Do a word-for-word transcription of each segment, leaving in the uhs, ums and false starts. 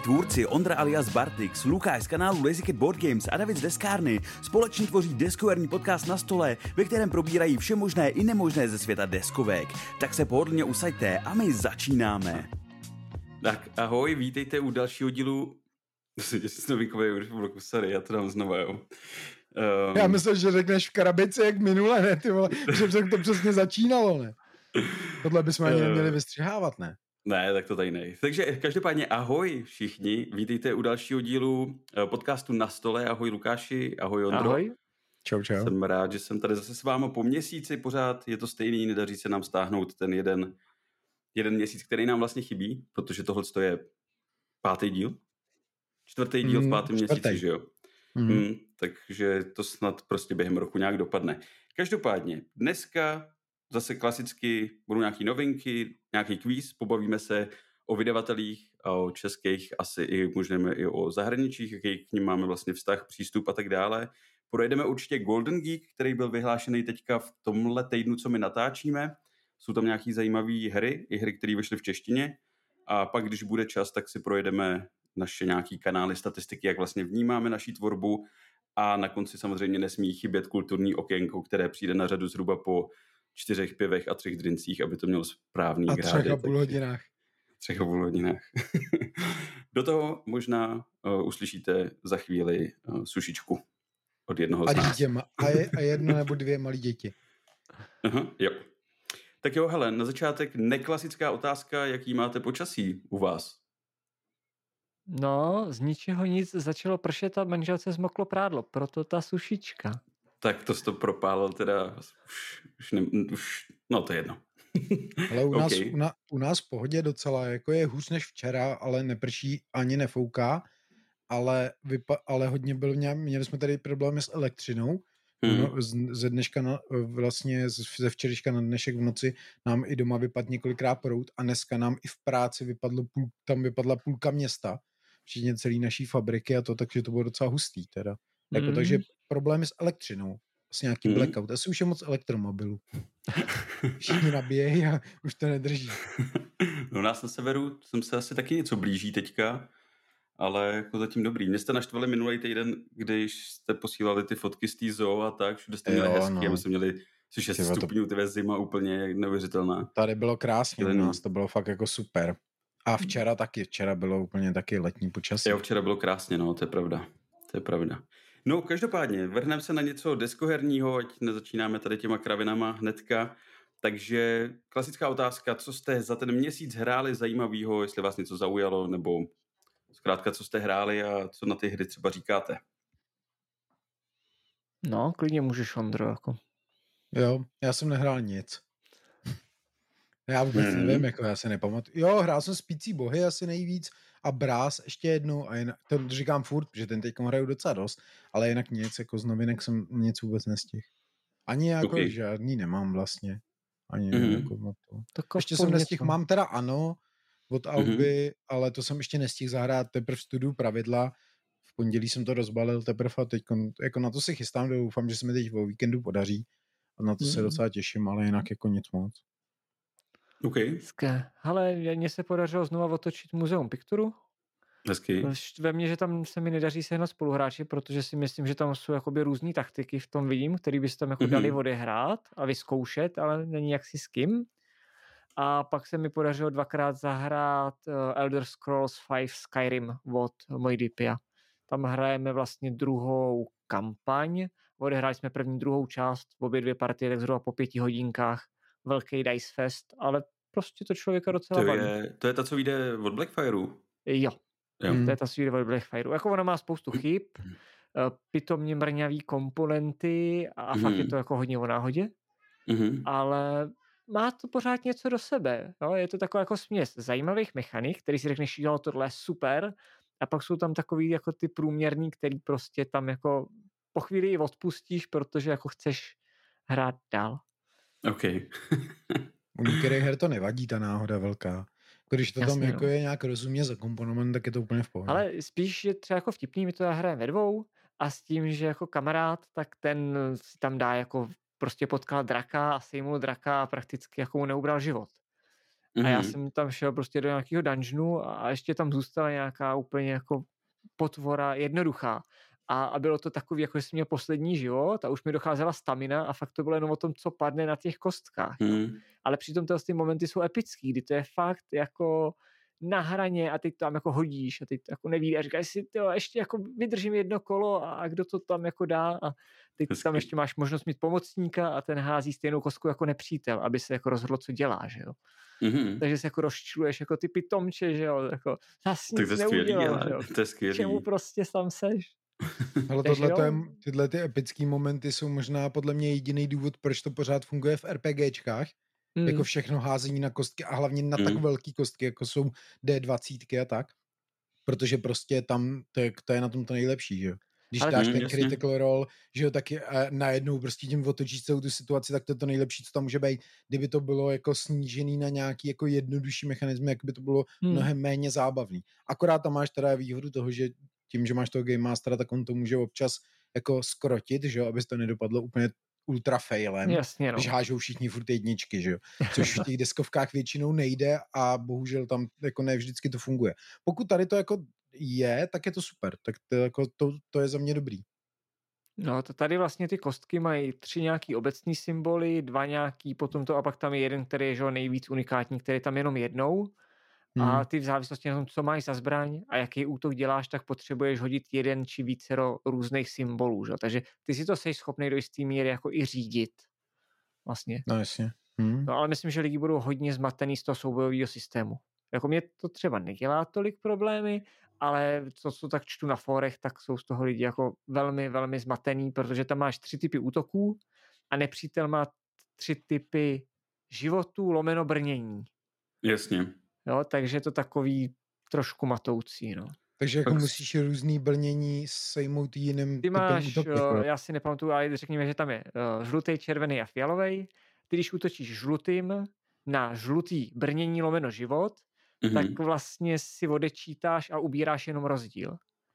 tvůrci Ondra alias Bartix, Lukáš z kanálu Lazy Cat Board Games a David z Deskárny společně tvoří deskoherní podcast Na stole, ve kterém probírají vše možné i nemožné ze světa deskovek. Tak se pohodlně usaďte a my začínáme. Tak ahoj, vítejte u dalšího dílu. Že jsi novinkový už v bloku, sorry, já to dám znova, jo. Um... Já myslím, že řekneš v Karabici jak minule, ne, ty vole, že to přesně začínalo, ne. Tohle bychom ani neměli vystřihávat, ne? Ne, tak to tady nej. Takže každopádně ahoj všichni, vítejte u dalšího dílu podcastu Na stole. Ahoj Lukáši, ahoj Ondro. Ahoj. Čau, čau. Jsem rád, že jsem tady zase s váma po měsíci pořád, je to stejný, nedaří se nám stáhnout ten jeden, jeden měsíc, který nám vlastně chybí, protože tohle je pátý díl, čtvrtý díl v pátém mm, měsíci, že jo? Mm. Mm, takže to snad prostě během roku nějak dopadne. Každopádně, dneska zase klasicky budou nějaký novinky, nějaký kvíz, pobavíme se o vydavatelích, o českých, asi i můžeme i o zahraničích, jaký k ním máme vlastně vztah, přístup a tak dále. Projedeme určitě Golden Geek, který byl vyhlášený teďka v tomhle týdnu, co my natáčíme. Jsou tam nějaký zajímavé hry, i hry, které vyšly v češtině. A pak, když bude čas, tak si projedeme naše nějaký kanály, statistiky, jak vlastně vnímáme naší tvorbu. A na konci samozřejmě nesmí chybět kulturní okénko, které přijde na řadu zhruba po čtyřech pivech a třech drincích, aby to mělo správný a grády. A třech a půl hodinách. Třech a půl hodinách. Do toho možná uh, uslyšíte za chvíli uh, sušičku od jednoho z nás. A, je, a jedno nebo dvě malí děti. Aha, jo. Tak jo, hele, na začátek neklasická otázka, jaký máte počasí u vás? No, z ničeho nic začalo pršet a manželce zmoklo prádlo, proto ta sušička. Tak to jsi to propálil teda už, už, ne, už no to je jedno. Ale u nás, okay. u, na, u nás v pohodě docela, jako je hůř než včera, ale neprší ani nefouká, ale, vypa, ale hodně byl, měli jsme tady problémy s elektřinou, hmm. no, z, ze dneška na, vlastně ze včerejška na dnešek v noci nám i doma vypadl několikrát proud a dneska nám i v práci vypadlo půl, tam vypadla půlka města, včetně celý naší fabriky a to, takže to bylo docela hustý teda. Jako, hmm. Takže problémy s elektřinou, vlastně nějaký hmm. blackout. Asi už je moc elektromobilů. Všichni nabíjejí a už to nedrží. No nás na severu jsem se asi taky něco blíží teďka, ale jako zatím dobrý. Mě jste naštvali minulý týden, když jste posílali ty fotky z té zoo a tak, všude jste měli jo, hezky, no. A my jsme měli šest stupňů, ty zima úplně neuvěřitelná. Tady bylo krásně u nás, to bylo fakt jako super. A včera taky, včera bylo úplně taky letní počasí. Jo, včera bylo krásně, no, to je pravda. To je pravda. No, každopádně, vrhneme se na něco deskoherního, ať nezačínáme tady těma kravinama hnedka. Takže klasická otázka, co jste za ten měsíc hráli zajímavého, jestli vás něco zaujalo, nebo zkrátka, co jste hráli a co na ty hry třeba říkáte? No, klidně můžeš, Ondro, jako. Jo, já jsem nehrál nic. Já vůbec hmm. nevím, jako já se nepamatuju. Jo, hrál jsem Spící bohy asi nejvíc a Brás ještě jednou a jinak, to říkám furt, protože ten teďkom hraju docela dost, ale jinak nic, jako z novinek jsem nic vůbec nestihl. Ani jako okay. žádný nemám vlastně. Ani mm-hmm. jako na to. to ještě jsem nestihl, mám teda ano, od Alby, mm-hmm. ale to jsem ještě nestihl zahrát, teprve v studiu pravidla. V pondělí jsem to rozbalil teprve a teď jako na to se chystám, doufám, že se mi teď o víkendu podaří a na to mm-hmm. se docela těším, ale jinak jako nic moc. Okay. Hele, mně se podařilo znovu otočit Muzeum Picturu. Hezky. Ve mně, že tam se mi nedaří sehnat spoluhráči, protože si myslím, že tam jsou jakoby různý taktiky v tom vidím, který by se tam jako mm-hmm. dali odehrát a vyzkoušet, ale není jaksi s kým. A pak se mi podařilo dvakrát zahrát uh, Elder Scrolls pět Skyrim od Mojdipia. Tam hrajeme vlastně druhou kampaň, odehráli jsme první, druhou část, obě dvě partie, tak zhruba po pěti hodinkách, velký Dice Fest, ale prostě to člověka docela to je, to je ta, co vyjde od Blackfireu? Jo. Jo. To je ta, co vyjde od Blackfireu. Jako ona má spoustu chyb, pitomně mrňavý komponenty a mm. fakt je to jako hodně o náhodě, mm. ale má to pořád něco do sebe. Jo? Je to taková jako směs zajímavých mechanik, který si řekneš, jo, tohle je super, a pak jsou tam takový jako ty průměrný, který prostě tam jako po chvíli odpustíš, protože jako chceš hrát dál. OK. U některých her to nevadí, ta náhoda velká. Když to Jasně, tam jako no. je nějak rozumně zakomponovat, tak je to úplně v pohodě. Ale spíš je třeba jako vtipný, my to hrajeme ve dvou a s tím, že jako kamarád, tak ten si tam dá jako prostě potkal draka a sejmul draka a prakticky jako mu neubral život. A já Mhm. jsem tam šel prostě do nějakého dungeonu a ještě tam zůstala nějaká úplně jako potvora jednoduchá. A, a bylo to takový, jako že jsem měl poslední život a už mi docházela stamina a fakt to bylo jenom o tom, co padne na těch kostkách. Jo. Mhm. Ale přitom tyhle ty momenty jsou epický, kdy to je fakt jako na hraně a ty to tam jako hodíš a ty to jako nevíš a říkáš si, tyjo, ještě jako vydržím jedno kolo a, a kdo to tam jako dá a ty tam Hezky. ještě máš možnost mít pomocníka a ten hází stejnou kostku jako nepřítel, aby se jako rozhodlo, co dělá, že jo. Mhm. Takže se jako rozčiluješ jako ty pitomče, že jo, jako zas Tak nic to je skvělý, neudělal, že jo. ale to je Čemu skvělý. prostě tam seš? Ale Takže tohle to je, jo. tyhle ty epický momenty jsou možná podle mě jediný důvod, proč to pořád funguje v RPGčkách. Jako Mm. všechno házení na kostky a hlavně na tak Mhm. velký kostky, jako jsou D dvacet a tak. Protože prostě tam to je, to je na tom to nejlepší, že jo. Když Ale dáš Mhm, ten jasně. critical roll, že jo, tak je, a najednou prostě tím otočíš celou tu situaci, tak to je to nejlepší, co tam může být. Kdyby to bylo jako snížený na nějaký jako jednodušší mechanismy, jak by to bylo Hmm. mnohem méně zábavný. Akorát tam máš teda výhodu toho, že tím, že máš toho Game Mastera, tak on to může občas jako skrotit, že jo, aby to nedopadlo úplně ultra failem, Jasně, no. když hážou všichni furt jedničky, že jo, což v těch deskovkách většinou nejde a bohužel tam jako ne vždycky to funguje. Pokud tady to jako je, tak je to super, tak to, jako to, to je za mě dobrý. No, to tady vlastně ty kostky mají tři nějaký obecní symboly, dva nějaký, potom to a pak tam je jeden, který je že jo, nejvíc unikátní, který je tam jenom jednou. A Hmm. ty v závislosti na tom, co máš za zbraň a jaký útok děláš, tak potřebuješ hodit jeden či vícero různých symbolů. Že? Takže ty si to jsi schopný do jistý míry jako i řídit. Vlastně. No jasně. Hmm. No ale myslím, že lidi budou hodně zmatený z toho soubojového systému. Jako mě to třeba nedělá tolik problémy, ale co, co tak čtu na fórech, tak jsou z toho lidi jako velmi, velmi zmatený, protože tam máš tři typy útoků a nepřítel má tři typy životů lomeno brnění. Jasně. Jo, takže je to takový trošku matoucí, no. Takže jako Tak s- musíš různý brnění sejmout jiným Ty typem máš, útoku. uh, Jako. já si nepamatuju, ale řekněme, že tam je uh, žlutý, červený a fialový. Ty, když útočíš žlutým na žlutý brnění lomeno život, Mhm. tak vlastně si odečítáš a ubíráš jenom rozdíl.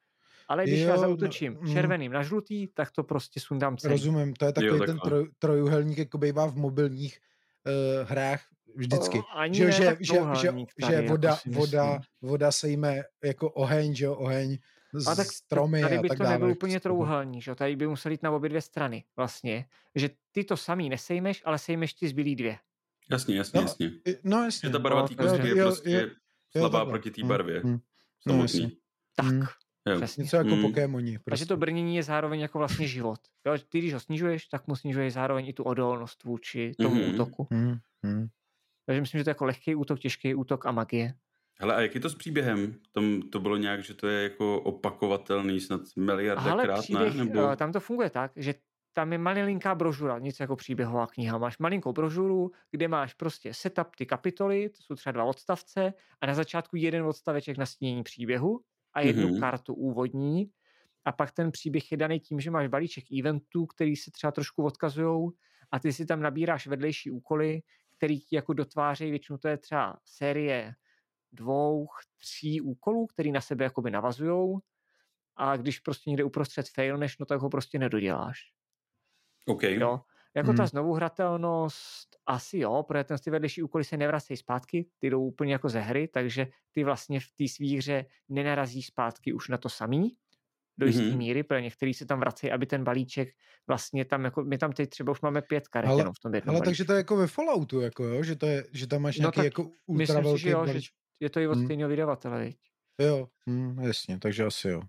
Ale když já Jo, zaútočím no, mm. červeným na žlutý, tak to prostě sundám celý. Rozumím, to je takový Jo, ten takhle. troj, trojuhelník, jako bývá v mobilních uh, hrách vždycky. O, ani že, ne že, tak že, že, trouhelník tady, že jako voda, si voda, myslím. voda sejme jako oheň, že jo, oheň, A tak stromy tady a by tak to dále. nebyl jako úplně z toho. trouhelník, že? Tady by musel jít na obě dvě strany vlastně. Že ty to samý nesejmeš, ale sejmeš ty zbylý dvě. Jasně, jasně, No, jasně. I- No jasně. Že ta barva No, té takže- kostky je Jo, jo, prostě jo, slabá takhle. proti té Hm, barvě. hm. No, jasně. Samotný. Tak, Hmm. Jo. přesně. Něco jako Mm. Pokémoni. Takže Prostě. to brnění je zároveň jako vlastně život. Jo, ty, když ho snižuješ, tak mu snižuješ zároveň i tu odolnost vůči tomu Mhm. útoku. Hmm. Hmm. Takže myslím, že to je jako lehký útok, těžký útok a magie. Hele, a jak je to s příběhem? Tam to bylo nějak, že to je jako opakovatelný snad Ale miliardakrát, příběh, ne? Nebo... eh, tam to funguje tak, že tam je malinká brožura, nic jako příběhová kniha. Máš malinkou brožuru, kde máš prostě setup ty kapitoly, to jsou třeba dva odstavce, a na začátku jeden odstaveček na stínění příběhu a jednu Mhm. kartu úvodní. A pak ten příběh je daný tím, že máš balíček eventů, který se třeba trošku odkazujou a ty si tam nabíráš vedlejší úkoly, který ti jako dotvářejí, většinou to je třeba série dvou, tří úkolů, který na sebe jakoby navazujou a když prostě někde uprostřed failneš, no tak ho prostě nedoděláš. OK. Jo? Jako Hmm. ta znovuhratelnost asi jo, protože ten ty vedlejší úkoly se nevracejí zpátky, ty jdou úplně jako ze hry, takže ty vlastně v té svý hře nenarazíš zpátky už na to samý, do jistý Mhm. míry, protože některý se tam vracejí, aby ten balíček vlastně tam, jako my tam teď třeba už máme pět karet Ale- jenom v tom jednom Ale balíčku. takže to je jako ve Falloutu, jako jo? Že, to je, že tam máš No nějaký tak jako ultra myslím si, velký že jo, že balíček. je to i od Hmm. stejného vydavatele, viď? Jo, hm, jasně, takže asi jo.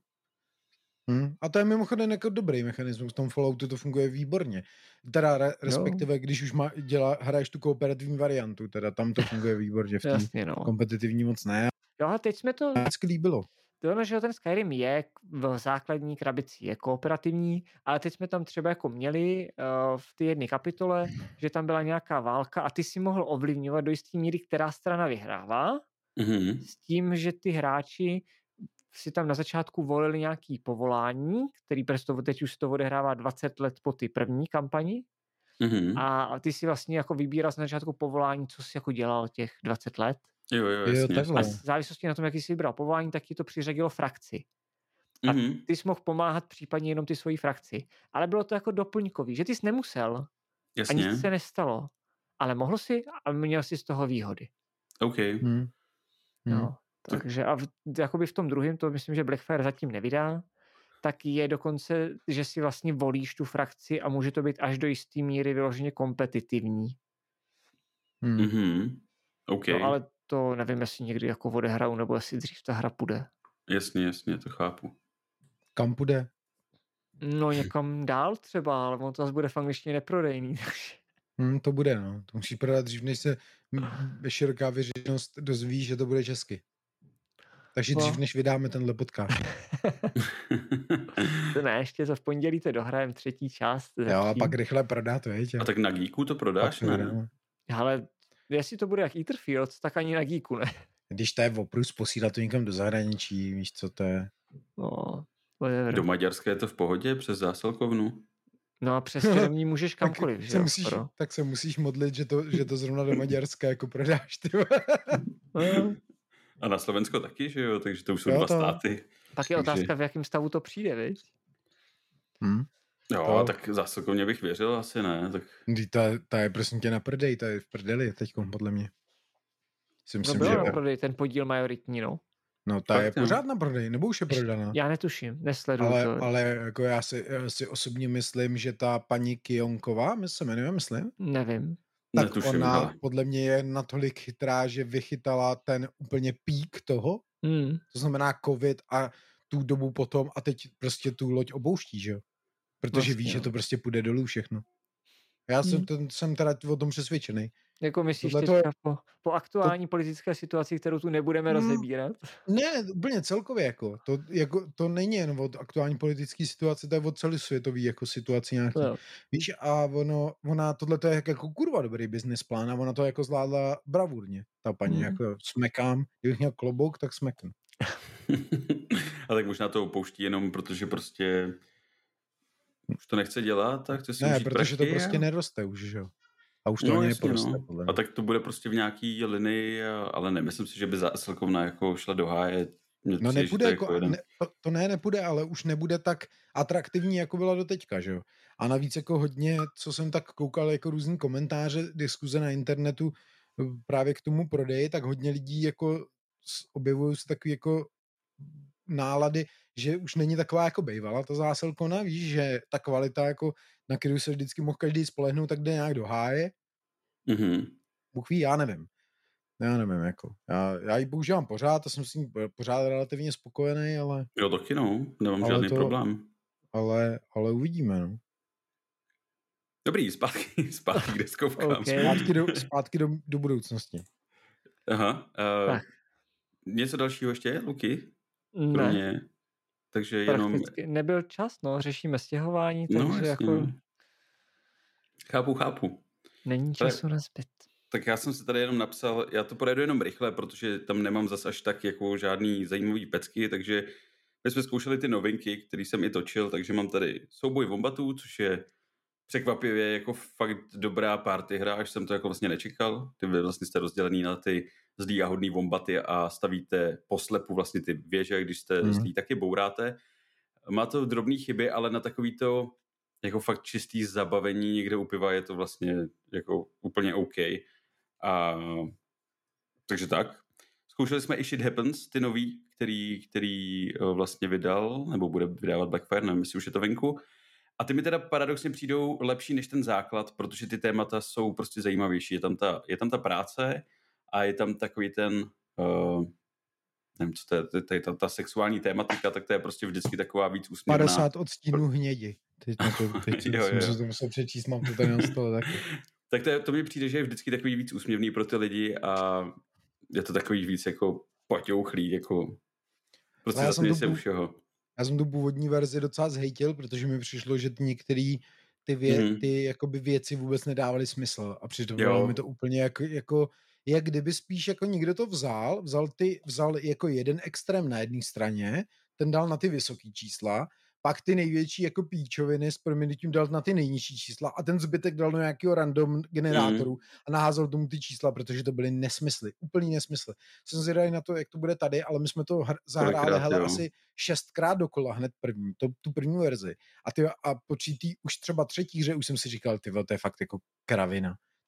Hm. A to je mimochodem jako dobrý mechanismus, v tom Falloutu to funguje výborně. Teda re, respektive, když už má, dělá, hraješ tu kooperativní variantu, teda tam to funguje výborně, v té Jasně, no. kompetitivní moc ne. Jo, a teď jsme to, A vždycky líbilo. to ono, že ten Skyrim je v základní krabici, je kooperativní, ale teď jsme tam třeba jako měli uh, v té jedné kapitole, že tam byla nějaká válka a ty si mohl ovlivňovat do jisté míry, která strana vyhrává, Mhm. s tím, že ty hráči si tam na začátku volili nějaký povolání, který prostě teď už to odehrává dvacet let po ty první kampani Mhm. a ty si vlastně jako vybíral na začátku povolání, co jsi jako dělal těch dvacet let. Jo, jo, Jo, jasně. takhle. A v závislosti na tom, jaký jsi vybral povolání, tak ti to přiřadilo frakci. A Mhm. ty jsi mohl pomáhat případně jenom ty svojí frakci. Ale bylo to jako doplňkový, že ty jsi nemusel a Jasně. nic se nestalo. Ale mohl si a měl si z toho výhody. OK. Hmm. Hmm. No, takže a v, jakoby v tom druhém, to myslím, že Blackfire zatím nevydá, tak je dokonce, že si vlastně volíš tu frakci a může to být až do jisté míry vyloženě kompetitivní. Hmm. Mhm. OK. No ale to nevím, jestli někdy jako odehraju, nebo jestli dřív ta hra půjde. Jasně, jasně, to chápu. Kam půjde? No někam dál třeba, ale on to zase bude v angličtině neprodejný. Hmm, to bude, no. To musí prodat dřív, než se m- široká veřejnost dozví, že to bude česky. Takže No. dřív, než vydáme tenhle podcast. To ne, ještě za v pondělí to dohrajem třetí část. Jo, a pak rychle prodat, veď? A tak na Geeku to prodáš, Pak to ne? vydáme. Ale jestli to bude jak Etherfields, tak ani na Geeku ne. Když to je oprus, posílat to někam do zahraničí, víš, co to je. No, whatever. Do Maďarska je to v pohodě přes zásilkovnu? No a přes firmní můžeš kamkoliv, tak že se jo? musíš, skoro. tak se musíš modlit, že to, že to zrovna do Maďarska jako prodáš, ty vole. No, A na Slovensko taky, že jo? Takže to už jsou Jo, dva to- státy. pak je Takže- otázka, v jakém stavu to přijde, viď? Hm? Jo, To- tak zásilkovně bych věřil, asi ne. Tak... Vždyť Ta, ta je prosím tě na prodej, ta je v prdeli teďkom, podle mě. Si No myslím, bylo že na jo. prodej ten podíl majoritní, no. No ta Fakt, je jo. pořád na prodej, nebo už je prodaná? Já netuším, nesleduju Ale, to. ale jako já si, já si osobně myslím, že ta paní Kionková, my se jmenuje, myslím, Nevím. tak Netuším, ona ale... podle mě je natolik chytrá, že vychytala ten úplně pík toho, Hmm. to znamená covid a tu dobu potom a teď prostě tu loď opouští, že jo? Protože Vlastně, ví, že jo. to prostě půjde dolů všechno. Já jsem, Hmm. ten, jsem teda o tom přesvědčený. Jako myslíš Tohle to je- teďka po, po aktuální politické situaci, kterou tu nebudeme Hmm. rozebírat? Ne, úplně celkově jako. To, jako. to není jen od aktuální politické situace, to je od celosvětový jako situaci nějaký. No. Víš, a ono, ona, tohle to je jako kurva dobrý business plán a ona to jako zvládla bravurně, ta paní, Hmm. jako smekám, kdybych měl klobouk, tak smeknu. A tak možná to opouští jenom protože prostě už to nechce dělat, tak chce si Ne, užít protože to prachy prostě a... neroste už, že jo. A už to No, ani jasně, neporoste, no. podle A mě. tak to bude prostě v nějaký linii, a- ale nemyslím si, že by zásilkovna jako šla do háje. Mně No přijde, že nepůjde, to je jako, jeden... ne, to, to ne, nepůjde, ale už nebude tak atraktivní, jako byla doteďka, že jo. A navíc jako hodně, co jsem tak koukal, jako různý komentáře, diskuze na internetu právě k tomu prodeji, tak hodně lidí jako s- objevují se takový jako nálady, že už není taková jako bejvala ta zásilkovna, víš, že ta kvalita jako, na kterou se vždycky mohl každý spolehnout, tak jde nějak do háje. Mhm. Bůh ví, já nevím. Já nevím, jako. Já, já ji používám pořád a jsem s ní pořád relativně spokojený, ale, Jo, taky no, nemám Ale žádný to- problém. ale, ale uvidíme, no. Dobrý, zpátky, zpátky k deskovkám. OK. Zpátky do, zpátky do, do budoucnosti. Aha. Uh, Tak. něco dalšího ještě, Luky? Ne, Kromě... Takže jenom... prakticky nebyl čas, no, řešíme stěhování, takže No, jasně, jako no. Chápu, chápu. není Ale- času na zbyt. Tak já jsem si tady jenom napsal, já to projedu jenom rychle, protože tam nemám zas až tak jako žádný zajímavý pecky, takže my jsme zkoušeli ty novinky, které jsem i točil, takže mám tady Souboj Wombatů, což je překvapivě jako fakt dobrá party hra, až jsem to jako vlastně nečekal. Ty vy vlastně jste rozdělený na ty zlý a hodný Wombaty a stavíte poslepu vlastně ty věže, když jste Mhm. mm. zlý, taky bouráte. Má to drobné chyby, ale na takový to jako fakt čistý zabavení někde u piva je to vlastně jako úplně OK. A, takže tak. Zkoušeli jsme i Shit Happens, ty nový, který, který eh, vlastně vydal, nebo bude vydávat Blackfire, nevím, jestli už je to venku. A ty mi teda paradoxně přijdou lepší než ten základ, protože ty témata jsou prostě zajímavější. Je tam ta, je tam ta práce a je tam takový ten, uh, nevím, co to je, to je ta, ta sexuální tématika, tak to je prostě vždycky taková víc úsměvná. padesát odstínů hnědi. Teď, na to, teď Jo, jo, jsem jo. se to musel přečíst, mám to tady na stole taky. Tak to, je, to mi přijde, že je vždycky takový víc úsměvný pro ty lidi a je to takový víc jako poťouchlý, jako prostě Ale já jsem zasměj to se pů- u všeho. Já jsem tu původní verzi docela zhejtil, protože mi přišlo, že některé ty, vě, Mhm. ty jakoby věci vůbec nedávaly smysl a přitom Jo. mi to úplně jako, jako, jak kdyby spíš jako někdo to vzal, vzal, ty, vzal jako jeden extrém na jedné straně, ten dal na ty vysoké čísla, pak ty největší jako píčoviny s proměnutím dal na ty nejnižší čísla a ten zbytek dal do nějakého random generátoru Mhm. a naházel tomu ty čísla, protože to byly nesmysly, úplný nesmysly. Jsem zvědavý na to, jak to bude tady, ale my jsme to hr- zahráli Kolikrát, hele, jo. asi šestkrát dokola hned první, to, tu první verzi. A, ty, a po tý už třeba třetí hře už jsem si říkal, ty vole, to je fakt jako kravina.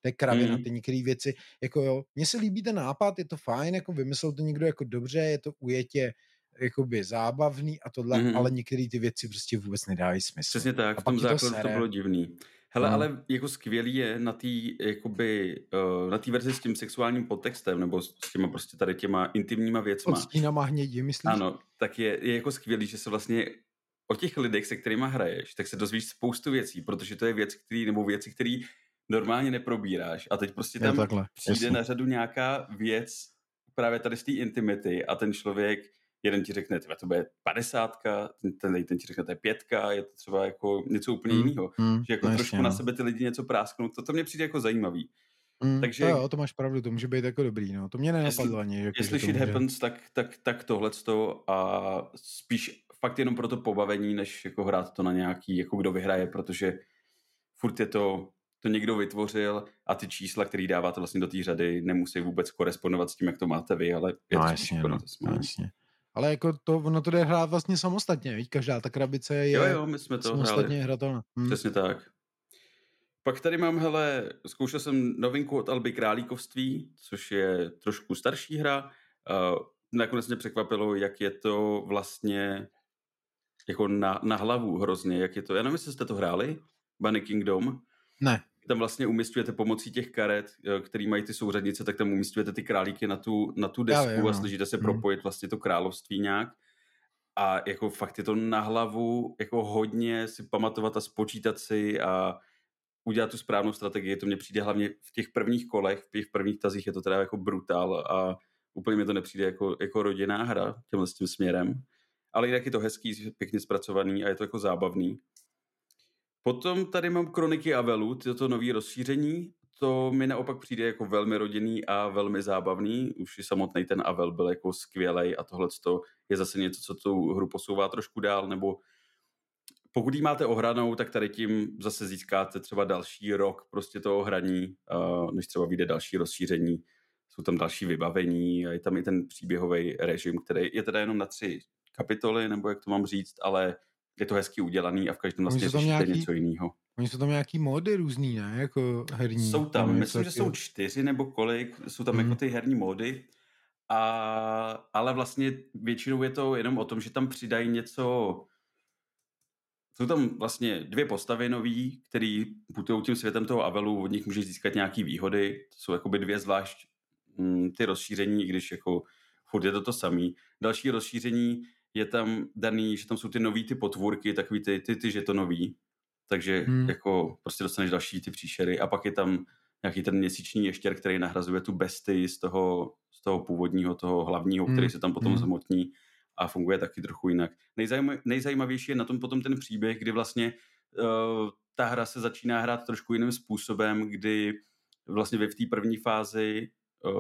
té kravina, Mm. ty některé věci, jako jo, mně se líbí ten nápad, je to fajn, jako vymyslel to někdo jako dobře, je to ujetě jakoby zábavný a tohle, Mhm. ale některé ty věci prostě vůbec nedávají smysl. Přesně tak, A v pak tom ti to základu to sere. bylo divný. Hele, No. ale jako skvělý je na té jakoby, uh, na té verzi s tím sexuálním podtextem, nebo s těma prostě tady těma intimníma Pod věcma. stínama hnědi, myslíš? Ano, tak je, je jako skvělý, že se vlastně o těch lidech, se kterýma hraješ, tak se dozvíš spoustu věcí, protože to je věc, který, nebo věci, které normálně neprobíráš. A teď prostě Jo, tam takhle, přijde jasně. na řadu nějaká věc právě tady z té intimity a ten člověk, jeden ti řekne, tyhle, to bude padesátka, ten, ten, ten ti řekne, to je pětka, je to třeba jako něco úplně Mm, jiného. mm, Že jako no trošku jasně, na no. sebe ty lidi něco prásknou, to, to mě přijde jako zajímavý. Mm, Takže to jo, to máš pravdu, to může být jako dobrý, no. To mě nenapadlo ani, jako, jestli že to shit může... happens, tak, tak, tak tohleto a spíš fakt jenom pro to pobavení, než jako hrát to na nějaký, jako kdo vyhraje, protože furt je to, to někdo vytvořil a ty čísla, který dáváte vlastně do té řady, nemusí vůbec korespondovat s tím, jak to máte vy, ale je No to spíš jasně, jako no, na to no smání. jasně. Ale jako to, ono to jde hrát vlastně samostatně, víš? Každá ta krabice je Jo, jo, my jsme to samostatně hráli. hratelná. Hm. Přesně tak. Pak tady mám, hele, zkoušel jsem novinku od Alby Králíkovství, což je trošku starší hra. Uh, nakonec mě překvapilo, jak je to vlastně jako na, na hlavu hrozně, jak je to. Já nevím, jestli jste to hráli, Bunny Kingdom. Ne. Tam vlastně umístujete pomocí těch karet, který mají ty souřadnice, tak tam umístujete ty králíky na tu, na tu desku vím, a no. snažíte se Hm. propojit vlastně to království nějak. A jako fakt je to na hlavu, jako hodně si pamatovat a spočítat si a udělat tu správnou strategii. To mně přijde hlavně v těch prvních kolech, v těch prvních tazích je to teda jako brutál a úplně mi to nepřijde jako, jako rodinná hra tímhle s tím směrem. Ale jinak je to hezký, pěkně zpracovaný a je to jako zábavný. Potom tady mám Kroniky Avelu, toto nové rozšíření. To mi naopak přijde jako velmi rodinný a velmi zábavný. Už i samotný ten Avel byl jako skvělej a tohle je zase něco, co tu hru posouvá trošku dál, nebo pokud jí máte ohranou, tak tady tím zase získáte třeba další rok prostě toho hraní, než třeba vyjde další rozšíření. Jsou tam další vybavení a je tam i ten příběhový režim, který je teda jenom na tři kapitoly, nebo jak to mám říct, ale je to hezky udělaný a v každém vlastně řešíte nějaký, něco jiného. Oni jsou tam nějaký módy různý, ne? Jako herní. Jsou tam, no, myslím, že jsou čtyři nebo kolik, jsou tam hmm. jako ty herní módy, a, ale vlastně většinou je to jenom o tom, že tam přidají něco. Jsou tam vlastně dvě postavy nový, který putují tím světem toho Avelu, od nich můžeš získat nějaký výhody, to jsou jakoby dvě zvlášť mm, ty rozšíření, když jako furt je to to samý. Další rozšíření je tam daný, že tam jsou ty nový ty potvůrky, takový ty, ty, ty žetonový, takže hmm. jako prostě dostaneš další ty příšery a pak je tam nějaký ten měsíční ještěr, který nahrazuje tu bestii z toho, z toho původního, toho hlavního, hmm. který se tam potom hmm. zhmotní a funguje taky trochu jinak. Nejzajma, nejzajímavější je na tom potom ten příběh, kdy vlastně uh, ta hra se začíná hrát trošku jiným způsobem, kdy vlastně vy v té první fázi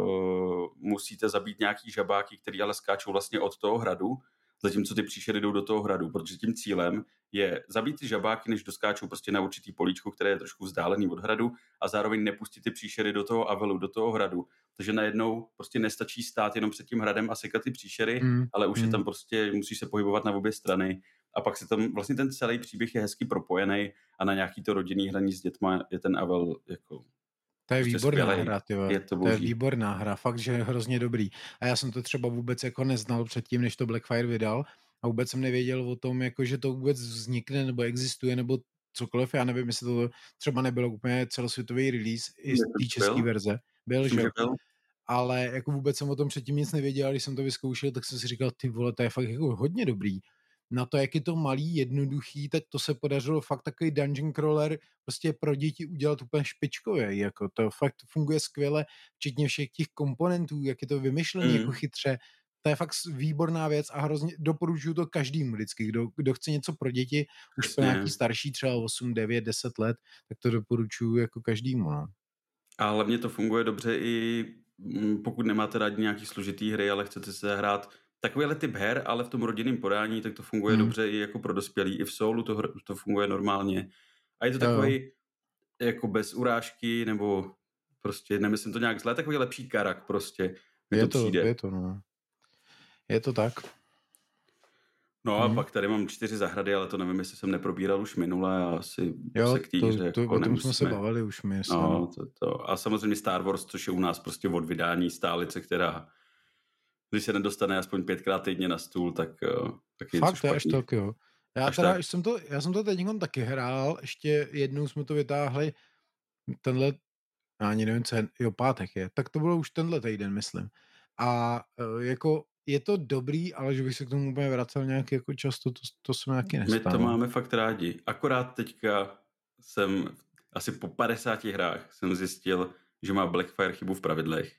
uh, musíte zabít nějaký žabáky, který ale skáčou vlastně od toho hradu, zatímco ty příšery jdou do toho hradu, protože tím cílem je zabít ty žabáky, než doskáčou prostě na určitý políčko, které je trošku vzdálený od hradu a zároveň nepustit ty příšery do toho Avelu, do toho hradu. Takže najednou prostě nestačí stát jenom před tím hradem a sekat ty příšery, mm. ale už mm. je tam prostě, musíš se pohybovat na obě strany a pak se tam, vlastně ten celý příběh je hezky propojený a na nějaký to rodinný hraní s dětma je ten Avel jako to je prostě výborná skvělej. hra, tyvo. Je to, to je výborná hra, fakt, že je hrozně dobrý. A já jsem to třeba vůbec jako neznal předtím, než to Blackfire vydal a vůbec jsem nevěděl o tom, jako, že to vůbec vznikne nebo existuje, nebo cokoliv, já nevím, jestli to třeba nebylo úplně celosvětový release i z té české verze. Byl, Myslím, že? že byl. Ale jako vůbec jsem o tom předtím nic nevěděl, když jsem to vyzkoušel, tak jsem si říkal, ty vole, to je fakt jako hodně dobrý. Na to, jak je to malý, jednoduchý, tak to se podařilo fakt takový dungeon crawler prostě pro děti udělat úplně špičkově. Jako to fakt funguje skvěle, včetně všech těch komponentů, jak je to vymyšlené mm. jako chytře. To je fakt výborná věc a hrozně doporučuju to každému vždycky. Kdo, kdo chce něco pro děti, už pro nějaký starší, třeba osm, devět, deset let, tak to doporučuju jako každému. No. A hlavně to funguje dobře i pokud nemáte rádi nějaký složitý hry, ale chcete se hrát takovýhle typ her, ale v tom rodinném podání, tak to funguje hmm. dobře i jako pro dospělí. I v soulu to, to funguje normálně. A je to takový jako bez urážky, nebo prostě nemyslím to nějak zlé, takový lepší karak prostě. Je to, to je to, no. Je to tak. No a Mhm. pak tady mám čtyři zahrady, ale to nevím, jestli jsem neprobíral už minule a asi Jo, se k té hře to, to, jako o tom jsme se nemusíme. bavili už, myslím. No, to, to. A samozřejmě Star Wars, což je u nás prostě od vydání stálice, která když se nedostane aspoň pětkrát týdně na stůl, tak, uh, tak je něco Fakt, to je až špatně. tak, jo. Já Až teda, tak. jsem to, já jsem to teď taky hrál, ještě jednou jsme to vytáhli, tenhle, já ani nevím, co je, jo, pátek je, tak to bylo už tenhle týden, myslím. A uh, jako je to dobrý, ale že bych se k tomu úplně vracel nějak jako často, to, to se mi nějaký My nestalo. to máme fakt rádi. Akorát teďka jsem asi po padesáti hrách jsem zjistil, že má Blackfire chybu v pravidlech.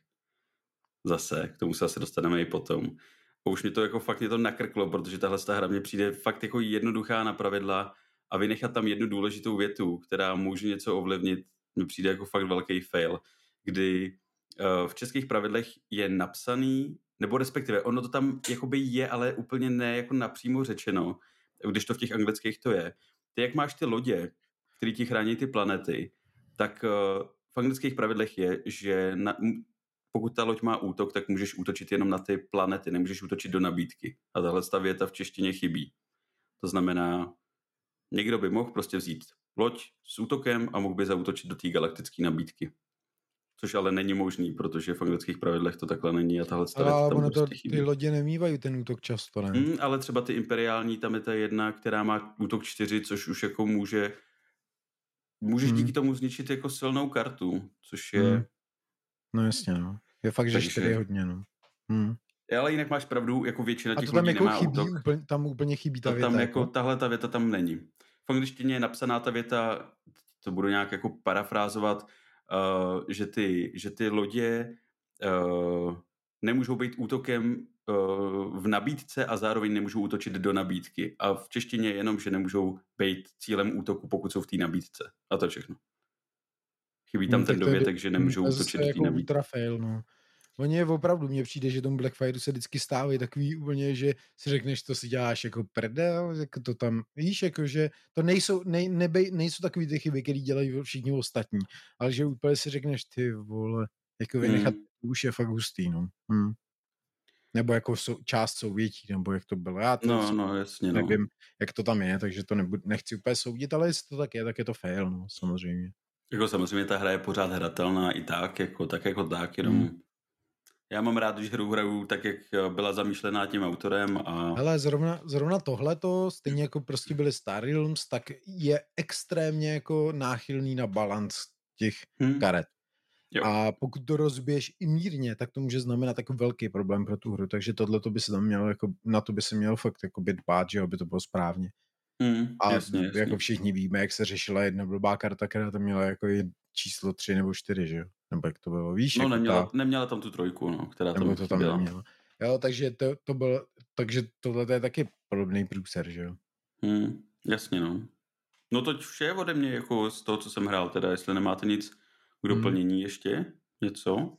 Zase, k tomu se asi dostaneme i potom. A už mě to jako fakt mě to nakrklo, protože tahle hra mně přijde fakt jako jednoduchá na pravidla a vynechat tam jednu důležitou větu, která může něco ovlivnit, mi přijde jako fakt velký fail, kdy uh, v českých pravidlech je napsaný, nebo respektive ono to tam jakoby je, ale úplně ne jako napřímo řečeno, když to v těch anglických to je. Ty jak máš ty lodě, které ti chrání ty planety, tak uh, v anglických pravidlech je, že na, pokud ta loď má útok, tak můžeš útočit jenom na ty planety, nemůžeš útočit do nabídky. A tahle ta věta v češtině chybí. To znamená, někdo by mohl prostě vzít loď s útokem a mohl by zaútočit do té galaktické nabídky. Což ale není možný, protože v anglických pravidlech to takhle není a tahle ta věta Ale tam ono prostě to, chybí. ty lodě nemývají ten útok často, ne? Hmm, ale třeba ty imperiální, tam je ta jedna, která má útok čtyři, což už jako může můžeš Hmm. díky tomu zničit jako silnou kartu, což je... Hmm. No jasně, no. Je fakt, že Takže- čtyři je hodně, no. Hmm. Ale jinak máš pravdu, jako většina A těch to tam lodí jako nemá chybí, útok. úplně, tam úplně chybí ta To věta. tam jako, jako. tahle ta věta tam není. V angličtině je napsaná ta věta, to budu nějak jako parafrázovat, uh, že, ty, že ty lodě uh, nemůžou být útokem uh, v nabídce a zároveň nemůžou útočit do nabídky. A v češtině je jenom, že nemůžou být cílem útoku, pokud jsou v té nabídce. A to všechno. Chybí tam Hmm, ten tak to je dovětek, že nemůžou to je zase útočit do té jako nabídky. ultra fail, no. Oni je opravdu, mně přijde, že tomu Blackfireu se vždycky stávají takový úplně, že si řekneš, to si děláš jako prdel, jako to tam, víš, jako že to nejsou, nej, nebej, nejsou takový ty chyby, které dělají všichni ostatní, ale že úplně si řekneš, ty vole, jako vynechat Hmm. už je fakt hustý, no. Hmm. Nebo jako sou, část souvětí, nebo jak to bylo. Já to No, no, jasně, no. nevím, jak to tam je, takže to nebudu, nechci úplně soudit, ale jestli to tak je, tak je to fail, no, samozřejmě. Jako samozřejmě ta hra je pořád hratelná i tak, jako tak, jako tak, jenom Hmm. já mám rád, když hru hraju tak, jak byla zamýšlená tím autorem a... Hele, zrovna, zrovna tohleto, stejně jako prostě byly Star Realms, tak je extrémně jako náchylný na balans těch Hmm. karet. Jo. A pokud to rozbiješ i mírně, tak to může znamenat jako velký problém pro tu hru, takže tohleto by se tam mělo, jako, na to by se mělo fakt jako být dbát, že aby to bylo správně. Hmm, A jasně, jasně. jako všichni víme, jak se řešila jedna blbá karta, která tam měla jako číslo tři nebo čtyři, že jo? Nebo jak to bylo, víš? No jako neměla, ta, neměla tam tu trojku, no, která nebo tam to tam chyběla. neměla. Jo, takže to, to byl, takže tohle je taky podobný průser, že jo? Hmm, jasně, no. No to vše je ode mě, jako z toho, co jsem hrál, teda, jestli nemáte nic k doplnění hmm. ještě, něco?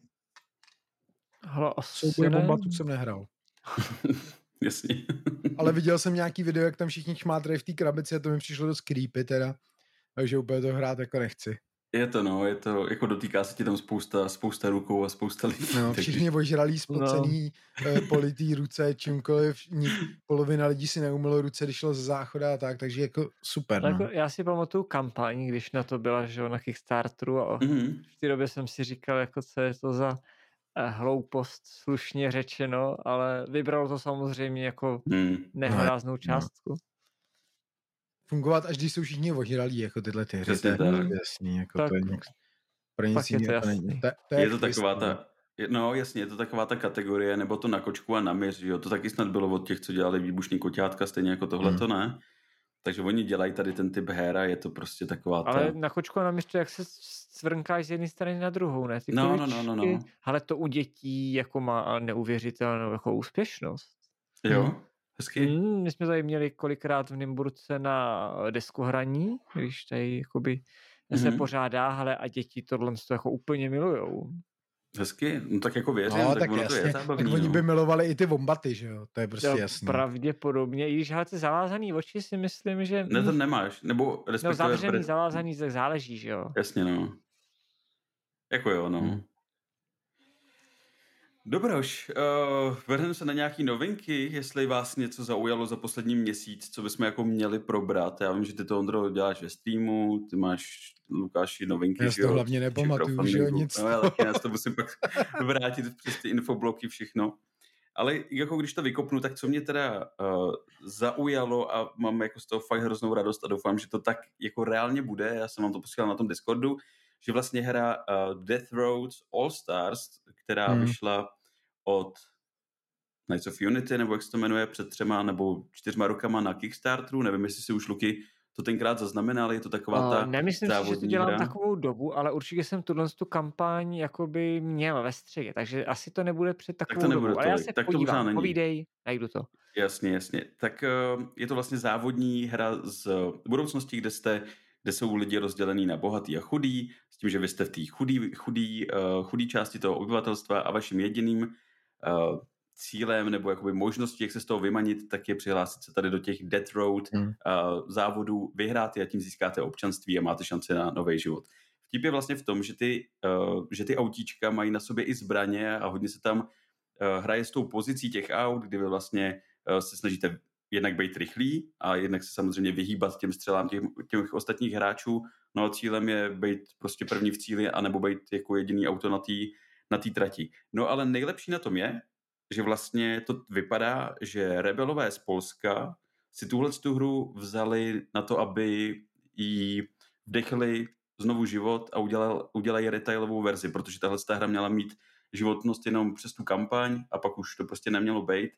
Hele, asi Souboj ne. bombatu jsem nehrál. Jasně. Ale viděl jsem nějaký video, jak tam všichni čmátrají v té krabici a to mi přišlo dost creepy teda. Takže úplně to hrát jako nechci. Je to, no, je to, jako dotýká se ti tam spousta, spousta rukou a spousta lidí. No, všichni ožralí, spocený, no. Politý ruce, čímkoliv. Polovina lidí si neumylo ruce, když šlo ze záchoda a tak, takže jako super, no. Jako, já si pamatuju kampaň, když na to byla, že jo, na Kickstarteru a Mm-hmm. v té době jsem si říkal, jako co je to za hloupost, slušně řečeno, ale vybralo to samozřejmě jako mm. nehoráznou no. částku. Fungovat, až když jsou všichni ožralí, jako tyhle ty hry. Přesně to je tak. jasný, jako tak, to je něk... pro nic je to jako není. To, to je, je to taková ta, no jasně, je to taková ta kategorie, nebo to na kočku a na myř, jo, to taky snad bylo od těch, co dělali výbušný koťátka, stejně jako tohle to mm. ne. Takže oni dělají tady ten typ her a je to prostě taková ta... Ale na kočku a na myš to, jak se svrnkáš z jedné strany na druhou, ne? Ty no, no, no, no, no. Ale to u dětí jako má neuvěřitelnou jako úspěšnost. Jo, hmm. hezky. Hmm, my jsme tady měli kolikrát v Nymburce na deskohraní, když tady jakoby hmm. se pořádá, hele, a děti tohle to jako úplně milujou. Hezky, no tak jako věřím, no, tak, tak ono to je zábavný. Tak oni no. by milovali i ty vombaty, že jo, to je prostě no, jasný. Pravděpodobně, i když hele, ty zavázaný oči si myslím, že... Ne, to nemáš, nebo respektive... No zavřený, pre... zavázaný, tak záleží, že jo. Jasně, no. Jako jo, no. Hmm. Dobroš, uh, vrhneme se na nějaký novinky, jestli vás něco zaujalo za poslední měsíc, co bychom jako měli probrat. Já vím, že ty to, Ondro, děláš ve streamu, ty máš, Lukáši, novinky, Já že si to jo, hlavně co se týče nepamatuju, že jo, crowdfundingu. nic No, já taky, já se to musím pak vrátit přes ty infobloky, všechno. Ale jako když to vykopnu, tak co mě teda uh, zaujalo a mám jako z toho fakt hroznou radost a doufám, že to tak jako reálně bude, já jsem vám to posílal na tom Discordu, že vlastně hra uh, Death Road All Stars, která Hmm. vyšla od Knights of Unity, nebo jak se to jmenuje, před třema nebo čtyřma rokama na Kickstarteru, nevím, jestli si už, Luky, to tenkrát zaznamenal, je to taková ta Uh, nemyslím si, že to závodní dělám hra. takovou dobu, ale určitě jsem tuhle tu kampaň jakoby měl ve středě, takže asi to nebude před Tak takovou to nebude dobu, ale já tolik, se tak to možná podívám, není. povídej, najdu to. Jasně, jasně. Tak uh, je to vlastně závodní hra z budoucnosti, kde jste, kde jsou lidi rozdělení na bohatý a chudý, s tím, že vy jste v té chudý, chudý, uh, chudý části toho obyvatelstva a vaším jediným uh, cílem nebo jakoby možností, jak se z toho vymanit, tak je přihlásit se tady do těch Death Road Hmm. uh, závodů, vyhrát je a tím získáte občanství a máte šanci na nový život. Vtip je vlastně v tom, že ty, uh, že ty autíčka mají na sobě i zbraně a hodně se tam uh, hraje s tou pozicí těch aut, kdy vy vlastně uh, se snažíte jednak být rychlí a jednak se samozřejmě vyhýbat těm střelám těch, těch ostatních hráčů. No a cílem je být prostě první v cíli anebo být jako jediný auto na té na té trati. No ale nejlepší na tom je, že vlastně to vypadá, že rebelové z Polska si tuhle tu hru vzali na to, aby jí vdechli znovu život a udělal, udělají retailovou verzi, protože tahle hra měla mít životnost jenom přes tu kampaň a pak už to prostě nemělo být.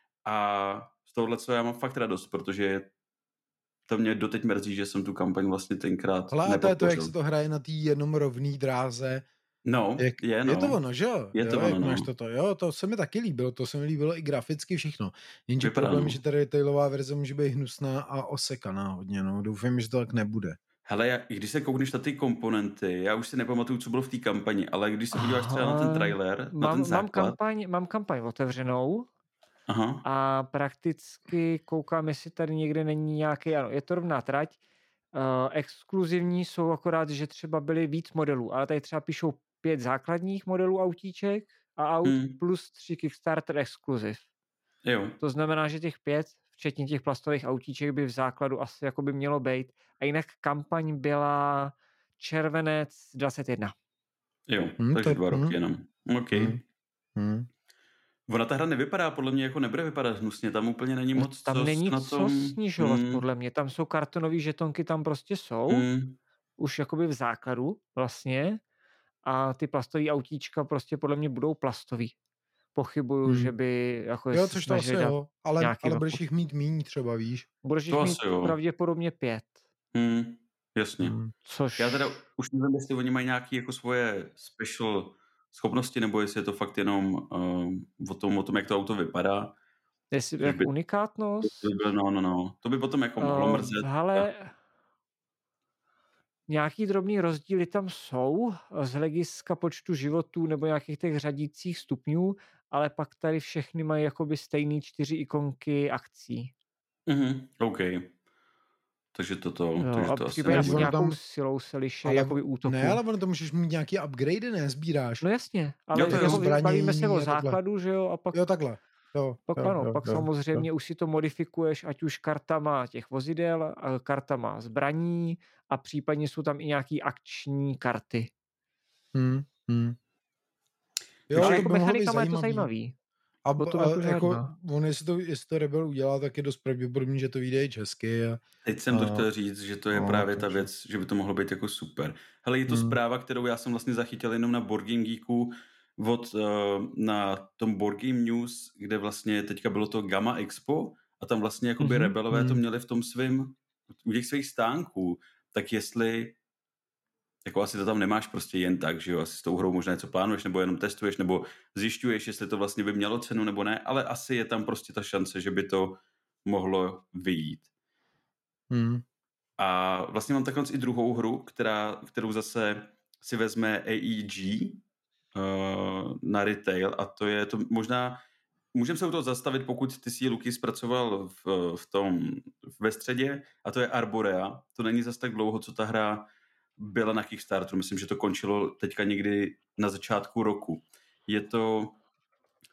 A z tohohle co já mám fakt radost, protože to mě doteď mrzí, že jsem tu kampaň vlastně tenkrát Ale a to je to, jak nepodpořil. se to hraje na té jednom rovný dráze. No, Jak, je no. je to ono, že jo? Je jo, to jak ono, máš no. toto. Jo, to se mi taky líbilo, to se mi líbilo i graficky všechno. Jenže Vypadá, problém no. je, že ta retailová verze může být hnusná a osekaná hodně, no. Doufám, že to tak nebude. Hele, já, když se koukneš na ty komponenty, já už si nepamatuju, co bylo v té kampani, ale když se podíváš třeba na ten trailer, na mám, ten základ... Mám kampaň, mám kampaň otevřenou. Aha. A prakticky koukám, jestli tady někde není nějaký, ano, je to rovná trať. Uh, exkluzivní jsou akorát, že třeba byly víc modelů, ale tady třeba píšou pět základních modelů autíček a aut Hmm. plus tři Kickstarter exkluziv. Jo. To znamená, že těch pět, včetně těch plastových autíček, by v základu asi jako by mělo být. A jinak kampaň byla červenec dvacet jedna. Jo, Hmm, takže to- dva roky hmm. jenom. OK. Hmm. Hmm. Ona ta hra nevypadá, podle mě jako nebude vypadat hnusně, tam úplně není moc Tam co není na co tom... snižovat, Hmm. podle mě. Tam jsou kartonové žetonky, tam prostě jsou. Hmm. Už jakoby v základu vlastně a ty plastové autíčka prostě podle mě budou plastový. Pochybuju, Hmm. že by jako Jo, se což to asi snažili dát jo, ale, nějaký ale velkou- budeš jich mít míň třeba, víš. Budeš jich To mít asi jo. pravděpodobně pět. Hmm. Jasně. Hmm. Což Já teda už nevím, jestli oni mají nějaké jako svoje special schopnosti, nebo jestli je to fakt jenom uh, o, tom, o tom, jak to auto vypadá. jestli což jak by- unikátnost. To by bylo, no, no, no. To by potom jako mohlo Uh, mrzet. hele, nějaký drobný rozdíly tam jsou z hlediska počtu životů nebo nějakých těch řadících stupňů, ale pak tady všechny mají jakoby stejný čtyři ikonky akcí. Mhm, OK. Takže toto, Jo, takže a to asi případně Ale jako ono nebude. nějakou tam- silou se liší ale- jakoby útoku. Ne, ale ono to můžeš mít nějaký upgrade, ne? Sbíráš. No jasně, ale Jo, to je jako zbranění bavíme se o a takhle. základu, že jo, a pak, Jo, takhle. Jo, pak jo, ano, jo, pak jo, samozřejmě už si to modifikuješ, ať už kartama těch vozidel, a kartama zbraní a případně jsou tam i nějaký akční karty. Hmm, hmm. Jo, Takže to jako by mohlo být mechanikama je to zajímavý. zajímavý. A, o tom a jako jako, žádná. on jestli to, jestli to Rebel udělá, tak je dost pravděpodobný, že to vyjde i česky. A, Teď jsem to A- chtěl říct, že to je no, právě ta takže- věc, že by to mohlo být jako super. Hele, je to Hmm. zpráva, kterou já jsem vlastně zachytil jenom na Board Game Geeku od, uh, na tom Board Game News, kde vlastně teďka bylo to Gamma Expo a tam vlastně jakoby Mhm, rebelové to hmm. měli v tom svým, u těch svých stánků, tak jestli jako asi to tam nemáš prostě jen tak, že jo, asi s tou hrou možná něco plánuješ, nebo jenom testuješ, nebo zjišťuješ, jestli to vlastně by mělo cenu nebo ne, ale asi je tam prostě ta šance, že by to mohlo vyjít. Hmm. A vlastně mám takhle i druhou hru, která, kterou zase si vezme A E G uh, na retail a to je to možná, můžeme se u toho zastavit, pokud ty si Luky zpracoval v, v tom ve středě a to je Arborea. To není zas tak dlouho, co ta hra byla na Kickstarteru. Myslím, že to končilo teďka někdy na začátku roku. Je to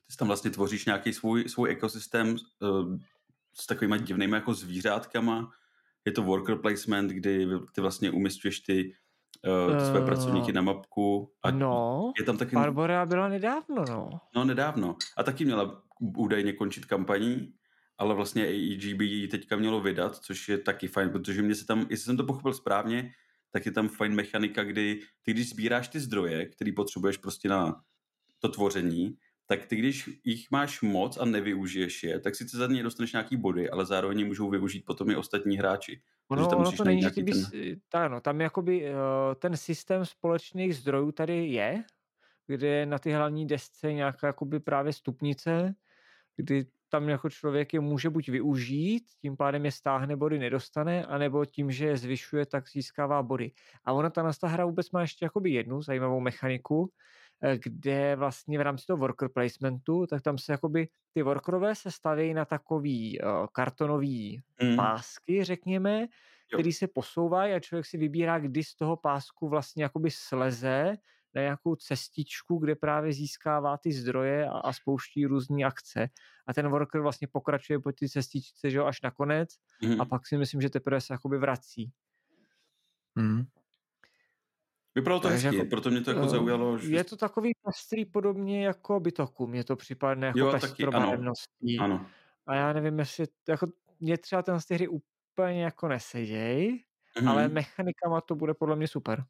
ty tam vlastně tvoříš nějaký svůj, svůj ekosystém uh, s takovýma divnýma jako zvířátkama. Je to worker placement, kdy ty vlastně umístuješ ty uh, své pracovníky na mapku. A No, je tam taky... Arbora byla nedávno, no. No, nedávno. A taky měla údajně končit kampaní, ale vlastně A E G by ji teďka mělo vydat, což je taky fajn, protože mě se tam, jestli jsem to pochopil správně, tak je tam fajn mechanika, kdy ty, když sbíráš ty zdroje, který potřebuješ prostě na to tvoření, tak ty, když jich máš moc a nevyužiješ je, tak sice za ně dostaneš nějaký body, ale zároveň můžou využít potom i ostatní hráči. Ono, ono to není, že ty bys, ten... tak no, tam jakoby uh, ten systém společných zdrojů tady je, kde je na ty hlavní desce nějaká jakoby právě stupnice, kdy tam jako člověk je může buď využít, tím pádem je stáhne body, nedostane, anebo tím, že je zvyšuje, tak získává body. A ona ta, ta hra vůbec má ještě jakoby jednu zajímavou mechaniku, kde vlastně v rámci toho worker placementu, tak tam se jakoby ty workerové se stavějí na takový uh, kartonový mm. pásky, řekněme, jo. který se posouvají a člověk si vybírá, kdy z toho pásku vlastně jakoby sleze na nějakou cestičku, kde právě získává ty zdroje a, a spouští různé akce. A ten worker vlastně pokračuje po té cestičce, že jo, až nakonec mm. a pak si myslím, že teprve se jakoby vrací. Mm. Vypadalo to hezky, jako, proto mě to jako uh, zaujalo. Že... Je to takový pestrý podobně jako Bitoku, mně to připadne jako pestrobarevností. Ano. A já nevím, jestli, jako mě třeba ten z té hry úplně jako neseděj, mm. ale mechanikama to bude podle mě super.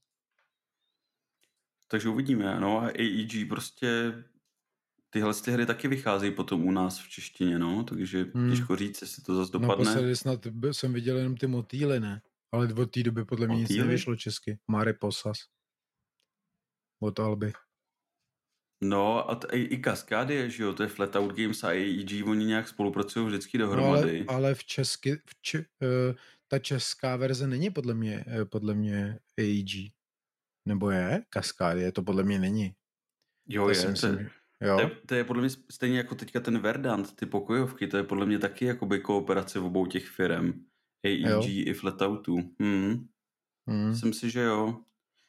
Takže uvidíme, no a A E G prostě tyhle ty hry taky vycházejí potom u nás v češtině, no, takže hmm. těžko říct, jestli to zase dopadne. Naposledy snad jsem viděl jenom ty motýly, ne? Ale od té doby podle mě nic nevyšlo česky. Mare Posas. Od Alby. No a t- i, i Kaskady, že jo, to je Flatout Games a A E G, oni nějak spolupracují vždycky dohromady. No ale, ale v česky, v če, uh, ta česká verze není podle mě, uh, podle mě A E G. Nebo je? Kaskády, je to podle mě není. Jo, to je. Myslím, to, jo. To, je, to je podle mě stejně jako teďka ten Verdant, ty pokojovky, to je podle mě taky jakoby kooperace v obou těch firem. A E G jo. I Flatoutu. Hmm. Hmm. Myslím si, že jo.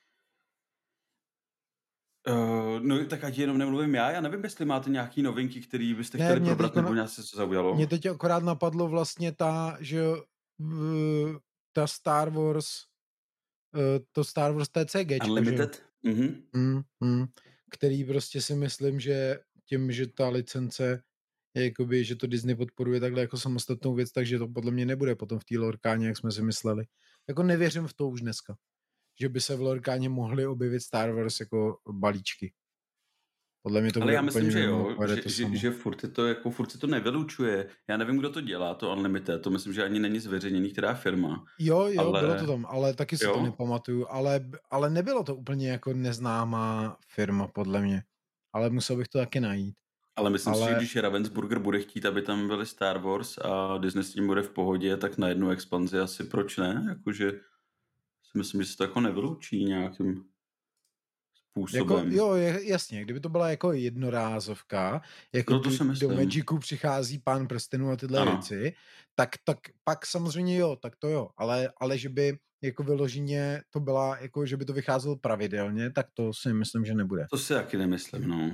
Uh, no tak ať jenom nemluvím já, já nevím, jestli máte nějaký novinky, které byste ne, chtěli probrat, nebo nějak se co zaujalo. Mě teď akorát napadlo vlastně ta, že uh, ta Star Wars uh, to Star Wars TCGčko, Unlimited? Mm-hmm. Mm, mm, který prostě si myslím, že tím, že ta licence je jakoby, že to Disney podporuje takhle jako samostatnou věc, takže to podle mě nebude potom v té Lorkáně, jak jsme si mysleli. Jako nevěřím v to už dneska. Že by se v Lorkáně mohly objevit Star Wars jako balíčky. Podle mě to ale já myslím, že jo, že, že, že furt, to, jako, furt se to nevylučuje. Já nevím, kdo to dělá, to Unlimited, to myslím, že ani není zveřejněný, která firma. Jo, jo, ale... bylo to tam, ale taky si jo? to nepamatuju, ale, ale nebylo to úplně jako neznámá firma, podle mě. Ale musel bych to taky najít. Ale myslím ale... si, že když Ravensburger bude chtít, aby tam byly Star Wars a Disney s tím bude v pohodě, tak na jednu expanzi asi proč ne? Jakože si myslím, že se to jako nevyloučí nějakým způsobem. Jako, jo, jasně, kdyby to byla jako jednorázovka, jako no to tu, do Magicu přichází Pán prstenů a tyhle ano. věci, tak, tak pak samozřejmě jo, tak to jo, ale, ale že by jako vyloženě to byla, jako že by to vycházelo pravidelně, tak to si myslím, že nebude. To si taky nemyslím, no.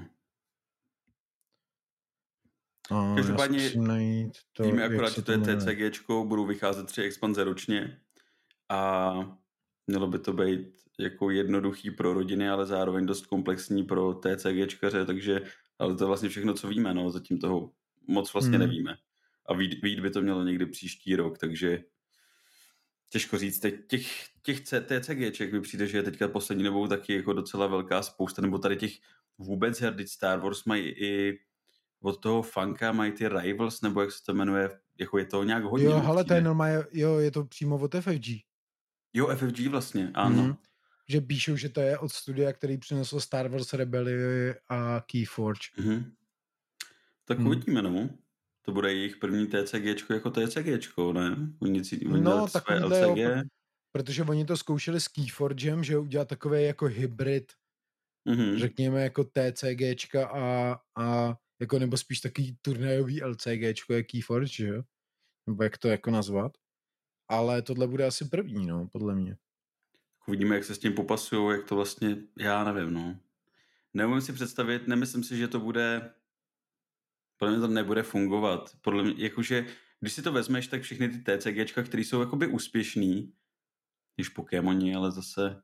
A každopádně najít to, víme akorát, že to je TCGčko, budou vycházet tři expanze ročně a mělo by to být jako jednoduchý pro rodiny, ale zároveň dost komplexní pro TCGčkaře, takže ale to je vlastně všechno, co víme, no, zatím toho moc vlastně hmm. nevíme. A vyjít, vyjít by to mělo někdy příští rok, takže těžko říct, teď těch, těch TCGček mi přijde, že je teďka poslední dobou taky jako docela velká spousta, nebo tady těch vůbec her, teď Star Wars mají i od toho Funka, mají ty Rivals, nebo jak se to jmenuje, jako je to nějak hodně. Jo, ale to je normálně, jo, je to přímo od F F G. Jo, F F G vlastně, ano. Mm-hmm. Že píšou, že to je od studia, který přinesl Star Wars Rebellion a Keyforge. Mm-hmm. Tak mm. uvidíme, no. To bude jejich první TCGčko jako TCGčko, ne? Oni si no, takovýhle, jo, protože oni to zkoušeli s Keyforgem, že udělat takový jako hybrid, mm-hmm. řekněme jako TCGčka a, a jako nebo spíš takový turnajový LCGčko je Keyforge, že jo? Nebo jak to jako nazvat. Ale tohle bude asi první, no, podle mě. Uvidíme, jak se s tím popasujou, jak to vlastně, já nevím, no. Neumím si představit, nemyslím si, že to bude podle mě to nebude fungovat. Podle mě, jakože, když si to vezmeš, tak všechny ty TCGčka, které jsou jakoby úspěšný, když Pokémoni, ale zase,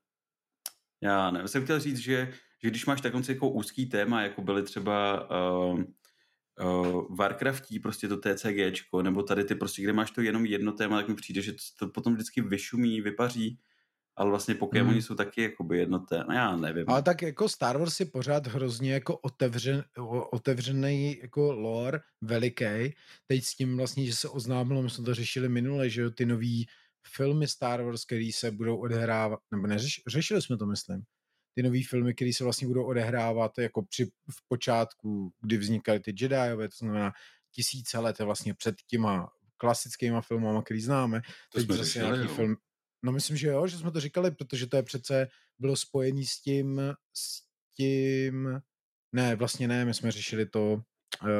já nevím, jsem chtěl říct, že, že když máš takhle jako úzký téma, jako byly třeba uh, uh, Warcraftí, prostě to TCGčko, nebo tady ty prostě, kde máš to jenom jedno téma, tak mi přijde, že to potom vždycky vyšumí, vypaří, ale vlastně Pokémoni hmm. jsou taky jakoby jedno téma, já nevím. Ale tak jako Star Wars je pořád hrozně jako otevřen, otevřený jako lore, veliký. Teď s tím vlastně, že se oznámilo, my jsme to řešili minule, že ty nový filmy Star Wars, který se budou odehrávat, nebo neřešili řešili jsme to, myslím. Ty nový filmy, které se vlastně budou odehrávat jako při, v počátku, kdy vznikaly ty Jediové, to znamená tisíce let vlastně před těma klasickýma filmama, který známe. To Teď jsme zase řešili, nějaký jo. film. No myslím, že jo, že jsme to říkali, protože to je přece bylo spojený s tím, s tím, ne, vlastně ne, my jsme řešili to uh,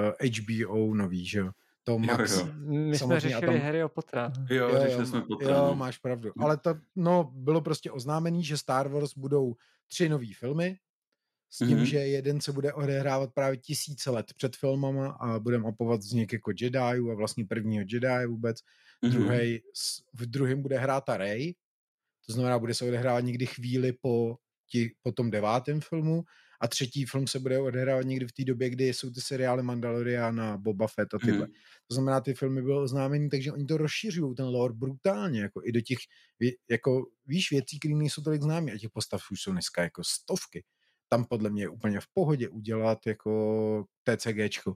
H B O nový, že jo. To Max. Jo, jo. My jsme řešili tam... Harryho Pottera. Jo, jo, řešili jo, jsme Pottera. jo, No. máš pravdu. Ale to, no, bylo prostě oznámený, že Star Wars budou tři nový filmy, s tím, mm-hmm. že jeden se bude odehrávat právě tisíce let před filmama a bude mapovat vznik jako Jediů a vlastně prvního Jedi vůbec. Mm-hmm. Druhej, v druhém bude hrát ta Rey, to znamená, bude se odehrávat někdy chvíli po, tí, po tom devátém filmu a třetí film se bude odehrávat někdy v té době, kdy jsou ty seriály Mandalorian a Boba Fett a tyhle. Mm. To znamená, ty filmy byly oznámeny, takže oni to rozšiřují, ten lore brutálně, jako i do těch, jako víš, věcí, které nejsou tolik známé a těch postav už jsou dneska jako stovky. Tam podle mě je úplně v pohodě udělat jako TCGčko.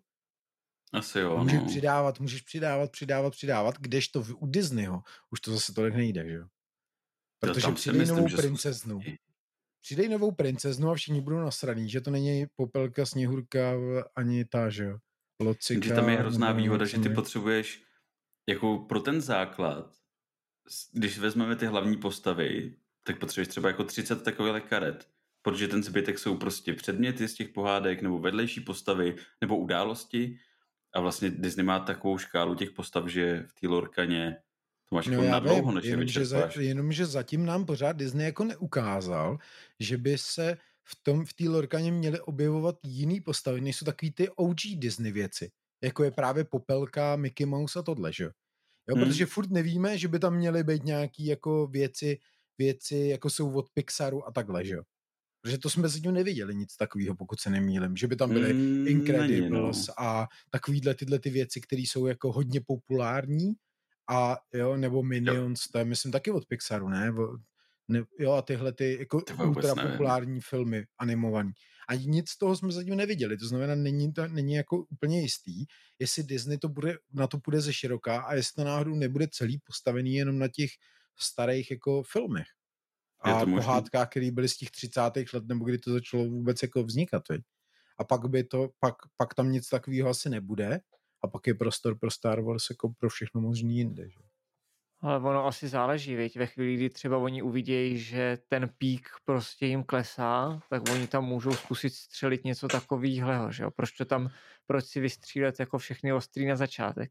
Asi jo, můžeš no. přidávat, můžeš přidávat, přidávat, přidávat, kdežto u Disneyho už to zase tolik nejde, že jo? Protože přidej novou princeznu. Přidej novou princeznu a všichni budou nasraný, že to není Popelka, Sněhurka ani ta, že jo? Locika. Že tam je hrozná výhoda, že ty potřebuješ jako pro ten základ, když vezmeme ty hlavní postavy, tak potřebuješ třeba jako třicet takových karet, protože ten zbytek jsou prostě předměty z těch pohádek nebo vedlejší postavy nebo události a vlastně Disney má takovou škálu těch postav, že v té lorkaně to máš no jako na dlouho, než je vyčerpáš. Jenomže zatím nám pořád Disney jako neukázal, že by se v tom v té lorkaně měly objevovat jiný postavy, než jsou takový ty O G Disney věci, jako je právě Popelka, Mickey Mouse a tohle, že jo? Jo, hmm. protože furt nevíme, že by tam měly být nějaký jako věci, věci jako jsou od Pixaru a takhle, že jo? Protože to jsme zatím neviděli nic takového, pokud se nemýlím, že by tam byly mm, Incredibles no. a takovýhle tyhle ty věci, které jsou jako hodně populární a jo, nebo Minions, jo. To je myslím taky od Pixaru, ne? ne jo, a tyhle ty jako ultra populární filmy animovaný. A nic z toho jsme zatím neviděli, to znamená, není, to, není jako úplně jistý, jestli Disney to bude, na to půjde ze široká a jestli to náhodou nebude celý postavený jenom na těch starých jako filmech. A pohádkách, které byly z těch třicátých let, nebo kdy to začalo vůbec jako vznikat. Veď? A pak by to, pak, pak tam nic takového asi nebude a pak je prostor pro Star Wars jako pro všechno možný jinde. Že? Ale ono asi záleží, viď? Ve chvíli, kdy třeba oni uvidějí, že ten pík prostě jim klesá, tak oni tam můžou zkusit střelit něco takového, že jo? Proč to tam, proč si vystřílet jako všechny ostrý na začátek?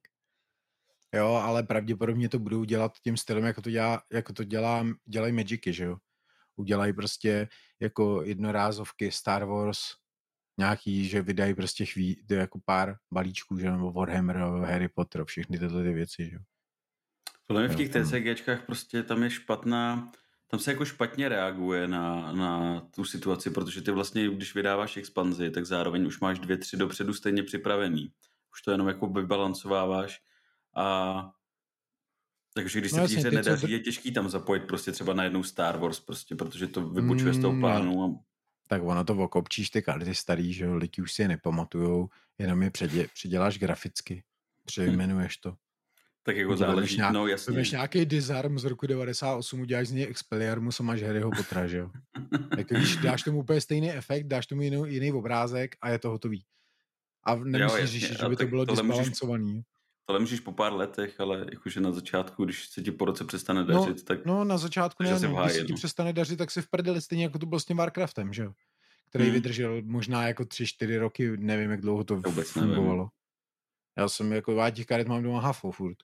Jo, ale pravděpodobně to budou dělat tím stylem, jako to, dělá, jako to dělá, dělají Magicy, že jo? Udělají prostě jako jednorázovky Star Wars, nějaký, že vydají prostě chví, jako pár balíčků, že nebo Warhammer, Harry Potter, všechny tyhle ty věci, že jo? Podle mě v těch TCGčkách prostě tam je špatná, tam se jako špatně reaguje na, na tu situaci, protože ty vlastně, když vydáváš expanzi, tak zároveň už máš dvě, tři dopředu stejně připravený. Už to jenom jako vybalancováváš a takže když se no, v té hře nedaří, co... je těžký tam zapojit prostě třeba na jednou Star Wars prostě, protože to vybočuje mm, z toho plánu. A... Tak ono to okopčíš ty karty starý, že jo, lidi už si je nepamatujou, jenom je předě, přiděláš graficky, přejmenuješ to. Tak jako záleží, nějak, no jasně. Máš nějaký Disarm z roku devadesát osm, uděláš z něj Expelliarmus a máš Harryho Pottera, že jo. Jako když dáš tomu úplně stejný efekt, dáš tomu jiný, jiný obrázek a je to hotový. A nemusíš řešit, že by to bylo disbalancovaný. Můžeš, tohle můžeš po pár letech, ale jakože na začátku, když se ti po roce přestane dařit, no, tak... No na začátku ne, no, když se ti přestane dařit, tak si v prdeli stejně jako to bylo s tím Warcraftem, že jo. Který hmm. vydržel možná jako tři, čtyři roky, nevím, jak dlouho to vůbec fungovalo. Nevím. Já jsem jako, já těch karet mám doma hafo furt.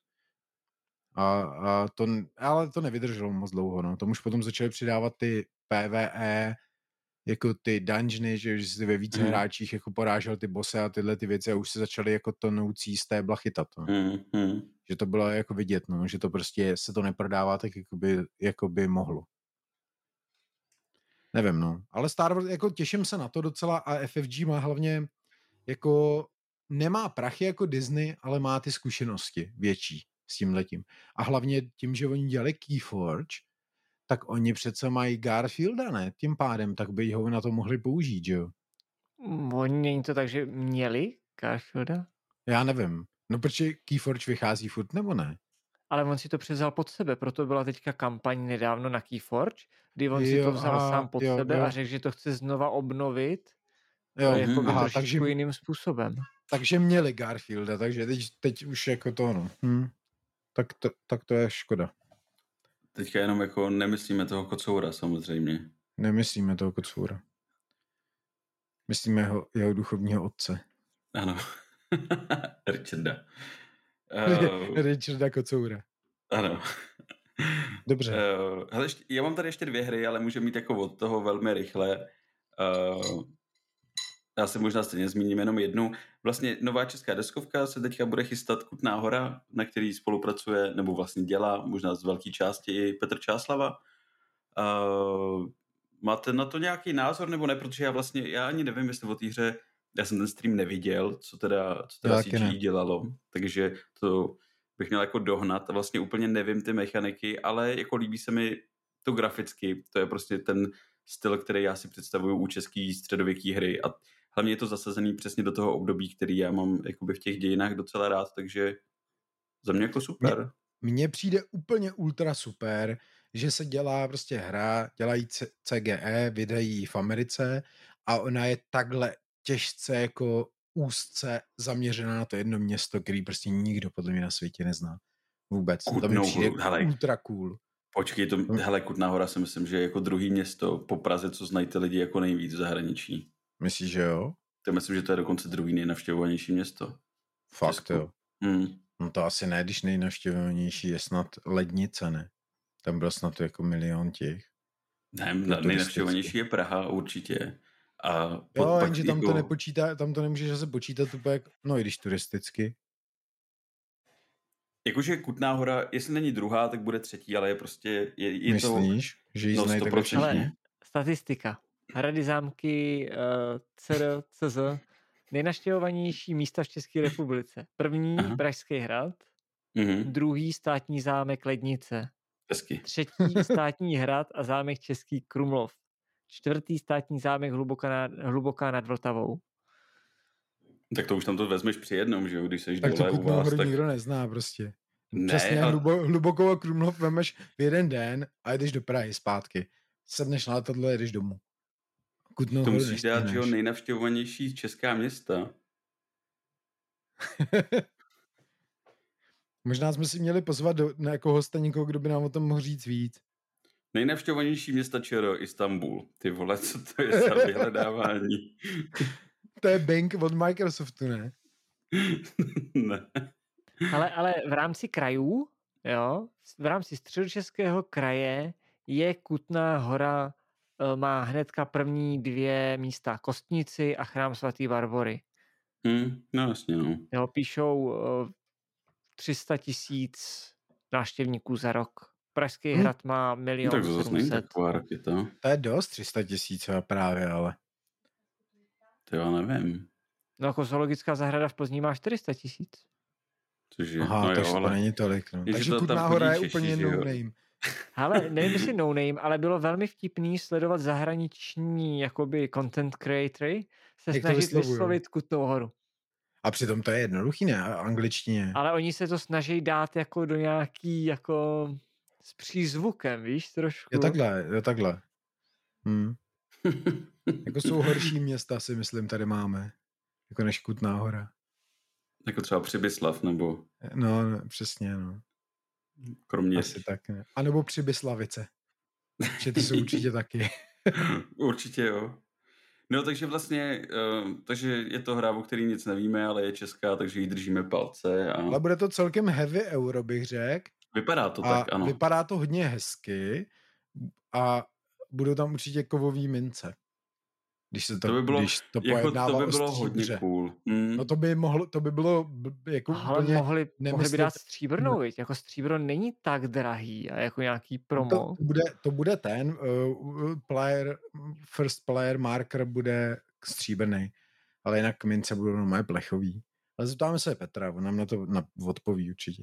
A, a to, ale to nevydrželo moc dlouho, no. Tomu už potom začali přidávat ty P V E, jako ty dungeony, že jsi ve více Mhm. hráčích jako porážel ty bossy a tyhle ty věci a už se začaly jako tonoucí z té chytat. No. Mm, mm. Že to bylo jako vidět, no, že to prostě se to neprodává tak, jako by, jako by mohlo. Nevím, no. Ale Star Wars, jako těším se na to docela a F F G má hlavně jako nemá prachy jako Disney, ale má ty zkušenosti větší s tímhletím. A hlavně tím, že oni dělali Keyforge, tak oni přece mají Garfielda, ne? Tím pádem, tak by ho na to mohli použít, že jo? Oni není to tak, že měli Garfielda? Já nevím. No protože Keyforge vychází furt, nebo ne? Ale on si to převzal pod sebe, proto byla teďka kampaň nedávno na Keyforge, kdy on si Jo, to vzal aha, sám pod jo, sebe jo. a řekl, že to chce znova obnovit Jo, jako mhm, aha, trošičku takže, jiným způsobem. takže měli Garfielda, takže teď, teď už jako to, no. Hm. Tak, to, tak to je škoda. Teďka jenom jako nemyslíme toho kocoura samozřejmě. Nemyslíme toho Kocoura. Myslíme jeho, jeho duchovního otce. Ano. Richarda. Uh, Richarda Kocoura. ano. Dobře. Uh, hele, ještě, já mám tady ještě dvě hry, ale můžeme mít jako od toho velmi rychle. Uh, já si možná stejně zmíním jenom jednu. Vlastně nová česká deskovka se teďka bude chystat Kutná Hora, na který spolupracuje, nebo vlastně dělá, možná z velké části i Petr Čáslava. Uh, máte na to nějaký názor, nebo ne? Protože já vlastně, já ani nevím, jestli o té hře, já jsem ten stream neviděl, co teda, co teda C G I dělalo, takže to bych měl jako dohnat a vlastně úplně nevím ty mechaniky, ale jako líbí se mi to graficky, to je prostě ten styl, který já si představuju u český středověký hry a hlavně je to zasazený přesně do toho období, který já mám jakoby v těch dějinách docela rád, takže za mě jako super. Mně přijde úplně ultra super, že se dělá prostě hra, dělají C G E, vydají v Americe a ona je takhle těžce jako úzce zaměřená na to jedno město, který prostě nikdo podle mě na světě nezná. Vůbec. To mi přijde hele, ultra cool. Počkej, to, hele, Kutná Hora si myslím, že je jako druhý město po Praze, co znají ty lidi jako nejvíc v zahraničí. Myslíš, že jo? To myslím, že to je dokonce druhý nejnavštěvovanější město. Fakt, jo. Hmm. No to asi ne, když nejnavštěvovanější je snad Lednice, ne? Tam bylo snad jako milion těch. Ne, nejnavštěvovanější je Praha, určitě. A jo, jenže tam jako... to nepočítá, tam to nemůžeš zase počítat úplně, no i když turisticky. Jakože Kutná Hora, jestli není druhá, tak bude třetí, ale je prostě... Je, je Myslíš, to, že jí no, znají takhle všichni? Statistika. Hrady, zámky, uh, C R, C Z, nejnavštěvovanější místa v České republice. První Aha. Pražský hrad, mm-hmm. druhý státní zámek Lednice, Hezky. třetí státní hrad a zámek Český Krumlov, čtvrtý státní zámek Hluboká nad, Hluboká nad Vltavou. Tak to už tam to vezmeš při jednom, že jo, když seš tak dole u vás. Tak to nikdo nezná prostě. Ne, Přesně ale... hlubo, Hlubokou a Krumlov vemeš v jeden den a jdeš do Prahy zpátky. Sedneš na letadlo a jdeš domů. Kutnou to musíš dát, že jo, nejnavštěvovanější česká města. Možná jsme si měli pozvat do, na jako hosta někoho, kdo by nám o tom mohl říct víc. Nejnavštěvovanější města ČR, Istanbul. Ty vole, co to je za vyhledávání? To je bank od Microsoftu, ne? Ne. Ale, ale v rámci krajů, jo, v rámci Středočeského kraje je Kutná Hora, má hnedka první dvě místa, Kostnici a Chrám svatý Barbory. Hmm, no jasně, no. Jo, píšou uh, tři sta tisíc návštěvníků za rok. Pražský hmm. hrad má milion no, tak to zase není taková raketa. To je dost, tři sta tisíc právě, ale. To já nevím. No jako zoologická zahrada v Plzni má čtyři sta tisíc. Cože? Aha, no takže jo, ale... to není tolik. No. Je, takže to Kutná Hora je úplně no name. Ale nevím, jestli no name, ale bylo velmi vtipný sledovat zahraniční jakoby content creatory se Jak snažit vyslovit Kutnou Horu. A přitom to je jednoduchý, ne? Angličtině. Ale oni se to snaží dát jako do nějaký jako s přízvukem, víš, trošku. Je takhle, je takhle. Hm. Jako jsou horší města, si myslím, tady máme. Jako než Kutná Hora. Jako třeba Přibyslav, nebo... No, no přesně, no. Kromě... Asi tak, ne. A nebo Přibyslavice. Že ty jsou určitě taky. Určitě jo. No, takže vlastně, uh, takže je to hra, o který nic nevíme, ale je česká, takže jí držíme palce. A... Ale bude to celkem heavy euro, bych řekl. Vypadá to a tak, ano. Vypadá to hodně hezky a budou tam určitě kovový mince. Když se to, To by bylo, když to jako pojednává to by o bylo hodně stříbře. cool. Mm. No to by mohlo, to by bylo b- jako Ale úplně mohli, mohli by dát nemyslitelné. stříbrnou, viď? Jako stříbro není tak drahý a jako nějaký To, promo. to, bude, to bude ten uh, player, first player marker bude stříbrný, ale jinak mince budou normálně plechový. Ale zeptáme se Petra, on nám na to na, odpoví určitě.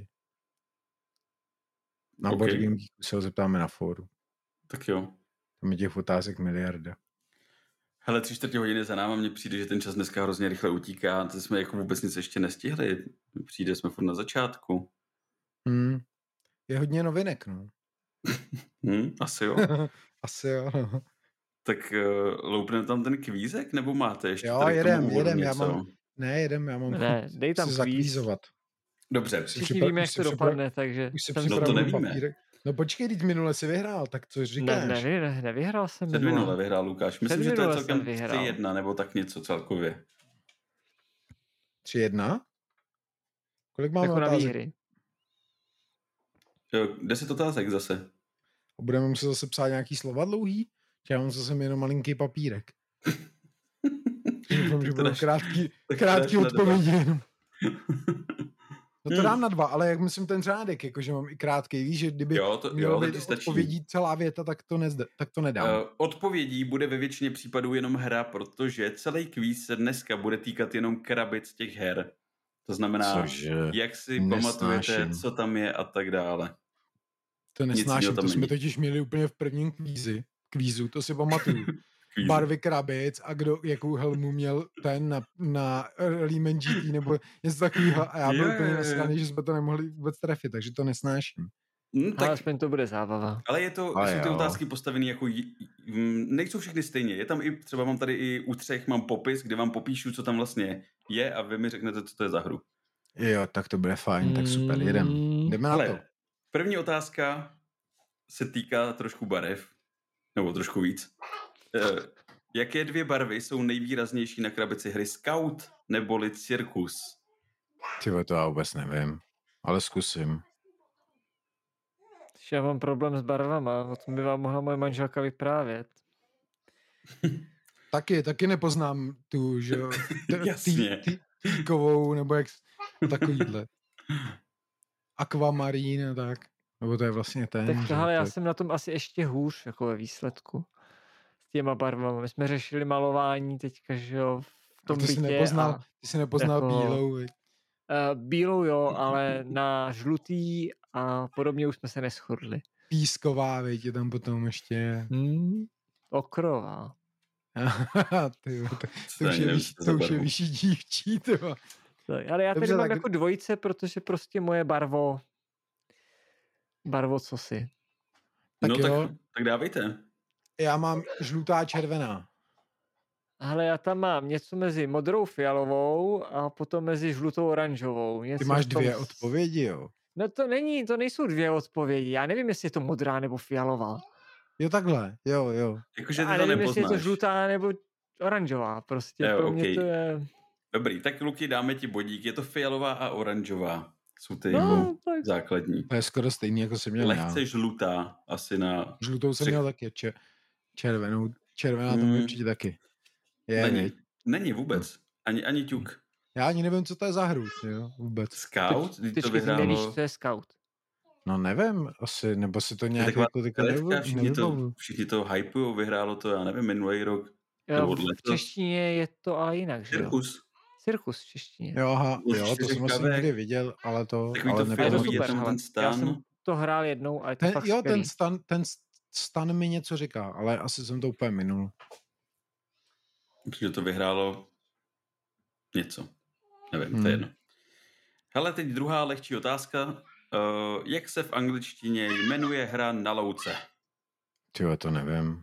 Na Ok. Board Game Geeku se ho zeptáme na fóru. Tak jo. Tam je těch otázek miliarda. Hele, tři čtvrtě hodiny za náma, mně přijde, že ten čas dneska hrozně rychle utíká. To jsme jako vůbec nic ještě nestihli. Přijde, jsme furt na začátku. Hmm. Je hodně novinek, no. Hm, asi jo. Asi jo, no. Tak uh, loupneme tam ten kvízek, nebo máte ještě Jo, tady k tomu jedem, úvodu jedem, já něco? mám- Ne, jedem, já mám Ne, dej tam si kvíz. zakvízovat. Dobře. Už si Všichni připra- víme, už jak si to připra- dopadne, takže... Už si jsem No to připravuju nevíme. papírek. No počkej, teď minule si vyhrál, tak co Ne, říkáš? nevy, ne, nevyhrál jsem Před minule. minule vyhrál Lukáš. Myslím, že to je Předminule celkem jsem vyhrál. tři jedna, nebo tak něco celkově. tři jedna? Kolik máme Jako na otázek? výhry. Jo, deset otázek zase. A budeme muset zase psát nějaký slova dlouhý? Že já mám zase jenom malinký papírek. Doufám, že Tak to budou dáš- krátký, tak to krátký dáš na dva. odpovědi jenom. No to Hmm. dám na dva, ale jak myslím ten řádek, jakože mám i krátký, víš, že kdyby Jo, to, mělo jo, to být ti stačí. odpovědí celá věta, tak to, nezde, tak to nedám. Uh, odpovědí bude ve většině případů jenom hra, protože celý kvíz se dneska bude týkat jenom krabic těch her. To znamená, Cože? jak si Nesnáším. pamatujete, co tam je a tak dále. To nic nesnáším, jiného tam to jsme není. totiž měli úplně v prvním kvízi. Kvízu, to si pamatuju. Kvízu. Barvy krabic a kdo, jakou helmu měl ten na, na Lehman G T nebo něco takového a já byl Jo, úplně jo, jo. nasraný, že jsme to nemohli vůbec trefit, takže to nesnáším. Hm, Ale tak, aspoň to bude zábava. ale je to, Ale jsou ty jo. otázky postavené jako, j- hm, nejsou všechny stejně. Je tam i, třeba mám tady i u třech, mám popis, kde vám popíšu, co tam vlastně je a vy mi řeknete, co to je za hru. Jo, tak to bude fajn, tak super, jedem. Mm, Jdeme na to. Ale první otázka se týká trošku barev, nebo trošku víc. Eh, jaké dvě barvy jsou nejvýraznější na krabici hry Scout neboli Cirkus? Tyvo, to já vůbec nevím, ale zkusím. Já mám problém s barvama, o tom by vám mohla moje manželka vyprávět. Taky, taky nepoznám tu, že jo, t- Jasně. tý- tý- týkovou, nebo jak, no takovýhle. Aquamarín a tak. Nebo to je vlastně ten, Tak že tohle, já to- jsem na tom asi ještě hůř, jako ve výsledku. S těma barvama. My jsme řešili malování teďka, že jo, v tom ty jsi bytě. nepoznal, A, ty jsi nepoznal jako- bílou, viď? uh, bílou jo, ale na žlutý a podobně už jsme se neschodli. Písková, viď, je tam potom ještě. Hmm? Okrová. Ty, jo, to, Co to, už ani je nevím, vyšší, co to to za už je barvu. vyšší dívčí, tyvo. Tak, ale já tady Dobře, mám tak- jako dvojice, protože prostě moje barvo barvo cosi. Tak no jo. tak, tak dávejte. Já mám žlutá červená. Ale já tam mám něco mezi modrou fialovou a potom mezi žlutou oranžovou. Něco Ty máš v tom dvě s- odpovědi, jo. No to není, to nejsou dvě odpovědi. Já nevím, jestli je to modrá nebo fialová. Jo, takhle, jo, jo. Jakože ty Já to nevím, jestli je to nepoznáš. žlutá nebo oranžová. Prostě Jo, pro mě okej. to je... Dobrý, tak Luky, dáme ti bodík. Je to fialová a oranžová. Jsou ty No, no, tak základní. To je skoro stejný, jako jsem měl já. Lehce žlutá asi na... Žlutou jsem tři- měl taky, če- červenou, červená tam Mm. je určitě taky. Je, Není, viď? není vůbec. Ani, ani ťuk. Já ani nevím, co to je za hru, jo, vůbec. Scout, ty, teď ty, to ty nevíš, vyhrálo... co je scout. No nevím, asi, nebo si to je nějak taková jako teďka Teďka nevybav- všichni, to, nevybavuju. všichni to hypujou, vyhrálo to, já nevím, minulý rok. Jo, Nebo v letos. češtině je to ale jinak, že jo? Cirkus. Cirkus v češtině. Jo, aha, Už jo, to čtyři jsem asi kavek. někdy viděl, ale to, Takový ale to A je to fialový, nepamatuju. je super, tam hele. ten Já stan. jsem to hrál jednou a je to Ten, fakt jo, skvělý. ten stan, ten stan mi něco říká, ale asi jsem to úplně minul. Že to vyhrálo něco. Nevím, to Hmm. je jedno. Hele, teď druhá lehčí otázka. Uh, jak se v angličtině jmenuje hra na louce? Tyjo, to nevím.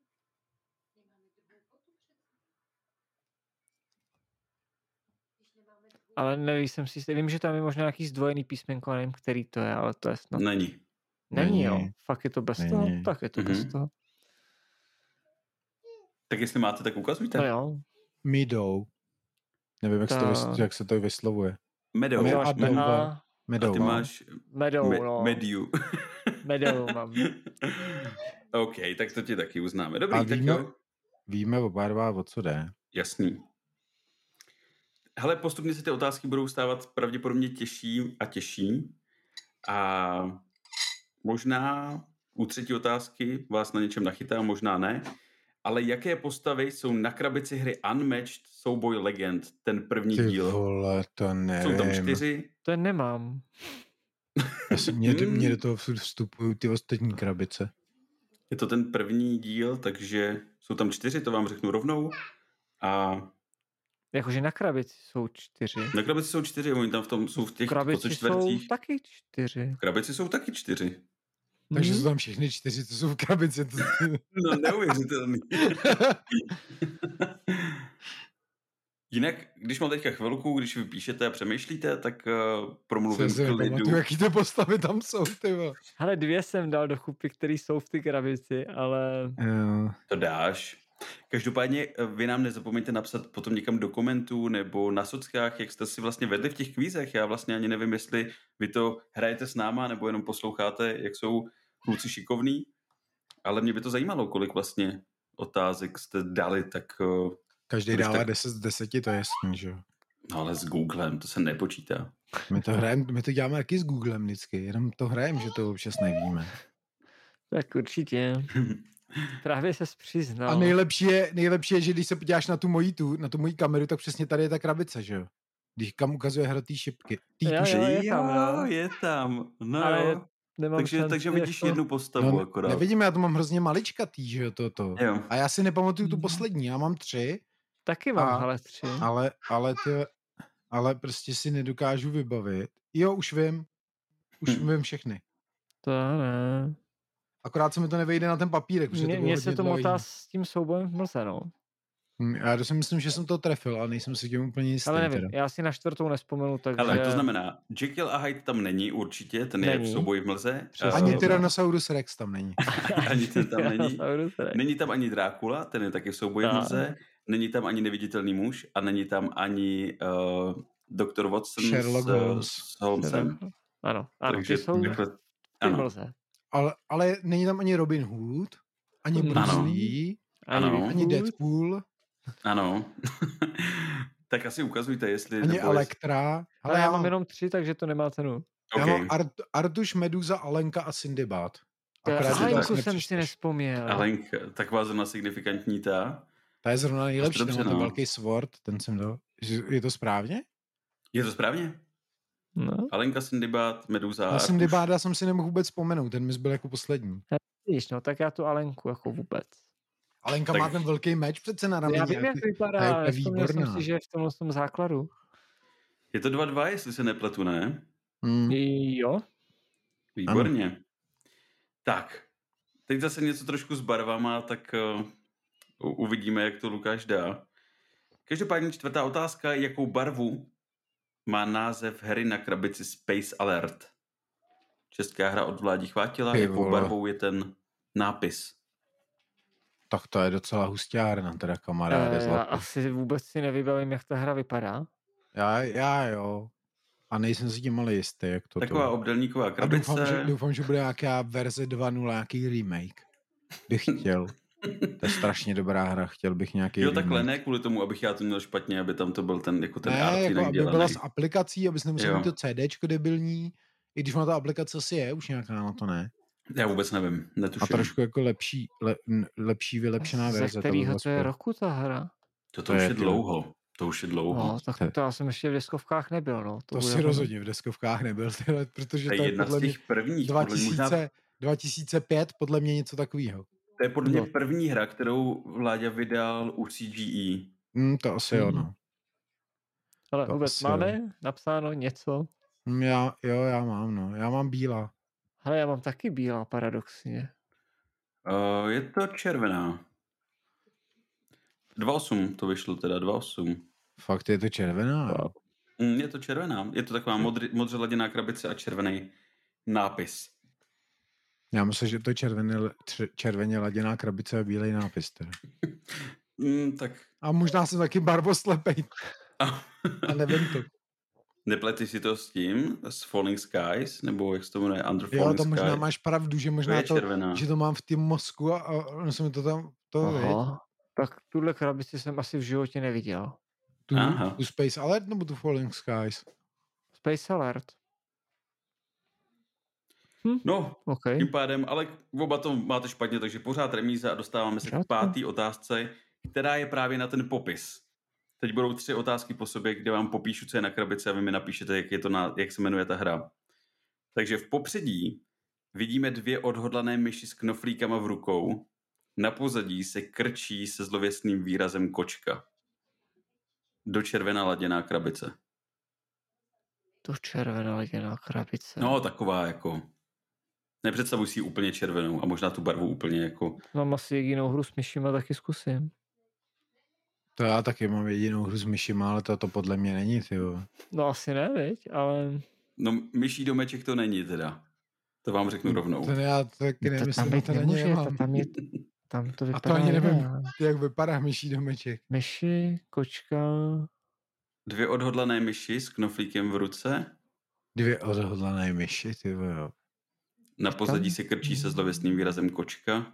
Ale nevím, jsem si jistý. Vím, že tam je možná nějaký zdvojený písmenko, a nevím, který to je, ale to je snad. Není. Není, jo. Není. Fakt je to bez Není. toho? Tak je to bez Mhm. toho. Tak jestli máte, tak ukazujte. No jo. Meadow. Nevím, jak, se to, vys- Ta- jak se to vyslovuje. Meadow. Ty Ty máš máš Meadow. A, A Meadow. ty no. máš Meadow, me, no. Medew. Meadow mám. OK, tak to ti taky uznáme. Dobrý, A tak víme- jo. víme oba dva, o co jde. Jasný. Hele, postupně se ty otázky budou stávat pravděpodobně těžší a těžší. A možná u třetí otázky vás na něčem nachytám, možná ne. Ale jaké postavy jsou na krabici hry Unmatched Souboj legend, ten první Ty díl? vole, to nevím. Jsou tam čtyři. To nemám. Já jsem, mě, mě do toho vstupují ty ostatní krabice. Je to ten první díl, takže jsou tam čtyři, to vám řeknu rovnou. A Jakože na krabici jsou čtyři. na krabici jsou čtyři, oni tam v tom jsou v těch Krabici jsou čtvercích. taky čtyři. V krabici jsou taky čtyři. Takže Mhm. jsou tam všechny čtyři, co jsou v krabici. To... No neuvěřitelný. Jinak, když mám teďka chvilku, když vy píšete a přemýšlíte, tak uh, promluvím Se v klidu. nepamatuju, jaký ty postavy tam jsou, ty vole. Hele, dvě jsem dal do chupy, které jsou v ty krabici, ale Jo. To dáš. Každopádně eh, vy nám nezapomeňte napsat potom někam do komentů nebo na sockách, jak jste si vlastně vedli v těch kvízech. Já vlastně ani nevím, jestli vy to hrajete s náma nebo jenom posloucháte, jak jsou kluci šikovní. Ale mě by to zajímalo, kolik vlastně otázek jste dali, tak... Uh, Každý Když dává tak- deset z deseti, to je jasný, že jo. no ale s Googlem, to se nepočítá. My to hrajeme, my to děláme taky s Googlem vždycky, jenom to hrajeme, že to občas nevíme. tak určitě. Právě se přiznal. A nejlepší je, nejlepší je, že když se podíváš na tu moji tu, na tu moji kameru, tak přesně tady je ta krabice, že jo. Když kam ukazuje hrotý šipky. Tý Jo, tuši- jo, je tam, no. je tam. No Ale jo. nemám Takže, šanci, takže jak vidíš to- jednu postavu No, akorát. nevidím, já to mám hrozně maličkatý, že jo, toto. Jo. A já si nepamatuju tu Mhm. poslední, já mám tři, Taky mám, A- ale tři. ale, ale ty, ale prostě si nedokážu vybavit. Jo, už vím, už Hm. vím všechny. To ne. Akorát se mi to nevejde na ten papírek, protože Mně to bylo mně se hodně to dlouhý. motá s tím soubojem v mlze, no. Hm, Já si myslím, že jsem to trefil, ale nejsem si tím úplně jistý. Ale nevím, teda. já si na čtvrtou nespomenu, takže... Ale to znamená, Jekyll a Hyde tam není určitě, ten je v Není. souboji v mlze. Přesně. Eh, Ani Tyrannosaurus Rex tam není. ani ten tam není. Tyrannosaurus Rex. Není tam ani Drákula, ten je taky v souboji v Tak. mlze. Není tam ani Neviditelný muž a není tam ani uh, doktor Watson Sherlock s, eh, Holmes. s Holmesem. Ano, ano, Takže ty jsou v takhle, té ano. mlze. Ale, ale není tam ani Robin Hood, ani Ano. Bruce Lee, Ano. Ani ani Bigfoot. Deadpool, Ano. Tak asi ukazujte, jestli... ani nebo jestli- Elektra. Ale já mám jenom tři, takže to nemá cenu. já OK. mám Art, Artuš, Meduza, Alenka a Syndibad. Akorát, že to Alenku asi jsem si nepřečteš. nespomněl. Alenka, taková zrovna signifikantní ta. Ta je zrovna nejlepší, dobře, ten má ten no. velký sword, ten jsem dal. Že- Je to správně? Je to správně? No, Alenka, Syndibad, Meduza, Já Artuš. Syndibada jsem si nemohl vůbec vzpomenout, ten mi zbyl jako poslední. vidíš, no, tak já tu Alenku jako vůbec. Alenka Tak- má ten velký meč přece na rameni. Já vím, a jak ty- ta je vypadá, úplně vzpomněl jsem výborná. si, že je v tomhle tom základu. Je to dva dva, jestli se nepletu, ne? Hmm. Jo, Výborně. Tak, teď zase něco trošku s barvama, tak uh, uvidíme, jak to Lukáš dá. Každopádně čtvrtá otázka, jakou barvu má název hry na krabici Space Alert? Česká hra od Vládi Chvátila, Ty jakou vole. barvou je ten nápis? Tak to je docela hustárna, teda kamaráde. eh, já zlato. asi vůbec si nevybavím, jak ta hra vypadá. Já, já jo. A nejsem si tím ale jistý, jak to Taková to. obdélníková A krabice. doufám že, doufám, že bude nějaká verze dva tečka nula, nějaký remake. Bych chtěl. To je strašně dobrá hra, chtěl bych nějaký Jo, remake. takhle, ne kvůli tomu, abych já to měl špatně, aby tam to byl ten, jako ten Ne, art jako jinak aby dělaný. byla s aplikací, abys nemusel Jo. mít to CDčko debilní, i když má ta aplikace asi je, už nějaká na to ne. Já vůbec nevím, A netuším. trošku jako lepší, le, n- lepší vylepšená Ze verze. to by kterého bylo to je super. roku ta hra? To, to To už je je ty- dlouho. To už je dlouho. No, tak to já jsem ještě v deskovkách nebyl, no. To bude si ono. rozhodně v deskovkách nebyl, tyhle, protože To je to je jedna podle z mě těch prvních. dva Podle, možná, tisíce, dva tisíce pět, podle mě něco takového. to je podle mě No. první hra, kterou Vláďa vydal u C G E. Hmm, to asi jo, Mhm. no. Ale to vůbec asi máme napsáno něco? Hm, Já, jo, já mám, no. Já mám bílá. Ale já mám taky bílá, paradoxně. Uh, je to červená. dva osm to vyšlo teda, dva osm. Fakt je to červená, jo. Mm, je to červená. Je to taková modře, modře laděná krabice a červený nápis. Já myslím, že to je červeně, tř- červeně laděná krabice a bílej nápis. Teda. Mm, tak A možná jsem taky barvoslepej. A nevím to. nepleteš si to s tím, s Falling Skies, nebo jak se to jmenuje, Under Jo, Falling to možná Sky? máš pravdu, že To možná je to, červená. že to mám v tím mozku a, a ono se mi to tam, to ví. Aha. Tak tuhle krabici jsem asi v životě neviděl. Tu, Aha. tu Space Alert nebo tu Falling Skies? Space Alert. Hm, No, OK. tím pádem, ale oba to máte špatně, takže pořád remíza a dostáváme se k Pořádku. páté otázce, která je právě na ten popis. Teď budou tři otázky po sobě, kde vám popíšu, co je na krabici a vy mi napíšete, jak, je to na, jak se jmenuje ta hra. Takže v popředí vidíme dvě odhodlané myši s knoflíkama v rukou. Na pozadí se krčí se zlověstným výrazem kočka. Do červená laděná krabice. To červená leděná krabice. No, taková jako... Nepředstavuji si ji úplně červenou a možná tu barvu úplně jako... Mám asi jedinou hru s myšima, taky zkusím. To já taky mám jedinou hru s myšima, ale to, to podle mě není, ty jo. No asi ne, viď? Ale... No, myší domeček to není teda. To vám řeknu rovnou. To já taky To tam nemyslím, být to na ně nemůže, nemám. to tam je... Tam to A vypadá to ani nevím, jinak. jak vypadá myší domeček. Myši, kočka... Dvě odhodlané myši s knoflíkem v ruce. Dvě odhodlané myši, ty jo. Na pozadí Tam- se krčí se zlověstným výrazem kočka.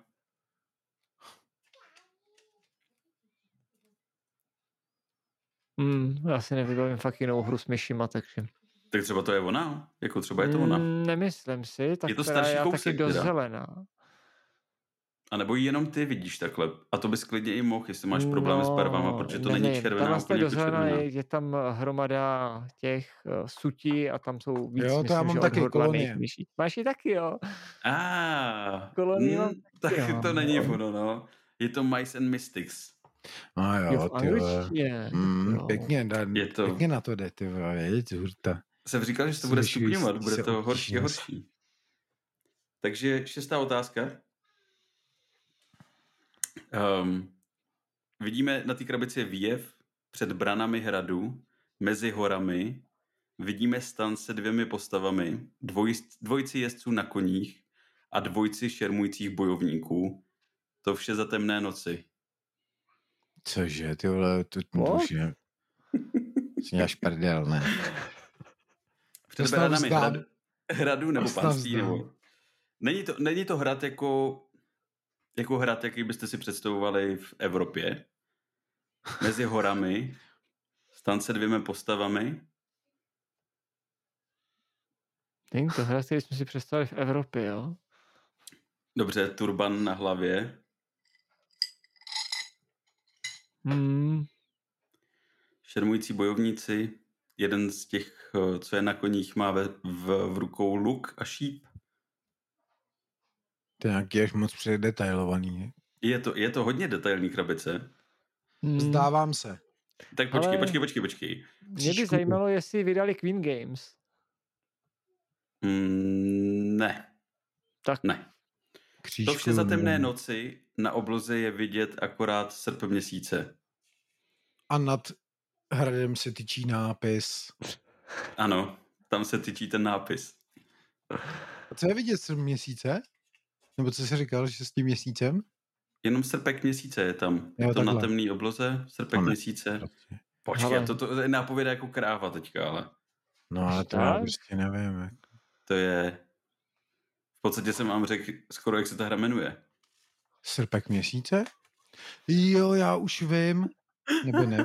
Hmm, já si nevybavím fakt jinou hru s myšima, takže... Tak třeba to je ona? Jako třeba je to ona? Mm, nemyslím si, tak Je to teda starší já kousek taky dost teda. zelená. A nebo ji jenom ty vidíš takhle. A to bys klidně i mohl, jestli máš problémy s barvama, protože to není nevím, červená, tahle úplně jako dozelená červená. je, je tam hromada těch uh, sutí a tam jsou víc, Jo, to myslím, já mám že taky, odhodlaných kolonie. myší. Máš ji taky, jo? A, Kolonie mám tak jo. to není ono, no. Je to Mice and Mystics. A Jo, jo, v ty jo. angličtině. Mm, jo. pěkně, da, Je to- pěkně na to jde, ty jo, jeď, hurta. Jsem říkal, že se to bude Slyšíš, stupňovat, bude se to horší a obtížně. horší. Takže šestá otázka. Um, vidíme na té krabici výjev před branami hradu, mezi horami, vidíme stan se dvěmi postavami, dvoj, dvojici jezdců na koních a dvojici šermujících bojovníků. To vše za temné noci. Cože, ty vole, tu, tu What? už je... Jsi děláš prdel, ne? Před snad branami vzdám. hrad, hradu nebo To snad panství. vzdám. Nebo... Není, to, není to hrad jako, jako hrad, jaký byste si představovali v Evropě. Mezi horami, stan se dvěma postavami. Není to hra, který jsme si představili v Evropě, jo? Dobře, turban na hlavě. Hmm, Šermující bojovníci. Jeden z těch, eh, co je na koních, má ve, v, v rukou luk a šíp. To je nějaký až moc předetailovaný. Je to, je to hodně detailní krabice. hmm. Zdávám se. Tak počkej, Ale- počkej, počkej, počkej. Mě by Křížku. zajímalo, jestli vydali Queen Games. Mm, ne, Tak ne. Křížku, To vše za temné nevím. noci, na obloze je vidět akorát srp měsíce. A nad hradem se tyčí nápis. Ano, tam se tyčí ten nápis. A co je vidět z měsíce? Nebo co jsi říkal, že s tím měsícem? Jenom srpek měsíce je tam. Je Jo, to na takhle. temné obloze, srpek Ano. měsíce. Počkej, Hele. to, to je nápověda jako kráva teďka, ale No ale to já Tak? prostě nevím. jak- to je... V podstatě jsem vám řekl skoro, jak se ta hra jmenuje. Srpek měsíce? Jo, já už vím. Nebo ne?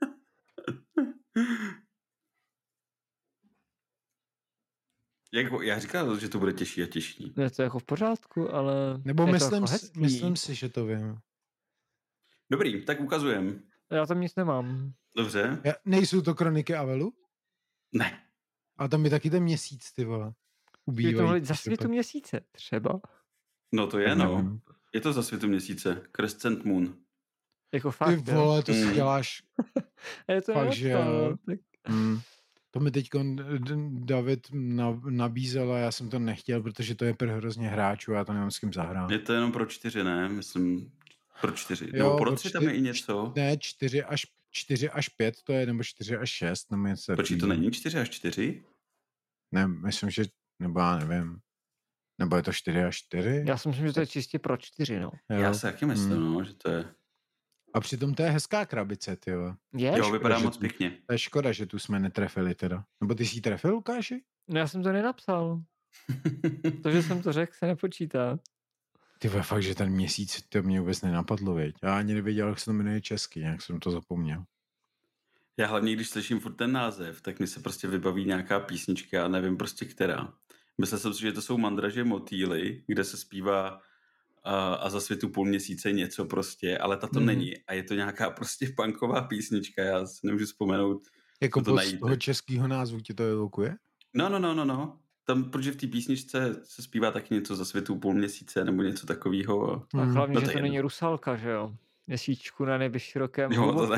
Jako, já říkal, že to bude těžší a těžší. Je to jako v pořádku, ale... Nebo je to myslím, jako si, hezký. myslím si, že to vím. Dobrý, tak ukazujem. Já tam nic nemám. Dobře? Ja, nejsou to kroniky Avelu? Ne. A tam je taky ten měsíc, ty vole. Je Ubývají. tohle za světu měsíce, třeba. No to je, no. Je to za světu měsíce. Crescent Moon. Jako Ty fakt, jo. vole, to si Mm. děláš. Je to fakt, že nenapsal, jo. no, tak Mm. To mi teď David na- nabízel a já jsem to nechtěl, protože to je pro hrozně hráčů a já to nemám s kým zahrát. Je to jenom pro čtyři, ne? Myslím, pro čtyři. Jo, Jo, pro pro tři tam čtyři- je i něco. Ne, čtyři až, čtyři až pět to je, nebo čtyři až šest, nebo něco Počkej, to takovýho. není čtyři až čtyři? Ne, myslím, že, nebo já nevím. Nebo je to čtyři až čtyři? já si myslím, že to je čistě pro čtyři, no. Jo. Já si taky myslím, Mm. no, že to je... A přitom to je hezká krabice, ty jo. Je? Jo, škoda, vypadá že moc tu- pěkně. To je škoda, že tu jsme netrefili teda. Nebo ty jsi ji trefil, Lukáši? No já jsem to nenapsal. To, že jsem to řekl, se nepočítá. Ty vole, fakt, že ten měsíc, to mě vůbec nenapadlo, věď. Já ani nevěděl, jak se to jmenuje česky, nějak jsem to zapomněl. Já hlavně, když slyším furt ten název, tak mi se prostě vybaví nějaká písnička, a nevím prostě která. Myslel jsem si, že to jsou Mandraže motýly, kde se zpívá uh, a za světu půl měsíce něco prostě, ale ta to mm. není. A je to nějaká prostě punková písnička, já si nemůžu vzpomenout. Jako to z toho českého názvu ti to evokuje? No, no, no, no, no. Tam, protože v té písničce se zpívá taky něco za světu půl měsíce nebo něco takového. A hmm. hlavně, no, že to, to není Rusalka, že jo? Měsíčku na nebi širokém jo, to,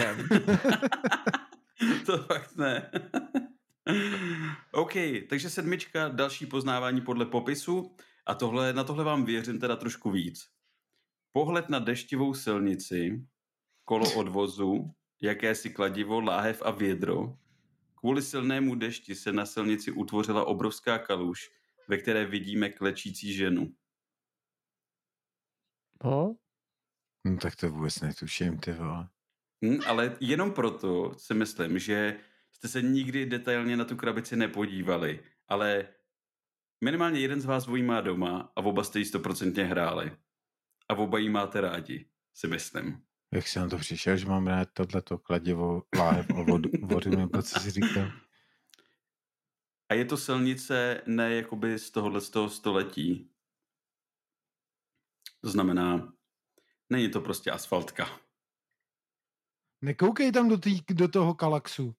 to fakt ne. OK, takže sedmička, další poznávání podle popisu a tohle, na tohle vám věřím teda trošku víc. Pohled na deštivou silnici, kolo odvozu, jakési kladivo, láhev a vědro. Kvůli silnému dešti se na silnici utvořila obrovská kaluž, ve které vidíme klečící ženu. No? No tak to vůbec netuším, ty vole. Hmm, ale jenom proto si myslím, že jste se nikdy detailně na tu krabici nepodívali, ale minimálně jeden z vás dvojí má doma a oba jste jí stoprocentně hráli. A oba jí máte rádi, si myslím. Jak jsi na to přišel, že mám rád tohleto kladivo, láhev a vodu, vodu nebo co jsi říkal? A je to silnice ne jakoby z tohohle z toho století. To znamená, není to prostě asfaltka. Nekoukej tam do, tý, do toho kalaxu.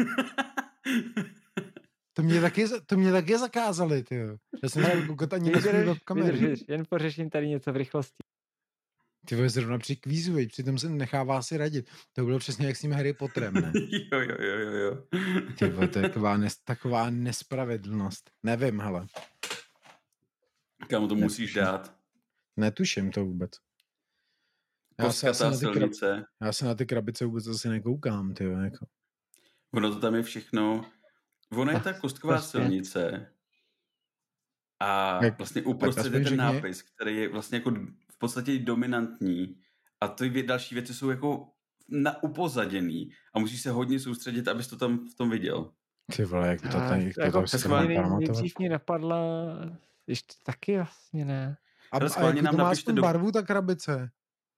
To mě taky, to mě taky zakázali, tyjo. Já jsem tady koukat ani na svůj webkameru. Jen pořeším tady něco v rychlosti. Ty vole, zrovna při kvízu, veď, přitom se nechává si radit. To bylo přesně jak s tím Harry Potterem, ne? jo, jo, jo, jo, jo. Ty vole, to je taková, nes, taková nespravedlnost. Nevím, hele. Kam to musíš dát? Netuším to vůbec. Já se, já, se na ty krab... já se na ty krabice vůbec asi nekoukám, ty jako. Ono to tam je všechno. Ono je ta kostková prostě silnice a jak, vlastně uprostřed je ten řekni... nápis, který je vlastně jako v podstatě dominantní a ty další věci jsou jako na upozaděný a musíš se hodně soustředit, abys to tam v tom viděl. Ty vole, jak to tam jak to jako tam nejdřív mě napadla, ještě taky vlastně ne. A, a jaký to má aspoň do... barvu ta krabice?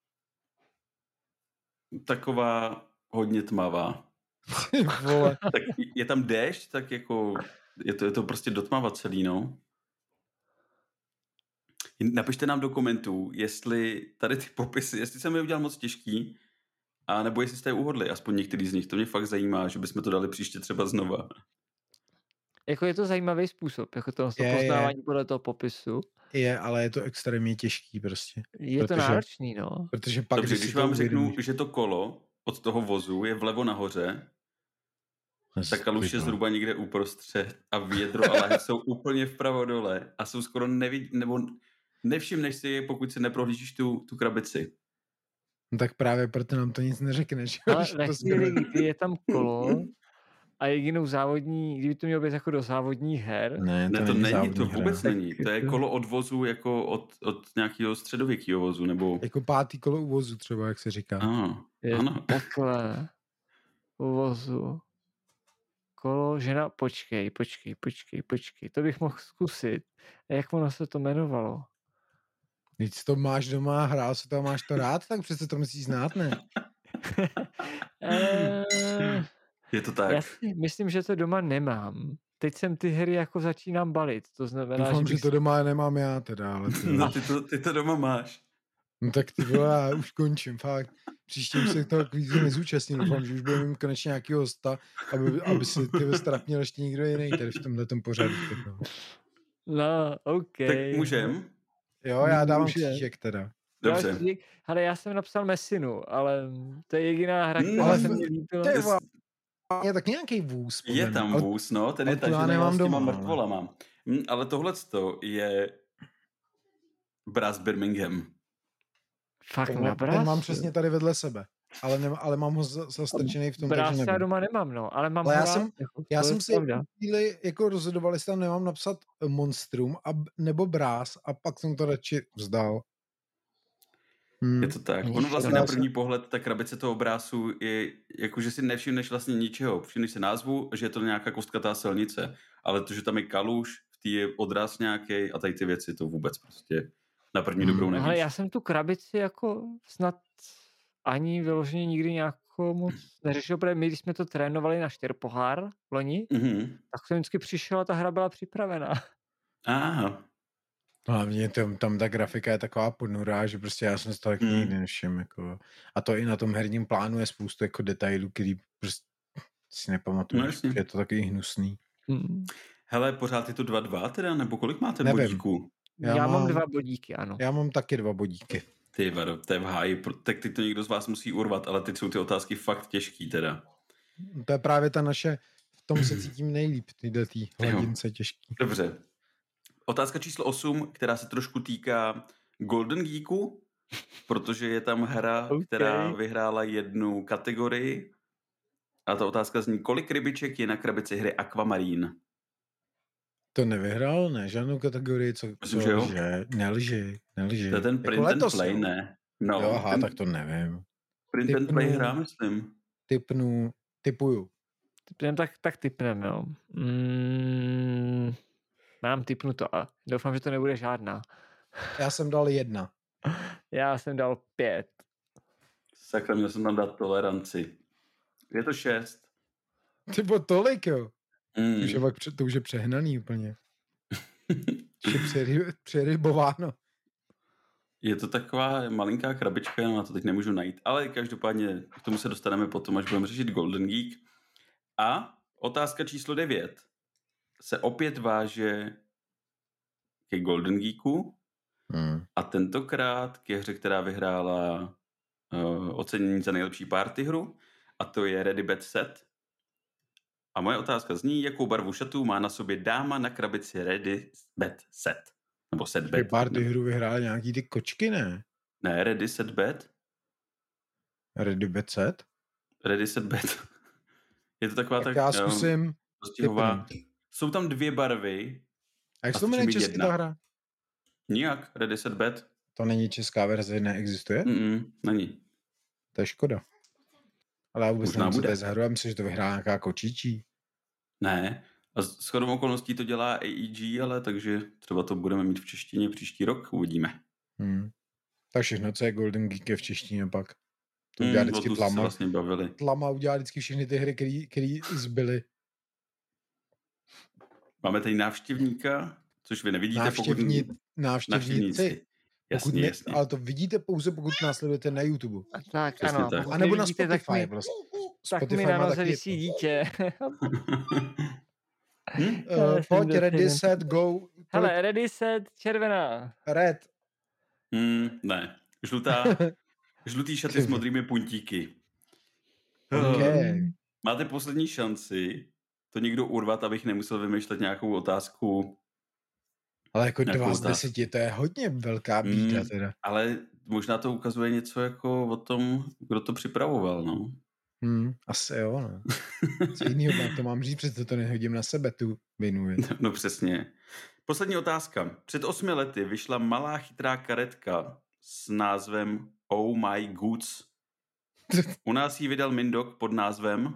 Taková hodně tmavá. Vole. Tak je tam déšť, tak jako je to, je to prostě dotmava celý, no. Napište nám do komentů, jestli tady ty popisy, jestli jsem je udělal moc těžký, a nebo jestli jste je uhodli, aspoň některý z nich. To mě fakt zajímá, že bychom to dali příště třeba znova. Jako je to zajímavý způsob, jako to, to je, poznávání je. podle toho popisu. Je, ale je to extrémně těžký prostě. Je protože, to náročný, no. Protože pak, dobře, když, když vám řeknu, uvědomíš. Že to kolo od toho vozu je vlevo nahoře, ta kaluž je zhruba někde uprostřed a vědro a láhev jsou úplně vpravo dole a jsou skoro nevid... nebo nevšimneš si je, pokud si neprohlížíš tu, tu krabici. No tak právě proto nám to nic neřekneš. Ale ve chvíli, kdy je tam kolo a jedinou závodní, kdyby to mělo být jako do závodních her. Ne, to, ne, to není, není to vůbec hra. Není. To je kolo od vozu jako od, od nějakého středověkého vozu, nebo... Jako pátý kolo u vozu třeba, jak se říká. Ano, je ano. Takhle. U vozu. Kolo, žena, počkej, počkej, počkej, počkej. To bych mohl zkusit. A jak ono se to jmenovalo? Když to máš doma, hrál se to a máš to rád, tak přece to musíš znát, ne? Je to tak. Já si myslím, že to doma nemám. Teď jsem ty hry jako začínám balit. To znamená, Doufám, že, že to doma nemám já teda, ale ty... No, ty to, ty to doma máš. No tak ty vole, já už končím, fakt. Příště se toho kvízu nezúčastním, doufám, že už budeme mít konečně nějaký hosta, aby, aby si ty strapnil ještě někdo jiný tady v tomhletom pořadu. No, OK. Tak můžem? Jo, já dávám křížek teda. Dobře. Ale já jsem napsal Messinu, ale to je jediná hra, která ale se mi líbila. Je tak nějaký vůz. Je tam ale, vůz, no, ten je ta, že s těma mrtvolama. Hm, ale tohleto je Brass Birmingham. Fakt na Brass? Ten mám přesně tady vedle sebe. Ale, ne, ale mám ho zastrčený v tom, Brass já doma nemám, no. Ale mám ale já hrát, jsem, jako, já jsem si chvíli jako rozhodoval, jestli tam nemám napsat Monstrum a, nebo Brass a pak jsem to radši vzdal. Hmm. Je to tak. Ono vlastně na první pohled ta krabice toho obrázu je, jako že si nevšimneš vlastně ničeho. Všimneš si názvu, že je to nějaká kostkatá silnice, ale to, že tam je kaluž, v té je odraz nějaký a tady ty věci, to vůbec prostě Na první Hmm. dobrou Ale nevíš. já jsem tu krabici jako snad... ani vyloženě nikdy jako snad ani vyloženě nikdy nějakou moc neřešil, protože my, když jsme to trénovali na čtyřpohár loni, Mhm. tak jsem vždycky přišel a ta hra byla připravená. Aha. Hlavně tam, tam ta grafika je taková ponurá, že prostě já jsem z toho Hmm. nikdy nevšiml. Jako. A to i na tom herním plánu je spoustu jako detailů, který prostě si No nepamatuješ. jasně. Je to takový hnusný. Hmm. Hele, pořád je to dva dva teda, nebo kolik máte Nevím. bodíků? Já Já, mám mám- dva bodíky, ano. Já mám taky dva bodíky. Ty vado, to je v háji, pro- tak teď to někdo z vás musí urvat, ale teď jsou ty otázky fakt těžký teda. To je právě ta naše, v tom se cítím nejlíp, tyhle tý hladince těžký. Dobře. Otázka číslo osm, která se trošku týká Golden Geeku, protože je tam hra, OK. která vyhrála jednu kategorii. A ta otázka zní, kolik rybiček je na krabici hry Aquamarine? To nevyhrál, ne? Žádnou kategorii, co, Myslím, co že jo. lže. Nelži, nelži. To je ten Jako print and letos, play, jo. ne? No, Jo, aha, ten tak to nevím. print and typnu- play hra, myslím. Typnu, typuju. Typnem, tak, tak typnem, jo. Mm, mám typnuto a doufám, že to nebude žádná. Já jsem dal jedna. Já jsem dal pět. Sakra, měl jsem tam dát toleranci. Je to šest. Ty bylo tolik, jo. Mm. To už je, fakt pře- to už je přehnaný úplně. Už je přery, přerybováno. Je to taková malinká krabička, jenom já to teď nemůžu najít. Ale každopádně k tomu se dostaneme potom, až budeme řešit Golden Geek. A otázka číslo devět se opět váže ke Golden Geeku Hmm. a tentokrát ke hře, která vyhrála uh, ocenění za nejlepší party hru, a to je Ready Bet Set. A moje otázka zní, jakou barvu šatů má na sobě dáma na krabici Ready Bet Set. Nebo Set Ty Bet. party hru vyhrály nějaký ty kočky, ne? Ne, Ready Set Bet. Ready Bet Set? Ready Set Bet. Je to taková Tak tak... já jo, zkusím. dostihová. Jsou tam dvě barvy. A jak a se to jmenuje stačí mi česky jedna. ta hra? Nijak. Ready Set Bet. To není česká verze, neexistuje? Mm-mm, není. To je škoda. Ale já vůbec Možná nevím, co bude. to je za hru. Já myslím, že to vyhrá nějaká kočičí. Ne. A s shodou okolností to dělá A E G, ale takže třeba to budeme mít v češtině příští rok. Uvidíme. Hmm. Tak všechno, co je Golden Geek je v češtině pak. To udělá Mm, o vždycky tu jsme se tlama. vlastně bavili. Tlama udělá vždycky všechny ty hry, které zbyly. Máme tady návštěvníka, což vy nevidíte, Návštěvní, pokud... návštěvníci. Jasně, Pokud ne, jasně. ale to vidíte pouze, pokud nás sledujete na YouTube. A tak, Přesně ano. tak. Pokud A nebo na nevidíte, tak Spotify mi, vlastně. tak Spotify mi má na noze taky visí to. dítě. hm? Já Uh, jsem pojď, docela ready, jen- set, go. Kolik? Hele, ready, set, červená. Red. Mm, ne. Žlutá, žlutý šaty s modrými puntíky. OK. Hmm. Máte poslední šanci to někdo urvat, abych nemusel vymýšlet nějakou otázku. Ale jako Nějakou dva z otázku. deseti, to je hodně velká bída Mm. teda. Ale možná to ukazuje něco jako o tom, kdo to připravoval, no. Hmm, asi jo, no. Co jinýho mám to mám říct, přece to nehodím na sebe, tu vinu. viď? No přesně. Poslední otázka. Před osmi lety vyšla malá chytrá karetka s názvem Oh My Goods. U nás ji vydal Mindok pod názvem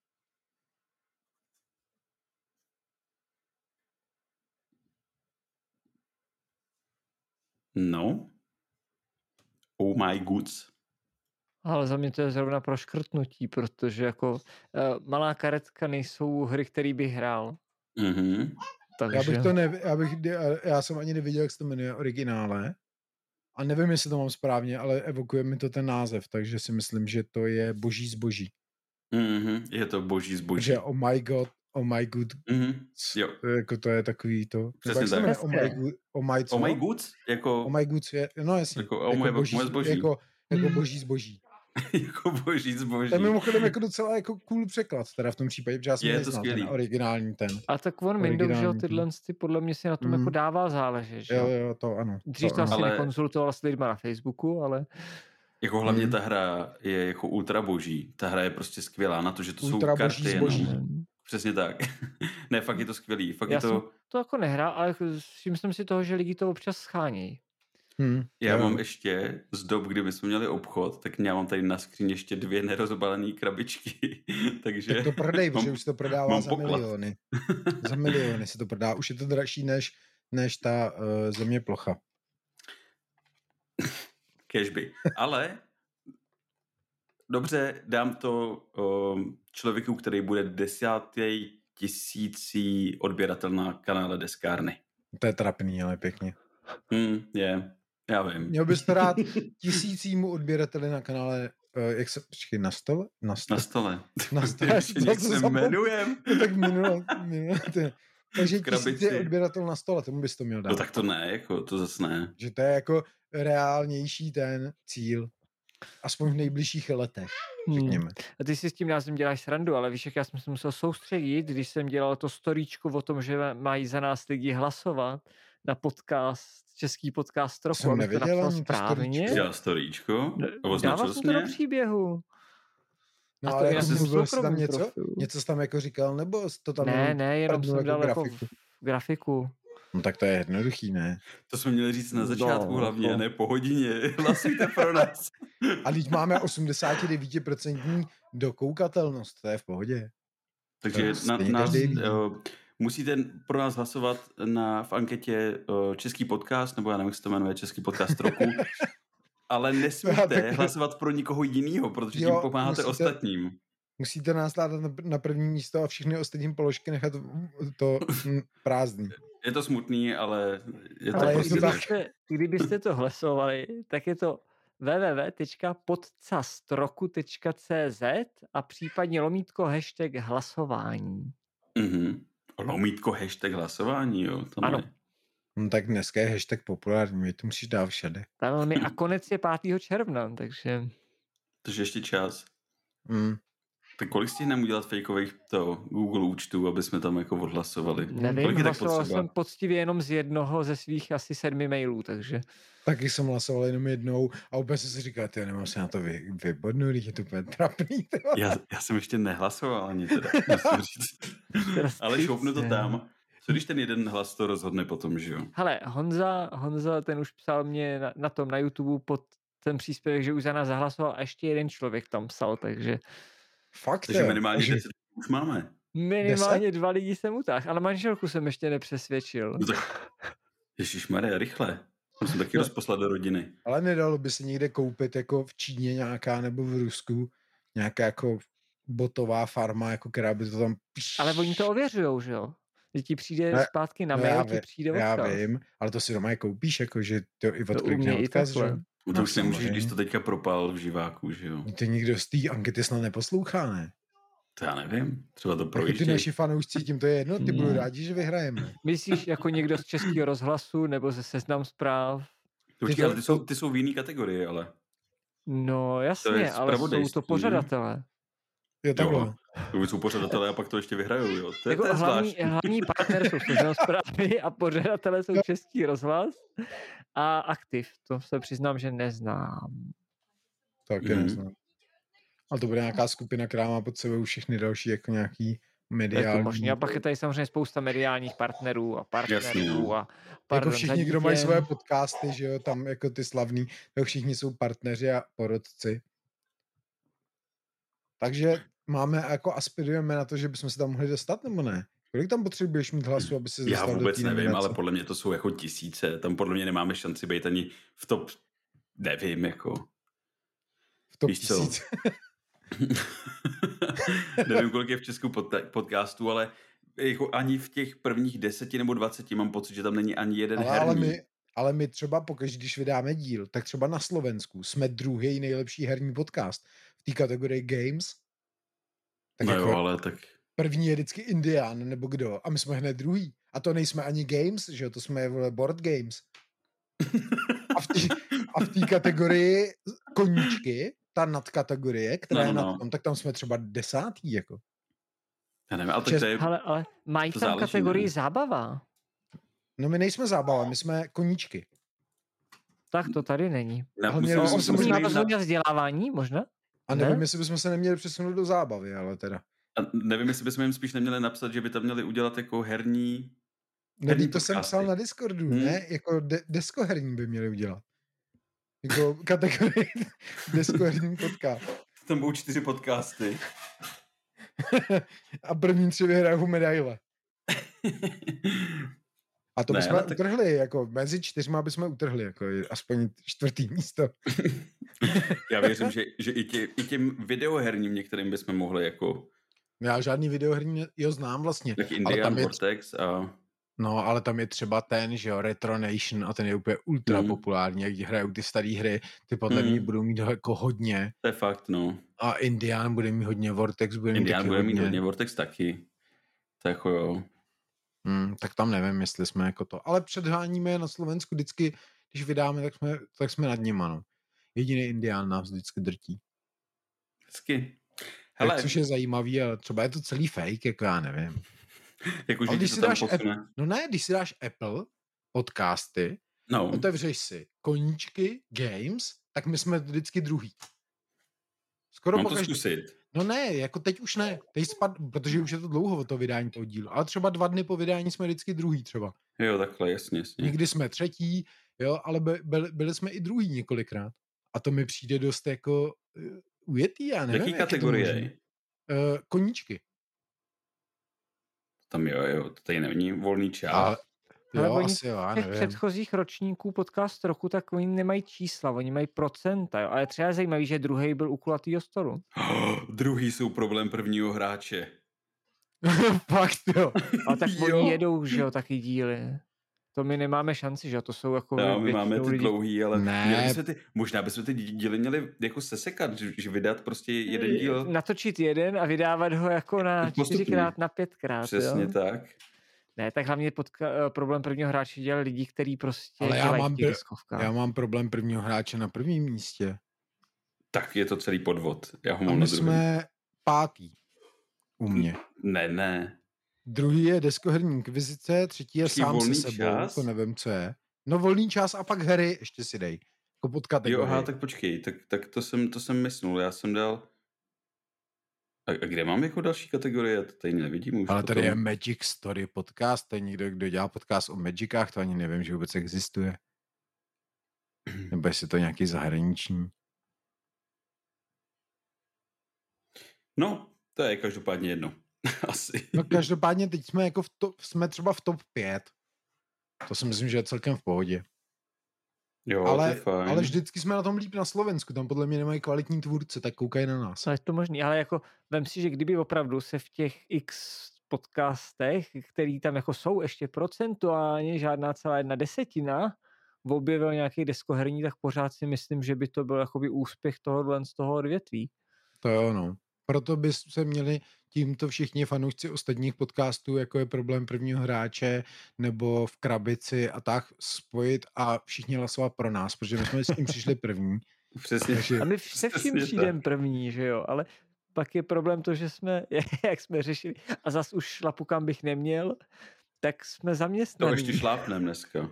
No. Oh My Goods. Ale za mě to je zrovna pro škrtnutí, protože jako uh, malá karetka nejsou hry, který bych hrál. Mhm. Takže... Já bych to ne, já, bych, já jsem ani neviděl, jak se to jmenuje originále. A nevím, jestli to mám správně, ale evokuje mi to ten název, takže si myslím, že to je boží zboží. Mhm. Je to boží zboží. Že oh my god, oh my good. Mhm. Jo. To je, jako to je takový to. Přesně Nebo jak se tak. jmenuje? Oh my Hezké. good, oh my co? Oh My Goods? Jako, Oh my goods je, no jasně. jako oh my, boží, moje zboží. Jako, jako boží zboží. jako boží zboží. To je mimochodem jako docela jako cool překlad, teda v tom případě, protože já jsem Je to neznal skvělý. ten originální ten. A tak on Windows, že jo, originální tyhle ty, podle mě si na tom Mm. jako dává záležet, že Jo, jo. jo, to ano. Dřív to to ano. asi Ale- nekonzultoval s lidma na Facebooku, ale Jako hlavně Hmm. ta hra je jako ultra boží. Ta hra je prostě skvělá na to, že to Ultra jsou karty boží jenom. zboží. mm, Přesně tak. Ne, fakt je to skvělý. Fakt já je jsem to... to jako nehrál, ale všiml jsem si toho, že lidi to občas schánějí. Hmm, Já jo. mám ještě z dob, kdy my jsme měli obchod, tak já mám tady na skříni ještě dvě nerozbalené krabičky. Takže... Tak to prodej, protože mám- už se to prodává mám za poklad. miliony. Za miliony se to prodá. Už je to dražší než, než ta uh, země plocha. Cashby. Ale dobře, dám to um, člověku, který bude desátý tisící odběratel na kanále Deskárny. To je trapný, ale pěkně. Hmm, je, já vím. Měl bys to rád tisícímu odběrateli na kanále, uh, jak se, počkej, na stole? Na stole. Na stole. Na stole. Jak se jmenujem. No, tak minule, minule to, takže Krabici. tisíc je odběratel na stole, tomu bys to měl dát. No tak to ne, jako, to zase ne. Že to je jako reálnější ten cíl. Aspoň v nejbližších letech, řekněme. Hmm. A ty si s tím názvem děláš srandu, ale víš, jak já jsem se musel soustředit, když jsem dělal to storíčko o tom, že mají za nás lidi hlasovat na podcast, český podcast roku, Jsem abych to nevěděl napsal ani to správně. Dělal storíčko a Dával označil jsem jsi to do mě. příběhu. No A to ale je jako na mluvil jsi tam soukromém něco? profilu. Něco jsi tam jako říkal, nebo jsi to tam Ne, ne, jenom prdnul jsem dal jako grafiku? grafiku. No tak to je jednoduchý, ne? To jsme měli říct na začátku No, hlavně, no. ne po hodině. Hlasujte pro nás. A teď máme osmdesát devět procent dokoukatelnost, to je v pohodě. Takže To na, stejně nás, každý ví. uh, musíte pro nás hlasovat na, v anketě uh, Český podcast, nebo já nevím, jak se to jmenuje, Český podcast roku, ale Já nesmíte tak- hlasovat pro nikoho jinýho, protože tím Jo, pomáháte musíte- ostatním. Musíte nás dát na, na první místo a všechny ostatní položky nechat to mm, prázdný. Je to smutný, ale je to Ale je prostě to tak. kdybyste, kdybyste to hlasovali, tak je to w w w tečka podcastroku tečka c z a případně lomítko hashtag hlasování. Mhm. Lomítko hashtag hlasování, jo. To Ano. ne. No tak dneska je hashtag populární, to musíš dát všade. Tam velmi a konec je pátého června, takže Takže ještě čas. Mm. Tak kolik stihneme udělat fejkových to Google účtů, aby jsme tam jako odhlasovali? nevím, Kolik je tak hlasoval potřeba? jsem poctivě jenom z jednoho ze svých asi sedmi mailů, takže Taky jsem hlasoval jenom jednou a úplně jsem si říkal, ty nemám se na to vy, vybodnout, je to úplně trapný. ty vole. Já, já jsem ještě nehlasoval ani teda, musím říct. Ale šoupnu to tam. Co když ten jeden hlas to rozhodne potom, že jo? Hele, Honza, Honza ten už psal mě na, na tom na YouTube pod ten příspěvek, že už za nás zahlasoval a ještě jeden člověk tam psal, takže Fakt, Takže jo. minimálně Takže- deset už máme. minimálně dva lidi jsem utáhl, ale manželku jsem ještě nepřesvědčil. No tak, ježišmarja, rychle. Musím taky No. rozposlat do rodiny. Ale nedalo by se někde koupit jako v Číně nějaká nebo v Rusku nějaká jako botová farma, jako která by to tam... Ale oni to ověřujou, že jo? Že ti přijde Ne, zpátky na no mail, já ti vi- přijde Já odkaz. vím, ale to si doma je koupíš, jako že to i To u odklikne mě i odkaz, že? takhle. No to No, už nemůžeš, samozřejmě. když to teďka propal v živáku, že jo? To nikdo z té ankety snad neposlouchá, ne? To já nevím. Třeba to Jako ty projíždí. naši fanoušci, tím to je jedno, ty budou Hmm. rádi, že vyhrajeme. Myslíš jako někdo z Českého rozhlasu nebo ze Seznam zpráv? Počkej, Ty to- ale ty jsou, ty jsou v jiný kategorii, ale. No jasně, ale jsou zpravodajství, to ne? pořadatelé. Jo, takhle. Jo. To jsou pořadatelé a pak to ještě vyhrajou, jo. To je, Jako to je hlavní, zvláštní. hlavní partner jsou Seznam zprávy a pořadatelé jsou Český rozhlas a Aktiv. To se přiznám, že neznám. Taky Mhm. neznám. Ale to bude nějaká skupina, která má pod sebou všechny další jako nějaký Jako mediální... možný. A pak je tady samozřejmě spousta mediálních partnerů a partnerů Jasný, no. a pardon, Jako za všichni, kdo mají dítěm. svoje podcasty, že jo, tam jako ty slavní, tak všichni jsou partneři a porodci. Takže máme, jako aspirujeme na to, že bychom se tam mohli dostat, nebo ne? Kolik tam potřebuješ mít hlasu, aby se Já dostal do vůbec té nevím, nominace? ale podle mě to jsou jako tisíce. Tam podle mě nemáme šanci být ani v top, nevím, jako. V top víš co? tisíc. Nevím, kolik je v Česku pod, podcastu, ale jako ani v těch prvních deseti nebo dvaceti mám pocit, že tam není ani jeden Ale, herní. ale, my, ale my třeba pokaždé, když vydáme díl, tak třeba na Slovensku jsme druhý nejlepší herní podcast v té kategorii Games. Tak no jako jo, ale tak... první je vždycky Indian nebo kdo a my jsme hned druhý. A to nejsme ani Games, že jo, to jsme vole, Board Games. A v té a v té kategorii koníčky, ta nadkategorie, která No, je no, nad no. tom, tak tam jsme třeba desátý, jako. Já nevím, ale tak Čes- to je... Ale, ale mají To tam záleží, kategorii ne? zábava. No my nejsme zábava, my jsme koníčky. Tak to tady není. Ne, ale musím- mělo musím by se říct, možná Osobní na- rozhodně vzdělávání, možná? A Ne? nevím, jestli bychom se neměli přesunout do zábavy, ale teda. a nevím, jestli bychom jim spíš neměli napsat, že by tam měli udělat jako herní... Nevím, herní to jsem podcasty. psal na Discordu, Hmm. ne? Jako de- deskoherní by měli udělat. Jako kategorii deskoherní podcast. Tam budou čtyři podcasty. A první tři vyhrajou medaile. A to Ne, bychom ale tak- utrhli, jako mezi čtyřma bychom utrhli, jako aspoň čtvrtý místo. Já věřím, že, že i, tě, i těm videoherním některým bychom mohli jako Já žádný videoherní, jo, znám vlastně. tak Ale Indian tam je, Vortex a no, ale tam je třeba ten, že jo, Retro Nation a ten je úplně ultra Hmm. populární, jak hrajou ty staré hry, ty podle mě Hmm. budou mít jako hodně. to je fakt, no. A Indian bude mít hodně, Vortex bude mít Indian taky bude hodně. mít hodně, Vortex taky. To jako jo. Hmm, tak tam nevím, jestli jsme jako to. Ale předháníme na Slovensku vždycky, když vydáme, tak jsme, tak jsme nad nima, no. Jediný Indián nás vždycky drtí. Hezky. Hele, Hele, což je zajímavý, ale třeba je to celý fake, jako já nevím. jako, Ale že když ti si to tam dáš posune. No ne, když si dáš Apple podcasty, No, otevřeš si koníčky, games, tak my jsme vždycky druhý. Skoro mám to pokaždý. zkusit. No ne, jako teď už ne, teď spad, protože už je to dlouho o to vydání toho dílu, ale třeba dva dny po vydání jsme vždycky druhý třeba. Jo, takhle, jasně, jasně. Někdy jsme třetí, jo, ale by, byli, byli jsme i druhý několikrát. A to mi přijde dost jako uh, ujetý, já nevím. Jaký jak je to kategorie? možný. Uh, koníčky. Tam jo, jo, to tady není volný čas. A, Ale jo, oni asi jo, já těch nevím. předchozích ročníků podcast roku, tak oni nemají čísla, oni mají procenta, jo. Ale třeba je zajímavý, že druhý byl u kulatýho stolu. Oh, druhý jsou problém prvního hráče. Fakt, jo. Ale tak Jo. oni jedou, že jo, taky díly. To my nemáme šanci, že jo, to jsou jako No, my máme většinou ty lidi- dlouhý, ale Ne. měli bychom ty, možná bychom ty díly měli jako sesekat, že, že vydat prostě jeden díl. Natočit jeden a vydávat ho jako na Postupně. čtyřikrát, na pětkrát, Přesně jo. tak. Ne, tak hlavně podka- problém prvního hráče dělali lidi, kteří prostě Ale já dělají mám v těch pr- diskovkách. Já mám problém prvního hráče na prvním místě. Tak je to celý podvod. Já ho A mám my na druhém. jsme pátý u mě. Ne, ne. Druhý je deskoherní inkvizice, třetí je Počkej, sám se volný sebou, čas? to nevím, co je. No volný čas a pak hry, ještě si dej. Jako pod Jo, kategorii. aha, tak počkej, tak, tak to, jsem, to jsem myslel. Já jsem dal... A, a kde mám jako další kategorie? To tady nevidím už. Ale tady potom. je Magic Story podcast, to je někdo, kdo dělá podcast o Magicách, to ani nevím, že vůbec existuje. Nebo jestli to nějaký zahraniční. No, to je každopádně jedno. Asi. No každopádně teď jsme jako v to, jsme třeba v top pět. To si myslím, že je celkem v pohodě. Jo, to ale, je fajn. ale vždycky jsme na tom líp na Slovensku, tam podle mě nemají kvalitní tvůrce, tak koukají na nás. No, je to možný, ale jako vem si, že kdyby opravdu se v těch x podcastech, který tam jako jsou ještě procentuálně, žádná celá jedna desetina, objevil nějaký deskoherní, tak pořád si myslím, že by to byl jakoby úspěch tohohle z toho odvětví. To jo, no. Proto by se měli tímto všichni fanoušci ostatních podcastů, jako je problém prvního hráče, nebo v krabici a tak, spojit a všichni hlasovat pro nás, protože my jsme s tím přišli první. Přesně. Takže A my se vším Přesně přijdem první, že jo, ale pak je problém to, že jsme, jak jsme řešili, a zas už šlapu kam bych neměl, tak jsme To zaměstnaní. ještě šlápnem dneska.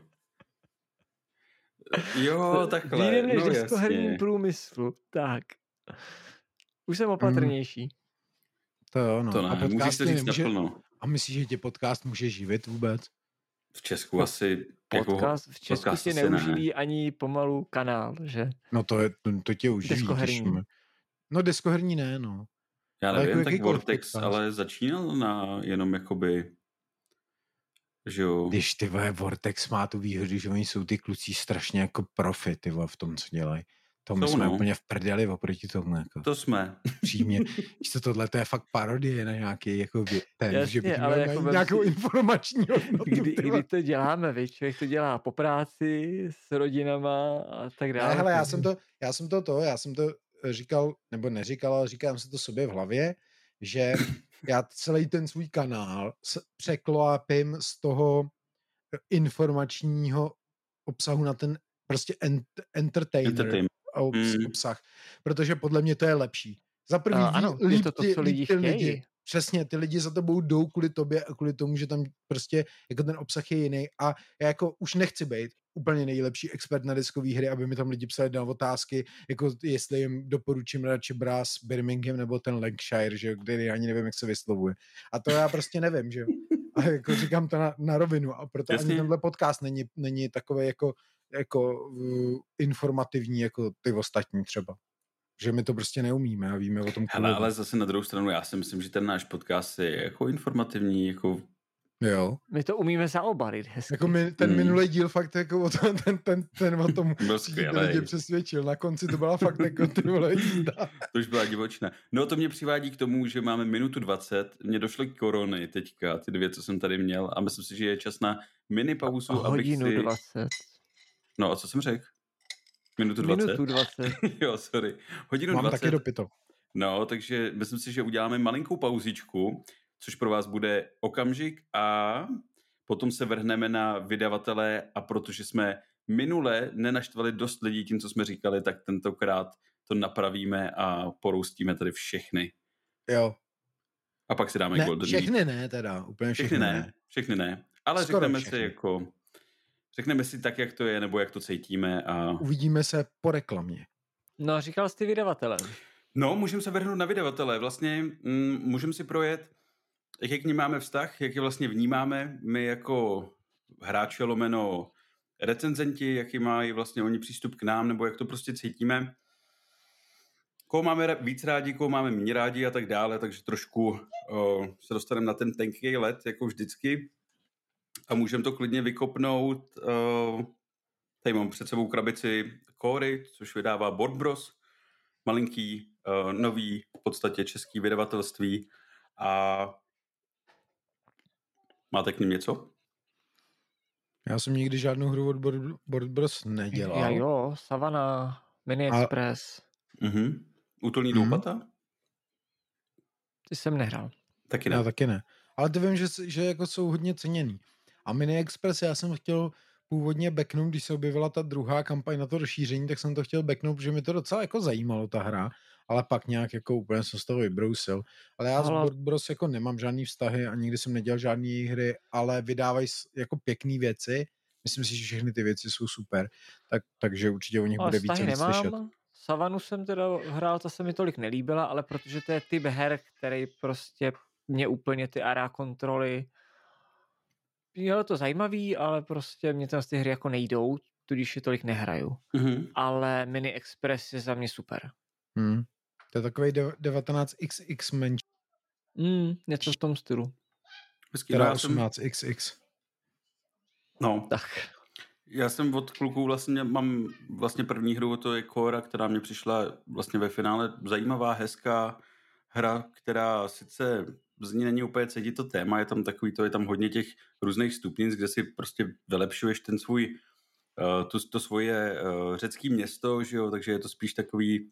Jo, takhle. Výjdem než No deskoherním jasně. průmyslu. Tak. Už jsem opatrnější. To jo, no. To a ne, můžeš podcast to tě říct nemůže, naplno. a myslíš, že tě podcast může živit vůbec? V Česku asi... Podcast v Česku podcast tě asi ne. neuživí ani pomalu kanál, že? No to, je, to, to tě uživí. Deskoherní. když- No deskoherní ne, no. Já Ale nevím, jako tak jakýkoliv Vortex podcast. ale začínal na jenom jakoby... Že jo. Když ty vole, Vortex má tu výhodu, že oni jsou ty kluci strašně jako profi, ty vole, v tom, co dělají. To my Jsou, jsme no. úplně v prdeli oproti tomu, jako. To jsme. Přímě. Víš co, tohle to je fakt parodie na nějaký, jako vě- ten, Jasně, že bych ale měl jako najít vem nějakou si- informační hodnotu. Kdy, ty vole. kdy to děláme, víš? Člověk to dělá po práci, s rodinama a tak dále. Ne, hele, já jsem to, já jsem to to, já jsem to říkal, nebo neříkal, ale říkám si to sobě v hlavě, že já celý ten svůj kanál s- překlápím z toho informačního obsahu na ten prostě ent, entertainer Entertainment. obs, Mm. obsah, protože podle mě to je lepší. Za první A ví, ano, je líp to to, ty, co líp lidi ty chtějí. lidi, přesně, ty lidi za tebou jdou kvůli tobě a kvůli tomu, že tam prostě jako ten obsah je jiný a já jako už nechci být úplně nejlepší expert na deskové hry, aby mi tam lidi psali na otázky, jako jestli jim doporučím radši Brass Birmingham nebo ten Lancashire, že jo, který ani nevím, jak se vyslovuje. A to já prostě nevím, že jo. A jako říkám to na, na rovinu a proto Jasně. ani tenhle podcast není, není takový jako, jako uh, informativní jako ty ostatní třeba. Že my to prostě neumíme a víme o tom. Hele, ale zase na druhou stranu, já si myslím, že ten náš podcast je jako informativní, jako Jo. My to umíme zaobalit hezky. Jako my, ten Hmm. minulý díl fakt jako o to, ten, ten, ten o tom Byl třídí skvělej. lidi přesvědčil. Na konci to byla fakt jako ty vole jízda. To už byla divočina. No to mě přivádí k tomu, že máme minutu dvacet. Mně došly korony teďka, ty dvě, co jsem tady měl. A myslím si, že je čas na mini pauzu, abych Hodinu si... dvacet. No a co jsem řekl? Minutu dvacet? Minutu dvacet. Jo, sorry. Hodinu Mám dvacet. taky dopito. No, takže myslím si, že uděláme malinkou pauzičku, což pro vás bude okamžik a potom se vrhneme na vydavatele a protože jsme minule nenaštvali dost lidí tím, co jsme říkali, tak tentokrát to napravíme a poroustíme tady všechny. Jo. A pak si dáme Ne, Golden všechny ne teda, úplně všechny, Všechny ne. ne, všechny ne. Ale Skoro řekneme všechny. si jako, řekneme si tak, jak to je, nebo jak to cítíme a... Uvidíme se po reklamě. No, říkal jsi ty vydavatele. No, můžeme se vrhnout na vydavatele. Vlastně mm, můžeme si projet, jak k ním máme vztah, jak je vlastně vnímáme my jako hráči lomeno recenzenti, jaký mají vlastně oni přístup k nám, nebo jak to prostě cítíme. Koho máme víc rádi, koho máme méně rádi a tak dále, takže trošku uh, se dostaneme na ten tenký led, jako vždycky. A můžeme to klidně vykopnout. Uh, tady mám před sebou krabici Kóry, což vydává Board Bros. Malinký, uh, nový, v podstatě český vydavatelství. A máte k ním něco? Já jsem nikdy žádnou hru od Board, Board Bros nedělal. Já jo, Savana, Mini A- Express. Mhm. Útulní Mhm. doupata? Ty jsem nehrál. Taky Já ne. taky ne. Ale to vím, že, že jako jsou hodně ceněný. A Mini Express já jsem chtěl původně backnout, když se objevila ta druhá kampaň na to rozšíření, tak jsem to chtěl backnout, protože mi to docela jako zajímalo ta hra, ale pak nějak jako úplně jsem z toho vybrousil. Ale já s Ale- Board Bros jako nemám žádný vztahy a nikdy jsem nedělal žádný hry, ale vydávají s- jako pěkný věci. Myslím si, že všechny ty věci jsou super, tak, takže určitě o nich Ale bude více vztahy víc slyšet. nemám. Savanu jsem teda hrál, ta se mi tolik nelíbila, ale protože to je typ her, který prostě mě úplně ty ara kontroly jo, to zajímavý, ale prostě mě tam z ty hry jako nejdou, tudíž je tolik nehraju. Mhm. Ale Mini Express je za mě super. Hmm. To je takový devatenáct iks iks menší, Mm, něco v tom stylu. Hezký, no, teda já jsem, osmnáct iks iks. no, Tak. já jsem od kluků vlastně, mám vlastně první hru, to je Kóra, která mě přišla vlastně ve finále zajímavá, hezká hra, která sice z ní není úplně cítit to téma, je tam takový, to je tam hodně těch různých stupnic, kde si prostě vylepšuješ ten svůj, uh, to, to svoje uh, řecký město, že jo, takže je to spíš takový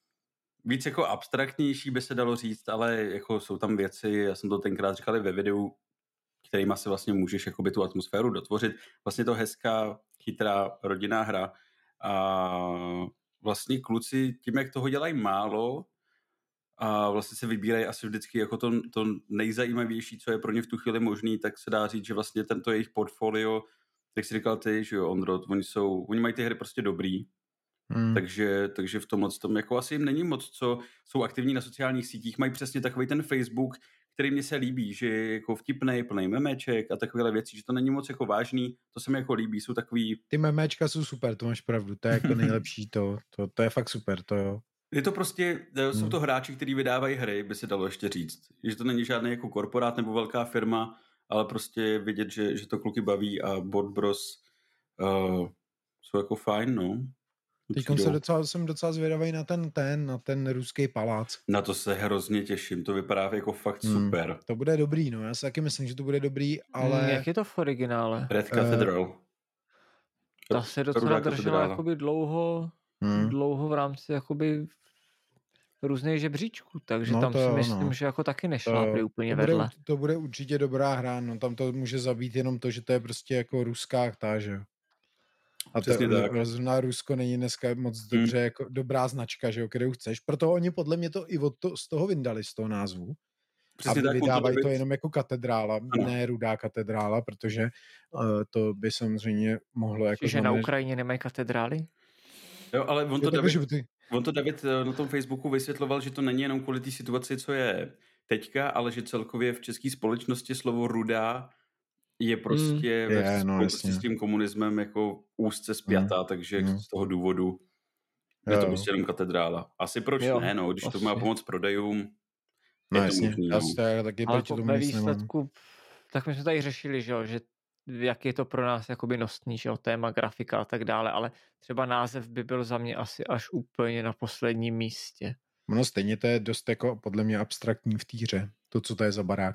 víc jako abstraktnější, by se dalo říct, ale jako jsou tam věci, já jsem to tenkrát říkal i ve videu, kterýma si vlastně můžeš jakoby tu atmosféru dotvořit. Vlastně to hezká, chytrá rodinná hra. A vlastně kluci tím, jak toho dělají málo, a vlastně se vybírají asi vždycky jako to, to nejzajímavější, co je pro ně v tu chvíli možný, tak se dá říct, že vlastně tento jejich portfolio, jak jsi říkal ty, že jo, Ondro, oni, jsou, oni mají ty hry prostě dobrý, Hmm. takže, takže v tomhle tom jako asi jim není moc, co jsou aktivní na sociálních sítích, mají přesně takový ten Facebook, který mně se líbí, že je jako vtipnej, plný memeček a takovéhle věci, že to není moc jako vážný, to se mi jako líbí, jsou takový... Ty memečka jsou super, to máš pravdu, to je jako nejlepší, to, to, to je fakt super, to jo. Je to prostě, jsou Hmm. to hráči, kteří vydávají hry, by se dalo ještě říct. Že to není žádný jako korporát nebo velká firma, ale prostě vidět, že, že to kluky baví a Board Bros uh, jsou jako fajn, no. Teď Přijdou. se docela, jsem docela zvědavý na ten, ten, na ten ruský palác. Na to se hrozně těším, to vypadá jako fakt Hmm. super. To bude dobrý, no, já si taky myslím, že to bude dobrý, Ale... ale Jak je to v originále? Red Cathedral. Ta se docela Rudá držela katedrála. jakoby dlouho, hmm. dlouho v rámci jakoby různých žebříčků, takže No tam to si jo, myslím, no. že jako taky nešla to, úplně to, bude, vedle. to bude určitě dobrá hra, no tam to může zabít jenom to, že to je prostě jako ruská ta, že jo. A to, Přesně tak. zrovna Rusko není dneska moc dobře, Hmm. jako dobrá značka, že jo, kterou chceš. Proto oni podle mě to i od to, z toho vyndali, z toho názvu. Přesně A tak, vydávají to to být- jenom jako katedrála, Ano. ne rudá katedrála, protože uh, to by samozřejmě mohlo jako Že na znamenat, Ukrajině nemají katedrály? Jo, ale on Jo, to, takhle, David, že by ty, on to David eh, na tom Facebooku vysvětloval, že to není jenom kvůli té situaci, co je teďka, ale že celkově v české společnosti slovo rudá je prostě, Je, ve, no, spolu jasně. s tím komunismem jako úzce spjatá, takže Mm. z toho důvodu je Jo. to prostě jenom katedrála. Asi proč Jo, ne, no, když to asi. má pomoct prodejům, no je to jasně, možný, já no. si to já taky Ale proti jako tomu ve nic nemám. výsledku tak my jsme tady řešili, že, jo, že jak je to pro nás jakoby nosný, že jo, téma, grafika a tak dále, ale třeba název by byl za mě asi až úplně na posledním místě. No stejně to je dost jako podle mě abstraktní v té hře, to, co to je za barák.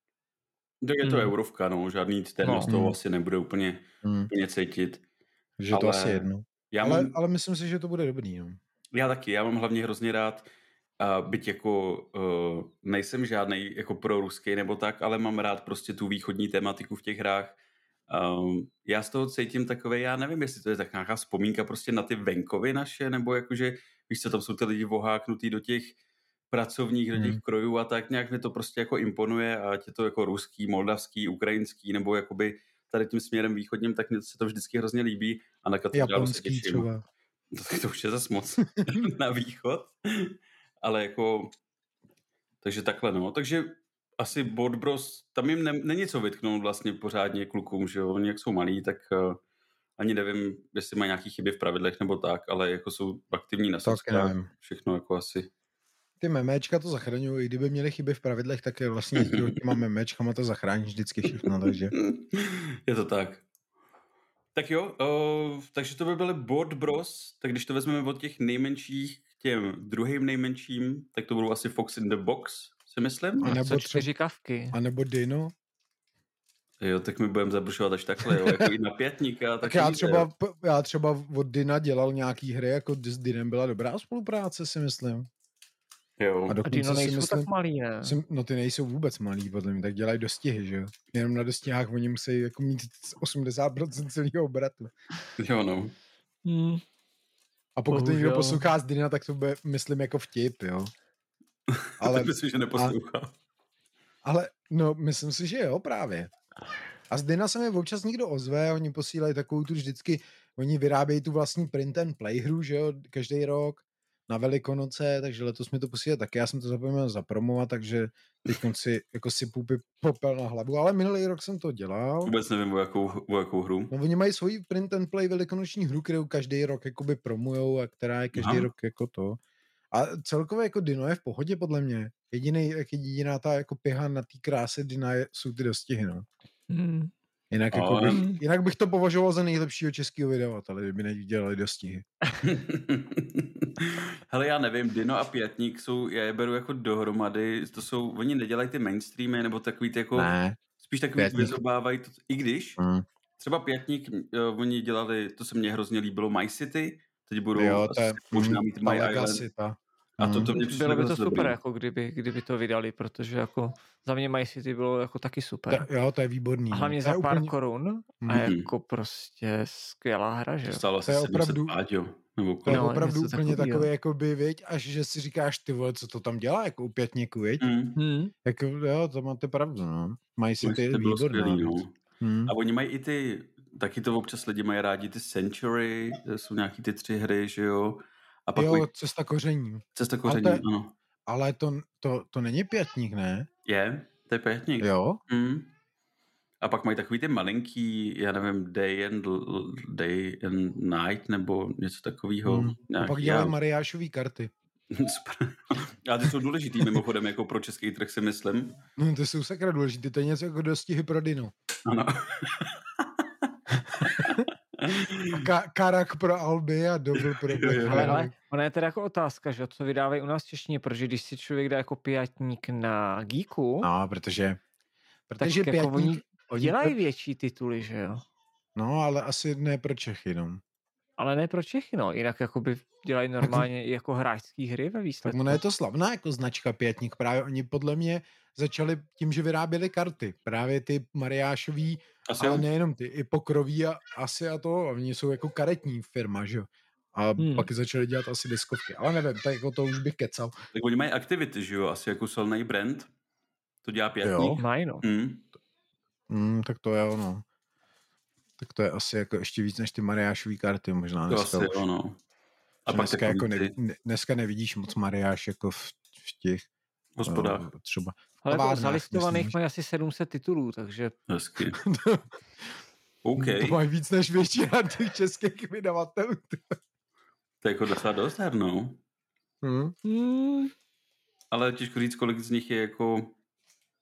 Tak je to Hmm. eurovka, no, žádný termín No. z toho Hmm. asi nebude úplně, Hmm. úplně cítit. Že to Ale asi jedno. Já, Ale, mám, ale myslím si, že to bude dobrý. No. já taky, já mám hlavně hrozně rád, uh, byť jako uh, nejsem žádnej jako proruský nebo tak, ale mám rád prostě tu východní tematiku v těch hrách. Um, já z toho cítím takové, já nevím, jestli to je tak nějaká vzpomínka prostě na ty venkovy naše, nebo jakože, víš co, tam jsou ty lidi voháknutý do těch pracovních, do těch Hmm. krojů a tak nějak mi to prostě jako imponuje, a ať je to jako ruský, moldavský, ukrajinský, nebo jakoby tady tím směrem východním, tak mně se to vždycky hrozně líbí a na katedrálu se Japonský těším. třeba. To, to už je zas moc na východ, ale jako, takže takhle no, takže asi Board Bros, tam jim ne, není co vytknout vlastně pořádně klukům, že jo, oni jak jsou malí, tak uh, ani nevím, jestli mají nějaký chyby v pravidlech nebo tak, ale jako jsou aktivní na Tak sockách, nevím. všechno jako asi. Ty memečka to zachraňují, i kdyby měly chyby v pravidlech, tak je vlastně těma memečkama to zachrání vždycky všechno, takže. Je to tak. Tak jo, uh, takže to by byly Board Bros, tak když to vezmeme od těch nejmenších k těm druhým nejmenším, tak to budou asi Fox in the Box, si myslím. A A nebo co třeba- čtyři kavky? A nebo Dino. Jo, tak my budeme zabrušovat až takhle, jo, jako i na pětníka. Tak já třeba, já třeba od Dina dělal nějaký hry, jako s Dinem byla dobrá spolupráce, si myslím. Jo. A A dokonce Dino si nejsou myslím, tak malý, ne? si, no ty nejsou vůbec malý, podle mě, tak dělají dostihy, že jo. Jenom na dostihách oni musí jako mít osmdesát procent celého obratu. Jo, no. Hmm. A pokud to Bohužel. někdo poslouchá z Dina, tak to bude, myslím, jako vtip, jo. Ale, Tak myslím, že neposlouchá. ale no, myslím si, že jo, právě. A z Dyna se mi občas někdo ozve, oni posílají takovou tu vždycky, oni vyrábějí tu vlastní print and play hru, že jo, každý rok na Velikonoce, takže letos mi to posílali taky, já jsem to zapomněl zapromovat, takže teď si jako si půpy popel na hlavu, ale minulý rok jsem to dělal. Vůbec nevím, o jakou, o jakou hru. No oni mají svoji print and play velikonoční hru, kterou každý rok jakoby promujou a která je každý Aha. rok jako to. A celkově jako Dino je v pohodě podle mě. Jediný, jak jediná ta jako pěha na té kráse Dina je, jsou ty dostihy, no. Hmm. Jinak, jako Ale- bych, jinak bych to považoval za nejlepšího českého vydavatele, kdyby nedělali dostihy. Hele, já nevím, Dino a Pětník jsou, já je beru jako dohromady, to jsou, oni nedělají ty mainstreamy, nebo takový ty jako, Ne. spíš takový Pětník. vyzobávají, to, i když, Mm. třeba Pětník, uh, oni dělali, to se mně hrozně líbilo, My City, teď budou Jo, to je asi možná mm, mít ta My Legacy, Island, ta. a to, Mm. to mě přišlo Bylo by to dost super, dobrý. jako kdyby, kdyby to vydali, protože jako za mě My City bylo jako taky super. Ta, jo, to je výborný. A no. hlavně To je za pár úplně- korun a Mhm. jako prostě skvělá hra, že To jo. stálo asi je sedm set opravdu- áďo, nebo To je kolik. No, opravdu něco úplně takovýho. takový, jako by, viď, až že si říkáš, ty vole, co to tam dělá, jako u Pětníku, viď? Mm, Hmm. Jako, jo, to máte pravdu, no. Mají si to ty bylo výborná. skvělý, no. věc. Hmm. A oni mají i ty, taky to občas lidi mají rádi, ty Century, to jsou nějaký ty tři hry, že jo. A pak Jo, mají cesta koření. Cesta ale koření, to je- ano. Ale to, to, to není Pětník, ne? Je, to je Pětník. Jo? Mm. A pak mají takový ty malinký, já nevím, Day and, l- day and Night, nebo něco takového. Hmm. A pak dělají Mariášový karty. Super. A ty jsou důležitý mimochodem, jako pro český trh si myslím. No, to jsou sakra důležité, to je něco jako dostihy pro Dino. Ano. A ka- karak pro Alby a double pro Jo, jo, jo. Ale, ale ona je teda jako otázka, že jo, co vydávají u nás v češtině, protože když si člověk dá jako pětník na Geeku, No, protože, tak protože jako Pětník, oni oni dělají větší tituly, že jo. no, ale asi ne pro Čechy, no. Ale ne pro Čechy, no. Jinak jakoby dělají normálně i jako hráčské hry ve Tak výsledku. ono je to slavná jako značka Pětník. Právě oni podle mě začali tím, že vyráběli karty. Právě ty Mariášový, Asi ale jo. nejenom ty, i Pokroví a asi a to. A oni jsou jako karetní firma, že jo. A Hmm. hmm. pak začali dělat asi deskovky. Ale nevím, tak jako to už bych kecal. Tak oni mají aktivity, že jo, asi jako silný brand. To dělá Pětník. Jo. Mají, no. Mm. Hmm, tak to je ono. Tak to je asi jako ještě víc než ty Mariášový karty možná. To Dneska, asi už. jo, no. A Že pak dneska, takový jako ty ne, ne, dneska nevidíš moc Mariáš jako v, v těch hospodách. eh, třeba. Ale jako kavárnách, zalistovaných myslím, mají asi sedm set titulů, takže Hezky. OK. To mají víc než většina těch českých vydavatelů. To je jako docela dost her, no. Hmm. hmm, Ale těžko říct, kolik z nich je jako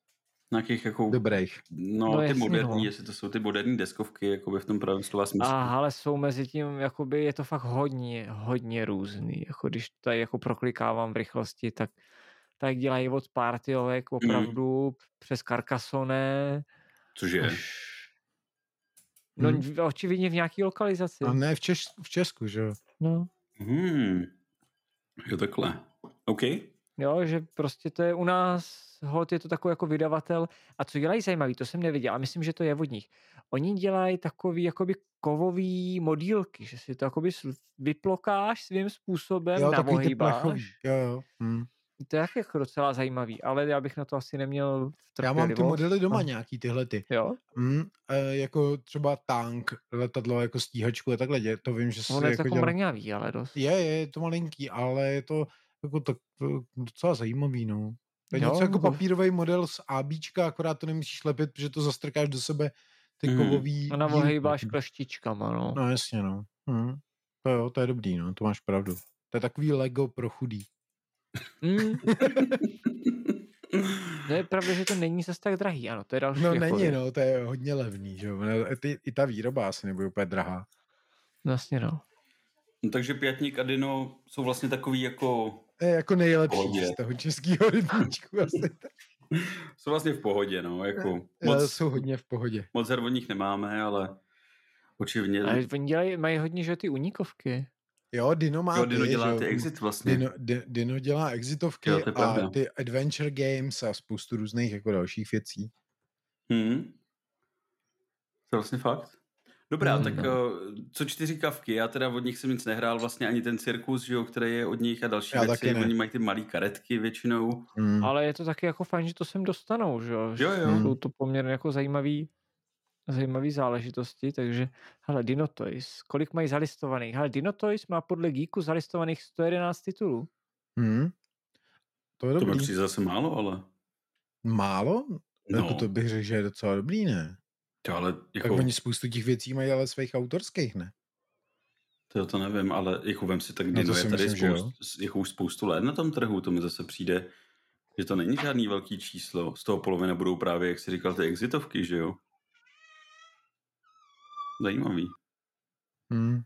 Nějakých jako... Dobrých. No, No ty jasně, moderní, no. jestli to jsou ty moderní deskovky, jakoby v tom pravém slova smyslu. A ale jsou mezi tím, jakoby je to fakt hodně, hodně různý. Jako když tady jako proklikávám v rychlosti, tak tak dělají od Partiovek opravdu mm. přes Carcassonne. Což je? Až... No Hmm. v- očividně v nějaký lokalizaci. A ne v, Češ, v Česku, že jo? No. Hmm. Jo, takhle. OK. Jo, že prostě to je u nás, holt je to takový jako vydavatel. A co dělají zajímavý, to jsem neviděl, a myslím, že to je od nich. Oni dělají takový jakoby kovový modílky, že si to jakoby sl- vyplokáš svým způsobem, Jo, takový ty plechový. navohýbáš. Jo, jo. Hmm. To je jako docela zajímavý, ale já bych na to asi neměl Já mám ty trpělivost. modely doma No. nějaký tyhle ty. Jo, Hmm, e, jako třeba tank, letadlo, jako stíhačku a takhle. dě- To vím, že si on je jako jako dělal... mrňavý, ale dost. Je, je, je to malinký, ale je to jako tak, to docela zajímavý, no. To je Jo, něco jako to- papírový model z ABčka, akorát to nemusíš lepit, protože to zastrkáš do sebe ty Mhm. kovový A navohejbáš dílky. kleštičkama, no. No jasně, no. Hmm. To jo, to je dobrý, no, to máš pravdu. To je takový Lego pro chudý. Mm. To je pravda, že to není zase tak drahý, ano, to je další. No jako není, věc. no, to je hodně levný, že jo. No, ty- I ta výroba asi nebude úplně drahá. Vlastně no. No, takže Pětník a Dino jsou vlastně takový jako... To je jako nejlepší Pohodě. z toho českého rybníčku asi. Jsou vlastně v pohodě, no. Jako Moc... moc, Jsou hodně v pohodě. moc her od nich nemáme, ale očividně... Ale oni dělají, mají hodně, že ty unikovky. Jo, Dino má Jo, Dino ty, dělá že jo. ty exit vlastně. Dino, Di- Dino dělá exitovky Jo, to je a pravda. ty adventure games a spoustu různých jako dalších věcí. Hmm. To je vlastně fakt. Dobrá, Hmm. tak uh, co čtyři kavky, já teda od nich jsem nic nehrál, vlastně ani ten cirkus, že jo, který je od nich a další Já věci, taky ne. oni mají ty malé karetky většinou. Hmm. Ale je to taky jako fajn, že to sem dostanou, že jo. Jo, jo. Hmm. Jsou to poměrně jako zajímavý, zajímavý záležitosti, takže hele, Dinotoys, kolik mají zalistovaných? Hele, Dinotoys má podle Geeku zalistovaných sto jedenáct titulů. Hmm. To je To mi dobrý. přijde zase málo, ale... Málo? No, Jako to bych řekl, že je docela dobrý, ne? to, ale Tak jako... oni spoustu těch věcí mají ale svých autorských, ne? To, to nevím, ale jako vem si, tak No, Dino to je si tady myslím, že jo. spoustu, jako už spoustu let na tom trhu, to mi zase přijde, že to není žádný velký číslo. Z toho polovina budou právě, jak jsi říkal, ty exitovky, že jo? Zajímavý. Hmm.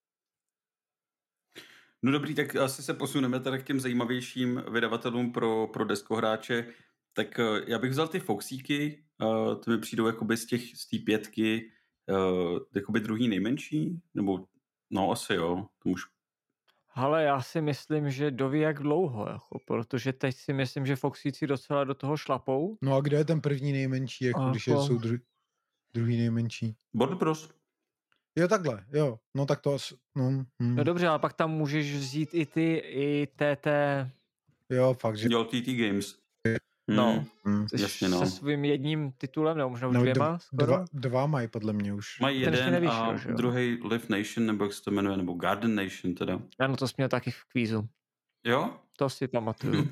No dobrý, tak asi se posuneme teda k těm zajímavějším vydavatelům pro, pro deskohráče. Tak uh, já bych vzal ty Foxíky, uh, to mi přijdou jakoby z těch, z té pětky, uh, jakoby druhý nejmenší, nebo no asi jo, to už... Ale já si myslím, že doví jak dlouho, jako, protože teď si myslím, že Foxíci docela do toho šlapou. No a kdo je ten první nejmenší, jako A když je, jako- jsou dru, druhý nejmenší? Border Bros. Jo, takhle, jo. No tak to asi, no, hm. No dobře, ale pak tam můžeš vzít i ty, i T T, Jo, fakt, že... Dělal T T Games. no, Hm. Jasně, no. se svým jedním titulem, nebo možná už No, dvěma dva, skoro. dva, dva mají podle mě už. Mají Ten ještě jeden nevyšel, a že jo? druhý Live Nation, nebo jak se to jmenuje, nebo Garden Nation teda. Ano, to jsi měl taky v kvízu. Jo? To si pamatuju.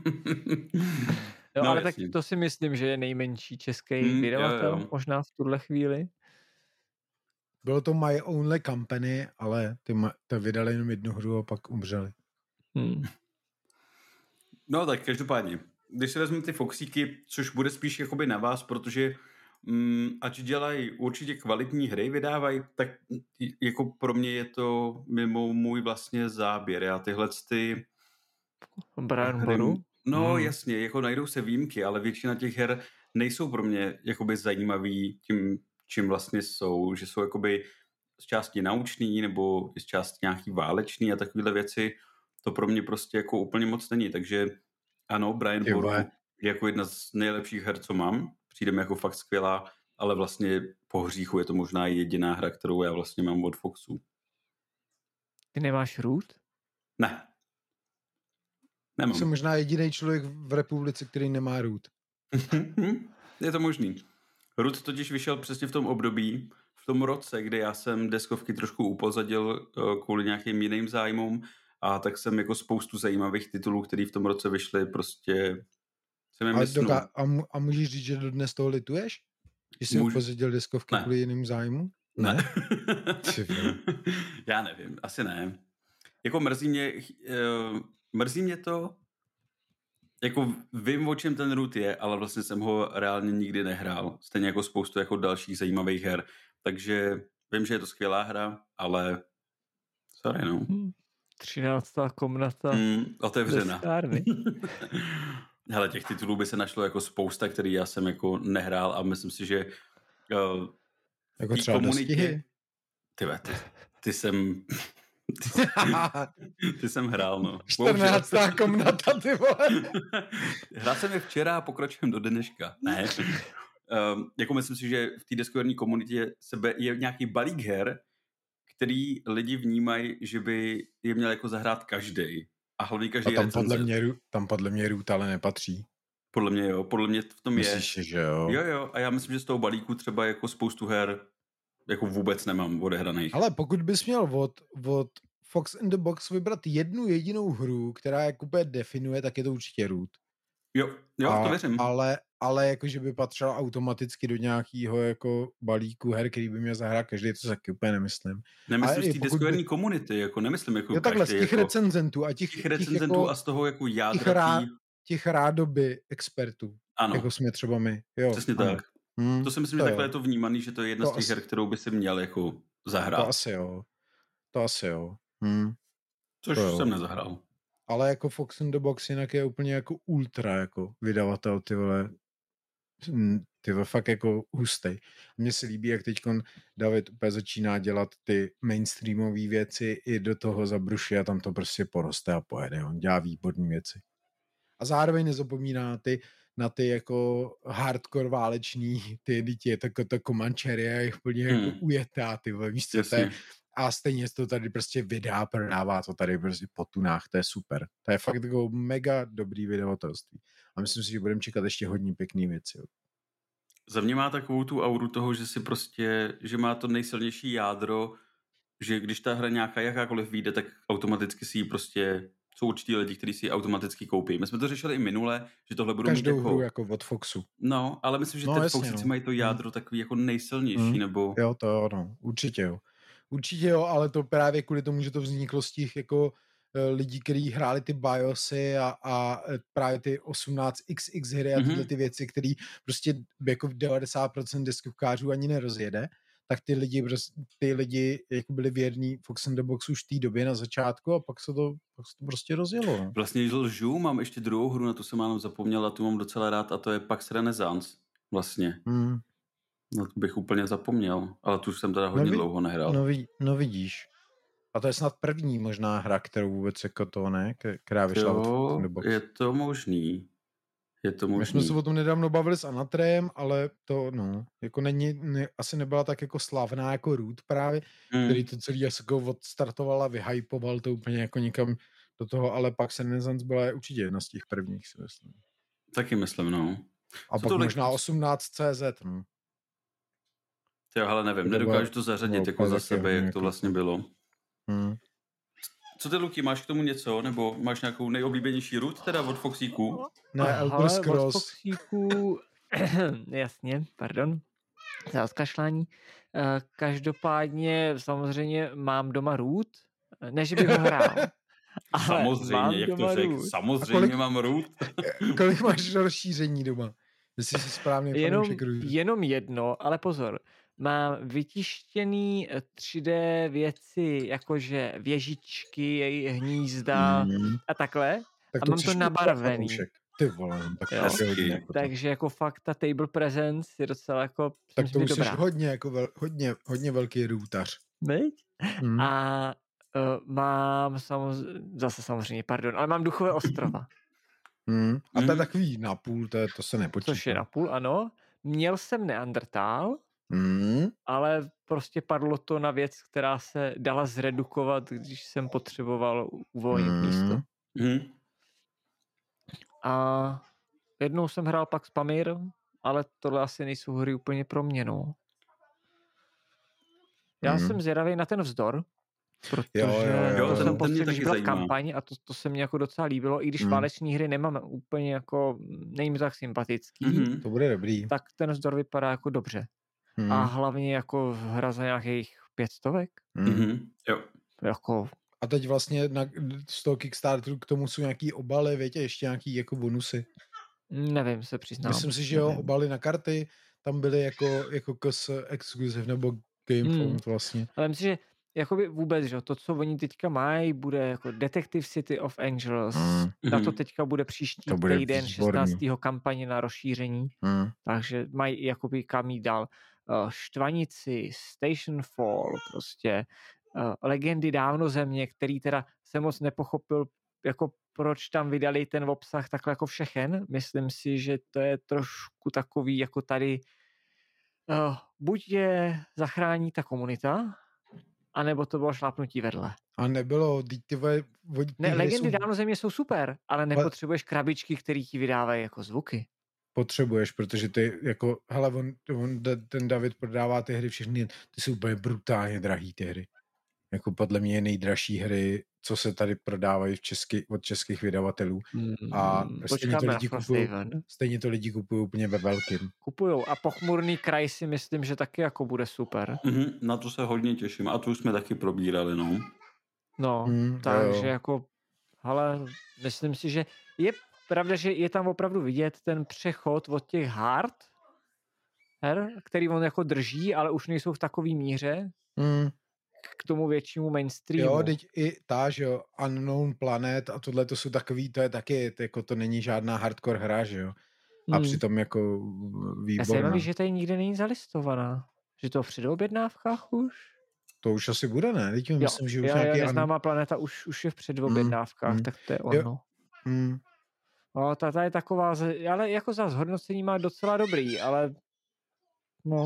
Jo, No, ale jasně. tak to si myslím, že je nejmenší český Hmm, jo, vydavatel, jo. možná v tuhle chvíli. Bylo to My Only Company, ale ty ma, to vydali jenom jednu hru a pak umřeli. Hmm. No tak každopádně, když si vezmu ty Foxíky, což bude spíš jakoby na vás, protože mm, ať dělají určitě kvalitní hry, vydávají, tak j- jako pro mě je to mimo můj vlastně záběr. Já tyhle ty Brian hry, Boru. no Hmm. jasně, jako najdou se výjimky, ale většina těch her nejsou pro mě jakoby zajímavý tím, čím vlastně jsou, že jsou jakoby z části naučný nebo z části nějaký válečný a takovéhle věci, to pro mě prostě jako úplně moc není, takže ano, Brian Ty Boru vole. je jako jedna z nejlepších her, co mám, přijde mi jako fakt skvělá, ale vlastně po hříchu je to možná jediná hra, kterou já vlastně mám od Foxu. Ty nemáš root? Ne. Nemám. Jsem možná jediný člověk v republice, který nemá root. Je to možný. Root totiž vyšel přesně v tom období, v tom roce, kdy já jsem deskovky trošku upozadil uh, kvůli nějakým jiným zájmům a tak jsem jako spoustu zajímavých titulů, které v tom roce vyšly, prostě jsem je A, mysnul. doká- a, mu- a můžeš říct, že dodnes toho lituješ? Že jsi Můžu. upozadil deskovky Ne. kvůli jiným zájmu? Ne. Ty vole. Já nevím, asi ne. Jako mrzí mě, uh, mrzí mě to, jako vím, o čem ten Root je, ale vlastně jsem ho reálně nikdy nehrál. Stejně jako spoustu jako dalších zajímavých her. Takže vím, že je to skvělá hra, ale sorry, no. Hmm. třináctá komnata. Mm, otevřena. Listárny. Hele, těch titulů by se našlo jako spousta, který já jsem jako nehrál a myslím si, že uh, Jako třeba dostihy? Ty, ty, ty jsem... Ty, ty jsem hrál, no. čtrnáctá komnata, ty vole. Hrál jsem je včera a pokračujem do dneška. Ne. Um, jako myslím si, že v té deskoherní komunitě sebe je nějaký balík her, který lidi vnímají, že by je měl jako zahrát každý. A hlavně každý a tam podle, mě, tam podle mě Root ale nepatří. Podle mě jo, podle mě v tom Myslíš, je. že jo? Jo, jo, a já myslím, že z toho balíku třeba jako spoustu her jako vůbec nemám odehraných. Ale pokud bys měl od, od Fox in the Box vybrat jednu jedinou hru, která jako definuje, tak je to určitě Root. Jo, jo, a, to věřím. Ale, ale jakože by patřila automaticky do nějakého jako balíku her, který by měl zahrát každý, to taky úplně nemyslím. Nemyslím z té deskoherní by... komunity, jako nemyslím jako jo, takhle, každý. Z těch jako, recenzentů a těch, těch recenzentů těch jako, a z toho jako jádra. Těch, rá, těch rádoby expertů. Ano. Jako jsme třeba my. Jo, přesně ano. tak. Hmm, to si myslím, to že takhle jo. je to vnímaný, že to je jedna to z těch asi... her, kterou by si měl jako zahrát. To asi jo. To asi jo. Hmm. Což to jsem nezahrál. Ale jako Fox in the Box jinak je úplně jako ultra jako vydavatel, ty vole. Ty vole, fakt jako hustej. Mně se líbí, jak teďkon David úplně začíná dělat ty mainstreamové věci i do toho zabruší a tam to prostě poroste a pojede. On dělá výborné věci. A zároveň nezapomíná ty na ty jako hardcore váleční, ty děti, je to, to Comanchery a je úplně hmm. jako ujetá, ty vole, víš co, to je, a stejně to tady prostě vydá, prodává to tady prostě po tunách, to je super. To je fakt jako mega dobrý vydavatelství. A myslím si, že budeme čekat ještě hodně pěkný věci. Za mě má takovou tu auru toho, že si prostě, že má to nejsilnější jádro, že když ta hra nějaká jakákoliv vyjde, tak automaticky si ji prostě, jsou určitý lidi, kteří si ji automaticky koupí. My jsme to řešili i minule, že tohle budou každou mít jako... hru jako od Foxu. No, ale myslím, že no, ten jasně, Foxíci no. mají to jádro hmm. takový jako nejsilnější, hmm. nebo... Jo, to jo, no, určitě jo. Určitě jo, ale to právě kvůli tomu, že to vzniklo z těch jako lidí, kteří hráli ty BIOSy a, a právě ty osmnáct iks iks hry a tyhle mm-hmm. ty věci, které prostě jako devadesát procent deskovkářů ani nerozjede, tak ty lidi, ty lidi jako byli věrní Fox in the Box už v té době na začátku a pak se to, pak se to prostě rozjelo. No. Vlastně lžu, mám ještě druhou hru, na tu jsem mám zapomněl a tu mám docela rád a to je Pax Renaissance vlastně. Mm. No to bych úplně zapomněl, ale tu už jsem teda hodně no, dlouho nehrál. No, ví, no vidíš. A to je snad první možná hra, kterou vůbec jako to, ne? Která vyšla od Fox in the Box. Je to možný. Je to možný. My jsme se o tom nedávno bavili s Anatrem, ale to, no, jako není, ne, asi nebyla tak jako slavná jako Root právě, mm. který to celý jako odstartoval a vyhypoval to úplně jako někam do toho, ale pak Renaissance byla určitě jedna z těch prvních, si myslím. Taky myslím, no. A Co pak možná osmnáct C Z, no. Jo, ale nevím, to nedokážu to zařadit no, jako za sebe, jak to vlastně bylo. Hmm. Co ty, Luky, máš k tomu něco? Nebo máš nějakou nejoblíbenější Root teda od Foxíků? Ne, Elder Scrolls. Od Foxíků, jasně, pardon, za odkašlání. Každopádně samozřejmě mám doma Root, ne, že bych ho hrál. Samozřejmě, jak to řekl, samozřejmě kolik, mám Root. Kolik máš rozšíření doma? Jestli si správně jenom, jenom jedno, ale pozor. Mám vytištěný tři dé věci, jakože věžičky, hnízda mm. a takhle. Tak a mám to nabarvený. Ty vole, tak jo? hodně, jako takže jako fakt ta table presence je docela jako tak to už jsi hodně, jako vel, hodně, hodně velký růtař. Veď? Mm. A uh, mám samozřejmě, zase samozřejmě, pardon, ale mám Duchové ostrova. Mm. A to je takový napůl, to, je, to se nepočítá. Což je napůl, ano. Měl jsem Neandertál, mm. ale prostě padlo to na věc, která se dala zredukovat, když jsem potřeboval uvolnit mm. místo. Mm. A jednou jsem hrál pak Pamir, ale tohle asi nejsou hry úplně pro mě, no. Já mm. jsem zvědavý na ten vzdor, protože jo, jo, jo. to ten, jsem pocit, když byla v zajímá. kampani a to, to se mi jako docela líbilo, i když mm. váleční hry nemám úplně jako, není mi tak sympatický, mm-hmm. to bude dobrý. Tak ten vzdor vypadá jako dobře. Mm. A hlavně jako hra za nějakých pět stovek. Mm-hmm. Jo. Jako A teď vlastně na, z toho Kickstarteru k tomu jsou nějaký obaly, víte, ještě nějaký jako bonusy. Nevím, se přiznám. Myslím si, že jo, Nevím. obaly na karty tam byly jako, jako kos exclusive nebo Gamefound Hmm. vlastně. Ale myslím, že jakoby vůbec, že to, co oni teďka mají, bude jako Detective City of Angels. Mm. Na to Mhm. teďka bude příští To bude týden, výborný. šestnáctého kampaně na rozšíření. Mm. Takže mají i jakoby kam jít dál. Uh, Štvanici, Stationfall, prostě uh, legendy dávno země, který teda se moc nepochopil, jako proč tam vydali ten obsah takhle jako všechen. Myslím si, že to je trošku takový jako tady uh, buď je zachrání ta komunita, anebo to bylo šlápnutí vedle. A nebylo, ty, ty, vole, ty Ne, hry legendy jsou, dávno země jsou super, ale nepotřebuješ krabičky, které ti vydávají jako zvuky. potřebuješ, protože ty jako, hele, on, on, ten David prodává ty hry všechny, ty jsou úplně brutálně drahý ty hry. Jako podle mě nejdražší hry, co se tady prodávají v česky, od českých vydavatelů. A Hmm, stejně to počkáme na lidi Frost kupují, Haven. stejně to lidi kupují úplně ve velkým. Kupujou. A pochmurný kraj si myslím, že taky jako bude super. Mhm, na to se hodně těším. A to už jsme taky probírali, no. No, Hmm, takže jo. jako, ale myslím si, že je pravda, že je tam opravdu vidět ten přechod od těch hard her, který on jako drží, ale už nejsou v takové míře, Hmm. k tomu většímu mainstreamu. Jo, teď i ta, že jo, Unknown Planet a tohle to jsou takový, to je taky, to, jako to není žádná hardcore hra, že jo. A Hmm. přitom jako Já výborná. se zajímavý, že tady nikde není zalistovaná. Že to v předobjednávkách už? To už asi bude, ne? Teď myslím, že už jo, nějaký... jo, an- neznámá planeta už, už je v předobjednávkách, mm. tak to je Jo. ono. Hmm. No, ta, ta je taková, z- ale jako za zhodnocení má docela dobrý, ale no,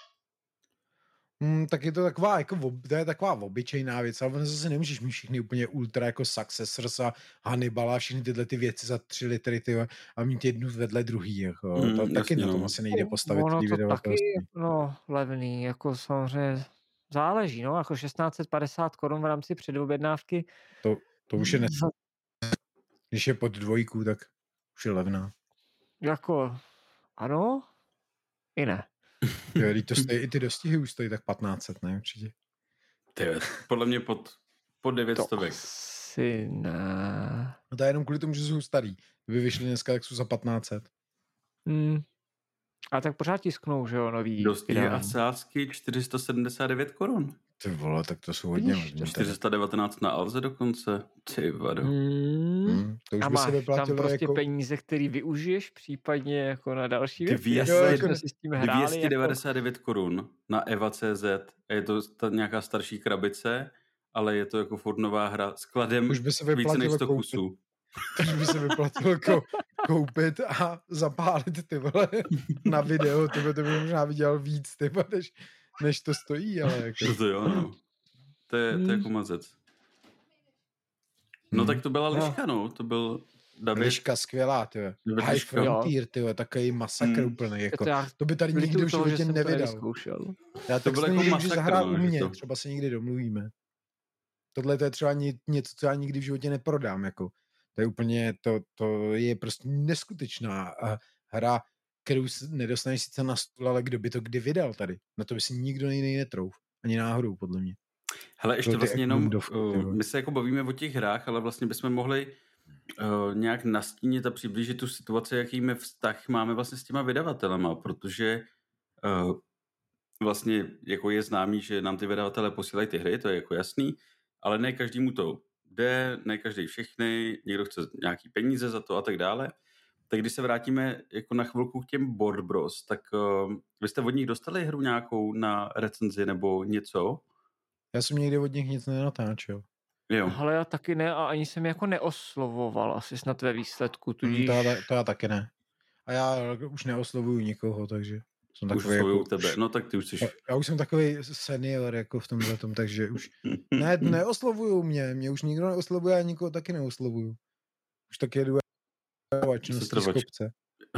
Hmm, tak je to taková, jako, ob- to je taková obyčejná věc, ale ono zase nemůžeš mít všechny úplně ultra jako Successors a Hannibal a všechny tyhle ty věci za tři litry, ty, vole, a mít jednu vedle druhý, jako, Mm, to taky jasně, na tom no. asi nejde postavit ono tý to taky vydavatelství. no, levný, jako samozřejmě záleží, no, jako šestnáct set padesát korun v rámci předobjednávky. To, to už je, ne, za- když je pod dvojku, tak už je levná. Jako, ano, i ne. Jo, teď to stojí, i ty dostihy už stojí tak patnáct set, ne, určitě. Ty, podle mě pod, pod devět To stovek. asi ne. No to je jenom kvůli tomu, že jsou starý. Kdyby vyšli dneska, tak jsou za patnáct set. Hmm. A tak pořád tisknou, že jo, nový Dostihy a vydání. sázky čtyři sta sedmdesát devět korun. Ty vole, tak to jsou hodně Vidíš, hodně. čtyři sta devatenáct na Alze dokonce. Ty vado. Hmm. Hmm, to už A by se máš tam vyplatilo prostě jako... peníze, který využiješ případně jako na další věci. Dvě- jako Jo, jsme jako si s tím hráli, dvě stě jako, devadesát devět korun na eva tečka cé zet. A je to ta nějaká starší krabice, ale je to jako furt nová hra s kladem Už by se více než vyplatilo sto koupit. kusů. Už by se vyplatilo kou, koupit a zapálit, ty vole, na video, ty vole, to by možná viděl víc, ty vole, než, než to stojí, ale jako... To, to jo, no. To je, to je Hmm. jako mazec. No Hmm. tak to byla No. liška, no. To byl David. Liška skvělá, ty vole. David High Liška. Frontier, ty vole, takový masakr Hmm. úplný, je jako. to já To by tady nikdo lituju v toho, že životě jsem to nevydal. nevyzkoušel. Já To tak byl stejně jako můžu masakr, zahrát no, u že mě, to- třeba se někdy domluvíme. Tohle to je třeba ně, něco, co já nikdy v životě neprodám, jako. To je úplně, to, to je prostě neskutečná uh, hra, kterou s- nedostaneš sice na stůl, ale kdo by to kdy vydal tady? Na to by si nikdo jiný netrouf. Ani náhodou, podle mě. Hele, ještě ty vlastně jenom, Egmundovky, ty uh, vole. my se jako bavíme o těch hrách, ale vlastně bychom mohli uh, nějak nastínit a přiblížit tu situaci, jaký my vztah máme vlastně s těma vydavatelema, protože uh, vlastně jako je známý, že nám ty vydavatele posílají ty hry, to je jako jasný, ale ne každému to jde, ne každý všechny, někdo chce nějaký peníze za to a tak dále. Tak když se vrátíme jako na chvilku k těm Board Bros, tak uh, vy jste od nich dostali hru nějakou na recenzi nebo něco? Já jsem nikdy od nich nic nenatáčel. Jo. Ale já taky ne a ani jsem jako neoslovoval asi snad ve výsledku, Hmm, tudíž... to, já, to já taky ne. A já už neoslovuju nikoho, takže jsem Už takový oslovují jako... tebe. No tak ty už jsi... Já, já už jsem takový senior jako v tomhle tom, takže už ne, neoslovuju mě, mě už nikdo neoslovuje a nikoho taky neoslovuju. Už tak jedu činnosti z Setrvač. kopce.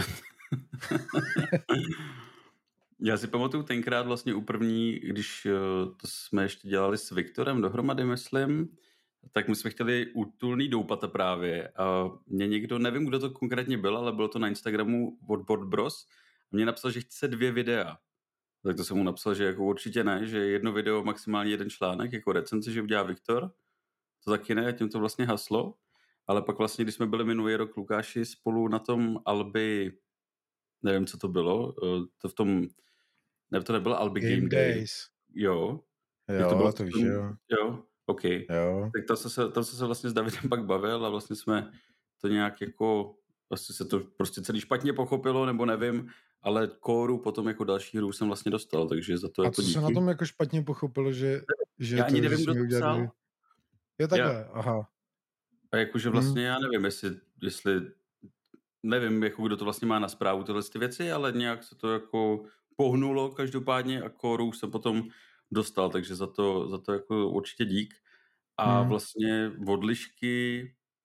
Já si pamatuju tenkrát vlastně u první, když uh, to jsme ještě dělali s Viktorem dohromady, myslím, tak my jsme chtěli útulný doupata právě a mě někdo, nevím, kdo to konkrétně byl, ale bylo to na Instagramu od Board Bros. A mě napsal, že chce dvě videa. Tak to jsem mu napsal, že jako určitě ne, že jedno video, maximálně jeden článek, jako recenzi, že udělá Viktor. to taky ne, tím to vlastně haslo, ale pak vlastně, když jsme byli minulý rok Lukáši spolu na tom Albi, nevím, co to bylo, to v tom, ne, to nebylo Albi Game, Game Day. Days. Jo. Jo, to, bylo to víš, tom, jo. Jo, OK. Jo. Tak tam jsem se, tam jsem se vlastně s Davidem pak bavil a vlastně jsme to nějak jako, vlastně se to prostě celý špatně pochopilo, nebo nevím, ale kóru potom jako další hru jsem vlastně dostal, takže za to A jako co díky. se na tom jako špatně pochopilo, že, že Já to, ani nevím, že kdo jsme to udělali... psal. Jo, takhle, Já. aha. A jakože Hmm. vlastně já nevím, jestli, jestli nevím, jako kdo to vlastně má na správu tyhle ty věci, ale nějak se to jako pohnulo každopádně a kóru jsem potom dostal, takže za to, za to jako určitě dík. A Hmm. vlastně od lišky,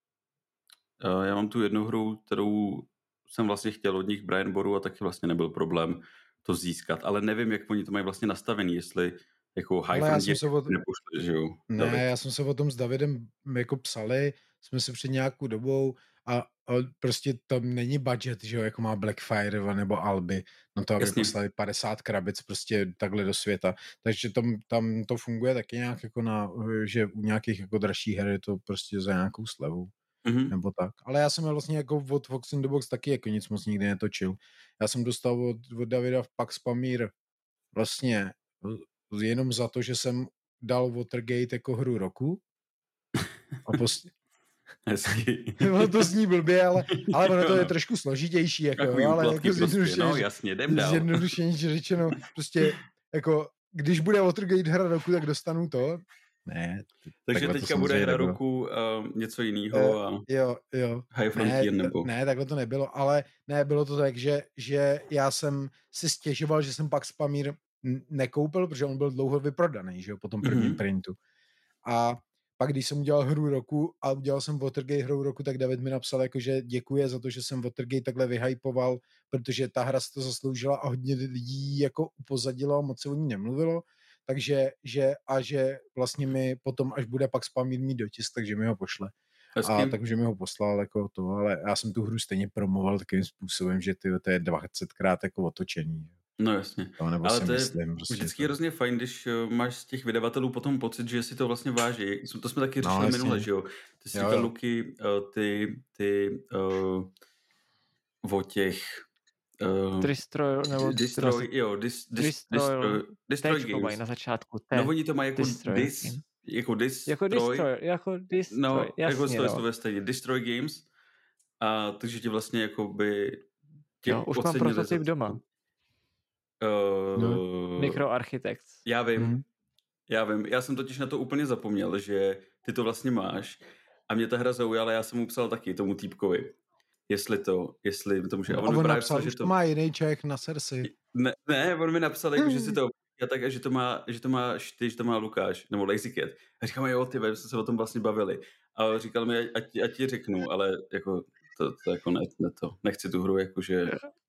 uh, já mám tu jednu hru, kterou jsem vlastně chtěl od nich, Brian Boru, a taky vlastně nebyl problém to získat, ale nevím, jak oni to mají vlastně nastavený, jestli jako High Frontier od... nepošli, že jo? Ne, David. já jsem se o tom s Davidem jako psali, jsme si před nějakou dobou a, a prostě tam není budget, že jo, jako má Blackfire nebo Albi, no to, aby Jasně. poslali padesát krabic prostě takhle do světa, takže tam, tam to funguje taky nějak jako na, že u nějakých jako dražších her je to prostě za nějakou slevu. Mm-hmm. Nebo tak. Ale já jsem vlastně jako od Fox in the Box taky jako nic moc nikdy netočil. Já jsem dostal od, od Davida v Pax Pamír vlastně jenom za to, že jsem dal Watergate jako hru roku. A post... Hezky. No to zní blbě, ale, ale ono to je trošku složitější. Jako, Takový ale úplatky jako prostě, no jasně, jdem dál. Zjednodušeně řečeno, prostě jako, když bude Watergate hra roku, tak dostanu to. Ne. Takže teďka bude hra roku uh, něco jiného. A... Jo, jo. High Frontier ne, nebo... Ne, takhle to nebylo, ale ne, bylo to tak, že, že já jsem si stěžoval, že jsem pak Spamír nekoupil, protože on byl dlouho vyprodaný, že jo, po tom prvním mm-hmm. printu. A pak, když jsem udělal hru roku a udělal jsem Watergate hru roku, tak David mi napsal, jako, že děkuje za to, že jsem Watergate takhle vyhypoval, protože ta hra si to zasloužila a hodně lidí jako upozadilo a moc se o ní nemluvilo. Takže, že, a že vlastně mi potom, až bude pak Spamír mít dotisk, takže mi ho pošle. Hezky. A takže mi ho poslal jako to, ale já jsem tu hru stejně promoval takovým způsobem, že ty, to je dvacetkrát jako otočený. No jasně, to, nebo ale to myslím, je prostě vždycky to... hrozně fajn, když máš z těch vydavatelů potom pocit, že si to vlastně váží. To jsme taky řešili no, minule, že jo? Ty si říkal, Luky, ty, ty uh, o těch Uh, Destroy, nebo Destroy, jo, dis, dis, Destroy, Destroy Games. Na začátku. No oni to mají jako Destroy, dis, jako Destroy. Jako Destroy, jako Destroy, no, jasně, jako no. to stejně, Destroy Games. A takže ti vlastně jakoby jo, už mám prototyp doma. Uh, no. Microarchitects. Já vím, mm. já vím. Já jsem totiž na to úplně zapomněl, že ty to vlastně máš a mě ta hra zaujala, já jsem mu psal taky tomu týpkovi. Jestli to, jestli to může. A on, on napsal, psal, že to má jiný Čech na Cersei. Ne, ne, on mi napsal, jako, že si to já tak, že to má, že to máš ty, že to má Lukáš, nebo Lazy Cat. A říkám, jo, ty, jsme se o tom vlastně bavili. A říkal mi, ať, ať ti řeknu, ale jako to, to jako ne, ne to. Nechci tu hru, jakože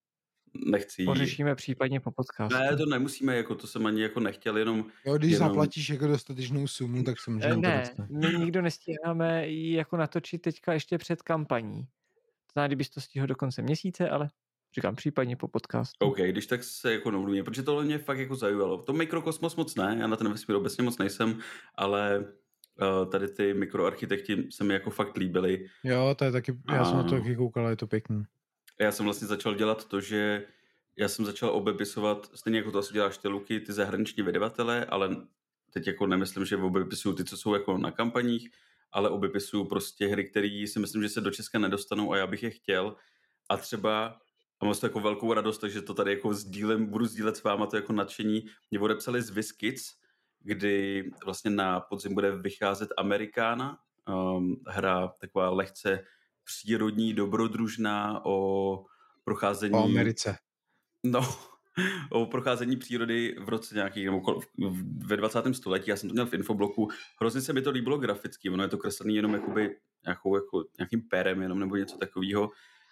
nechci jí. Pořešíme případně po podcastu. Ne, to nemusíme, jako to jsem ani jako nechtěl, jenom... Jo, když jenom... zaplatíš jako dostatečnou sumu, tak samozřejmě... Ne, my nikdo nestíháme ji jako natočit teďka ještě před kampaní. To znamená, kdybys to stihl do konce měsíce, ale říkám případně po podcastu. OK, když tak se jako nomluvíme, protože tohle mě fakt jako zajímalo. To mikrokosmos moc ne, já na ten vesmír obecně moc nejsem, ale uh, tady ty mikroarchitekti se mi jako fakt líbily. Jo, to je taky, já a... jsem na to taky koukal, je to pěkný. Já jsem vlastně začal dělat to, že já jsem začal obepisovat, stejně jako to asi děláš ty, Luky, ty zahraniční vydavatele, ale teď jako nemyslím, že obepisuju ty, co jsou jako na kampaních, ale obepisuju prostě hry, které si myslím, že se do Česka nedostanou a já bych je chtěl. A třeba, a mám to jako velkou radost, takže to tady jako sdílem, budu sdílet s váma to jako nadšení, mě odepsali z WizKids, kdy vlastně na podzim bude vycházet Amerikána, um, hra taková lehce přírodní, dobrodružná o procházení... O Americe. No, o procházení přírody v roce nějaký, nebo ve dvacátém století. Já jsem to měl v infobloku. Hrozně se mi to líbilo graficky. Ono je to kreslený jenom jakoby nějakou, jako, nějakým pérem jenom, nebo něco takového.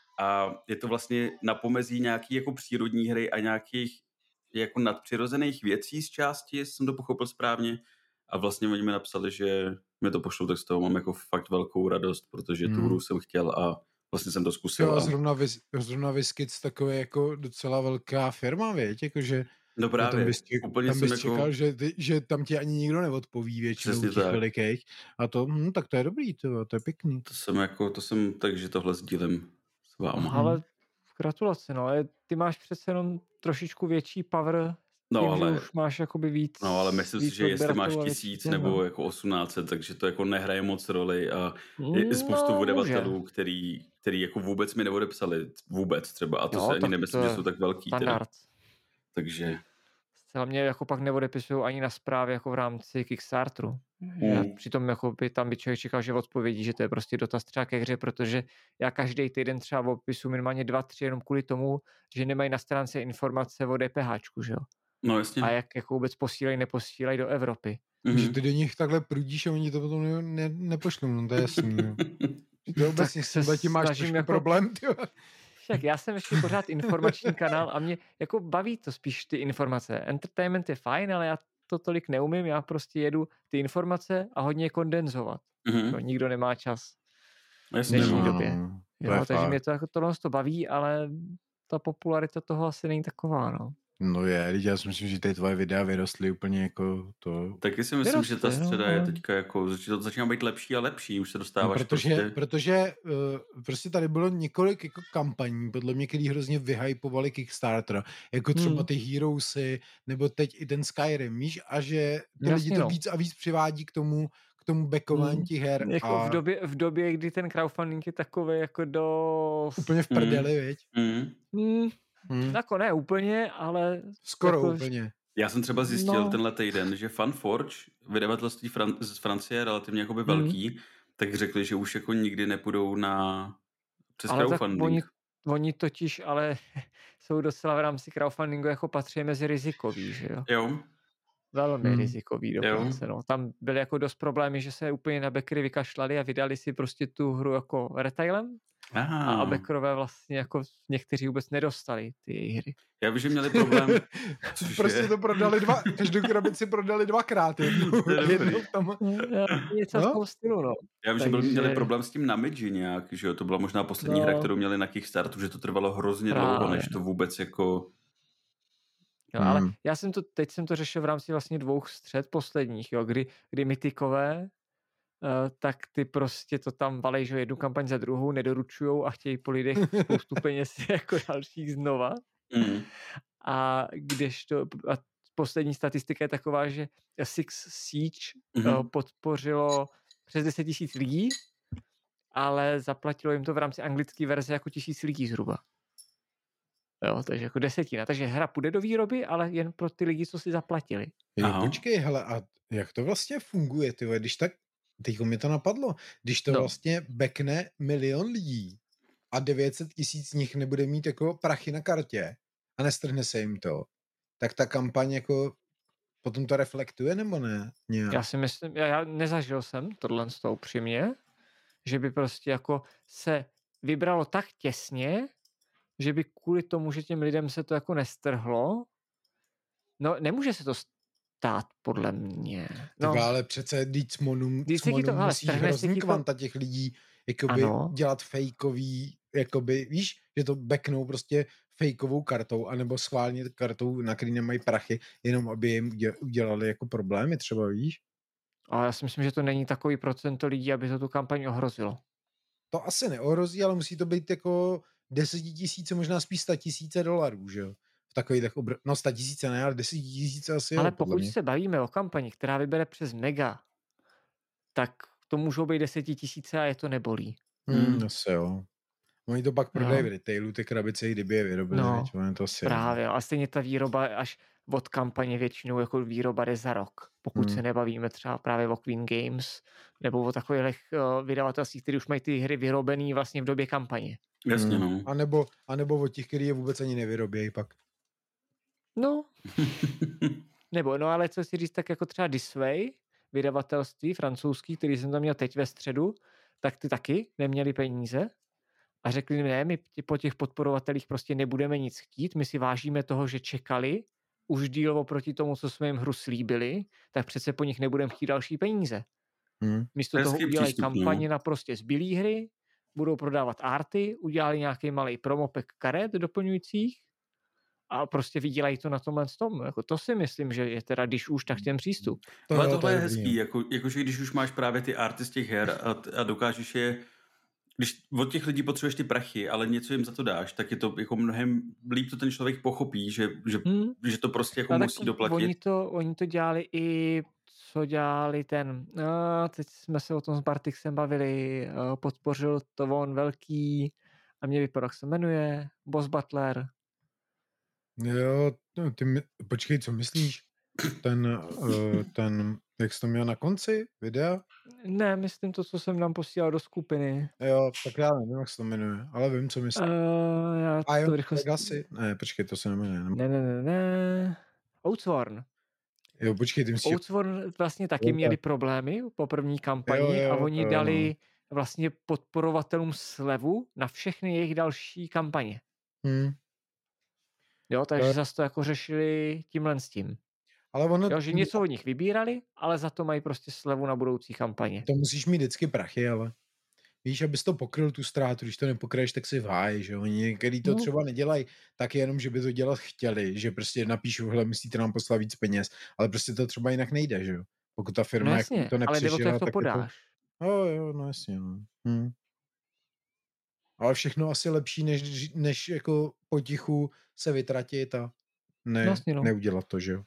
A je to vlastně na pomezí nějaký jako přírodní hry a nějakých jako nadpřirozených věcí z části, jestli jsem to pochopil správně. A vlastně oni mi napsali, že mi to pošlou, tak z toho mám jako fakt velkou radost, protože hmm. tu hru jsem chtěl a vlastně jsem to zkusil. Jo, a zrovna, zrovna WizKids takový jako docela velká firma, věď, jakože... No právě, tam bys, ček, úplně tam jsem bys jako... čekal, že, ty, že tam ti ani nikdo neodpoví většinou Přesně těch tak. velikých. A to, hm, tak to je dobrý, to, to je pěkný. To jsem jako, to jsem, takže tohle sdílím s váma. Ale gratulace, no. Ale ty máš přece jenom trošičku větší power No, tím, ale- že už máš jakoby víc No, ale myslím si, víc že jestli máš odběratelů a větší tisíc cen, nebo no. jako osmnáct set, takže to jako nehraje moc roli a je spoustu No, vydavatelů, který, který jako vůbec mi neodepsali, vůbec třeba, a to Jo, se ani tak nemyslím, to že je jsou tak velký teda. standard. Takže, Zcela mě jako pak neodepisují ani na zprávě jako v rámci Kickstarteru. Já Mm. přitom jako by tam by člověk čekal, že odpovědí, že to je prostě dotaz třeba ke hře, protože já každý týden třeba opisu minimálně dva, tři jenom kvůli tomu, že nemají na stránce informace o DPHčku, že jo. no jasně. A jak jako vůbec posílají, neposílají do Evropy. Mhm. Že ty do nich takhle prudíš a oni to potom ne, ne, nepošlou, no to je jasný. No. To obecně s se tímhle tím máš snažím trošku jako- problém, tyjo. Však já jsem ještě pořád informační kanál a mě jako baví to spíš ty informace. Entertainment je fajn, ale já to tolik neumím, já prostě jedu ty informace a hodně je kondenzovat. Mhm. To nikdo nemá čas. Jasně, dnešní no. době. No, to Jo, je takže fakt. mě to jako tohle to baví, ale ta popularita toho asi není taková, no. No je, teď já si myslím, že ty tvoje videa vyrostly úplně jako to. Taky si myslím, že ta Vyrostly, no, středa je ale- teďka jako, zač- začíná být lepší a lepší, už se No, dostáváš protože, prostě... protože uh, prostě tady bylo několik jako kampaní, podle mě, který hrozně vyhypovali Kickstarter, jako třeba Hmm. ty Heroesy, nebo teď i ten Skyrim, víš, a že ty Jasně, lidi to no. víc a víc přivádí k tomu, k tomu backování Hmm. těch her Jako a v době, v době, kdy ten crowdfunding je takový jako do... úplně v prdeli, viď? Mm. Hmm, Hmm. jako ne úplně, ale Skoro jako- úplně. Já jsem třeba zjistil No. tenhle týden, že Funforge, vydavatelství Fran- z Francie, relativně jakoby Mhm. velký, tak řekli, že už jako nikdy nepůjdou na přes ale tak crowdfunding. oni, oni totiž ale jsou docela v rámci crowdfundingu jako patří mezi rizikový, že jo? Jo, Velmi Hmm. rizikový dokonce, no. Tam byly jako dost problémy, že se úplně na backery vykašlali a vydali si prostě tu hru jako retailem aha. a backerové vlastně jako někteří vůbec nedostali ty její hry. Já vím, že měli problém. Což Prostě je- to prodali dva, každou krabici prodali dvakrát. Jednou, To je dobrý. jednou tam. Něco v No. tom stylu, no. Já vím, že byl, Takže- měli problém s tím na Midži nějak, že jo, to byla možná poslední No. hra, kterou měli na Kickstarteru, že to trvalo hrozně dlouho, Právě. než to vůbec jako... Jo, ale Hmm. já jsem to, teď jsem to řešil v rámci vlastně dvou střed posledních, jo, kdy, kdy mytikové, uh, tak ty prostě to tam valej, že jo, jednu kampaň za druhou, nedoručujou a chtějí po lidech spoustu peněz jako dalších znova. Mm. A kdežto, a poslední statistika je taková, že Six Siege Mhm. uh, podpořilo přes deset tisíc lidí, ale zaplatilo jim to v rámci anglické verze jako tisíc lidí zhruba. Jo, takže jako desetina. Takže hra půjde do výroby, ale jen pro ty lidi, co si zaplatili. Jo, Aha. počkej, hele, a jak to vlastně funguje, ty vole, když tak, teďko mi to napadlo, když to No. vlastně bekne milion lidí a devět set tisíc z nich nebude mít jako prachy na kartě a nestrhne se jim to, tak ta kampaň jako potom to reflektuje, nebo ne? Nějak. Já si myslím, já, já nezažil jsem tohle z toho upřímně, že by prostě jako se vybralo tak těsně, že by kvůli tomu, že těm lidem se to jako nestrhlo, no nemůže se to stát podle mě. No. No, Ale přece díc monum, Vždyť se ti to- hele, musí strhne se hrozný ti to- kvanta těch lidí jakoby Ano. dělat fejkový, jakoby, víš, že to beknou prostě fejkovou kartou, anebo schválně kartou, na který nemají prachy, jenom aby jim udě- udělali jako problémy třeba, víš? ale já si myslím, že to není takový procento lidí, aby to tu kampaň ohrozilo. To asi neohrozí, ale musí to být jako desetitisíce, možná spíš statisíce dolarů, že jo? V takových obr... No statisíce ne, ale desetitisíce asi Ale jo, podle pokud mě. se bavíme o kampani, která vybere přes mega, tak to můžou být desetitisíce a je to nebolí. Hmm, Hmm. asi jo. Oni to pak prodají No. v retailu, ty krabice, i kdyby je vyrobili, No, no, to asi jo. Právě, a stejně ta výroba až od kampaně většinou jako výroba jde za rok. Pokud Hmm. se nebavíme třeba právě o Queen Games nebo o takových uh, vydavatelství, které už mají ty hry vyrobené vlastně v době kampaně. Jasně, Hmm. no. A nebo, a nebo od těch, kteří je vůbec ani nevyrobějí pak. No, nebo, no ale co si říct, tak jako třeba Disway, vydavatelství francouzský, který jsem tam měl teď ve středu, tak ty taky neměli peníze a řekli, ne, my ti- po těch podporovatelích prostě nebudeme nic chtít, my si vážíme toho, že čekali už díl oproti tomu, co jsme jim hru slíbili, tak přece po nich nebudeme chtít další peníze. Hmm. Místo Hezký toho udělají přístup, no. kampaně na prostě zbylý hry, budou prodávat arty, udělali nějaký malý promopek karet doplňujících a prostě vydělají to na tomhle tom. Jako to si myslím, že je teda, když už, tak ten přístup. To Ale jo, tohle to je je hezký, dobrý. jako, jakože když už máš právě ty arty z těch her a, a dokážeš je, když od těch lidí potřebuješ ty prachy, ale něco jim za to dáš, tak je to jako mnohem líp to ten člověk pochopí, že, že, Hmm. že to prostě jako A tak musí doplatit. oni to, oni to dělali i, co dělali ten, no, teď jsme se o tom s Bartixem bavili, uh, podpořil to on velký, a mě vypadá, jak se jmenuje, Boss Butler. Jo, no, ty my, počkej, co myslíš? Ten, uh, ten, jak jsi to měl na konci videa? Ne, myslím to, co jsem nám posílal do skupiny. Jo, tak já nevím, jak se to jmenuje, ale vím, co myslíš. Uh, já to Ion rychle... Legacy? Ne, počkej, to se nemenuje. Ne, ne, ne, ne. Outsworn. Jo, počkej, ty myslíš... Outsworn vlastně taky Jo, měli problémy po první kampani Jo, jo, a oni to jo, dali vlastně podporovatelům slevu na všechny jejich další kampaně. Hmm. Jo, takže To- zase to jako řešili tímhle s tím. Ale ono, Jo, že něco od nich vybírali, ale za to mají prostě slevu na budoucí kampaně. to musíš mít vždycky prachy, ale víš, abys to pokryl tu ztrátu, když to nepokryješ, tak si v háji, že jo. Oni některý to No. třeba nedělají tak jenom, že by to dělat chtěli, že prostě napíšu, hele, myslíte nám poslat víc peněz, ale prostě to třeba jinak nejde, že jo. Pokud ta firma No jako jasně, to ale jde o to, nepřežila, jak to tak podáš. je to... Jo, jo, no jasně, no. Hm. Ale všechno asi lepší, než, než jako potichu se vytratit a ne, Vlastně, no. neudělat to, že jo.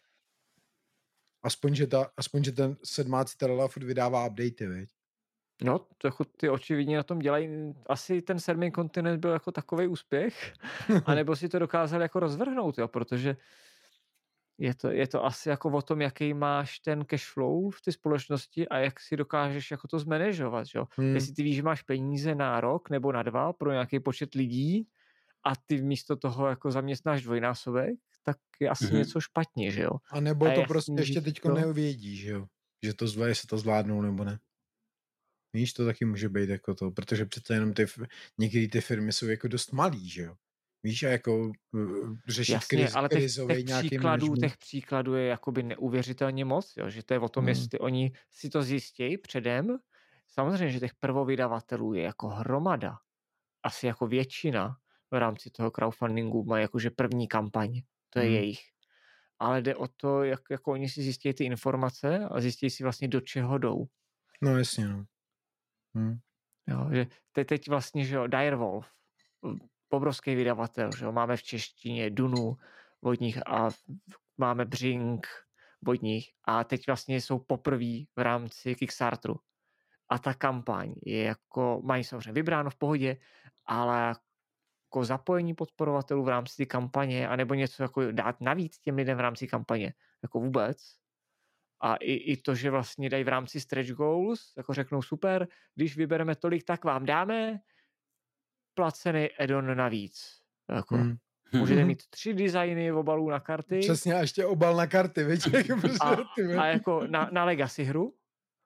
Aspoň, že, ta, aspoň, že ten sedmácí Terrala furt vydává updaty, viď? No, to jako ty očividně na tom dělají. Asi ten sedmý kontinent byl jako takovej úspěch, anebo si to dokázali jako rozvrhnout, jo, protože je to, je to asi jako o tom, jaký máš ten cash flow v té společnosti a jak si dokážeš jako to zmanéžovat, jo. Hmm. Jestli ty víš, že máš peníze na rok nebo na dva pro nějaký počet lidí a ty místo toho jako zaměstnáš dvojnásobek, tak je asi Mhm. něco špatně, že jo. A nebo A to jasný, prostě ještě že teďko to- neuvědí, že jo. Že to zvládne, jestli to zvládnou nebo ne. Víš, to taky může být jako to, protože přece jenom ty, některé ty firmy jsou jako dost malý, že jo. Víš, a jako uh, řešit Jasně, kriz, ale těch, krizový těch nějaký příkladů, management. těch příkladů je jakoby neuvěřitelně moc, jo? Že to je o tom, Hmm. jestli oni si to zjistějí předem. Samozřejmě, že těch prvovydavatelů je jako hromada. Asi jako většina v rámci toho crowdfundingu má jakože první kampaň. To je Hmm. jejich. Ale jde o to, jak jako oni si zjistějí ty informace a zjistějí si vlastně, do čeho jdou. No jasně, no. Hm. Jo, že te, teď vlastně, že jo, Direwolf, obrovský vydavatel, že jo, máme v češtině Dunu od nich a máme Břink od nich a teď vlastně jsou poprví v rámci Kickstarteru. A ta kampaň je jako, mají samozřejmě vybráno v pohodě, ale jako zapojení podporovatelů v rámci té kampaně, anebo něco jako dát navíc těm lidem v rámci kampaně, jako vůbec. A i, i to, že vlastně dají v rámci stretch goals, jako řeknou super, když vybereme tolik, tak vám dáme placený add-on navíc. Jako. Hm. Můžete mít tři designy obalů na karty Přesně, a ještě obal na karty, víš, jako prostě, a, ty vole. a jako na, na Legacy hru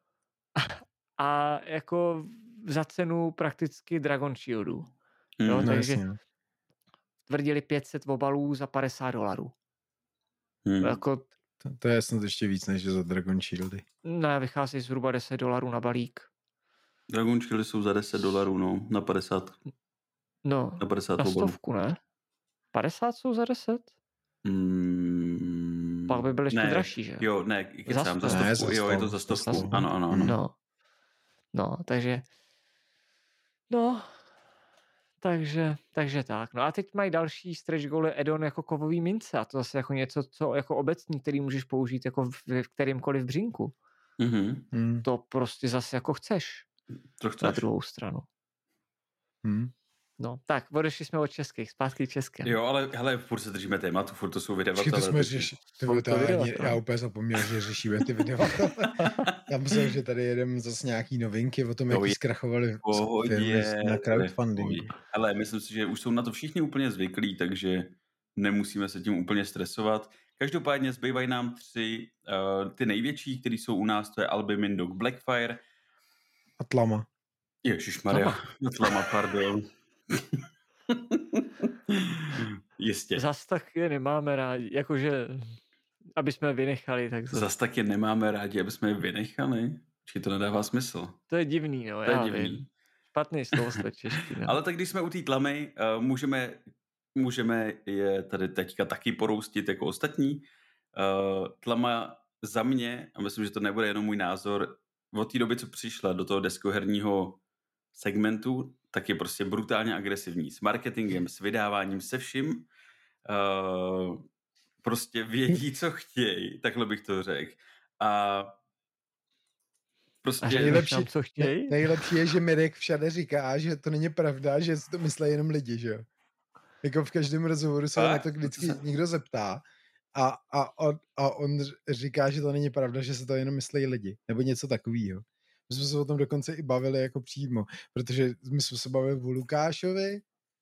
a jako za cenu prakticky Dragon Shieldu. Jo, Hmm. No takže jasně, no. tvrdili pět set obalů za padesát dolarů. Hmm. Jako, To, to je snad ještě víc, než za Dragon Shieldy. ne, vychází zhruba deset dolarů na balík. Dragon Shieldy jsou za deset dolarů, no, na padesát, No, na padesát na obalů. stovku, ne? padesát jsou za deset? Hmm. Pak by byly ještě ne, dražší, že? Jo, ne, kecám, za sto. stovku, Ne, za jo, je sto, to za za stovku, sto. ano, ano, ano. No. No, takže no, takže, takže tak. No a teď mají další stretch goaly add-on jako kovový mince a to zase jako něco, co jako obecní, který můžeš použít jako v, v kterýmkoliv břinku. Mhm. Hm. To prostě zase jako chceš To na chceš. druhou stranu. Hm. No, tak, odešli jsme od českých, zpátky k českým. Jo, ale hele, furt se držíme tématu, furt to jsou Počkej, vydavatelé. to jsme takže- řešili. Ty Jsou vole, to to ani, vydavatelé. já úplně zapomněl, že řešíme ty vydavatele. Já myslím, že tady jedeme zase nějaký novinky o tom, To jaký je zkrachovali v pohodě, firmy to je na v crowdfundingu. pohodě. Ale myslím si, že už jsou na to všichni úplně zvyklí, takže nemusíme se tím úplně stresovat. Každopádně zbývají nám tři, uh, ty největší, které jsou u nás, to je Albumin Dog Blackfire. A tlama. Ježišmarja, Tlama, pardon. Jistě. Zas tak je nemáme rádi, jakože, aby jsme je vynechali, tak zas, Zas tak je nemáme rádi, aby jsme je vynechali. Či to nedává smysl. to je divný, no, To je já divný. vím. Špatný slovo z češtiny. Ale tak když jsme u té tlamy, uh, můžeme můžeme je tady teďka taky poroustit jako ostatní. Uh, Tlama za mě, a myslím, že to nebude jenom můj názor, od té doby, co přišla do toho deskoherního segmentu, tak je prostě brutálně agresivní. S marketingem, s vydáváním, se vším. Uh, prostě vědí, co chtějí, takhle bych to řekl. A prostě... A nejlepší, tam, co chtějí? Nejlepší je, že Mirek všade říká, že to není pravda, že si to myslí jenom lidi, že jo? Jako v každém rozhovoru se na to vždycky to se... někdo zeptá a, a, on, a on říká, že to není pravda, že se to jenom myslí lidi, nebo něco takového. My jsme se o tom dokonce i bavili jako přímo, protože my jsme se bavili o Lukášovi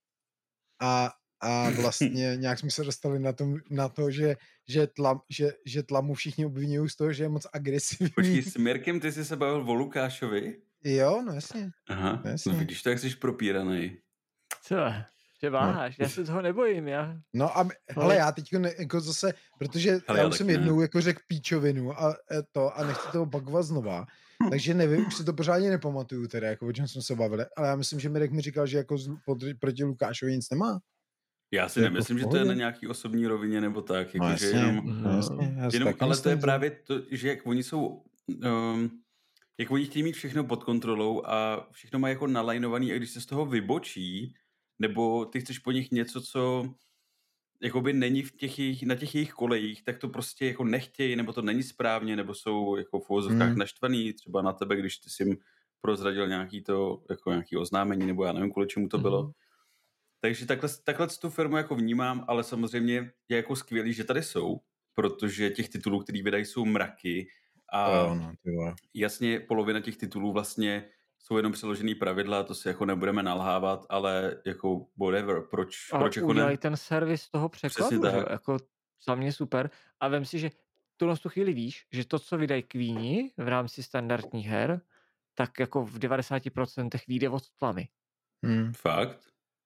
a, a vlastně nějak jsme se dostali na, tom, na to, že, že, tlam, že, že Tlamu všichni obvinují z toho, že je moc agresivní. Počkej, s Mirkem ty jsi se bavil o Lukášovi? Jo, no jasně. Aha, no jasně. No vidíš, to jak jsi propíranej. Co? Že váháš, no. Já se toho nebojím, já. No a my, hele, já teď jako zase, protože hele, já už jsem ne. jednou jako řekl píčovinu a to a nechci to opakovat znova, takže nevím, už si to pořádně nepamatuju teda, jako o čem jsme se bavili, ale já myslím, že Mirek mi říkal, že jako pod, proti Lukášovi nic nemá. Já si nemyslím, jako že to je na nějaký osobní rovině nebo tak, jako, no, jasně, že jenom, no, jasně, jenom ale myslím, to je právě to, že jak oni jsou, um, jak oni chtějí mít všechno pod kontrolou a všechno mají jako nalajnovaný a když se z toho vybočí, nebo ty chceš po nich něco, co jakoby není v těch jejich, na těch jejich kolejích, tak to prostě jako nechtějí, nebo to není správně, nebo jsou jako v uvozovkách hmm. naštvaný, třeba na tebe, když ty jsi jim prozradil nějaký to, jako nějaký oznámení, nebo já nevím, kvůli čemu to bylo. Hmm. Takže takhle, takhle tu firmu jako vnímám, ale samozřejmě je jako skvělý, že tady jsou, protože těch titulů, který vydají, jsou mraky a oh, no, jasně polovina těch titulů vlastně jsou jenom přeložený pravidla, to si jako nebudeme nalhávat, ale jako whatever, proč, ale proč jako udělají ne? ten servis toho překladu, že? Jako za mě super. A vem si, že tuhle tu chvíli víš, že to, co vydají Queeni v rámci standardních her, tak jako v devadesát procent vyjde od Tlamy. Hmm. Fakt?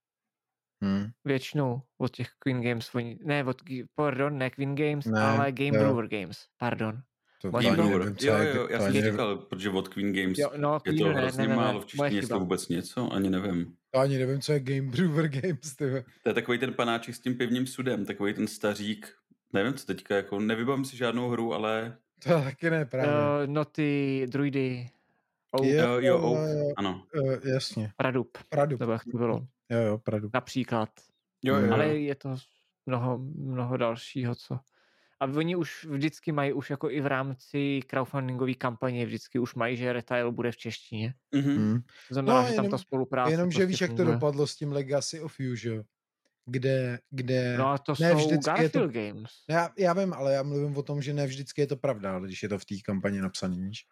Hmm. Většinou od těch Queen Games, ne, od, pardon, ne Queen Games, ne, ale Game jo. Brewer Games, pardon. To Game Brewer, jo, jo, já jsem říkal, protože od Queen Games jo, no, je to ne, hrozně ne, ne, málo, v češtině je to vůbec něco, ani nevím. To ani nevím, co je Game Brewer Games, tyhle. To je takový ten panáček s tím pivním sudem, takový ten stařík, nevím, co teďka, jako nevybavím si žádnou hru, ale... To taky ne, právě. Uh, no ty druidy... Oak. Jo, jo, Oak, ano. Uh, jasně. Pradup. Pradup. To jak to bylo. Jo, jo, Pradup. Například. Jo, jo. Ale je to mnoho, mnoho dalšího, co... A oni už vždycky mají, už jako i v rámci crowdfundingové kampaně, vždycky už mají, že retail bude v češtině. Mm-hmm. To znamená, no, že jenom, tam ta spolupráce... Jenom, že víš, jak to dopadlo s tím Legacy of You, že? Kde, kde... No a to ne, jsou Garfield to, Games. Já, já vím, ale já mluvím o tom, že ne vždycky je to pravda, ale když je to v té kampani napsaný, víš?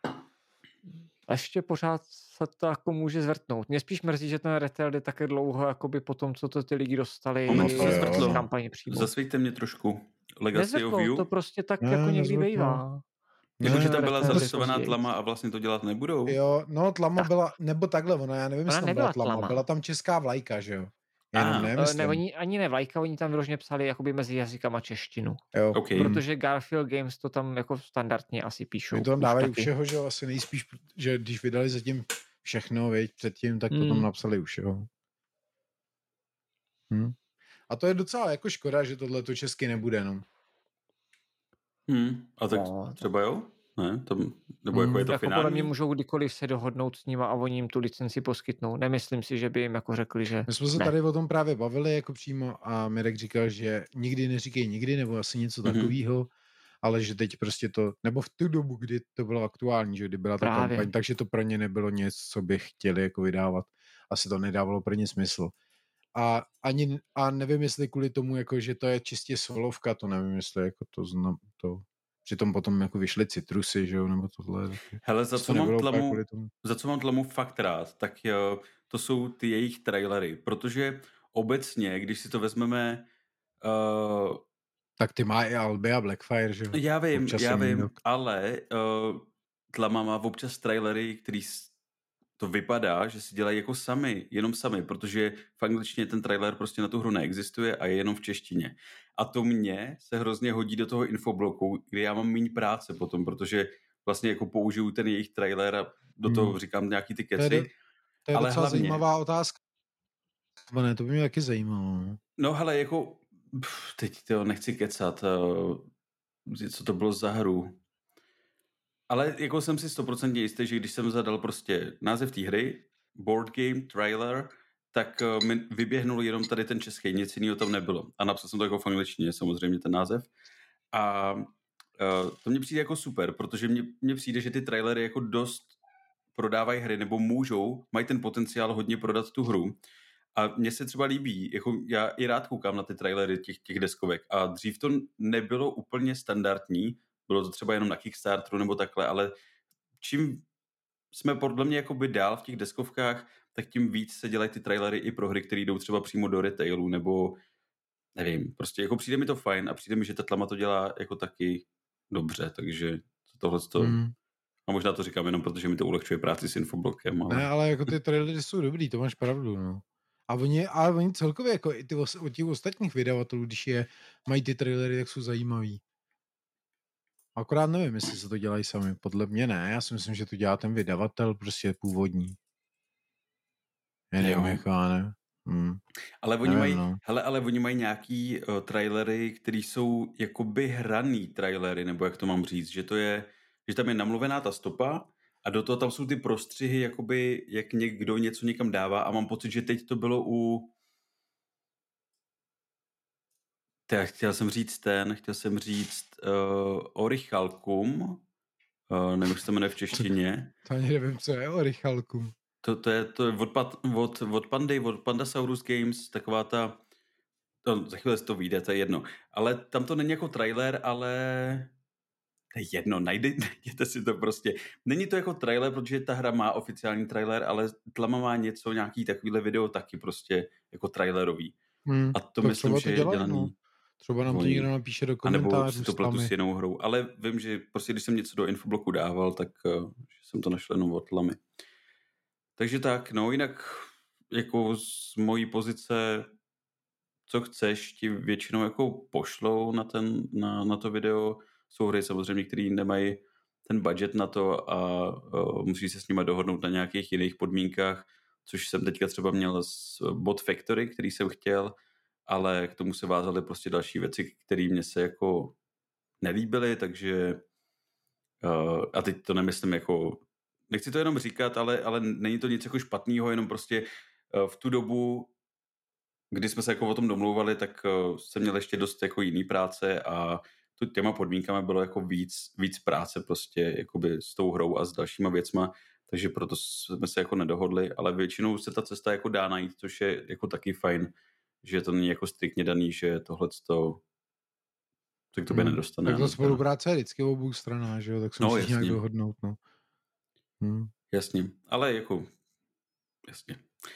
A ještě pořád se to jako může zvrtnout. Mě spíš mrzí, že ten retail je také dlouho, jakoby po tom, co to ty lidi dostali v kampani přímo. Zasvěďte mě trošku. Legacy of You. To prostě tak ne, jako někdy bývá. Jako, že tam byla zarysovaná Tlama a vlastně to dělat nebudou? Jo, no Tlama tak. byla, nebo takhle, ona, já nevím, jestli tam byla Tlama, tlama. Byla tam česká vlajka, že jo? Jenom ne, ne, oni ani ne vlajka, oni tam vyloženě psali jakoby mezi jazykama češtinu. Jo. Okay. Protože Garfield Games to tam jako standardně asi píšou. Oni to tam dávají všeho, že asi nejspíš, že když vydali zatím všechno, veď, předtím, tak to hmm. tam napsali už, jo. Hm. A to je docela jako škoda, že tohle to česky nebude, no. Hmm. A tak no. třeba jo? Ne? Tam, nebo jako hmm. je to jako finální? Podle mě můžou kdykoliv se dohodnout s nima a oni jim tu licenci poskytnou. Nemyslím si, že by jim jako řekli, že My jsme se ne. tady o tom právě bavili jako přímo a Mirek říkal, že nikdy neříkej nikdy, nebo asi něco mm-hmm. takového, ale že teď prostě to, nebo v tu dobu, kdy to bylo aktuální, že kdy byla ta právě. kampaň, takže to pro ně nebylo nic, co by chtěli jako vydávat. Asi to nedávalo pro ně smysl. A ani, a nevím, jestli kvůli tomu, jako, že to je čistě solovka, to nevím, jestli jako to znam, to přitom potom jako vyšly citrusy, že jo, nebo tohle. Hele, za co, mám tlamu, za co mám tlamu fakt rád, tak jo, to jsou ty jejich trailery, protože obecně, když si to vezmeme... Uh, tak ty má i Albi a Blackfire, že jo? Já vím, občas já vím, jinok. ale uh, tlama má občas trailery, který to vypadá, že si dělají jako sami, jenom sami, protože v angličtině ten trailer prostě na tu hru neexistuje a je jenom v češtině. A to mě se hrozně hodí do toho infobloku, kde já mám méně práce potom, protože vlastně jako použiju ten jejich trailer a do toho hmm. říkám nějaký ty keci. To je, to je ale docela hlavně, zajímavá otázka. Bo ne, to by mě taky zajímalo. No hele, jako, pff, teď to nechci kecat, uh, co to bylo za hru. Ale jako jsem si stoprocentně jistý, že když jsem zadal prostě název té hry, board game, trailer, tak uh, mi vyběhnul jenom tady ten český, nic jiného tam nebylo. A napsal jsem to jako v angličtině, samozřejmě ten název. A uh, to mně přijde jako super, protože mně, mně přijde, že ty trailery jako dost prodávají hry, nebo můžou, mají ten potenciál hodně prodat tu hru. A mně se třeba líbí, jako já i rád koukám na ty trailery těch, těch deskovek a dřív to nebylo úplně standardní, bylo to třeba jenom na Kickstarteru nebo takhle, ale čím jsme podle mě jakoby dál v těch deskovkách, tak tím víc se dělají ty trailery i pro hry, které jdou třeba přímo do retailu, nebo nevím, prostě jako přijde mi to fajn a přijde mi, že ta tlama to dělá jako taky dobře, takže tohle to... Hmm. A možná to říkám jenom, protože mi to ulehčuje práci s infoblokem. Ale... Ne, ale jako ty trailery jsou dobrý, to máš pravdu, no. A oni, ale oni celkově, jako i ty od těch ostatních vydavatelů, když je, mají ty trailery, tak jsou zajímavý. Akorát nevím, jestli se to dělají sami. Podle mě ne, já si myslím, že to dělá ten vydavatel prostě původní. Já nevím, jako já ne. Hmm. Ale oni nevím, mají, no. hele, ale oni mají nějaký uh, trailery, který jsou jakoby hraný trailery, nebo jak to mám říct, že to je, že tam je namluvená ta stopa a do toho tam jsou ty prostřihy, jakoby, jak někdo něco někam dává a mám pocit, že teď to bylo u... Tak chtěl jsem říct ten, chtěl jsem říct uh, Orichalcum, uh, nevím, jak se to jmenuje v češtině. To ani nevím, co je Orichalcum. To, to je, to je od, od, od Pandy, od Pandasaurus Games, taková ta, to, za chvíli to vyjde, to je jedno. Ale tam to není jako trailer, ale to je jedno, najde, najděte si to prostě. Není to jako trailer, protože ta hra má oficiální trailer, ale Tlama má něco, nějaký takovýhle video taky prostě jako trailerový. Hmm, a to, to myslím, že je dělaný. No. Třeba nám to někdo napíše do komentářů. A nebo si to pletu s jinou hrou. Ale vím, že prostě když jsem něco do infobloku dával, tak uh, že jsem to našel jenom od Tlamy. Takže tak, no jinak jako z mojí pozice, co chceš, ti většinou jako pošlou na, ten, na, na to video. Jsou hry samozřejmě, které nemají ten budget na to a uh, musí se s nimi dohodnout na nějakých jiných podmínkách, což jsem teďka třeba měl z Bot Factory, který jsem chtěl, ale k tomu se vázaly prostě další věci, které mě se jako nelíbily, takže uh, a teď to nemyslím jako nechci to jenom říkat, ale, ale není to nic jako špatného, jenom prostě uh, v tu dobu, kdy jsme se jako o tom domlouvali, tak uh, jsem měl ještě dost jako jiný práce a tu těma podmínkami bylo jako víc, víc práce prostě jakoby s tou hrou a s dalšíma věcma, takže proto jsme se jako nedohodli, ale většinou se ta cesta jako dá najít, což je jako taky fajn, že to není jako striktně daný, že tohleto se k tobě hmm. nedostane. Tak to spolupráce je vždycky v obou stranách, že jo, tak se no, musíš nějak dohodnout, no. Hmm. Jasně, ale jako jasně.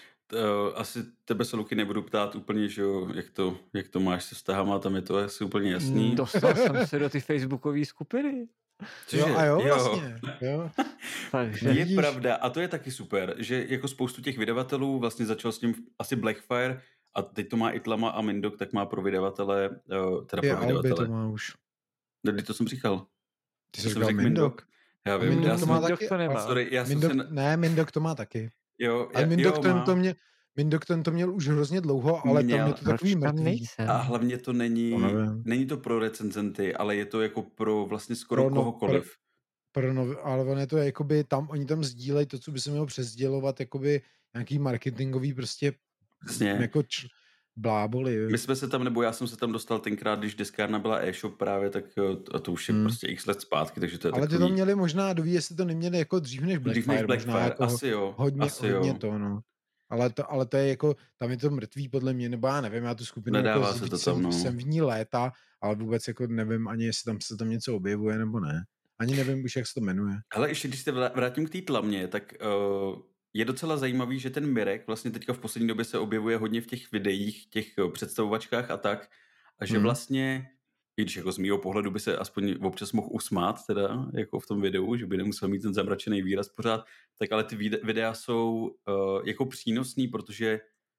To, asi tebe se, Luky, nebudu ptát úplně, že jo, jak to, jak to máš se vztahama, tam je to asi úplně jasný. Dostal jsem se do ty facebookové skupiny. Cože? Jo, a jo, jo. vlastně. Jo. Takže je vidíš. Pravda, a to je taky super, že jako spoustu těch vydavatelů vlastně začal s tím asi Blackfire a teď to má i Tlama a Mindok, tak má pro vydavatele, teda je, pro vydavatele. to má už. Kdy to jsem říkal? Ty jsi říkal Mindok. Mindok. Já vím, Mindok já to má jsem... taky. To nemá. Sorry, já Mindok, jsem se... Ne, Mindok to má taky. Jo, ale Mindok, jo, ten to mě, Mindok ten to měl už hrozně dlouho, ale měl, tam je to takový mrtvý. A hlavně to není, to není to pro recenzenty, ale je to jako pro vlastně skoro pro kohokoliv. Pro, pro no, ale on je to jakoby tam, oni tam sdílejí to, co by se mělo přesdělovat, jakoby nějaký marketingový prostě Přesně. jako č, bláboli. My jsme se tam, nebo já jsem se tam dostal tenkrát, když deskárna byla e-shop právě, tak a to už je hmm. prostě x let zpátky, takže to je ale takový... ty to měli možná, doví, jestli to neměli jako dřív než Blackfire. Dřív než Blackfire, jako asi jo. Hodně, asi hodně jo. to, no. Ale to, ale to je jako, tam je to mrtvý podle mě, nebo já nevím, já tu skupinu Nedává jako se to jsem, tam, no. jsem v ní léta, ale vůbec jako nevím ani, jestli tam se tam něco objevuje, nebo ne. Ani nevím už, jak se to jmenuje. Ale ještě, když se vrátím k té Tlamě, tak uh, je docela zajímavý, že ten Mirek vlastně teďka v poslední době se objevuje hodně v těch videích, těch představovačkách a tak, a že hmm. vlastně, i když jako z mýho pohledu by se aspoň občas mohl usmát, teda jako v tom videu, že by nemusel mít ten zamračený výraz pořád, tak ale ty videa jsou uh, jako přínosný, protože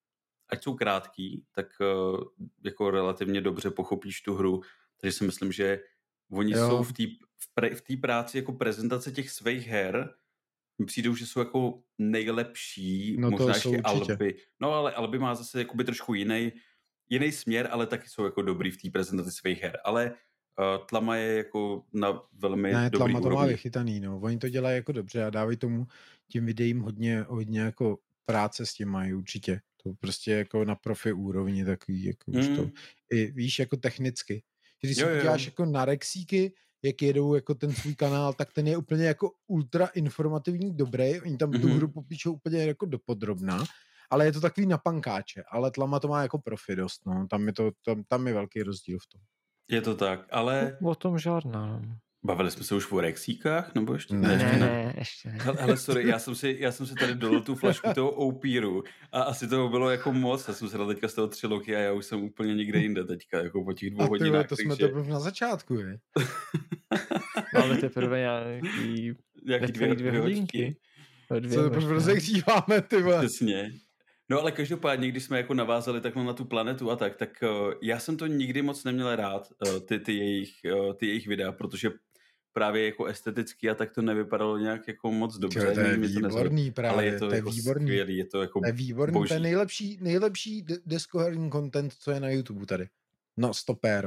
ať jsou krátký, tak uh, jako relativně dobře pochopíš tu hru, takže si myslím, že oni jo. jsou v té v v práci jako prezentace těch svých her mi přijdou, že jsou jako nejlepší, No to možná jsou ještě určitě. Alby. No ale Alby má zase jakoby trošku jiný, jiný směr, ale taky jsou jako dobrý v té prezentaci svých her. Ale uh, Tlama je jako na velmi Ne, dobrý Tlama to má úrovni. vychytaný, no. Oni to dělají jako dobře a dávají tomu tím videím hodně, hodně jako práce s tím mají určitě. To prostě jako na profi úrovni takový, jako už to. Mm. I víš, jako technicky. Když Jo, si jo. podíváš jako na Rexíky, jak jedou jako ten svůj kanál, tak ten je úplně jako ultra informativní, dobrý. Oni tam tu Mhm. hru popíšou úplně jako dopodrobná, ale je to takový na pankáče. Ale Tlama to má jako profi dost, no. Tam je to, tam, tam je velký rozdíl v tom. Je to tak, ale O tom žádná. bavili jsme se už o Rexíkách, nebo ještě? Ne, Ne, ještě ne, ne, ještě ne. Hele, hele, sorry, já jsem si, já jsem si tady dolil tu flašku toho Opíru a asi toho bylo jako moc, já jsem se dal teďka z toho tři loky a já už jsem úplně někde jinde teďka, jako po těch dvou A ty vole, hodinách, to jsme takže teprve na začátku, je? Máme teprve nějaký nějaký necelý dvě hoďky. hodinky. O dvě Co teprve možná. rozehříváme, ty vole. Přesně. No ale každopádně, když jsme jako navázali takhle na tu planetu a tak, tak uh, já jsem to nikdy moc neměl rád, uh, ty, ty, jejich, uh, ty jejich videa, protože právě jako esteticky a tak to nevypadalo nějak jako moc dobře. Tyjo, to je mě nezaujímalo. výborný právě, Ale je to, to je jako výborný. skvělý, je to jako To je výborný, boží. to je nejlepší, nejlepší de- deskoherní content, co je na YouTube tady. No, stopéro.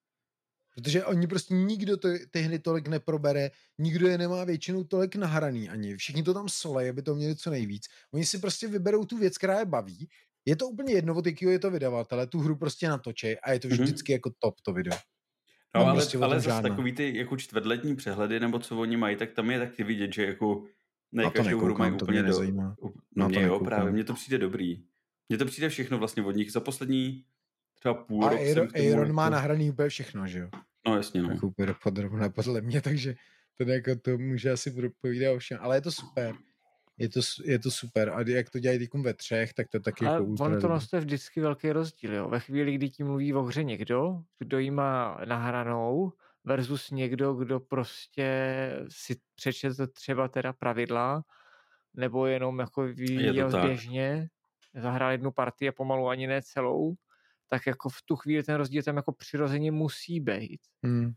Protože oni prostě nikdo to, ty hry tolik neprobere, nikdo je nemá většinou tolik nahraný ani. Všichni to tam solej, aby to měli co nejvíc. Oni si prostě vyberou tu věc, která je baví. Je to úplně jedno, od jakého je to vydavatele, tu hru prostě natočej a je to vždycky mm-hmm. jako top to video. No, Tam ale, prostě o ale tom zase žádná. takový ty jako čtvrtletní přehledy, nebo co oni mají, tak tam je taky vidět, že jako ne A to každou hru mají nekoukám, to úplně mě do... nezajímá. No, Na mě to jo, nekoukám. právě, mně to přijde dobrý. Mně to přijde všechno vlastně od nich. Za poslední třeba půl A rok Aaron, jsem k tomu Aaron má jako- nahraný úplně všechno, že jo? No jasně, no. Jako úplně podrobné podle mě, takže to, jako to může asi povídat o všem, ale je to super. Je to, je to super. A jak to dělají týkum ve třech, tak to taky Ale jako ultra on to dobrý. nás je vždycky velký rozdíl, jo. Ve chvíli, kdy ti mluví o hře někdo, kdo ji má nahranou, versus někdo, kdo prostě si přečetl třeba teda pravidla, nebo jenom jako vyvíjel tak. běžně, zahrál jednu partii a pomalu ani ne celou, tak jako v tu chvíli ten rozdíl tam jako přirozeně musí být. Hmm.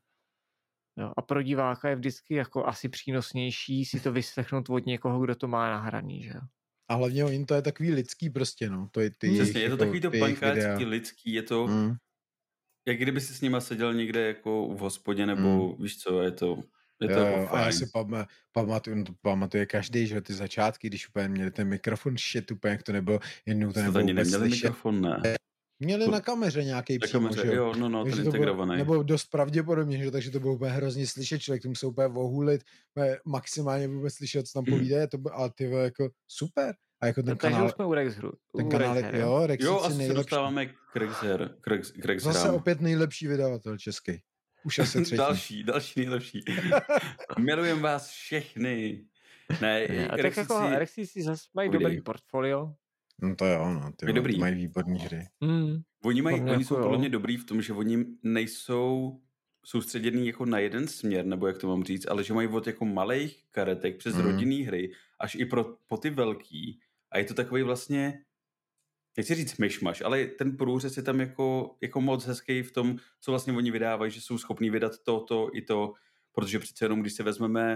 Jo, a pro diváka je vždycky jako asi přínosnější si to vyslechnout od někoho, kdo to má nahraný, že jo. A hlavně jim to je takový lidský prostě, no. To je ty Přesně, jejich, je to jako, takový to ty jejich videa. pankáčský, lidský, je to, Hmm. jak kdyby si s nima seděl někde jako v hospodě, nebo Hmm. víš co, je to, je to Jo, jako jo, a fajn. já si pam- pamatuju, no to pamatuje každý, že jo, ty začátky, když úplně měli ten mikrofon shit, úplně jak to nebylo, jednou to Jste nebylo ani vůbec neměli slyšet. mikrofon, ne? Měli To- na kameře nějaký Na přímo, kameře, že jo. jo, no, no, Takže ten to bylo, integrovaný. nebo dost pravděpodobně, že? Takže to bylo úplně hrozně slyšet, člověk to musel úplně ohulit, úplně maximálně vůbec slyšet, co tam Mhm. povídá, to bylo, ale ty vole, jako super. A jako ten No, takže kanál, už jsme u Rex hru. ten u kanál, Rex her, jo, Rex Jo, je asi se nejlepší. dostáváme k Rexher, k Rex, k Rex Zase hrám. opět nejlepší vydavatel český. Už asi třetí. Další, další nejlepší. Milujem vás všechny. Ne, Ne, a tak Rexy jako si- Rexy si zase mají Povídej. dobrý portfolio. No to jo, no, ty Je vole, dobrý. ty mají výborný hry. Hmm. Oni, mají, Podle mě oni jako jsou jo. podle mě dobrý v tom, že oni nejsou soustředěný jako na jeden směr, nebo jak to mám říct, ale že mají od jako malých karetek přes Mhm. rodinný hry až i pro, po ty velký. A je to takový vlastně, nechci říct myšmaš, ale ten průřez je tam jako, jako moc hezký v tom, co vlastně oni vydávají, že jsou schopní vydat to, to i to, protože přece jenom, když se vezmeme,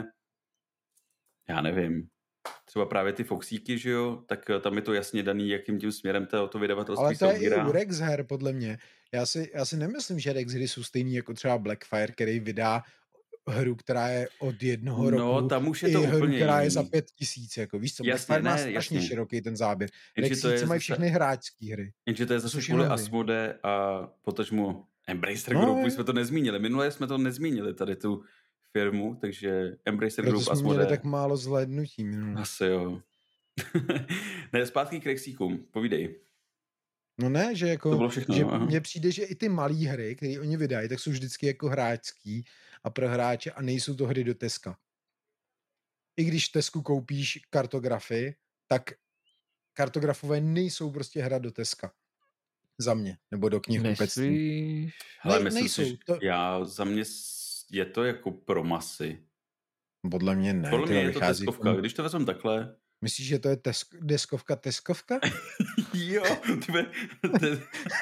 já nevím, třeba právě ty Foxíky, že jo, tak tam je to jasně daný, jakým tím směrem to, to vydavatelství Ale to se je i ubírá. u Rex her, podle mě. Já si, já si nemyslím, že Rex hry jsou stejný jako třeba Blackfire, který vydá hru, která je od jednoho No, roku, tam už je i to hru, úplně která je jiný. za pět tisíc, jako víš co, Jasně, Blackfire má ne, strašně jasně. široký ten záběr. Jenže to je Rexíci mají zase- všechny hráčský hry. Jenže to je zase Což kvůli je nový. Asmode a potažmu Embracer No, Group, je. už jsme to nezmínili. Minule jsme to nezmínili, tady tu firmu, takže Embracer Proto Group, jsme Asmode. měli tak málo zhlédnutí. minule. Asi jo. Ne, zpátky k Rexíkům, povídej. No ne, že jako, To bylo všechno, že no, aha. mně přijde, že i ty malé hry, které oni vydají, tak jsou vždycky jako hráčský a pro hráče a nejsou to hry do Teska. I když v Tesku koupíš kartografy, tak kartografové nejsou prostě hra do Teska. Za mě. Nebo do knihkupectví. Myslíš? Ale Ne, myslím nejsou, si, že to- já za mě s- je to jako pro masy. Podle mě ne. Podle ty mě vole, je to vychází teskovka. k- Když to vezmem takhle, Myslíš, že to je tesk, deskovka, teskovka? jo, tebe, te,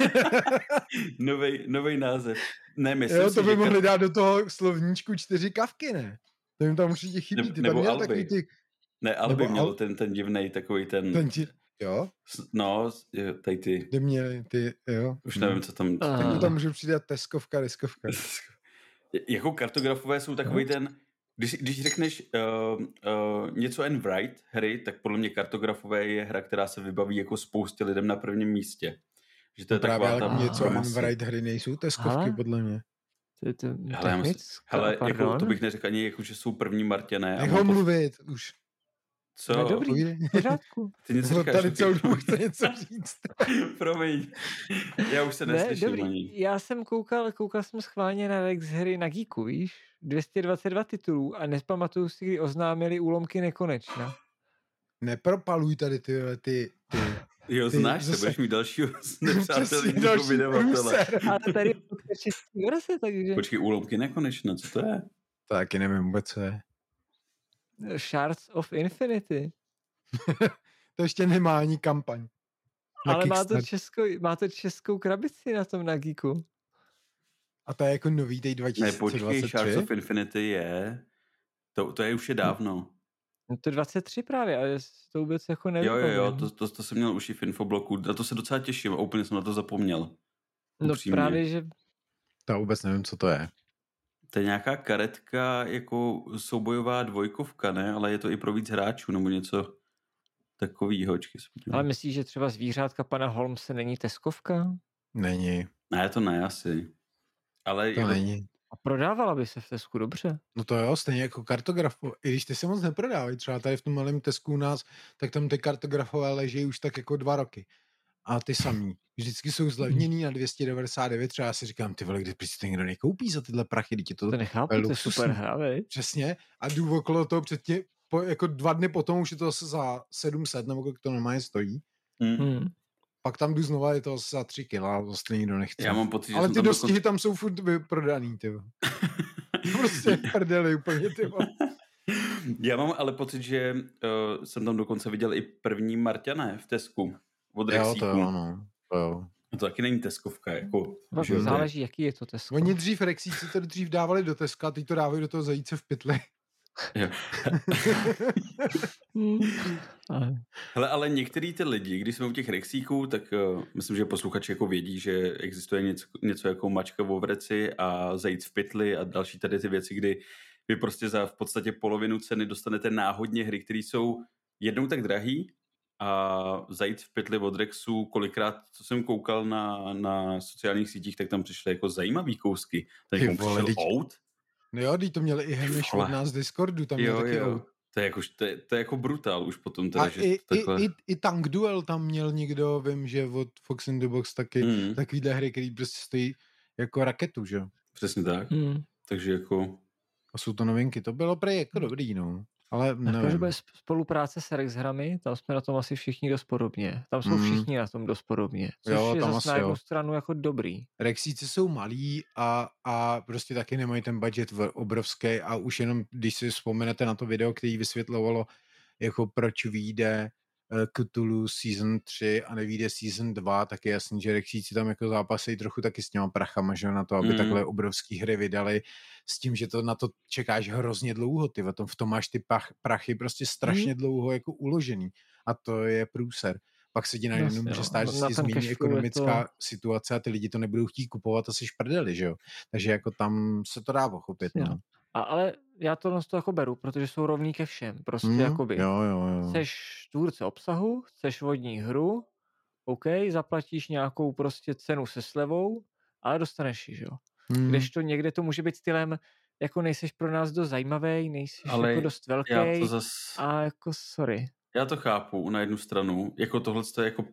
novej, novej název. Ne, myslím Jo, si, to by že mohli dát do toho slovníčku čtyři kavky, ne? To jim tam určitě chybí. Nebo- Ty nebo tam měl Alby. takový ty... Ne, ale Nebo by mělo al- ten, ten divnej takový ten... Ten ti, jo? s- No, s- jo, tady ty... Ty mě, ty, jo. Už nevím, co tam... Co Ah. tam To tam můžu přidat teskovka, deskovka. Jako kartografové jsou takový ten... Když, když řekneš uh, uh, něco and write hry, tak podle mě kartografové je hra, která se vybaví jako spoustě lidem na prvním místě. Že to je To právě taková ale ta něco pro and masy. write hry nejsou teskovky, Hele. podle mě. To je to Hele, já myslím- technická, Hele, jako, pardon. to bych neřekl ani, jako, že jsou první Marťané. a Nech mám ho pocit- mluvit už. Co? No, dobrý. Povídej. V pořádku. Ty něco On říkáš? tady taky? celou dobu chce něco říct. Promiň. Já už se Ne, neslyším dobrý. ani. Já jsem koukal, koukal jsem schválně na Lex hry na Geeku, víš? dvě stě dvacet dva titulů a nespamatuju si, kdy oznámili úlomky nekonečna. Nepropaluj tady ty, ty, ty. Jo, Ty znáš se, zase- budeš mít dalšího Přesně nepřátelího další vydavatele. průser. Ale tady je podcast český verze, takže... Počkej, úlomky nekonečné, co to je? Taky nevím vůbec, co je. Shards of Infinity. To ještě nemá ani kampaň. Na Ale má to, Kickstarter. českou, má to českou krabici na tom na Geeku. A to je jako nový teď Ne, počkej, Shards dvacet tři. of Infinity je... To, to je už je dávno. No to dvacet tři právě, ale to vůbec jako nevím. Jo, jo, jo, to, to, to jsem měl už i v infobloku. Na to se docela těším a úplně jsem na to zapomněl. No upřímně. právě, že To vůbec nevím, co to je. To je nějaká karetka jako soubojová dvojkovka, ne? Ale je to i pro víc hráčů nebo něco takovýho. Očky, ale myslíš, že třeba zvířátka pana Holmese není teskovka? Není. Ne, to ne asi. Ale To jako, není. A prodávala by se v Tesku dobře. No to jo, stejně jako kartografo. I když ty se moc neprodávají, třeba tady v tom malém Tesku u nás, tak tam ty kartografové leží už tak jako dva roky. A ty samý. Vždycky jsou zlevněný na dvě stě devadesát devět, třeba já si říkám, ty vole, když si to někdo nekoupí za tyhle prachy, teď je to, To nechápu, to je luxusní. super hra, viď? Přesně. A jdu okolo toho před tě, po, jako dva dny potom už je to zase za sedm set, nebo kolik to normálně stojí. hm. Hmm. Pak tam jdu znova, je to zase za tři kila, a zase nikdo nechce. Já mám pocit, že Ale jsem ty tam dostihy dokonce... tam jsou furt vyprodaný, ty vole. Prostě prdeli úplně, ty vole. Já mám ale pocit, že uh, jsem tam dokonce viděl i první Marťané v Tesku. Od Jo, Rexíku. to jo, no. To jo. A to taky není Teskovka, jako... Fakt že jo, to je- záleží, jaký je to Tesko. Oni dřív Rexíci to dřív dávali do Teska, teď to dávají do toho zajíce v pytli. Jo. Hmm. Ale- Hele, ale některý ty lidi, když jsme u těch Rexíků, tak uh, myslím, že posluchači jako vědí, že existuje něco, něco jako mačka v ovreci a zajíc v pytli a další tady ty věci, kdy vy prostě za v podstatě polovinu ceny dostanete náhodně hry, které jsou jednou tak drahý a zajíc v pytli od Rexu, kolikrát, co jsem koukal na, na sociálních sítích, tak tam přišly jako zajímavý kousky. Tak Ty mu vole, přišel teď- out. No jo, teď to měli i Hemiš Vole. od nás z Discordu, tam měl Jo, taky jo. out. To je, jako, to, je, to je jako brutál už potom. Teda, A že i, to i, takhle... i, i Tank Duel tam měl někdo, vím, že od Fox in the Box taky Mm, takovýhle hry, který prostě stojí jako raketu, že jo. přesně tak. Hmm. Takže jako... A jsou to novinky, to bylo prej jako dobrý, no. Ale Jakože nevím. bude sp- spolupráce s Rex hrami, tam jsme na tom asi všichni dost podobně. Tam jsou Mhm. všichni na tom dost podobně. Což Jo, je tam zase asi na jednu jo. stranu jako dobrý. Rexíci jsou malí a, a prostě taky nemají ten budget v- obrovský a už jenom, když si vzpomenete na to video, který vysvětlovalo, jako proč vyjde eh, Cthulhu Season tři a nevyjde Season dva, tak je jasný, že Rexíci tam jako zápasejí trochu taky s těma prachama, že jo, na to, aby Mm. mm. takhle obrovský hry vydali s tím, že to na to čekáš hrozně dlouho, ty v tom, v tom máš ty pach, prachy prostě strašně Mm. dlouho jako uložený a to je průser. Pak se ti najednou Jasně, může no. stát, že se Na ti ten změní cashflow je ekonomická to- situace a ty lidi to nebudou chtít kupovat a jsi prdeli, že jo. Takže jako tam se to dá pochopit, Jo. no. A, ale já to to jako beru, protože jsou rovný ke všem. Prostě Mm, jakoby jo, jo, jo. chceš tvůrce obsahu, chceš vodní hru, OK, zaplatíš nějakou prostě cenu se slevou, ale dostaneš ji, že jo. Mm. Kdežto někde to může být stylem, jako nejseš pro nás dost zajímavý, nejseš Ale jako dost velký Já to zas... a jako sorry. Já to chápu na jednu stranu. Jako tohle je jako...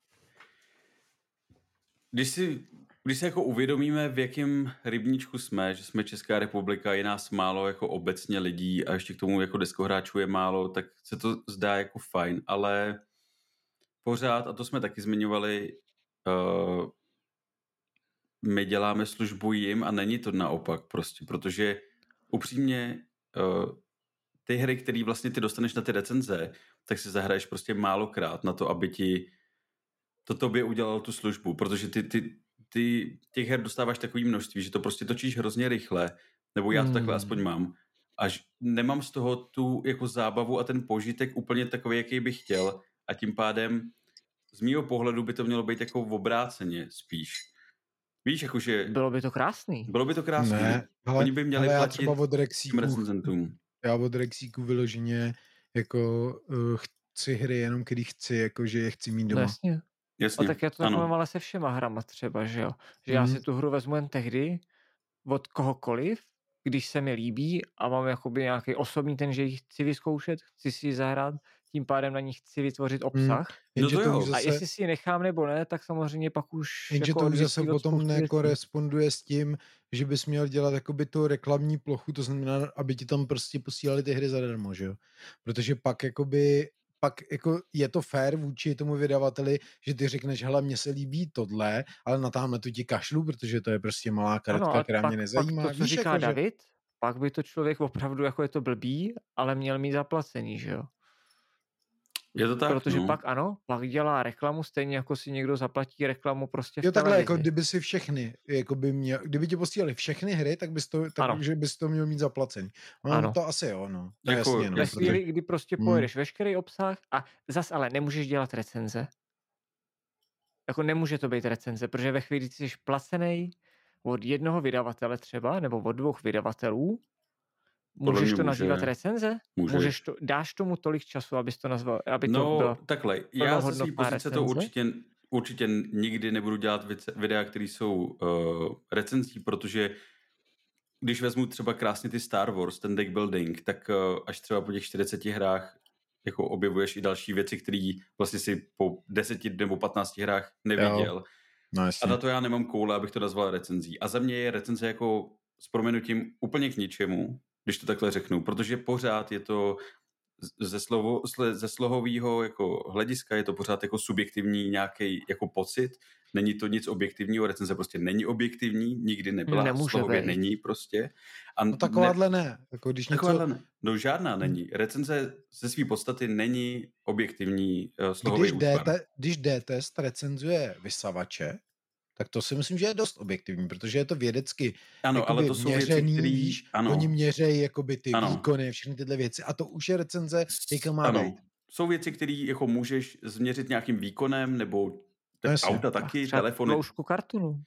Když si, když si jako uvědomíme, v jakém rybníčku jsme, že jsme Česká republika, je nás málo jako obecně lidí a ještě k tomu jako deskohráčů je málo, tak se to zdá jako fajn, ale pořád, a to jsme taky zmiňovali, uh, my děláme službu jim a není to naopak prostě, protože upřímně uh, ty hry, které vlastně ty dostaneš na ty recenze, tak si zahraješ prostě málokrát na to, aby ti to tobě udělalo tu službu, protože ty, ty, ty těch her dostáváš takový množství, že to prostě točíš hrozně rychle, nebo já to Hmm. takhle aspoň mám. až nemám z toho tu jako zábavu a ten požitek úplně takový, jaký bych chtěl a tím pádem z mýho pohledu by to mělo být jako v obráceně spíš. Víš, jakože... Bylo by to krásný. Bylo by to krásný. Ne, ale, Oni by měli ale já platit třeba od tím Rexíku, recenzentům. já od Rexíku vyloženě jako uh, chci hry jenom, když chci, jakože je chci mít No doma. jasně. Jasně, A tak já to ano. takhle mám ale se všema hrama třeba, že jo. Že Mhm. já si tu hru vezmu jen tehdy od kohokoliv, když se mi líbí a mám jakoby nějaký osobní ten, že ji chci vyzkoušet, chci si ji zahrát, tím pádem na ní chci vytvořit obsah. Jenže No to to jo. už A zase, jestli si ji nechám nebo ne, tak samozřejmě pak už jenže jako to už odvisí zase od potom spousty věcí. nekoresponduje s tím, že bys měl dělat jakoby tu reklamní plochu, to znamená, aby ti tam prostě posílali ty hry zadarmo, že jo. Protože pak jakoby pak jako je to fair vůči tomu vydavateli, že ty řekneš, hele, mně se líbí tohle, ale na tamhle tu ti kašlu, protože to je prostě malá karetka, Ano, ale která pak, mě nezajímá. pak to, co Víš, říká jako, že... David, pak by to člověk opravdu, jako je to blbý, ale měl mít zaplacený, že jo. Je to tak, Protože no. pak ano, pak dělá reklamu, stejně jako si někdo zaplatí reklamu prostě v Jo, takhle, televizi. jako kdyby si všechny, jako by měl, kdyby ti posílali všechny hry, tak bys to, tak, Ano. že bys to měl mít zaplacený. No, Ano. to asi jo, no. No, Jako- jasně, no. Ve jasně. chvíli, kdy prostě Hmm. pojedeš veškerý obsah a zas ale nemůžeš dělat recenze. Jako nemůže to být recenze, protože ve chvíli, kdy jsi placený od jednoho vydavatele třeba, nebo od dvou vydavatelů, Podle můžeš mě to může. nazývat recenze? Můžeš. Můžeš to, dáš tomu tolik času, abys to nazval, aby to No, bylo... takhle. Já ze plnohodnotná své pozice to recenze? určitě, určitě nikdy nebudu dělat vice- videa, které jsou uh, recenzí, protože když vezmu třeba krásně ty Star Wars, ten deck building, tak uh, až třeba po těch čtyřiceti hrách jako objevuješ i další věci, které vlastně si po deseti nebo patnácti hrách neviděl. Jo. No, A jasně. na to já nemám koule, abych to nazval recenzí. A za mě je recenze jako s proměnutím úplně k ničemu, když to takhle řeknu, protože pořád je to ze, slovo, ze slohového jako hlediska je to pořád jako subjektivní nějaký jako pocit. Není to nic objektivního, recenze prostě není objektivní, nikdy nebyla, Nemůže slohově být. není prostě. A No takováhle ne. Jako když něco... Takováhle ne. No žádná není. Recenze ze své podstaty není objektivní uh, slohový Když, útvar. D-te, když D-test recenzuje vysavače, tak to si myslím, že je dost objektivní, protože je to vědecky Ano, jakoby ale to jsou věci, měřený, které... víš, Ano, oni měřejí jakoby ty Ano. výkony, všechny tyhle věci a to už je recenze, jaká má ano. být. Jsou věci, které jako můžeš změřit nějakým výkonem, nebo No jasně. auta taky, Třeba telefony. tloušku kartonu.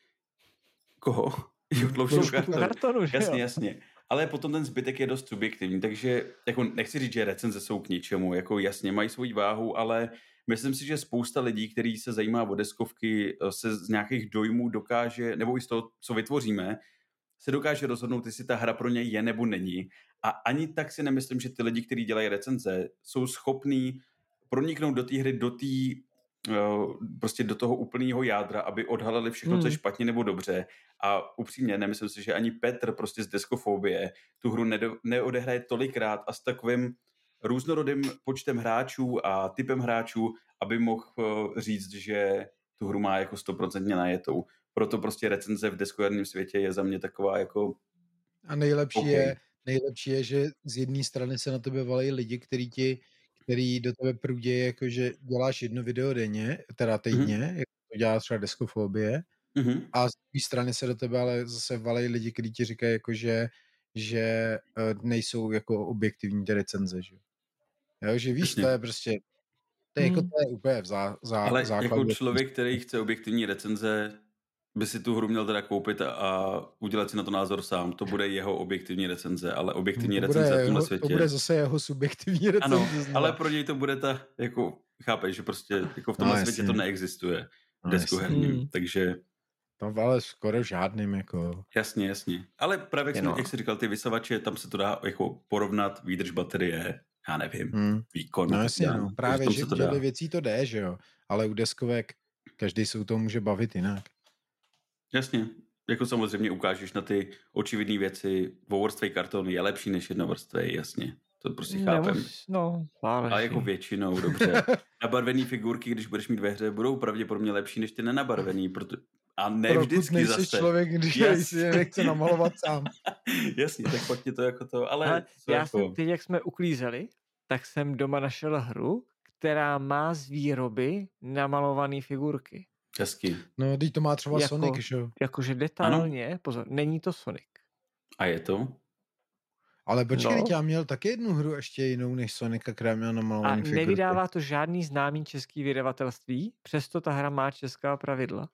Koho? Jo, tloušťku Tloušku kartonu. kartonu, že Jasně, jo? jasně. Ale potom ten zbytek je dost subjektivní, takže jako nechci říct, že recenze jsou k ničemu, jako jasně mají svoji váhu, ale myslím si, že spousta lidí, kteří se zajímá o deskovky, se z nějakých dojmů dokáže, nebo i z toho, co vytvoříme, se dokáže rozhodnout, jestli ta hra pro něj je nebo není. A ani tak si nemyslím, že ty lidi, kteří dělají recenze, jsou schopní proniknout do té hry, do té uh, prostě do toho úplného jádra, aby odhalili všechno, co je Hmm. špatně nebo dobře. A upřímně, nemyslím si, že ani Petr prostě z deskofobie tu hru nedo, neodehraje tolikrát a s takovým různorodým počtem hráčů a typem hráčů, aby mohl uh, říct, že tu hru má jako stoprocentně najetou. Proto prostě recenze v deskoherním světě je za mě taková jako... A nejlepší, OK. je, nejlepší je, že z jedné strany se na tebe valejí lidi, který ti, který do tebe průdějí, jakože děláš jedno video denně, teda týdně, mm-hmm. jako to dělá třeba deskofobie, Mm-hmm. a z druhé strany se do tebe ale zase valejí lidi, kteří ti říkají, jakože, že uh, nejsou jako objektivní ty recenze, že jo, že víš, Jasně. to je prostě, to je, jako, Hmm. to je úplně v zá, zá, Ale základu. jako člověk, který chce objektivní recenze, by si tu hru měl teda koupit a, a udělat si na to názor sám. To bude jeho objektivní recenze, ale objektivní to recenze bude, v tomhle jeho, světě... to bude zase jeho subjektivní recenze. Ano, znova. ale pro něj to bude ta, jako, chápeš, že prostě jako v tomhle No, světě jasně. to neexistuje. No, Deskoherním, jasně. takže To ale skoro žádným, jako... jasně, jasně. Ale právě, jak, Jenom. jsem, jak jsi říkal, ty vysavače, tam se to dá jako porovnat, výdrž baterie, já nevím, Hmm. výkon. No a tak jasně, dále. no. Takže Právě, tam že, se to že dá. do věcí to jde, že jo. Ale u deskovek každý se u toho může bavit jinak. Jasně. Jako samozřejmě ukážeš na ty očividné věci, dvouvrstvý karton je lepší než jednovrstvý, jasně. To prostě chápem. Nemus, no, záleží. A jako většinou, dobře. Nabarvený figurky, když budeš mít ve hře, budou pravděpodobně lepší než ty nenabarvený. Proto... A ne Pokud vždycky nejsi zase. člověk, když Yes. si je nechce namalovat sám. Jasně, tak pak je to jako to, ale... Ale co já jako... jsem teď, jak jsme uklízeli, tak jsem doma našel hru, která má z výroby namalované figurky. Hezky. No, teď to má třeba Jako- Sonic, že jo. Jakože detailně, pozor, není to Sonic. A je to? Ale počkej, No. no. já měl taky jednu hru ještě jinou než Sonika, která měla A namalovaný figurky. nevydává to žádný známý český vydavatelství, přesto ta hra má česká pravidla.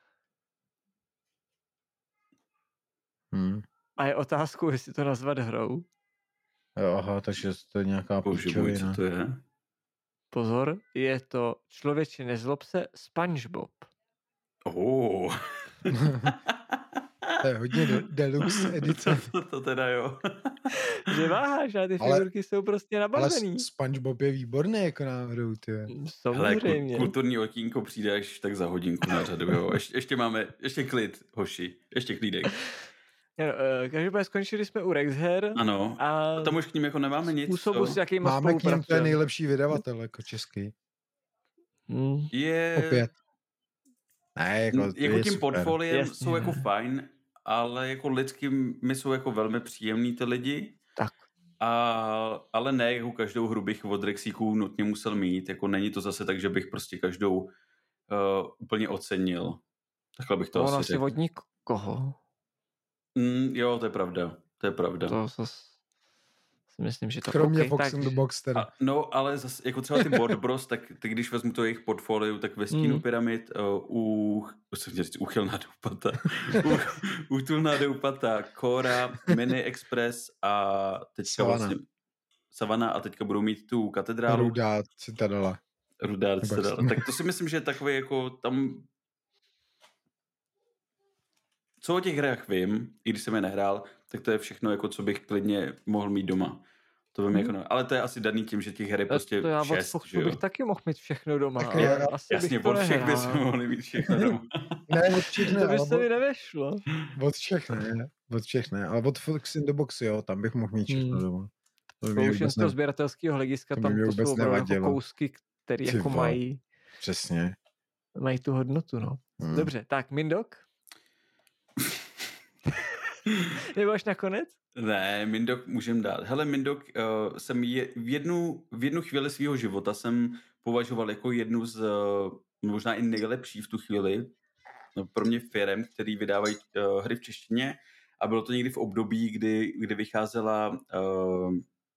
Hmm. A je otázkou, jestli to nazvat hrou. Jo, aha, takže to je nějaká Bože můj, co píčovina. to je? Pozor, je to Člověče nezlob se SpongeBob. Oh. To je hodně de- deluxe edice. to, to, to teda jo. Že váháš, a ty Ale- figurky jsou prostě Ale nabavený. SpongeBob je výborný jako náhodou, ty. Hele, Samozřejmě. ku- kulturní okýnko přijde až tak za hodinku na řadu, jo. Ještě, ještě máme, ještě klid, hoši, ještě klídek. Ano, uh, každopádně skončili jsme u Rexher. Ano, A a tam už k ním jako nemáme nic, způsobu, co? s jakým Máme k něm, to je spolupracujeme. nejlepší vydavatel, jako český. Hmm. Je... Opět. Ne, jako, N- to jako je tím super. portfoliem Jasně. jsou jako fajn, ale jako lidsky mi jsou jako velmi příjemný ty lidi. Tak. A, ale ne, jako každou hru bych od Rexíků nutně musel mít. Jako není to zase tak, že bych prostě každou uh, úplně ocenil. Takhle bych to To asi asi řekl. od nikoho. Mm, jo, to je pravda. To je pravda. To zas si myslím, že to Kromě OK, Fox tak- in the Box teda. A, no, ale zase, jako třeba ty Board Bros, tak ty, když vezmu to jejich portfolio, tak ve Stínu Mm. pyramid uh, u, co chtěl říct, uchylná doupata, u, útulná doupata, Kora, Mini Express a teďka Savana. vlastně Savana a teďka budou mít tu katedrálu. Rudá Citadela. Rudá Nebo jak Citadela. se to- Tak to si myslím, že je takový jako tam... Co o těch hrách vím, i když jsem je nehrál, tak to je všechno, jako co bych klidně mohl mít doma. To vím Hmm. jako, no, ale to je asi daný tím, že těch her je prostě to já od šest, že Foxu jo? bych taky mohl mít všechno doma, Tak ale jo, asi Jasně, bych to od všech nehrál. bychom mohli mít všechno doma. Ne, od všech ne, To by ale se mi od, nevešlo. od všech ne. Od všech ne, ale od Fox in the Box, jo, tam bych mohl mít všechno Hmm. doma. To by To mě už jen vůbec z toho ne... sběratelského hlediska, to by tam mě to vůbec jsou opravdu jako nevadilo. kousky, které Ty jako vole. mají, Přesně. mají tu hodnotu, no. Hmm. Dobře, tak Mindok? Nebo až nakonec? Ne, Mindok můžem dát. Hele, Mindok uh, jsem je, v, jednu, v jednu chvíli svého života jsem považoval jako jednu z, uh, možná i nejlepší v tu chvíli, no, pro mě firem, který vydávají uh, hry v češtině, a bylo to někdy v období, kdy, kdy vycházela uh,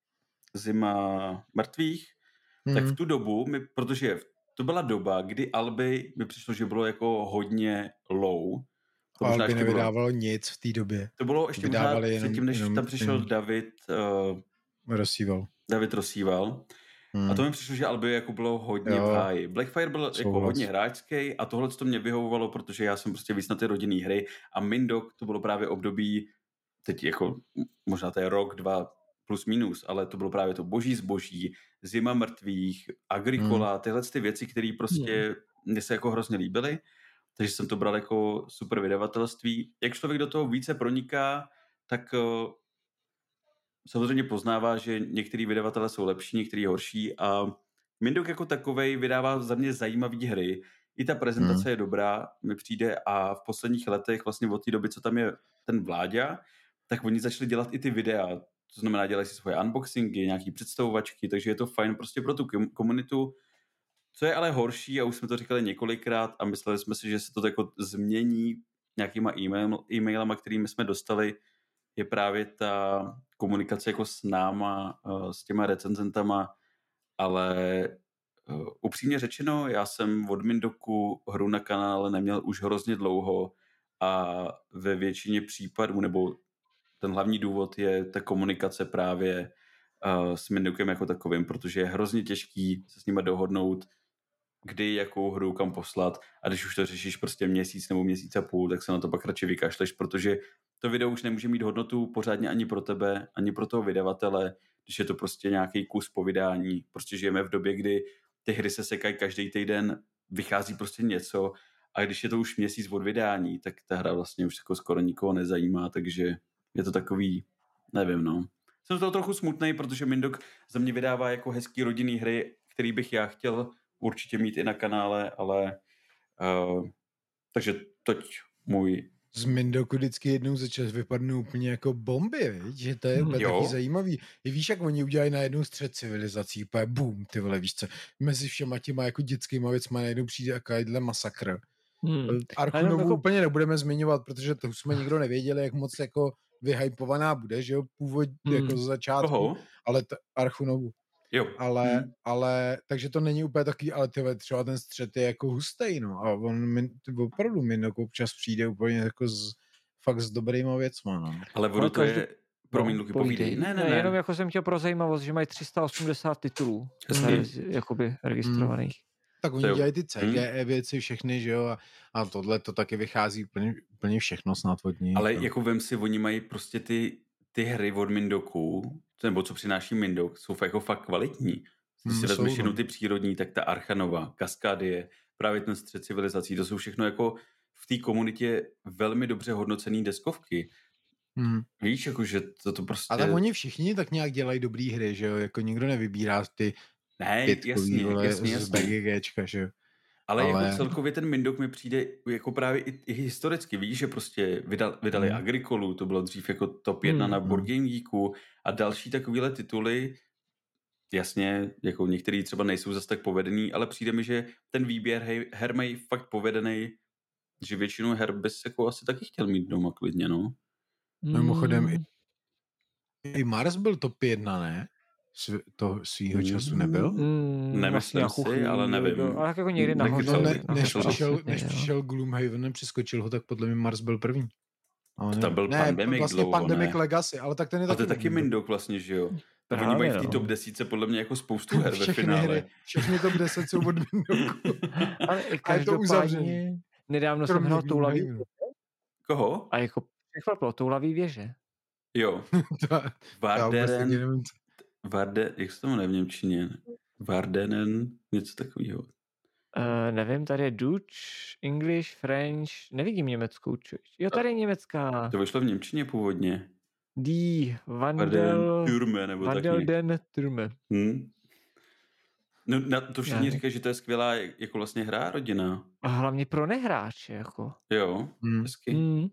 Zima mrtvých, Hmm. tak v tu dobu, mi, protože to byla doba, kdy Alby mi přišlo, že bylo jako hodně low. To možná Ale by ještě bylo, nevydávalo nic v té době. to bylo ještě možná vydávali jenom- předtím, než jenom- tam přišel jenom- David, uh, Rozsíval. David Rosíval. Hmm. A to mi přišlo, že Alby jako bylo hodně Jo. v háji. Blackfire byl jako Souhlas. hodně hráčský a tohle to mě vyhovovalo, protože já jsem prostě víc na ty rodinné hry a Mindok to bylo právě období, teď jako možná to je rok, dva plus minus, ale to bylo právě to boží zboží, Zima mrtvých, Agricola, Hmm. tyhle ty věci, které prostě mně se jako hrozně líbily, takže jsem to bral jako super vydavatelství. Jak člověk do toho více proniká, tak uh, samozřejmě poznává, že některý vydavatelé jsou lepší, některý horší a Mindok jako takovej vydává za mě zajímavé hry. I ta prezentace Hmm. je dobrá, mi přijde, a v posledních letech, vlastně od té doby, co tam je ten Vláďa, tak oni začali dělat i ty videa. To znamená, dělají si svoje unboxingy, nějaký představovačky, takže je to fajn prostě pro tu kom- komunitu. Co je ale horší, a už jsme to říkali několikrát a mysleli jsme si, že se to jako změní nějakýma e-mail, e-mailama, kterými jsme dostali, je právě ta komunikace jako s náma, uh, s těma recenzentama, ale uh, upřímně řečeno, já jsem od Mindoku hru na kanále neměl už hrozně dlouho a ve většině případů, nebo ten hlavní důvod je ta komunikace právě uh, s Mindokem jako takovým, protože je hrozně těžký se s nimi dohodnout, kdy, jakou hru, kam poslat, a když už to řešíš prostě měsíc nebo měsíc a půl, tak se na to pak radši vykašleš, protože to video už nemůže mít hodnotu pořádně ani pro tebe, ani pro toho vydavatele, když je to prostě nějaký kus po vydání. Prostě žijeme v době, kdy ty hry se sekají každý týden, vychází prostě něco, a když je to už měsíc od vydání, tak ta hra vlastně už jako skoro nikoho nezajímá, takže je to takový, nevím, no. Jsem z toho trochu smutnej, protože Mindok za mě vydává jako hezký rodinný hry, který bych já chtěl určitě mít i na kanále, ale uh, takže toť můj. Z Mindoku vždycky jednou za čas vypadnou úplně jako bomby, viď? Že to je úplně Jo. taky zajímavý. I víš, jak oni udělají najednou střed civilizací, úplně boom, ty vole, víš co, mezi všema těma jako dětskýma věcma najednou přijde takovýhle masakr. Hmm. Arkanovu jako- úplně nebudeme zmiňovat, protože to už jsme nikdo nevěděli, jak moc jako vyhypovaná bude, že jo, původ Hmm. jako z začátku, Koho? ale t- Archunovu. Jo. Ale, Hmm. ale, takže to není úplně takový, ale tyhle, třeba ten střet je jako hustej, no. A on mi, opravdu mi jako občas přijde úplně jako z, fakt s dobrýma věcma, no. Ale ono Ale to každý- je... Promiň, Luky, povídej. Ne, ne, ne. Jenom jako jsem chtěl pro zajímavost, že mají tři sta osmdesát titulů Hezky. jakoby registrovaných. Tak oni To jo. dělají ty C G E Hmm. věci všechny, že jo, a, a tohle to taky vychází úplně, úplně všechno snad od nich. Ale no. jako vem si, oni mají prostě ty, ty hry od Mindoku, nebo co přináší Mindok, jsou fakt, jako fakt kvalitní. Když Hmm, si vezmeš jsou, jenom no. ty přírodní, tak ta Archanova, Kaskádie, právě ten střed civilizací, to jsou všechno jako v té komunitě velmi dobře hodnocený deskovky. Hmm. Víš, jako, že to, to prostě... A tak oni všichni tak nějak dělají dobrý hry, že jo, jako nikdo nevybírá ty Ne, pětkový, jasně, vole, jasně, z jasně. BGGčka, že jo. Ale, Ale- jako celkově ten Mindok mi přijde jako právě i, i historicky, víš, že prostě vydal, vydali Hmm. Agricolu, to bylo dřív jako top jedna Hmm. na Board Game Geeku a další takovýhle tituly, jasně, jako některý třeba nejsou zase tak povedený, ale přijde mi, že ten výběr hej, her mají fakt povedený, že většinu her bys jako asi taky chtěl mít doma klidně, no. Mimochodem, Hmm. i- i Mars byl top jedna, ne? Sv- to svýho času nebyl? Mm, Nemyslím vlastně nějakou si, chvíli ale nevím. byl, ale tak jako někdy Nekycal nahoře. No, bych, ne, Nekycal než, bych. přišel, Vlastně, než jo. přišel Gloomhaven, nepřeskočil ho, tak podle mě Mars byl první. Ale To ne, tam byl ne, Pandemic vlastně dlouho, Pandemic ne? Legacy, ale tak ten je A to taky je taky Mindok. Mindok vlastně, že jo. A oni Právě, mají v té no. top desítce podle mě jako spoustu her ve Všechny finále. hry, všechny top deset jsou od Mindoku. Ale i A je to uzavřený. každopádně nedávno jsem Kromě hrál Toulavý Gloomhavenu. Koho? a jako překvapilo Toulavý věže. Jo. To- Já vůbec taky Varderen, nevím, co- Varde, jak se to jmenuje v němčině? Vardenen, něco takového. Uh, nevím, tady je Dutch, English, French, nevidím německou. Čo... Jo, tady je německá. To vyšlo v němčině původně. Die Varderen Vandel... Türme, nebo tak Vandel nějak. den Turme. Hm? No, na to všichni Ne. říkají, že to je skvělá jako vlastně hra rodina. A hlavně pro nehráče, jako. Jo, Hmm. hezky. Mm.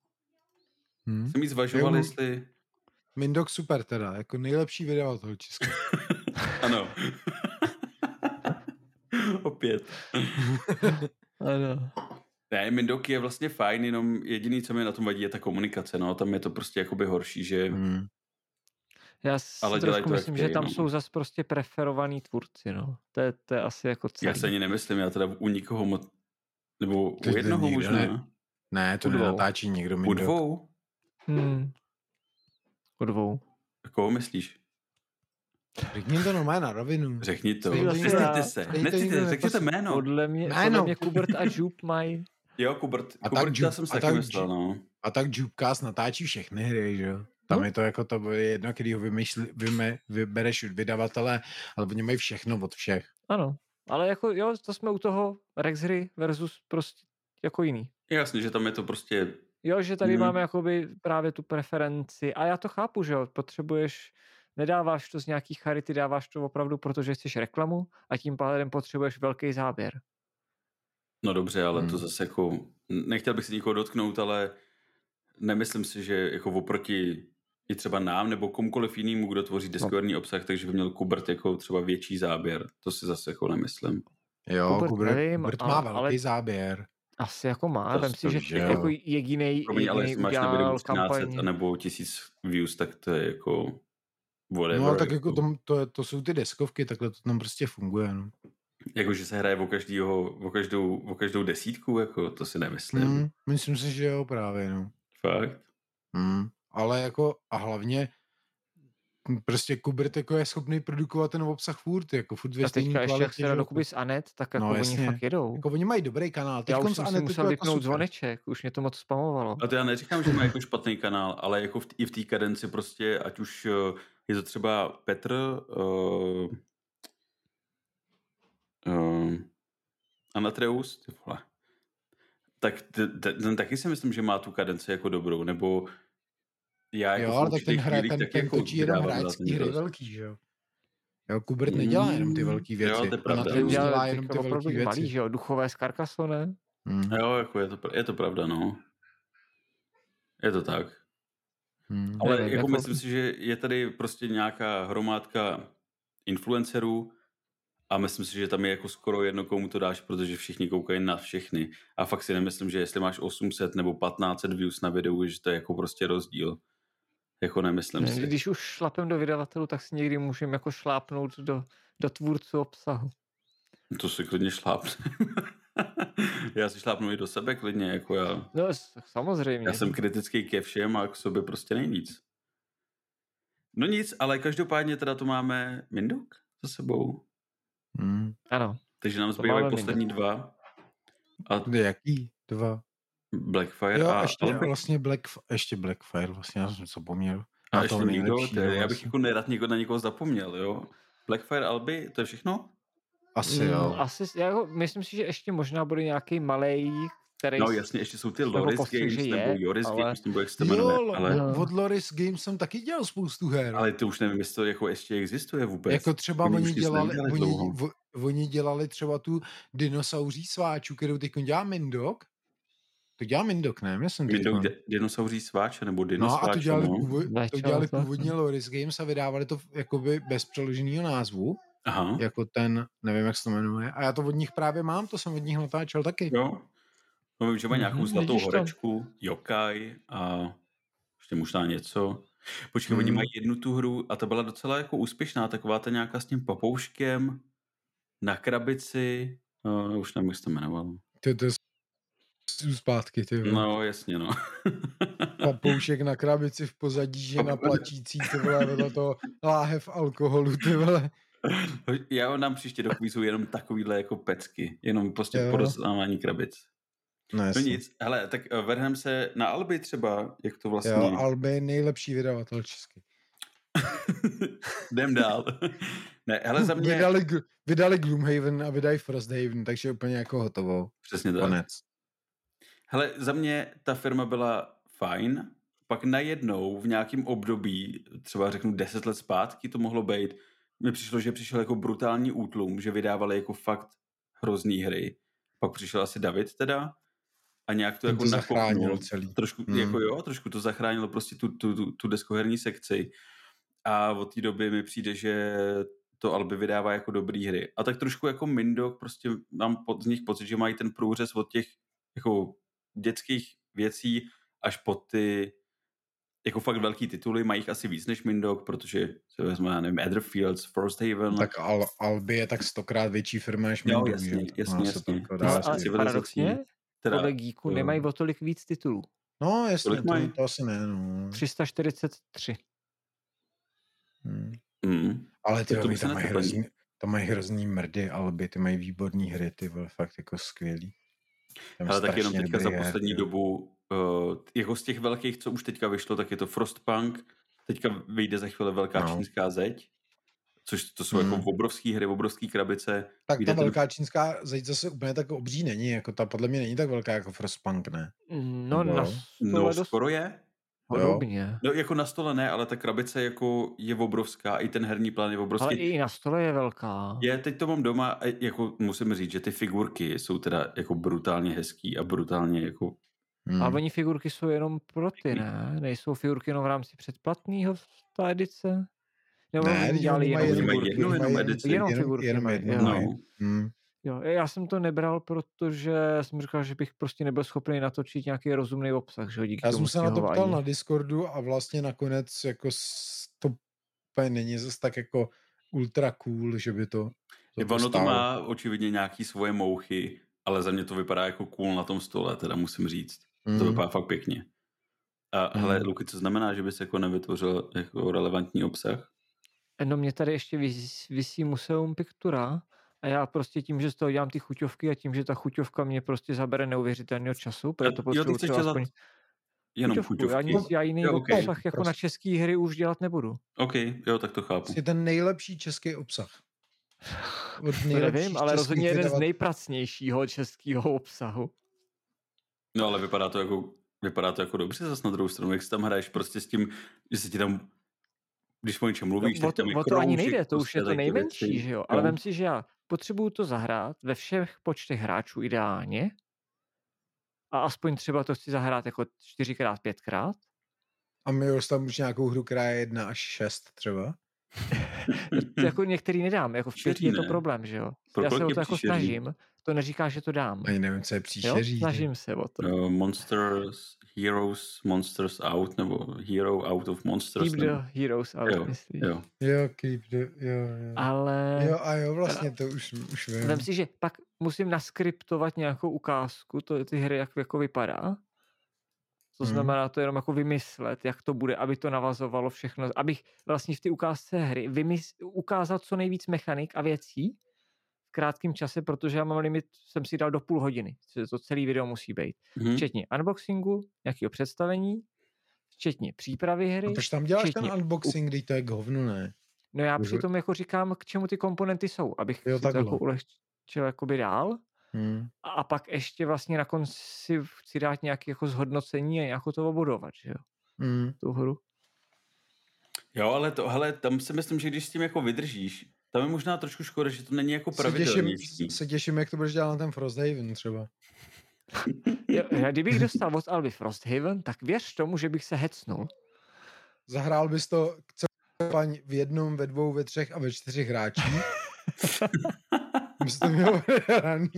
Hmm. Jsem jí zvažoval, Jo. jestli... Mindok super teda, jako nejlepší vydavatel Česka. Ano. Opět. Ano. Ne, Mindok je vlastně fajn, jenom jediný, co mi na tom vadí, je ta komunikace, no. Tam je to prostě jakoby horší, že... Hmm. Já si Ale dělají trošku to jak myslím, chtějí, že tam no. jsou zas prostě preferovaný tvůrci, no. To je, to je asi jako celý. Já se ani nemyslím, já teda u nikoho moc... Nebo To u je jednoho nikdo možná. ne- Ne, to U dvou. nenatáčí někdo U Mindok. dvou? Hmm. U dvou. Koho myslíš? Řekni to normálně na rovinu. Řekni to. Stejně Necíte já- se. stejně Necíte, nikdo řekněte neposl- jméno. Podle mě, Ne, podle no. mě Kubert a Jup mají. Jo, Kubert, A tak Kubert, já Jup- jsem si a taky tak myslel, Jup- no. A tak Jupcast natáčí všechny hry, že jo? Tam No. je to jako to je jedno, který ho vymyšli, vyme, vybereš od vydavatele, ale oni mají všechno od všech. Ano. Ale jako, jo, to jsme u toho Rex hry versus prostě jako jiný. Jasně, že tam je to prostě... Jo, že tady Mhm. máme jakoby právě tu preferenci. A já to chápu, že jo, potřebuješ, nedáváš to z nějaký charity, dáváš to opravdu, protože chceš reklamu a tím pádem potřebuješ velký záběr. No dobře, ale Hmm. to zase jako... Nechtěl bych se nikoho dotknout, ale nemyslím si, že jako oproti i třeba nám nebo komukoliv jinému, kdo tvoří deskový obsah, takže by měl Kubert jako třeba větší záběr. To si zase jako nemyslím. Jo, Hubert Hubert, nevím, Hubert ale- má velký ale- záběr. Asi jako má, To vem si, že že jo. jako jedinej, Promiň, ale jedinej jestli máš na videu udělal třináct set kampaň. nebo tisíc views, tak to je jako whatever. No ale tak jako to, to, to jsou ty deskovky, takhle to tam prostě funguje. No. Jako, že se hraje o, každýho, o, každou, o každou desítku, jako to si nemyslím. Hmm, myslím si, že jo, právě, no. Fakt? Hmm. Ale jako, a hlavně prostě Kubert jako je schopný produkovat ten obsah furt, jako furt ve A stejný teďka ještě, jak kvalitě, se dá že jo. dokupy s Anet, tak jako No, oni jasně. fakt jedou. Jako oni mají dobrý kanál. Já Teďkon už s jsem si Anet musel to jako vypnout super. zvoneček, už mě to moc spamovalo. A to já neříkám, že má jako špatný kanál, ale jako v, t- i v té kadenci prostě, ať už uh, je to třeba Petr, uh, uh, Anatreus, ty vole, tak t- t- ten taky si myslím, že má tu kadenci jako dobrou, nebo já jako Jo, v ale tak určitých ten, hraje, chvílích ten, taky ten jako točí jenom vydávám hráčský relativně hry dost. velký, že jo. Jo, Kubert nedělá jenom ty velký věci. Jo, to je pravda. Ona Ten to dělá dělá Dělá jenom teďka ty opravdu velký malý, věci. že jo, duchové z Carcassonne. Hmm. Jo, jako je to, pra- je to pravda, no. Je to tak. Hmm. Ale Nevím, jako jako- myslím si, že je tady prostě nějaká hromádka influencerů a myslím si, že tam je jako skoro jedno, komu to dáš, protože všichni koukají na všechny. A fakt si nemyslím, že jestli máš osm set nebo patnáct set views na videu, že to je jako prostě rozdíl. Jako nemyslím Ne, si. když už šlapem do vydavatelů, tak si někdy můžeme jako šlápnout do, do tvůrců obsahu. To si klidně šlápne. Já si šlápnu i do sebe klidně, jako já. No samozřejmě. Já jsem kritický ke všem a k sobě prostě nejvíc. No nic, ale každopádně teda to máme Minduk za sebou. Hmm. Ano. Takže nám To zbývají máme poslední Minduk. dva. A Jaký? Dva. Blackfire Jo, a ještě Albi. vlastně Black, ještě Blackfire, vlastně já jsem zapomněl. A Na ještě toho někdo, nejlepšího to je, já bych vlastně. jako nerad někoho, na někoho zapomněl, jo. Blackfire, Albi, to je všechno? Asi Mm, jo. asi, jako, myslím si, že ještě možná bude nějaký malej, který No jasně, ještě jsou ty z toho Loris postřeh, Games, že je, nebo Joris ale- Games, nebo jak se to jmenuje, Jo, ale, No. od Loris Games jsem taky dělal spoustu her. ale ty už nevím, jestli to jako ještě existuje vůbec. Jako třeba Oni oni, už nic dělali, nedělali oni, dlouho. vo- oni dělali třeba tu dinosauří sváču, kterou teď dělá Mindok. To dělá Mindok, ne? Myslím Mindok teďkon. di- dinosauří sváče, nebo No a dinosváče, to dělali, no. původ, to Začalo dělali to. původně Loris Games a vydávali to jakoby bez přeloženého názvu, Aha, jako ten, nevím, jak se to jmenuje. A já to od nich právě mám, to jsem od nich natáčel taky. jo. No vím, že má nějakou Mhm, zlatou vidíš to. horečku, Yokai a ještě možná něco. Počkej, Hmm. oni mají jednu tu hru a ta byla docela jako úspěšná, taková ta nějaká s tím papouškem na krabici, no, už nevím, jak se to jmenovalo. To, to jsou zpátky, ty vole. No, jasně, no. Papoušek na krabici v pozadí, žena plačící, ty vole, vedle toho láhev alkoholu, ty vole. Já nám příště do kvízu jenom takovýhle jako pecky, jenom prostě Jo. porozdávání krabic. No, No jasně. nic, hele, tak eh, vrhneme se na Albi třeba, jak to vlastně... Jo, Albi je nejlepší vydavatel český. Jdem dál. Ne, hele, za mě... Vydali, Gl- vydali Gloomhaven a vydají Frosthaven, takže úplně jako hotovo. Přesně tak. Konec. Hele, za mě ta firma byla fajn, pak najednou v nějakém období, třeba řeknu deset let zpátky to mohlo být, mi přišlo, že přišel jako brutální útlum, že vydávali jako fakt hrozný hry. Pak přišel asi David teda a nějak to Ten jako to zachránil nakopnul. celý. Trošku, Hmm. jako jo, trošku to zachránilo prostě tu, tu, tu, tu deskoherní sekci. A od té doby mi přijde, že to Albi vydává jako dobrý hry. A tak trošku jako Mindok, prostě mám pod, z nich pocit, že mají ten průřez od těch jako dětských věcí až po ty jako fakt velký tituly, mají jich asi víc než Mindok, protože se vezme, já nevím, Etherfields, Frosthaven. Tak Al- Albi je tak stokrát větší firma než Jo, Mindok, jasně, že? jasně, Ono se jasně. to jako No, dá ale říct. ale civilizací. paradoxně, Teda, podle Geeku jo. nemají o tolik víc titulů. No jasně, Kolik to, mají? to asi ne, no. tři sta čtyřicet tři. Hmm. Mm. Ale ty Tak to oni by se tam mají netrpení. hrozný, tam mají hrozný mrdy, Albi, ty mají výborný hry, ty vole, fakt jako skvělý. Tam Ale tak jenom strašně teďka za dobrý her, poslední ty dobu, uh, jako z těch velkých, co už teďka vyšlo, tak je to Frostpunk, teďka vyjde za chvíli Velká No. čínská zeď, což to jsou Hmm. jako obrovský hry, obrovský krabice. Tak Vyjde ta ten- velká čínská zeď zase úplně tak obří není, jako ta podle mě není tak velká jako Frostpunk, ne? No, Nebo na jo? No, stole dost skoro je. podobně. No, jako na stole ne, ale ta krabice jako je obrovská, i ten herní plán je Ale obrovský. i na stole je velká. Je, teď to mám doma a jako musím říct, že ty figurky jsou teda jako brutálně hezký a brutálně jako... Hmm. Ale oni figurky jsou jenom pro ty, ne? Nejsou figurky jenom v rámci předplatného ta edice? Nebo Ne, oni teď dělali oni jenom mají Oni mají figurky? jednu oni jenom mají edici. Jenom jenom, figurky jenom mají, jednu jo. mají. No. Hmm. Jo, já jsem to nebral, protože jsem říkal, že bych prostě nebyl schopný natočit nějaký rozumný obsah, že jo, díky Já tomu jsem se na to ptal stěhování. na Discordu a vlastně nakonec jako s- to úplně není zase tak jako ultra cool, že by to, to, to Ono to stálo. má očividně nějaký svoje mouchy, ale za mě to vypadá jako cool na tom stole, teda musím říct. To Hmm. vypadá fakt pěkně. A Mm. hele, Luky, co znamená, že bys jako nevytvořil jako relevantní obsah? No mě tady ještě vis, visí Museum Pictura a já prostě tím, že z toho dělám ty chuťovky a tím, že ta chuťovka mě prostě zabere neuvěřitelného času, proto jo, ty potřebuji chceš třeba dělat aspoň jenom chuťovku. chuťovky? Já, nic, já jiný Jo, jo, okej. obsah jako na Prostě. český hry už dělat nebudu. OK, jo, tak to chápu. Prostě ten nejlepší český obsah. Od To nejlepších nevím, ale českých rozhodně jeden z vydavat- nejpracnějšího českého obsahu. No ale vypadá to jako, vypadá to jako dobře zase na druhou stranu, jak si tam hraješ prostě s tím, že se ti tam, když o něčem mluvíš, No, o tak to, tam je o to ani kroužek nejde, to už prostě je to tady ty nejmenší, věci. že jo? Ale No. vem si, že já potřebuju to zahrát ve všech počtech hráčů ideálně a aspoň třeba to chci zahrát jako čtyřikrát, pětkrát. A my už tam už nějakou hru, která je jedna až šest třeba. To jako některý nedám, jako v pěti Čtyři je to ne. problém, že jo? Pro Já se kolik o je to jako příšerný? snažím, to neříká, že to dám. Ani nevím, co je Jo? příšeří. Snažím se o to. Uh, Monsters, Heroes, Monsters Out, nebo Hero Out of Monsters. Keep Nebo... the heroes out, Jo, myslíš. jo. Jo, keep the, jo, jo. Ale Jo, a jo, vlastně to už, už vím. vem si, že pak musím naskriptovat nějakou ukázku, to ty hry, jak jako vypadá. To Hmm. znamená to jenom jako vymyslet, jak to bude, aby to navazovalo všechno. Abych vlastně v té ukázce hry vymys- ukázal co nejvíc mechanik a věcí v krátkém čase, protože já mám limit, jsem si dal do půl hodiny. To celý video musí být. Mhm. Včetně unboxingu, nějakého představení, včetně přípravy hry. A proč tam děláš včetně ten unboxing, když to je k hovnu, ne? No já Můžu- přitom jako říkám, k čemu ty komponenty jsou, abych Jo, si to takhle. jako ulehčil jakoby dál. Hmm. A, a pak ještě vlastně na konci chci dát nějaké jako zhodnocení a nějakou to obudovat, že jo, Hmm. tu hru. Jo, ale to, hele, tam si myslím, že když s tím jako vydržíš, tam je možná trošku škoda, že to není jako Se těším, pravidelnější. se těším, jak to budeš dělat na ten Frosthaven třeba. Jo, já kdybych dostal od Alby Frosthaven, tak věř tomu, že bych se hecnul. Zahrál bys to paň v jednom, ve dvou, ve třech a ve čtyřech hráčích. Bys to měl hraný.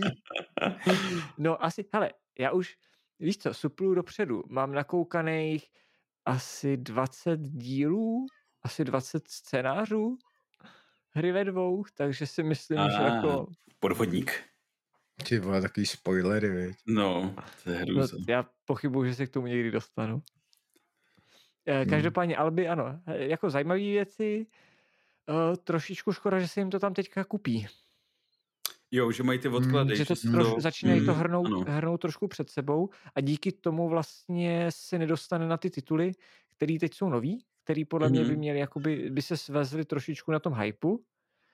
No asi, hele, já už, víš co, suplu dopředu, mám nakoukaných asi dvacet dílů, asi dvacet scénářů hry ve dvou, takže si myslím, A, že jako... Podvodník. Ty vole, takový spoilery, viď? No, to je No, hrůza. já pochybuju, že se k tomu někdy dostanu. Eh, Každopádně Alby, ano, eh, jako zajímavé věci, eh, trošičku škoda, že se jim to tam teďka kupí. Jo, že mají ty odklady. Že to si troš, začínají to mm, hrnout, ano. hrnout trošku před sebou a díky tomu vlastně se nedostane na ty tituly, který teď jsou nový, který podle mě by Mhm. měli, jakoby, by se svezli trošičku na tom hypeu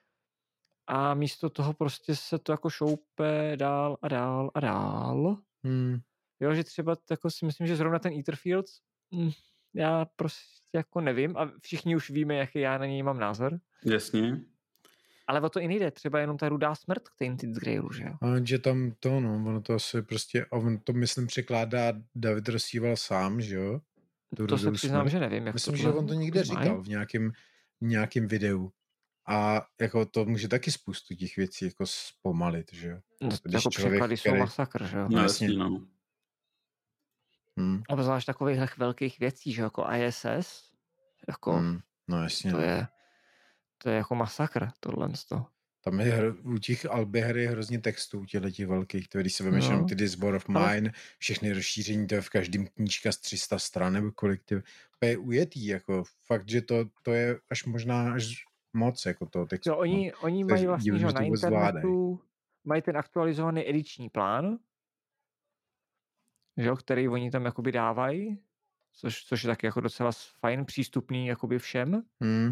a místo toho prostě se to jako šoupe dál a dál a dál. Hmm. Jo, že třeba jako si myslím, že zrovna ten Etherfields, hm, já prostě jako nevím a všichni už víme, jaký já na něj mám názor. Jasně. Ale o to i nejde, třeba jenom ta rudá smrt k Tainted Grailu, že jo? A že tam to, no, ono to asi prostě, a on to myslím překládá David Rosíval sám, že jo? Tu To se rudou přiznám, smrt. že nevím. Jak Myslím, to že on to někde mají. říkal v nějakém, v nějakém videu. A jako to může taky spoustu těch věcí jako zpomalit, že jo? No, Když jako člověk, překlady jsou který- masakr, že jo? No jasně. jasně, no. Hmm. Obzvlášť takových velkých věcí, že jako I S S, jako Hmm. No jasně. to no. je, to je jako masakr, tohle to. Tam je hro, u těch Alby her je hrozně textů, těchto těch velkých, to je, když se vemeš No. jenom ty This War of Ale- Mine, všechny rozšíření, to je v každém knížka z tři sta stran, nebo kolik, ty, to je ujetý, jako fakt, že to, to je až možná až moc, jako toho textu. Jo, oni, oni To je mají vlastně, divný, že že na to vůbec zvládají. internetu mají ten aktualizovaný ediční plán, že jo, který oni tam jakoby dávají, což, což je taky jako docela fajn, přístupný jakoby všem. Hmm.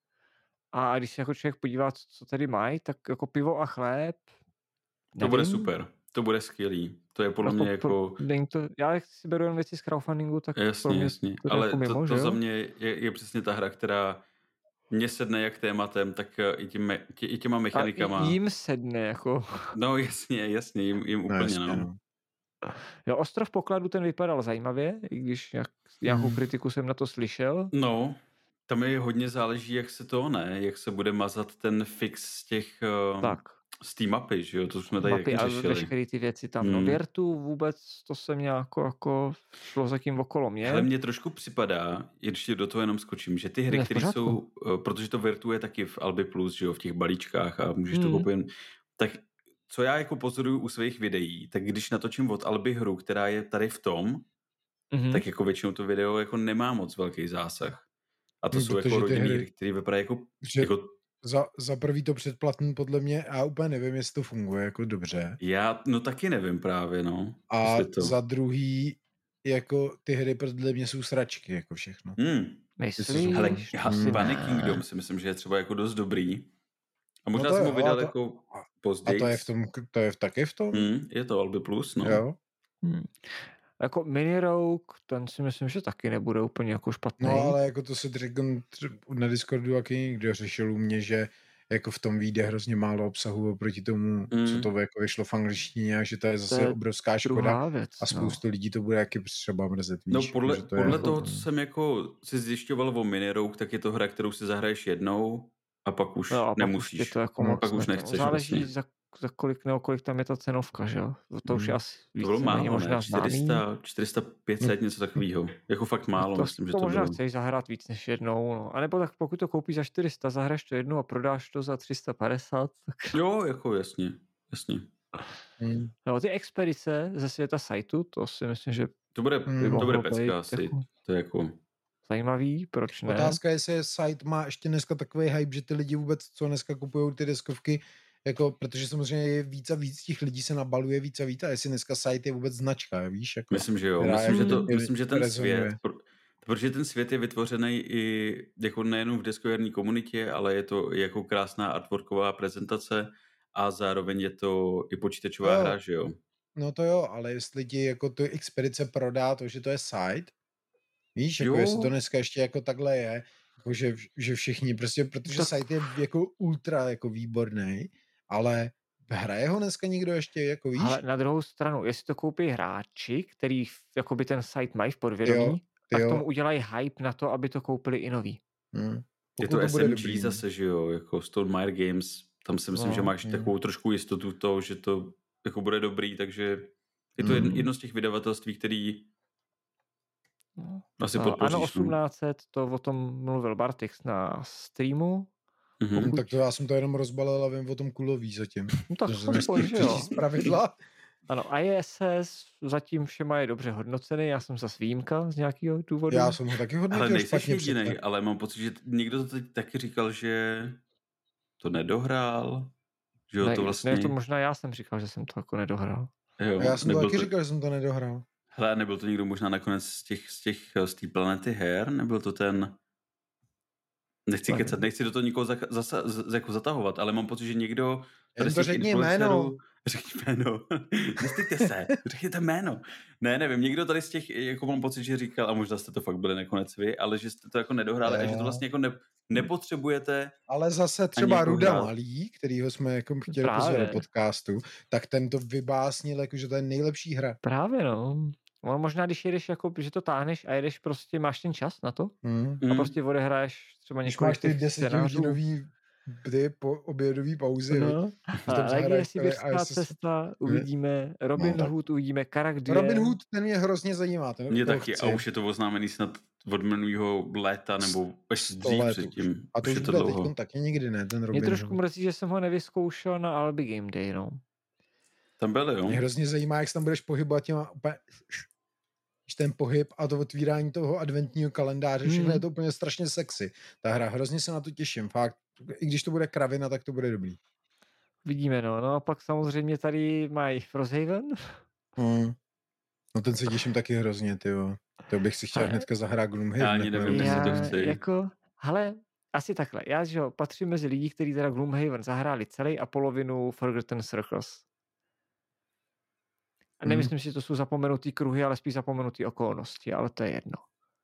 A když se jako člověk podívá, co, co tady mají, tak jako pivo a chléb, To bude nevím. super. To bude skvělý. To je podle Jako mě jako... pro- není to, já jak si beru jen věci z crowdfundingu, tak pro Jasně, mě jasně. to je Ale jako mimo, to, že to jo? za mě je, je přesně ta hra, která mě sedne jak tématem, tak eh, i, tím, tě, i těma A mechanikama. i- jim sedne, jako. No jasně, jasně, jim, jim No, úplně, jasně, no. no. Jo, Ostrov pokladu ten vypadal zajímavě, i když jak, nějakou Hmm. kritiku jsem na to slyšel. No, tam je hodně záleží, jak se to, ne, jak se bude mazat ten fix z těch, uh, Tak, z té mapy, že jo, to jsme tady mapy a taky řešili. veškeré ty věci tam. No, Hmm. Věrtu vůbec, to se mě jako, jako šlo zatím okolo mě. Ale mně trošku připadá, i když do toho jenom skočím, že ty hry, Ne, v které pořádku. jsou, eh, protože to virtuje taky v Albi Plus, že jo, v těch balíčkách a můžeš to Hmm. koupit, tak co já jako pozoruju u svých videí, tak když natočím od Alby hru, která je tady v tom, Mhm. tak jako většinou to video jako nemá moc velký zásah. A to No, jsou protože jako ty rodinné hry- hry, které vypadají jako, Že jako za, za prvý to předplatný podle mě, já úplně nevím, jestli to funguje jako dobře. já, no taky nevím právě, no. A jestli to... za druhý, jako ty hry podle mě jsou sračky, jako všechno. Hmm. Myslíš? Hele, To já si Panic ne. Kingdom si myslím, že je třeba jako dost dobrý. A možná to jsem jo, ho vydal a to- jako A později. to je v tom, to je v, taky v tom? Hmm, je to Albi Plus, no. Jo? Hmm. Jako Mini Rogue, ten si myslím, že taky nebude úplně jako špatný. No ale jako to se Dragon na Discordu taky někdo řešil u mě, že jako v tom vyjde hrozně málo obsahu oproti tomu, Mm. co to jako vyšlo v angličtině a že to je zase je obrovská škoda Druhá věc. a spoustu lidí to bude jaký třeba mrzet, víš? No podle, že to podle je, toho, co jsem jako si zjišťoval o Mini Rogue, tak je to hra, kterou si zahraješ jednou a pak už No, a pak nemusíš. Už je to jako No, moc pak už ne- nechceš Záleží, vlastně. za za kolik, nebo kolik tam je ta cenovka, že jo? To už je Hmm. asi To bylo víceméně málo, možná ne? známý. čtyři sta, čtyři sta pět set, něco takového. Jako fakt málo, to, myslím, že to to možná bylo. chceš zahrát víc než jednou, no. A nebo tak pokud to koupíš za čtyři sta, zahraješ to jednou a prodáš to za tři sta padesát, tak... Jo, jako jasně, jasně. Hmm. No, ty expedice ze světa sajtu, to si myslím, že To bude, Hmm. by to bude mohlo pecka být asi. jako To je jako... zajímavý, proč ne? Otázka je, jestli site má ještě dneska takový hype, že ty lidi vůbec, co dneska kupují ty deskovky, jako, protože samozřejmě je víc a víc těch lidí se nabaluje víc a víc a jestli dneska site je vůbec značka, víš? Jako, Myslím, že jo. která Myslím, že, to, jako myslím, že ten rezonuje. svět, pro- protože ten svět je vytvořený i jako nejen v deskoherní komunitě, ale je to i jako krásná artworková prezentace a zároveň je to i počítačová Jo. hra, že jo. No to jo, ale jestli ti jako tu expedice prodá to, že to je site, víš, jako Jo. jestli to dneska ještě jako takhle je, jako že, že všichni prostě, protože Tak- site je jako ultra jako výborný, ale hraje ho dneska někdo ještě, jako víš? Ale na druhou stranu, jestli to koupí hráči, který v- jakoby ten site mají v podvědomí, Jo, tak jo. tomu udělají hype na to, aby to koupili i noví. Hmm. Je Pokud to, bude S M G dobrý, no. zase, že jo, jako Stone Meyer Games, tam si myslím, No, že máš mm. takovou trošku jistotu to, že to jako bude dobrý, takže je to jedno, Mm. jedno z těch vydavatelství, který No. asi A podpoříš. Ano no. osmnáct set, to o tom mluvil Bartix na streamu. Mhm. Hmm, tak to já jsem to jenom rozbalil a vím o tom kulový zatím. No tak To jsem aspoň, že nestihl jo. přečíst pravidla. Ano, I S S zatím všema je dobře hodnocený, já jsem zase výjimka z nějakého důvodu. Já jsem ho taky Ale hodnotil nejsi špatně jedinej, předtím. ale mám pocit, že někdo to teď taky říkal, že to nedohrál, že jo, ne, to vlastně... ne, to možná já jsem říkal, že jsem to jako nedohrál. Jo, Já jsem to nebyl taky to... říkal, že jsem to nedohrál. Hele, nebyl to někdo možná nakonec z těch, z těch, z té planety her, nebyl to ten... Nechci Nevím. kecat, nechci do toho nikoho zaka, zasa, z, jako zatahovat, ale mám pocit, že někdo... Jen z to těch řekni influencerů- jméno. Řekni jméno. Nestýďte se, řekněte jméno. Ne, nevím, někdo tady z těch, jako mám pocit, že říkal, a možná jste to fakt byli nakonec vy, ale že jste to jako nedohráli a že to Jo. vlastně jako ne, nepotřebujete... Ale zase třeba jako Ruda hrát. Malý, kterýho jsme jako chtěli Právě. pozvat do podcastu, tak ten to vybásnil, jako, že to je nejlepší hra. Právě no. On možná, když jedeš, jako, že to táhneš a jedeš prostě, máš ten čas na to Hmm. a Mm. prostě odehraješ třeba Když několik máš ty těch scénářů. desetihodinový ty po obědový pauzy, no. No. tam A zahraješ Legie tady Sibirská I S S. cesta, uvidíme Robin No, tak- Hood, uvidíme Karak dva. Robin Hood, ten mě hrozně zajímá. Ten, Mě toho taky, chci. a už je to oznámený snad od minulého léta, nebo ještě Sto dřív let předtím. už. A to už je to bude dlouho. teď taky nikdy ne, ten Mě Robin trošku Hood. mrzí, že jsem ho nevyzkoušel na Albi Game Day, no. Tam byly, jo? Mě hrozně zajímá, jak se tam budeš pohybovat těma úplně... Když ten pohyb a to otvírání toho adventního kalendáře, všechno Hmm. je to úplně strašně sexy. Ta hra, hrozně se na to těším, fakt. I když to bude kravina, tak to bude dobrý. Vidíme, no. No a pak samozřejmě tady mají Frosthaven. Hmm. No ten se těším taky hrozně, tyjo. To bych si chtěl Ale- hnedka zahrát Gloomhaven. Já ani jako nevím, jo. jestli to Já, chci. jako, hele, asi takhle. Já, že jo, patřím mezi lidi, kteří teda Gloomhaven zahráli celý a polovinu Forgotten Circles. A Mhm. nemyslím si, že to jsou zapomenutý kruhy, ale spíš zapomenutý okolnosti, ale to je jedno.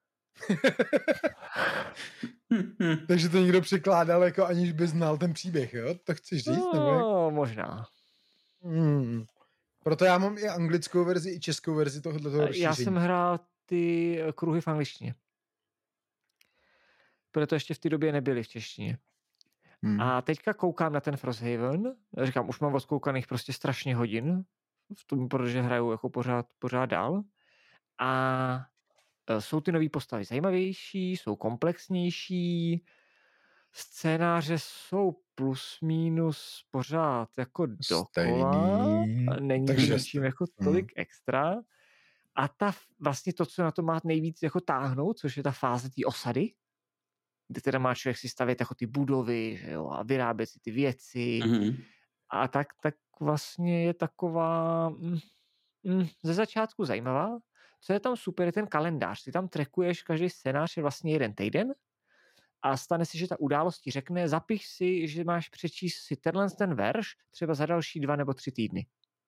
Takže to někdo překládal, jako aniž by znal ten příběh, jo? To chceš říct? Nebo jak? No, možná. Hmm. Proto já mám i anglickou verzi, i českou verzi tohoto Já rozšíření. jsem hrál ty kruhy v angličtině. Proto ještě v té době nebyly v češtině. Hmm. A teďka koukám na ten Frosthaven, říkám, už mám odkoukaných prostě strašně hodin v tom, protože hraju jako pořád, pořád dál. A e, jsou ty nové postavy zajímavější, jsou komplexnější, scénáře jsou plus minus pořád jako dokola, Stejný. a není Takže to jste- ničím jako hmm. tolik extra. A ta vlastně to, co na to má nejvíc jako táhnout, což je ta fáze té osady, kde teda má člověk si stavět jako ty budovy, že jo, a vyrábět si ty věci Mhm. a tak, tak vlastně je taková mm, mm, ze začátku zajímavá. Co je tam super, je ten kalendář. Ty tam trackuješ, každý scénář je vlastně jeden týden a stane se, že ta událost ti řekne, zapiš si, že máš přečíst si tenhle ten verš třeba za další dva nebo tři týdny.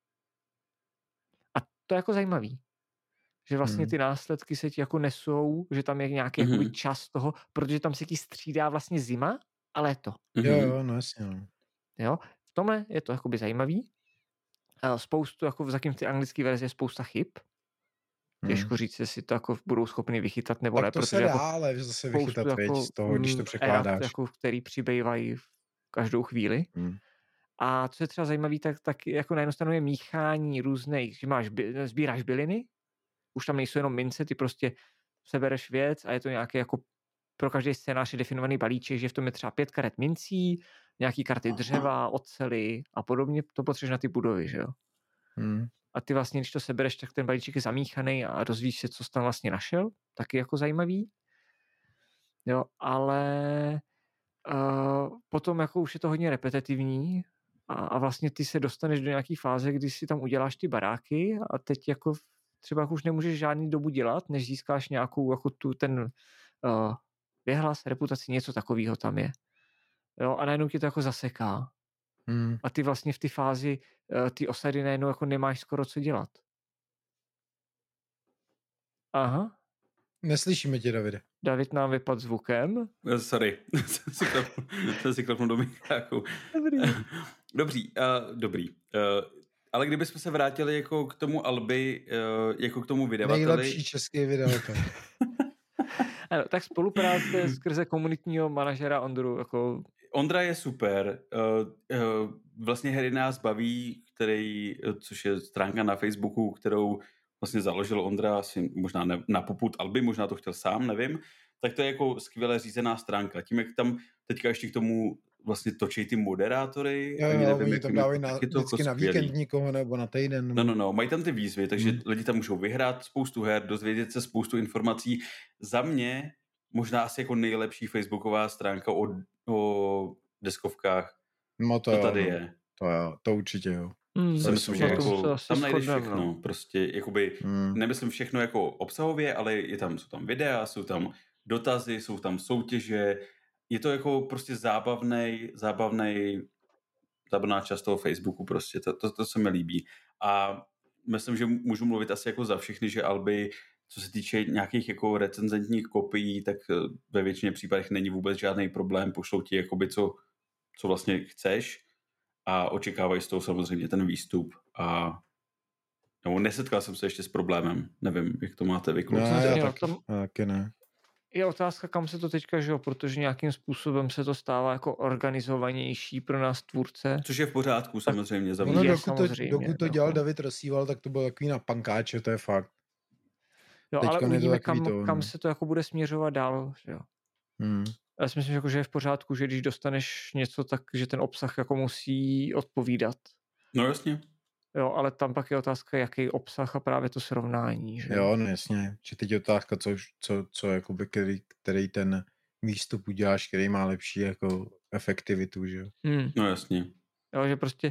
A to je jako zajímavý. Že vlastně Hmm. ty následky se ti jako nesou, že tam je nějaký Mhm. jakoby čas toho, protože tam se ti střídá vlastně zima a léto. Mhm. Jo, jo, no jasně. No. Jo? V tomhle je to jakoby zajímavý. A spoustu, jako v zatím ty anglické verzi je spousta chyb. Těžko Hmm. říct, jestli to jako budou schopni vychytat nebo Tak ne, to se protože dá, jako ale zase spoustu vychytat jako, jako, z toho, když to mm, překládáš. erat, jako, který přibývají v každou chvíli. Hmm. A co je třeba zajímavé, tak, tak jako na jednu stranu je míchání různých, že máš, sbíráš byliny, už tam nejsou jenom mince, ty prostě sebereš věc a je to nějaký jako pro každý scénář je definovaný balíček, že v tom je třeba pět karet mincí, nějaký karty dřeva, ocely a podobně, to potřebuješ na ty budovy, že jo. Hmm. A ty vlastně, když to sebereš, tak ten balíček je zamíchaný a dozvíš se, co jsi tam vlastně našel, taky jako zajímavý. Jo, ale uh, potom jako už je to hodně repetitivní a, a vlastně ty se dostaneš do nějaký fáze, kdy si tam uděláš ty baráky a teď jako třeba už nemůžeš žádný dobu dělat, než získáš nějakou jako tu ten uh, věhlas, reputaci, něco takového tam je. Jo, a najednou ti to jako zaseká. Hmm. A ty vlastně v té fázi uh, ty osady najednou jako nemáš skoro co dělat. Aha. Neslyšíme tě, Davide. David nám vypadl zvukem. Sorry, jsem si klopnul do mikráku. Dobrý. Dobrý, uh, dobrý. Uh, ale kdybychom se vrátili jako k tomu Alby, uh, jako k tomu vydavateli... Nejlepší český vydavatel. Ano, tak spolupráce skrze komunitního manažera Ondru, jako... Ondra je super. Uh, uh, vlastně hry nás baví, který, což je stránka na Facebooku, kterou vlastně založil Ondra, asi možná ne, na popud Alby, možná to chtěl sám, nevím. Tak to je jako skvěle řízená stránka. Tím, jak tam teďka ještě k tomu vlastně točí ty moderátory. Jo, jo, nevím, oni jak tam dávají na, to vždycky jako na víkend někoho nebo na týden. No, no, no, mají tam ty výzvy, takže hmm. lidi tam můžou vyhrát spoustu her, dozvědět se spoustu informací. Za mě možná asi jako nejlepší facebooková stránka o, o deskovkách. No to, to jo, tady no. je. To jo, to určitě jo. Hmm, to myslím, že jako, tam najdeš všechno. No. Prostě, jakoby, hmm. nemyslím všechno jako obsahově, ale je tam, jsou tam videa, jsou tam dotazy, jsou tam soutěže. Je to jako prostě zábavnej, zábavnej, zábavná část toho Facebooku prostě. To, to, to se mi líbí. A myslím, že můžu mluvit asi jako za všechny, že Alby, co se týče nějakých jako recenzentních kopií, tak ve většině případech není vůbec žádný problém. Pošlou ti jakoby co, co vlastně chceš. A očekávají z toho samozřejmě ten výstup a no, nesetkal jsem se ještě s problémem. Nevím, jak to máte vy, kluci. No, já taky, tam... taky ne. Je otázka, kam se to teďka žilo, protože nějakým způsobem se to stává jako organizovanější pro nás tvůrce. Což je v pořádku samozřejmě. Za mě. No, je, dokud, samozřejmě, to, dokud to dělal jako... David Rosíval, tak to bylo takový na pankáče, to je fakt. Jo, Teďko ale uvidíme, kam, to, kam se to jako bude směřovat dál. Jo. Hmm. Já si myslím, že je v pořádku, že když dostaneš něco, tak že ten obsah jako musí odpovídat. No jasně. Jo, ale tam pak je otázka, jaký obsah a právě to srovnání. Že? Jo, no jasně. Že teď je otázka, co, co, co jakoby, který, který ten výstup uděláš, který má lepší jako efektivitu, že jo. Hmm. No jasně. Jo, že prostě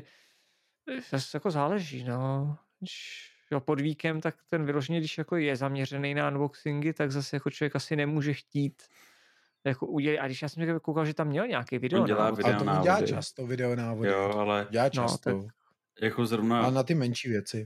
zase jako záleží, no. Když, jo, pod víkem, tak ten vyloženě, když jako je zaměřený na unboxingy, tak zase jako člověk asi nemůže chtít jako udělat. A když já jsem koukal, že tam měl nějaký video návody. Ale to dělá často video návody. Jo, ale... Dělá často. No, tak... Jako zrovna... Ale na ty menší věci.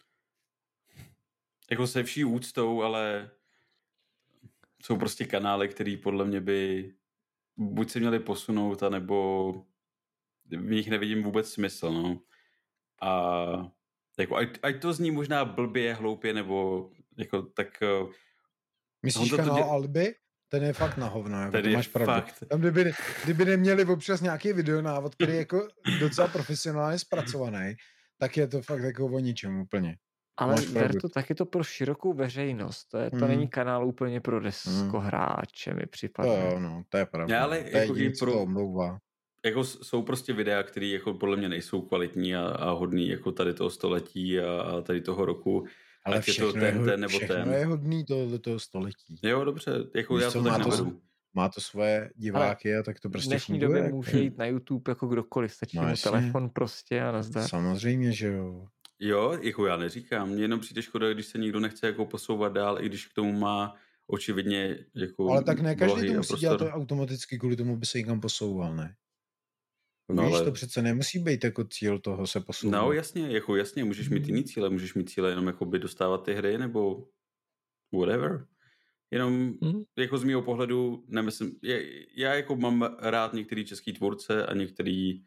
Jako se vší úctou, ale jsou prostě kanály, který podle mě by buď se měli posunout, anebo v nich nevidím vůbec smysl, no. A jako, ať, ať to zní možná blbě, hloupě, nebo jako tak... Myslíš to kanál dě... Alby? Ten je fakt na hovno, jako, ten to je máš pravdu. Fakt. Tam kdyby, kdyby neměli občas nějaký videonávod, který je jako docela profesionálně zpracovaný, tak je to fakt jako o ničem úplně. Ale Vertu, tak je to pro širokou veřejnost. To, je, to hmm. není kanál úplně pro deskohráče, mi připadá. To jo, no, to je pravda. Já, ale to je jako i pro... omlouvá. Jako jsou prostě videa, které jako podle mě nejsou kvalitní a, a hodný jako tady toho století a, a tady toho roku. Ale všechno, je, to ten, je, ten, nebo všechno ten. je hodný tohoto toho století. Jo, dobře, jako Víš já co, to tak má nebudu. To, má to svoje diváky ale a tak to prostě v dnešní funguje. době může jít na YouTube jako kdokoliv, stačí no, mu telefon prostě a nazdar. Samozřejmě, že jo. Jo, jako já neříkám, mně jenom přijde škoda, když se nikdo nechce jako posouvat dál, i když k tomu má očividně jako ale tak ne každý to musí dělat to automaticky, kvůli tomu by se někam posouval, ne? No, víš, ale... to přece nemusí být jako cíl toho se posouvat. No jasně, jako jasně, můžeš mít jiný cíle, můžeš mít cíle jenom jakoby dostávat ty hry, nebo whatever. Jenom mm. jako z mýho pohledu, nemyslím, já jako mám rád některý český tvůrce a některý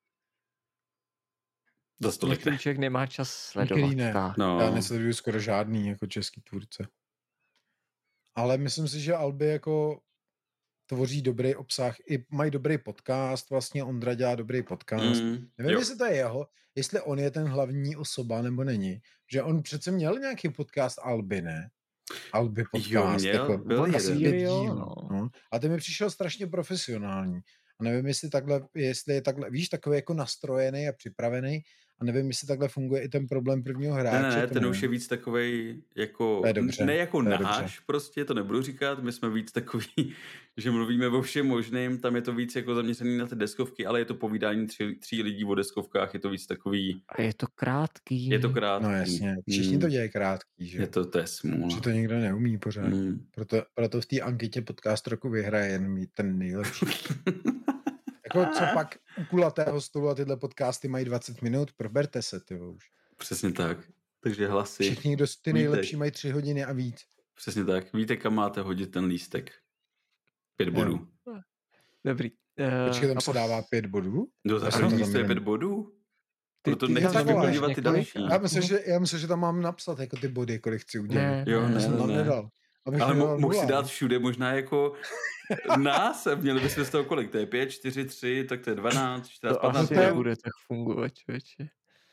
zase to některý člověk nemá čas sledovat. Ne. No. Já nesleduju skoro žádný jako český tvůrce. Ale myslím si, že Alby jako tvoří dobrý obsah, i mají dobrý podcast, vlastně Ondra dělá dobrý podcast. Mm, Nevím, jo. jestli to je jeho, jestli on je ten hlavní osoba, nebo není. Že on přece měl nějaký podcast Alby, ne? Alby podcast. Jo, měl, jako, byl on jeden. asi pět Chvíli, jo, dílů, no. no. A ten mi přišel strašně profesionální. A nevím, jestli takhle, jestli je takhle, víš, takový jako nastrojený a připravený. A nevím, jestli takhle funguje i ten problém prvního hráče. Ne, ne, ne, to ten nevím. už je víc takovej, jako, To je dobře, ne jako to je náš, dobře. prostě, to nebudu říkat, my jsme víc takový, že mluvíme o všem možným, tam je to víc jako zaměřený na ty deskovky, ale je to povídání tři, tří lidí o deskovkách, je to víc takový, A je to krátký. je to krátký. No jasně, všichni to Mm, dělají krátký, že? Je to, to je smůla. Že to nikdo neumí pořád. Mm. Proto, proto v té anketě podcast roku vyhraje jen mít ten nejlepší. Jako co pak u kulatého stolu a tyhle podcasty mají dvacet minut, proberte se, ty už. Přesně tak. Takže hlasy. Všichni, kdo ty Vítek. nejlepší, mají tři hodiny a víc. Přesně tak. Víte, kam máte hodit ten lístek. Pět bodů. Dobrý. Počkej, tam a se dává pět bodů? No za Já jsem první to místo je tam pět jenom- bodů? Ty- Proto ty nechceš tam máš vyplňovat ty několik? další. Já myslím, že, já myslím, že tam mám napsat jako ty body, kolik chci udělat. Ne, Jo, ne, ne, Já jsem ne, tam ne. nedal. Abych Ale nedal mo- mohl si nula. dát všude možná jako nás, a měli bychom z toho kolik? To je pět, čtyři, tři, tak to je dvanáct, čtrnáct, to patnáct. asi to je- nebude tak fungovat, člověče.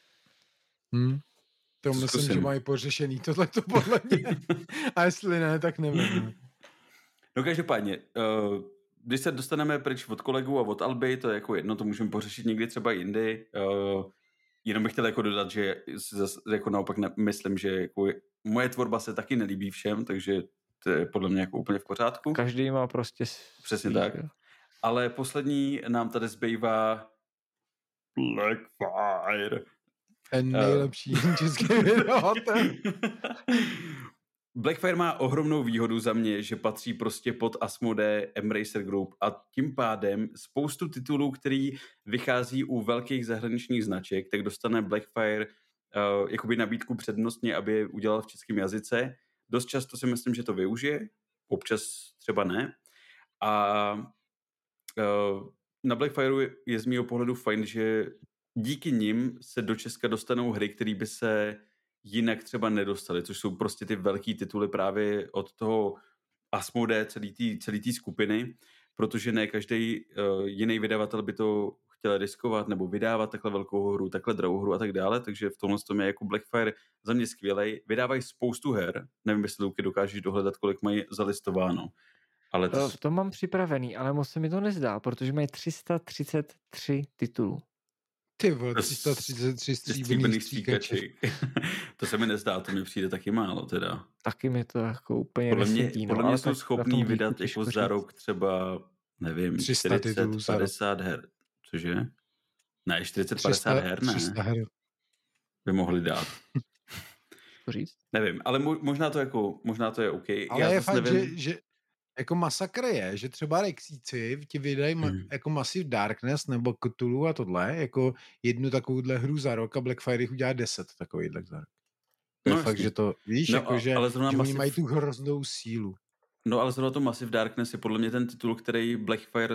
Hm. To To myslím, zkusím. že mají pořešený tohleto podle mě. A jestli ne, tak nevím. No každopádně, uh, když se dostaneme pryč od kolegů a od Alby, to je jako jedno, to můžeme pořešit někdy třeba jindy. Uh, jenom bych chtěl jako dodat, že zas, jako naopak ne, myslím, že jako je, moje tvorba se taky nelíbí všem, takže to je podle mě jako úplně v pořádku. Každý má prostě Přesně svý, tak. jo. Ale poslední nám tady zbývá Blackfire. Ten Eh. nejlepší český vydavatel. Blackfire má ohromnou výhodu za mě, že patří prostě pod Asmodee Embracer Group a tím pádem spoustu titulů, který vychází u velkých zahraničních značek, tak dostane Blackfire uh, jakoby nabídku přednostně, aby je udělal v českém jazyce. Dost často si myslím, že to využije, občas třeba ne. A uh, na Blackfireu je, je z mého pohledu fajn, že díky nim se do Česka dostanou hry, které by se jinak třeba nedostali, což jsou prostě ty velký tituly právě od toho Asmodee, celý té celý tý skupiny, protože ne každý uh, jiný vydavatel by to chtěl riskovat nebo vydávat takhle velkou hru, takhle drahou hru a tak dále, takže v tomhle tom je jako Blackfire za mě skvělej. Vydávají spoustu her, nevím, jestli Luky dokážeš dohledat, kolik mají zalistováno. Ale to, To, to mám připravený, ale moc se mi to nezdá, protože mají tři sta třicet tři titulů. Ty vole, To tři sta třicet tři stříbrný stříbrný stříkači. stříkači. To se mi nezdá, to mi přijde taky málo teda. Taky mi to jako úplně Podle mě, nesedí. podle no, mě ale jsou tak na schopní tom vydat výku těžko jako za říct. rok třeba, nevím, tři sta čtyřicet, titulů za rok. padesát her. Cože? Ne, čtyřicet, tři padesát sta her, ne. tři sta her. By mohli dát. To říct? Nevím, ale mo- možná to jako, možná to je OK. Ale Já je zase fakt, nevím. že, že jako masakr je, že třeba Rexíci ti vydají ma, Hmm. jako Massive Darkness nebo Cthulhu a tohle, jako jednu takovouhle hru za rok a Blackfire jich udělá deset takovýhle za rok. To je No fakt, jasně. že to, víš, No, jako, a- že, ale zrovna že oni Massive- mají tu hroznou sílu. No ale zrovna to Massive Darkness je podle mě ten titul, který Blackfire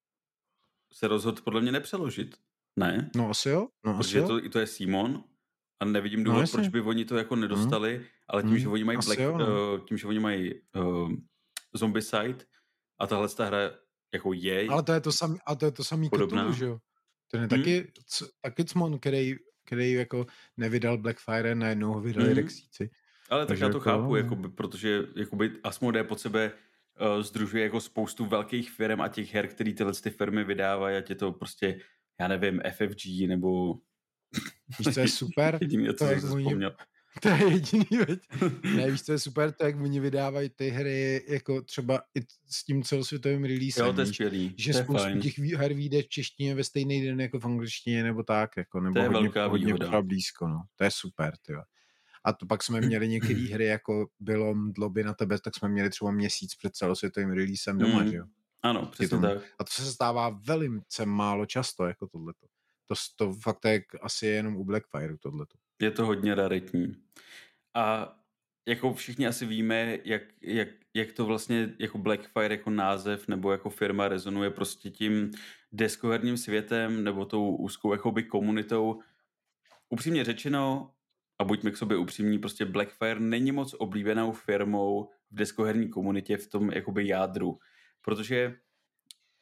se rozhodl podle mě nepřeložit. Ne? No asi jo, no asi Protože jo. to, i to je Simon a nevidím No, důvod, jasně. proč by oni to jako nedostali, ale tím, Hmm, že oni mají asi Black, jo, no. uh, tím, že oni mají uh, Zombicide a tahle ta hra jako je, Ale to je to samý, a to je to samý Podobná. Cthulhu, že jo? Ten je Hmm. taky, c, taky Cmon, který, který jako nevydal Blackfire, najednou ho vydali Mhm. Rexíci. ale tak takže já to jako, chápu, no. jakoby, protože jakoby Asmodee pod sebe uh, združuje jako spoustu velkých firm a těch her, které tyhle ty firmy vydávají, ať je to prostě, já nevím, F F G nebo Víš, co je super? jediný, To co je, jsem jak si oni- vzpomněl. To je jediný, veď. Ne, víš, co je super, to jak oni vydávají ty hry, jako třeba i t- s tím celosvětovým releasem, Jo, to je víš, skvělý, že to je spoustu fajn. těch vý- her vyjde v češtině ve stejný den jako v angličtině, nebo tak, jako, nebo To je hodně, velká hodně výhoda. pořád blízko, no. To je super, tyjo. A to pak jsme měli některé hry, jako bylo Mdloby na tebe, tak jsme měli třeba měsíc před celosvětovým releasem doma, Mm. že jo. Ano, přesně tomu. tak. A to se stává velice málo často, jako tohleto. To, to fakt je asi jenom u Blackfireu tohleto. Je to hodně raritní. A jako všichni asi víme, jak, jak, jak to vlastně jako Blackfire jako název nebo jako firma rezonuje prostě tím deskoherním světem nebo tou úzkou jakoby komunitou. Upřímně řečeno, a buďme k sobě upřímní, prostě Blackfire není moc oblíbenou firmou v deskoherní komunitě v tom jakoby jádru. Protože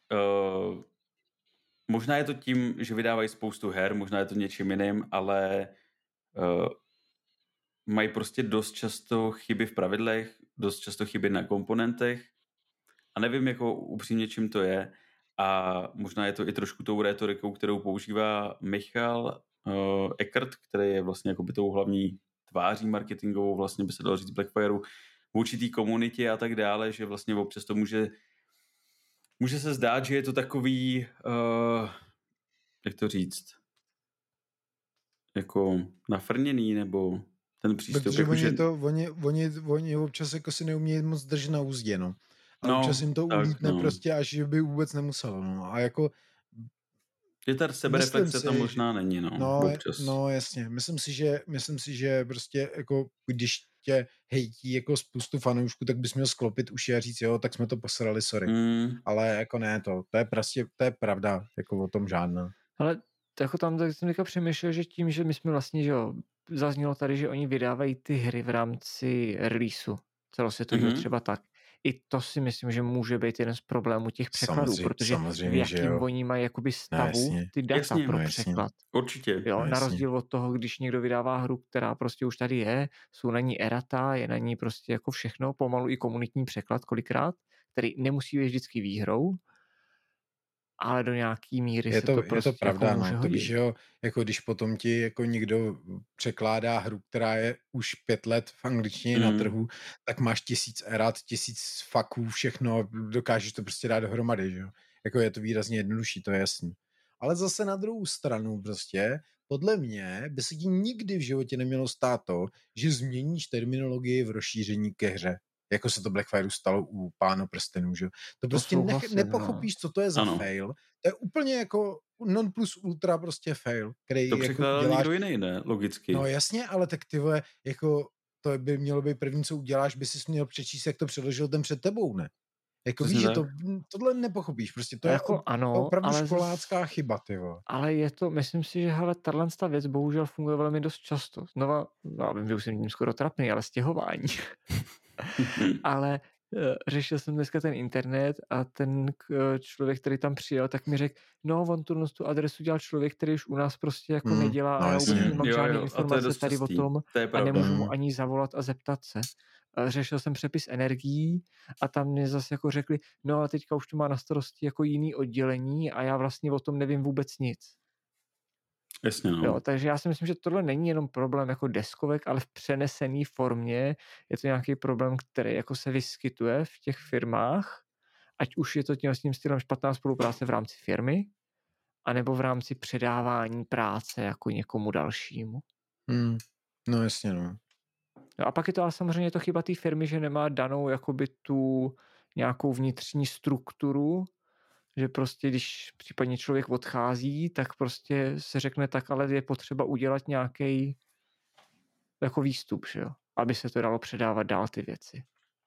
uh, možná je to tím, že vydávají spoustu her, možná je to něčím jiným, ale uh, mají prostě dost často chyby v pravidlech, dost často chyby na komponentech a nevím jako upřímně, čím to je. A možná je to i trošku tou rétorikou, kterou používá Michal uh, Eckert, který je vlastně jako by tou hlavní tváří marketingovou, vlastně by se dalo říct Blackfireu, v určitý komunitě a tak dále, že vlastně občas to může může se zdát, že je to takový uh, jak to říct jako nafrněný, nebo ten přístup. Protože jako, oni, že... to, oni, oni, oni občas jako si neumějí moc držet na úzdě, no. A no, občas jim to tak, ulítne no. prostě, až že by vůbec nemuselo, no. A jako že ta sebereflexe tam možná není, no. No, občas. no jasně. Myslím si, že, myslím si, že prostě jako když tě hejtí jako spoustu fanoušků, tak bys měl sklopit uši a říct, jo, tak jsme to posrali, sorry. Mm. Ale jako ne, to, to je prostě, to je pravda, jako o tom žádná. Ale jako tam tak jsem teďka přemýšlel, že tím, že my jsme vlastně, že jo, zaznělo tady, že oni vydávají ty hry v rámci releaseu celosvětového mm-hmm. třeba tak. I to si myslím, že může být jeden z problémů těch překladů, samozřejmě, protože v jakým oni mají jakoby stavu no, ty data jasně, pro no, překlad. Určitě. Jo, no, na rozdíl od toho, když někdo vydává hru, která prostě už tady je, jsou na ní erata, je na ní prostě jako všechno, pomalu i komunitní překlad kolikrát, který nemusí být vždycky výhrou, ale do nějaký míry je se to, to prostě je to pravda, jako může no, to hodit. víš, jo, jako když potom ti jako někdo překládá hru, která je už pět let v angličtině mm. na trhu, tak máš tisíc erat, tisíc faků, všechno, dokážeš to prostě dát dohromady, že jo. Jako je to výrazně jednodušší, to je jasný. Ale zase na druhou stranu prostě, podle mě by se ti nikdy v životě nemělo stát to, že změníš terminologii v rozšíření ke hře. Jako se to Blackfireu stalo u Pána prstenů, že? To prostě to ne, vlastně, nepochopíš, co to je za ano. fail. To je úplně jako non plus ultra prostě fail, který to jako překládá děláš... někdo jiný, ne? Logicky. No jasně, ale tak ty vole, jako to by mělo být první, co uděláš, by si měl přečíst, jak to předložil ten před tebou, ne? Jako víš, že to, tohle nepochopíš, prostě to je jako op, ano, opravdu ale školácká zas, chyba, ty vole. Ale je to, myslím si, že hele, tahle věc bohužel funguje velmi dost často. Znova, já vím, že už jsem tím skoro trapný, ale stěhování. ale uh, řešil jsem dneska ten internet a ten uh, člověk, který tam přijel, tak mi řekl, no, on tu, tu adresu dělal člověk, který už u nás prostě jako mm, nedělá no, a já vůbec nemám jo, žádné jo, informace tady o tom to a nemůžu mu ani zavolat a zeptat se. Uh, řešil jsem přepis energií a tam mě zase jako řekli, no ale teďka už to má na starosti jako jiný oddělení a já vlastně o tom nevím vůbec nic. Jasně, no. Jo, takže já si myslím, že tohle není jenom problém jako deskovek, ale v přenesené formě je to nějaký problém, který jako se vyskytuje v těch firmách, ať už je to tím, tím stylem špatná spolupráce v rámci firmy, anebo v rámci předávání práce jako někomu dalšímu. Hmm. No jasně, no. No a pak je to ale samozřejmě to chyba té firmy, že nemá danou jakoby tu nějakou vnitřní strukturu, že prostě když případně člověk odchází, tak prostě se řekne tak, ale je potřeba udělat nějaký jako výstup, že jo? Aby se to dalo předávat dál ty věci.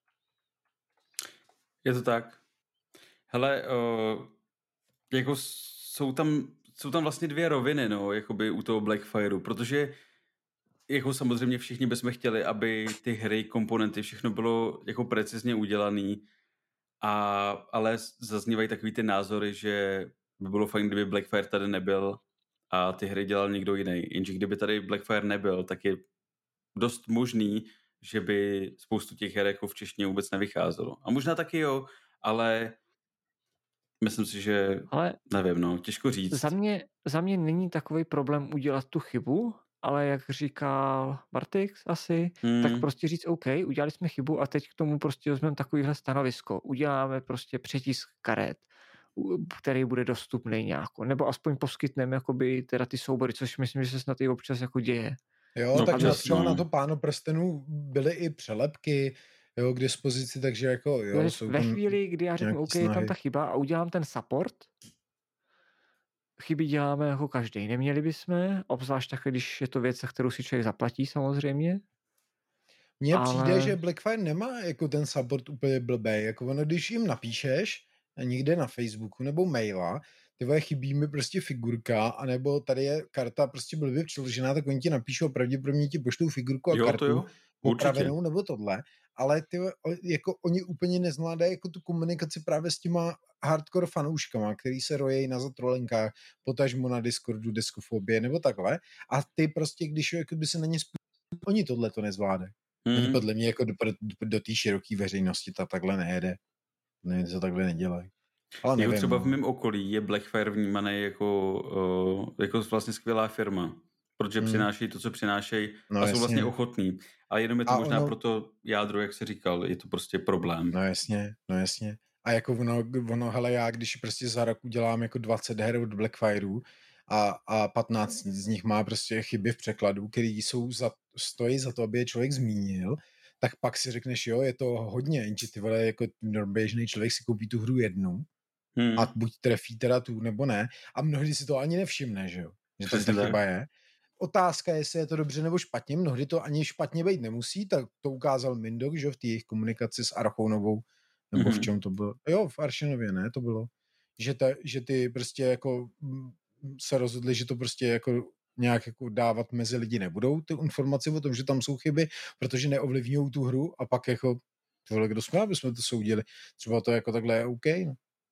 Je to tak. Hele, uh, jako jsou tam, jsou tam vlastně dvě roviny, no, jakoby u toho Blackfireu, protože jako samozřejmě všichni bychom chtěli, aby ty hry, komponenty, všechno bylo jako precizně udělaný, a, ale zaznívají takový ty názory, že by bylo fajn, kdyby Blackfire tady nebyl a ty hry dělal někdo jiný. Jenže kdyby tady Blackfire nebyl, tak je dost možný, že by spoustu těch her jako v češtině vůbec nevycházelo. A možná taky jo, ale myslím si, že ale nevím, no, těžko říct. Za mě, za mě není takový problém udělat tu chybu, ale jak říkal Bartix asi, hmm. tak prostě říct OK, udělali jsme chybu a teď k tomu prostě vezmeme takovýhle stanovisko. Uděláme prostě přetisk karet, který bude dostupný nějako, nebo aspoň poskytneme jakoby teda ty soubory, což myslím, že se snad i občas jako děje. Jo, no, takže třeba na to Pánu prstenů byly i přelepky, jo, k dispozici, takže jako jo, ve, jsou ve chvíli, kdy já řeknu OK, snahy. Je tam ta chyba a udělám ten support, chyby děláme jako každý. Neměli bychom, obzvlášť tak, když je to věc, za kterou si člověk zaplatí samozřejmě. Mně ale... přijde, že Blackfire nemá jako ten support úplně blbej. Jako ono, když jim napíšeš, někde na Facebooku nebo maila, ty vole, chybí mi prostě figurka, anebo tady je karta prostě blbě přeložená, tak oni ti napíšou, pravděpodobně ti pošlou figurku a Jo, to kartu jo, určitě. opravenou nebo tohle, ale ty vole, o- jako oni úplně nezvládají jako tu komunikaci právě s těma hardcore fanouškama, který se rojejí na zatrolenkách, potažmo na Discordu, Deskofobie nebo takhle, a ty prostě, když jako by se na ně spustí, oni tohle to nezvládají. Oni Hmm. podle mě jako do, do, do té široké veřejnosti ta takhle nejede. Ne, to takhle nedělají. Ale Jako nevím, třeba no. v mém okolí je Blackfire vnímaný jako, uh, jako vlastně skvělá firma, protože Hmm. přinášejí to, co přinášejí No, a jsou jasně. vlastně ochotní. A jenom je to A možná ono- pro to jádro, jak se říkal, je to prostě problém. No jasně, no jasně. A jako ono, ono, hele, já když prostě za rok udělám jako dvacet her od Blackfireu a, a patnáct z nich má prostě chyby v překladu, který jsou za, stojí za to, aby je člověk zmínil, tak pak si řekneš, jo, je to hodně, jenže ty vole, jako běžný člověk si koupí tu hru jednu Hmm. a buď trefí teda tu, nebo ne. A mnohdy si to ani nevšimne, že jo, že tam Přesně ta tak. chyba je. Otázka je, jestli je to dobře nebo špatně. Mnohdy to ani špatně být nemusí, tak to ukázal Mindok, že v té jejich komunikaci s Archounovou, nebo Mhm. v čem to bylo. Jo, v Aršinově, ne, to bylo. Že, ta, že ty prostě jako mm, se rozhodli, že to prostě jako nějak jako dávat mezi lidi nebudou, ty informace o tom, že tam jsou chyby, protože neovlivňují tu hru a pak jako tohle, kdo jsme, aby jsme to soudili. Třeba to jako takhle je OK, no.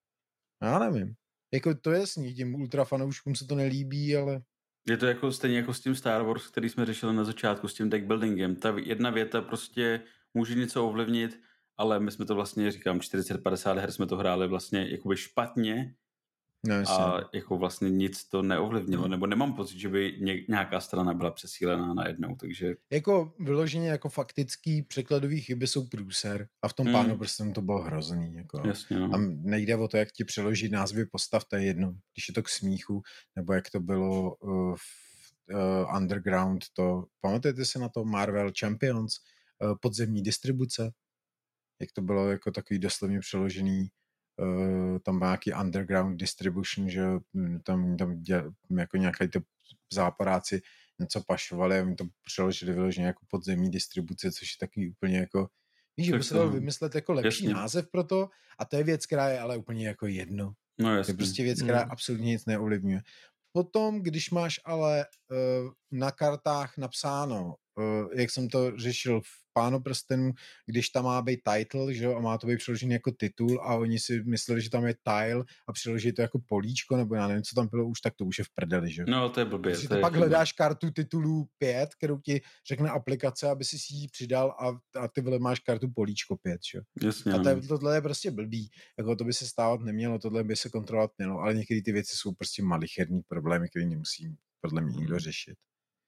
Já nevím. Jako to je jasný, těm ultrafanouškům se to nelíbí, ale Je to jako stejně jako s tím Star Wars, který jsme řešili na začátku, s tím deckbuildingem. Ta jedna věta prostě může něco ovlivnit, ale my jsme to vlastně, říkám, čtyřicet padesát her jsme to hráli vlastně jakoby špatně no, jasně. a jako vlastně nic to neovlivnilo, nebo nemám pocit, že by ně, nějaká strana byla přesílená najednou, takže... Jako vyloženě jako faktický překladový chyby jsou průser a v tom Hmm. Pánu prstenů to bylo hrozný. Jako. Jasně, no. A nejde o to, jak ti přeložit názvy postav, to je jedno. Když je to k smíchu, nebo jak to bylo uh, v uh, Underground, to pamatujete si na to Marvel Champions, uh, podzemní distribuce, jak to bylo jako takový doslovně přeložený, uh, tam byl nějaký Underground Distribution, že tam, tam děl, jako nějaký to záporáci něco pašovali a oni to přeložili vyloženě jako podzemní distribuce, což je takový úplně jako, víš, že Tak by se to- dal vymyslet jako lepší jasně. název pro to a to je věc, která je ale úplně jako jedno. No To jasně. je prostě věc, která Mm. absolutně nic neovlivňuje. Potom, když máš ale uh, na kartách napsáno, uh, jak jsem to řešil v Pánu prstenů, když tam má být title, že jo, a má to být přeložený jako titul a oni si mysleli, že tam je tile a přeloží to jako políčko, nebo já nevím, co tam bylo už, tak to už je v prdeli, že jo. No to je blbě. Když to ty je pak chyba. hledáš kartu titulů pět, kterou ti řekne aplikace, aby si si ji přidal a, a ty vole máš kartu políčko pět, že jo. Jasně, A to je, no. tohle je prostě blbý. Jako to by se stávat nemělo, tohle by se kontrolovat mělo, ale některé ty věci jsou prostě malicherní problémy, které nemusí podle mě nikdo řešit.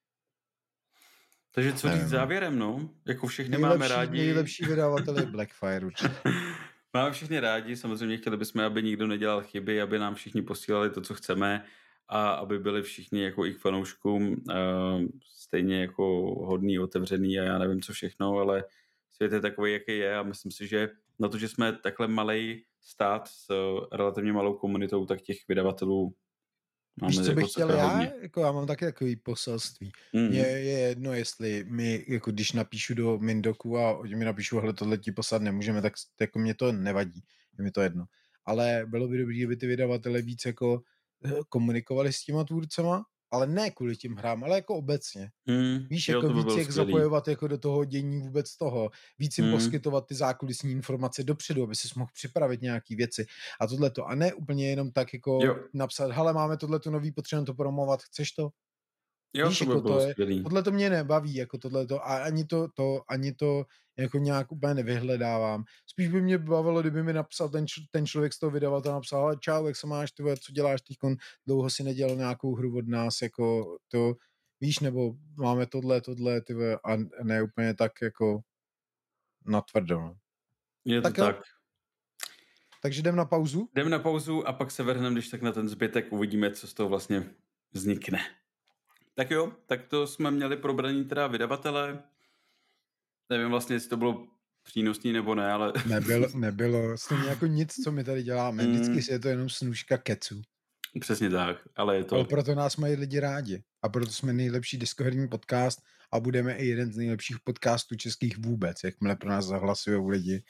Takže co říct Nevím. závěrem, no? Jako všechny Nejlepší, máme rádi. nejlepší vydavatel je Blackfire určitě. Máme všichni rádi, samozřejmě chtěli bychom, aby nikdo nedělal chyby, aby nám všichni posílali to, co chceme a aby byli všichni jako i k fanouškům uh, stejně jako hodný, otevřený a já nevím co všechno, ale svět je takový, jaký je a myslím si, že na to, že jsme takhle malej stát s uh, relativně malou komunitou, tak těch vydavatelů máme Víš, co jako bych chtěl sakra já? hodně. Jako já mám taky takový poselství. Mm. Mně je jedno, jestli my, jako když napíšu do Mindoku a oni mi napíšu, hele, tohle ti poslat nemůžeme, tak jako mě to nevadí. Je mi to jedno. Ale bylo by dobré, kdyby ty vydavatele víc jako eh, komunikovali s těma tvůrcema, ale ne kvůli těm hrám, ale jako obecně. Mm. Víš, Jo, jako to by víc bylo jak skvělý. zapojovat jako do toho dění vůbec toho, víc jim Mm. poskytovat ty zákulisní informace dopředu, aby si mohl připravit nějaký věci a tohleto. A ne úplně jenom tak jako Jo. napsat, hele, máme tohleto nový, potřebujeme to promovat, chceš to? Jo, Víš, to by jako bylo to je- skvělý. Tohle to mě nebaví, jako tohleto, a ani to, to, ani to jako nějak úplně nevyhledávám. Spíš by mě bavilo, kdyby mi napsal ten, č- ten člověk z toho vydavatele, napsal, ale čau, jak se máš, ty vole, co děláš teďkon, dlouho si nedělal nějakou hru od nás, jako to, víš, nebo máme tohle, tohle, ty vole, a ne úplně tak jako natvrdo. no. Je to Tak jo. tak. Takže jdem na pauzu. Jdeme na pauzu a pak se vrhneme, když tak na ten zbytek uvidíme, co z toho vlastně vznikne. Tak jo, tak to jsme měli probraný teda vydavatele. Nevím vlastně, jestli to bylo přínosný nebo ne, ale... Nebylo, nebylo, stejně jako nic, co my tady děláme. Mm. Vždycky si je to jenom snůžka keců. Přesně tak, ale je to... Ale proto nás mají lidi rádi. A proto jsme nejlepší diskoherní podcast a budeme i jeden z nejlepších podcastů českých vůbec, jakmile pro nás zahlasují lidi.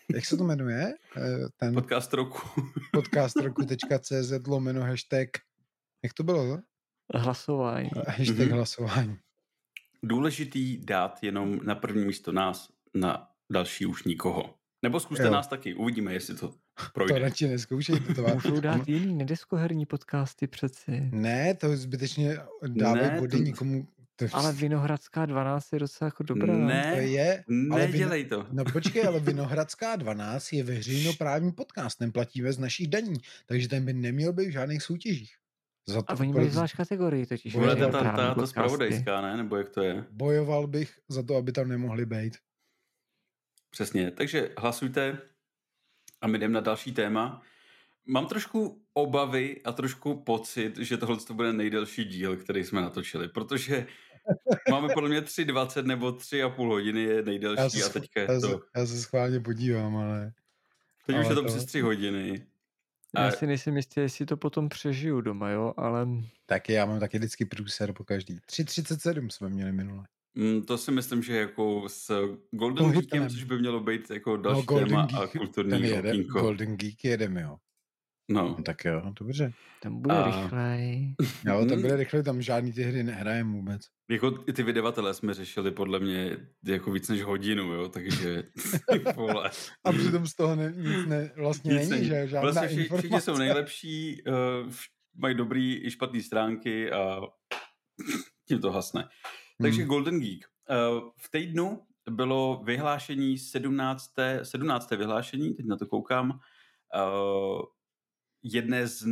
jak se to jmenuje? Ten Podcast roku. podcast roku.cz lomeno hashtag, jak to bylo? Hlasování. Hashtag mm-hmm. hlasování. Důležitý dát jenom na první místo nás, na další už nikoho. Nebo zkuste jo. nás taky, uvidíme, jestli to projde. To radši neskoušejte. To Můžou dát jiný nedeskoherní podcasty přeci. Ne, to zbytečně dávají body to... nikomu. To... Ale Vinohradská dvanáct je docela jako dobrá. Ne, to je, nedělej vino... to. No počkej, ale Vinohradská dvanáct je veřejnoprávní podcast, ten platíme z našich daní, takže ten by neměl být v žádných soutěžích. Za to a oni mají zvlášť kategorii totiž. Bude ta, ta, ta, ta zpravodajská, ne? Nebo jak to je? Bojoval bych za to, aby tam nemohli být. Přesně, takže hlasujte a my jdeme na další téma. Mám trošku obavy a trošku pocit, že tohle to bude nejdelší díl, který jsme natočili, protože máme podle mě tři dvacet nebo tři a půl hodiny je nejdelší já a teďka je já to... Se, já se schválně podívám, ale... Teď ale už je to, to přes tři hodiny. Já a... si nejsem jistý, jestli to potom přežiju doma, jo, ale... Taky, já mám taky vždycky průser po každý. tři třicet sedm jsme měli minule. Mm, to si myslím, že jako s Golden Geekem, což by mělo být jako další no, téma Geek, a kulturní jede, Golden Geek jedeme, jo. No. no. Tak jo, dobře. Tam bude a... rychlej. Jo, tam bude rychlej, tam žádný ty hry nehrajem vůbec. Jako ty vydavatelé jsme řešili podle mě jako víc než hodinu, jo, takže... a přitom z toho ne, nic ne, vlastně nic není, že žádná vlastně informace. Všichni jsou nejlepší, uh, mají dobrý i špatný stránky a tím to hasne. Takže hmm. Golden Geek. Uh, v týdnu bylo vyhlášení sedmnácté sedmnácté vyhlášení, teď na to koukám, uh, jedné z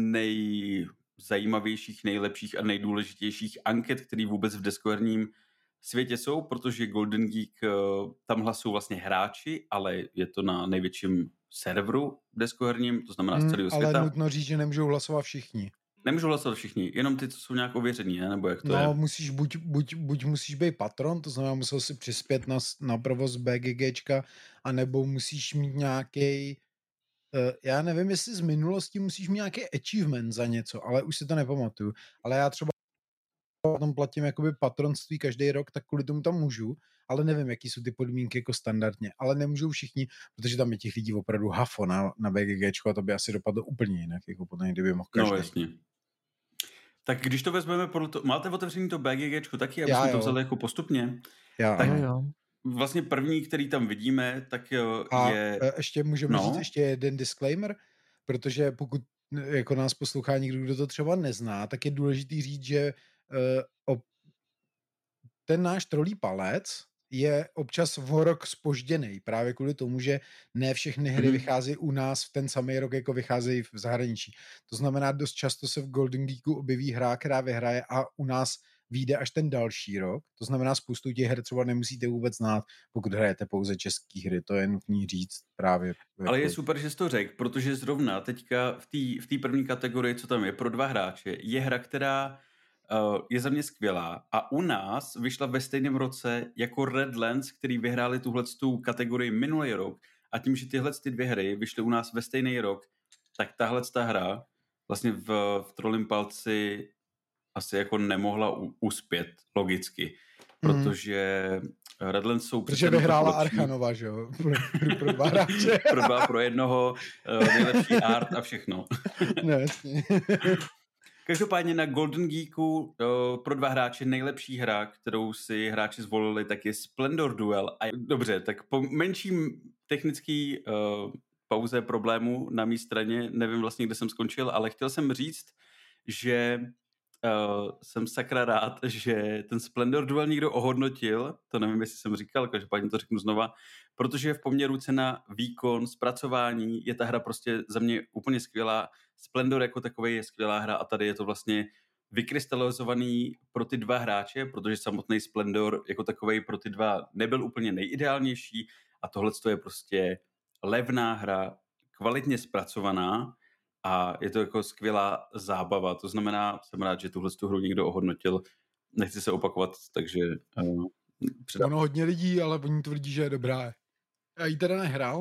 nejzajímavějších, nejlepších a nejdůležitějších anket, které vůbec v deskoherním světě jsou, protože Golden Geek, uh, tam hlasují vlastně hráči, ale je to na největším serveru deskoherním, to znamená z celého světa. Ale nutno říct, že nemůžou hlasovat všichni. Nemůžou hlasovat všichni, jenom ty, co jsou nějak ověření, ne? Nebo jak to no, je? No, musíš, buď, buď, buď musíš být patron, to znamená, musel si přispět na, na provoz BGGčka, anebo musíš mít nějaký, uh, já nevím, jestli z minulosti musíš mít nějaký achievement za něco, ale už si to nepamatuju. Ale já třeba tam platím jakoby patronství každý rok, tak kvůli tomu tam můžu, ale nevím, jaký jsou ty podmínky jako standardně. Ale nemůžou všichni, protože tam je těch lidí opravdu hafo na, na BGGčko a to by asi dopadlo úplně jinak, jako potom, kdyby mohl každý. No jasně. Tak když to vezmeme, podle to, máte otevřený to BGGčku taky, aby já, jsme jo. to vzali jako postupně? Já, tak jo, jo. Vlastně první, který tam vidíme, tak a je... A ještě můžeme no. říct ještě jeden disclaimer, protože pokud jako nás poslouchá někdo, kdo to třeba nezná, tak je důležitý říct, že uh, o, ten náš trolí palec je občas o rok zpožděnej, právě kvůli tomu, že ne všechny hry mm-hmm. vycházejí u nás v ten samý rok, jako vycházejí v zahraničí. To znamená, dost často se v Golden Geeku objeví hra, která vyhraje a u nás vyjde až ten další rok. To znamená, spoustu těch her třeba nemusíte vůbec znát, pokud hrajete pouze český hry. To je nutný říct právě. Ale je super, že jsi to řekl, protože zrovna teďka v té v té první kategorii, co tam je, pro dva hráče, je hra, která Uh, je za mě skvělá a u nás vyšla ve stejném roce jako Redlands, který vyhráli tuhletu kategorii minulý rok a tím, že tyhle ty dvě hry vyšly u nás ve stejný rok, tak tahle ta hra vlastně v, v Trolím palci asi jako nemohla u, uspět logicky, protože mm. Redlands jsou... Protože vyhrála Archanova, že jo? Pro, pro dva hráče. pro dva, pro jednoho, uh, nejlepší art a všechno. No, jasně. Každopádně na Golden Geeku uh, pro dva hráče nejlepší hra, kterou si hráči zvolili, tak je Splendor Duel. A dobře, tak po menším technický uh, pauze problému na mé straně, nevím vlastně, kde jsem skončil, ale chtěl jsem říct, že uh, jsem sakra rád, že ten Splendor Duel někdo ohodnotil, to nevím, jestli jsem říkal, každopádně to řeknu znova, protože v poměru cena, výkon, zpracování je ta hra prostě za mě úplně skvělá. Splendor jako takovej je skvělá hra a tady je to vlastně vykrystalizovaný pro ty dva hráče, protože samotný Splendor jako takovej pro ty dva nebyl úplně nejideálnější a tohle je prostě levná hra, kvalitně zpracovaná a je to jako skvělá zábava. To znamená, jsem rád, že tuhle hru někdo ohodnotil. Nechci se opakovat, takže uh, předám. Ono hodně lidí, ale oni tvrdí, že je dobrá. Já ji teda nehrál,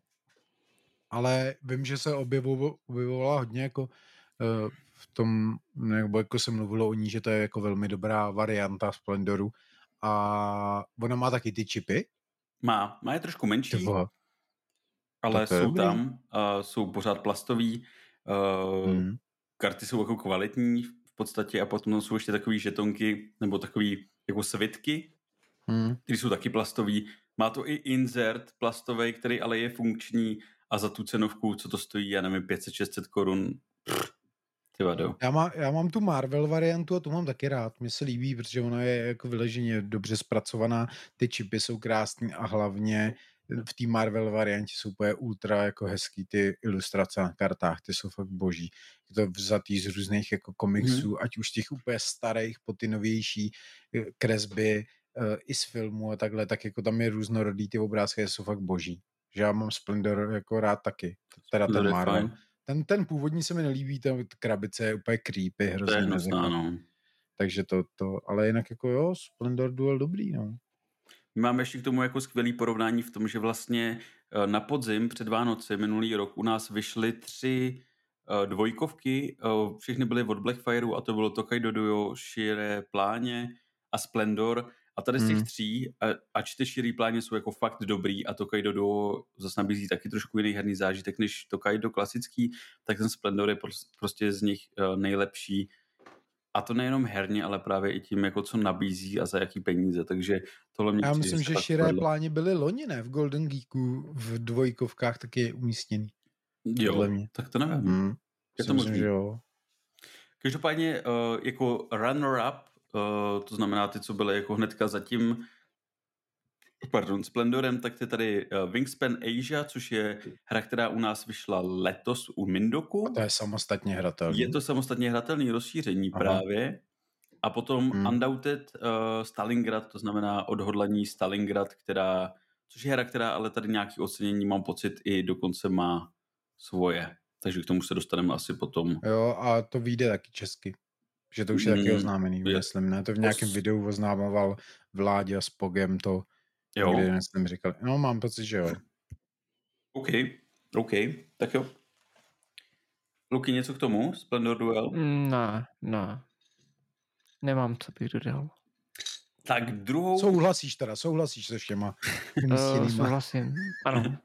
ale vím, že se objevovala, objevovala hodně jako uh, v tom, nebo jako se mluvilo o ní, že to je jako velmi dobrá varianta Splendoru a ona má taky ty čipy. Má, má je trošku menší. Tyvo. Ale to je jsou dobrý. tam, uh, jsou pořád plastový, uh, Hmm. karty jsou jako kvalitní v podstatě a potom jsou ještě takový žetonky nebo takový jako svitky, Hmm. které jsou taky plastový. Má to i insert plastový, který ale je funkční a za tu cenovku, co to stojí, já nevím, pět set šest set korun. Ty vado. Já, má, já mám tu Marvel variantu a tu mám taky rád. Mně se líbí, protože ona je jako vyloženě dobře zpracovaná, ty čipy jsou krásný a hlavně v té Marvel variantě jsou úplně ultra jako hezký ty ilustrace na kartách, ty jsou fakt boží. Je to vzatý z různých jako komiksů, Mhm. ať už těch úplně starých po ty novější eh, kresby eh, i z filmu a takhle, tak jako tam je různorodý ty obrázky, jsou fakt boží. Že já mám Splendor jako rád taky, teda ten To je Marvel. fajn. Ten, ten původní se mi nelíbí, ta krabice je úplně creepy, To je hrozně hnusná, jako. no. Takže to, to, ale jinak jako jo, Splendor Duel dobrý, no. My máme ještě k tomu jako skvělý porovnání v tom, že vlastně eh, na podzim před Vánoci minulý rok u nás vyšly tři eh, dvojkovky, eh, všechny byly od Blackfireu a to bylo Tokaido Duo, Širé pláně a Splendor. A tady z těch Hmm. tří, a- ač ty Širý pláně jsou jako fakt dobrý a Tokaido Duo zase nabízí taky trošku jiný herní zážitek než Tokaido klasický, tak ten Splendor je pros- prostě z nich eh, nejlepší. A to nejenom herně, ale právě i tím, jako co nabízí a za jaký peníze. Takže tohle mě Já přijde, myslím, se že fakt širé povedlo. pláně byly loni, ne? V Golden Geeku v dvojkovkách taky je umístěný. Podle Jo, mě. tak to nevím. Hmm. Je Si to myslím, možný. že jo. Každopádně uh, jako runner-up, uh, to znamená ty, co byly jako hnedka zatím, pardon, Splendorem, tak je tady uh, Wingspan Asia, což je hra, která u nás vyšla letos u Mindoku. A to je samostatně hratelný. Je to samostatně hratelný rozšíření Aha. právě. A potom Hmm. Undoubted uh, Stalingrad, to znamená odhodlaní Stalingrad, která, což je hra, která ale tady nějaký ocenění, mám pocit, i dokonce má svoje. Takže k tomu se dostaneme asi potom. Jo, a to vyjde taky česky. Že to už je taky Mm, oznámený, je- myslím, ne? To v nějakém os- videu oznamoval Vláďa s Pogem, to Jo, někdy jsem říkal. No, mám pocit, že jo. OK, OK, tak jo. Luky, něco k tomu? Splendor Duel? Mm, Ne, ne. Nemám, co bych dodal. Tak druhou... Souhlasíš teda, souhlasíš se všema Uh, umístěnýma. souhlasím, ano.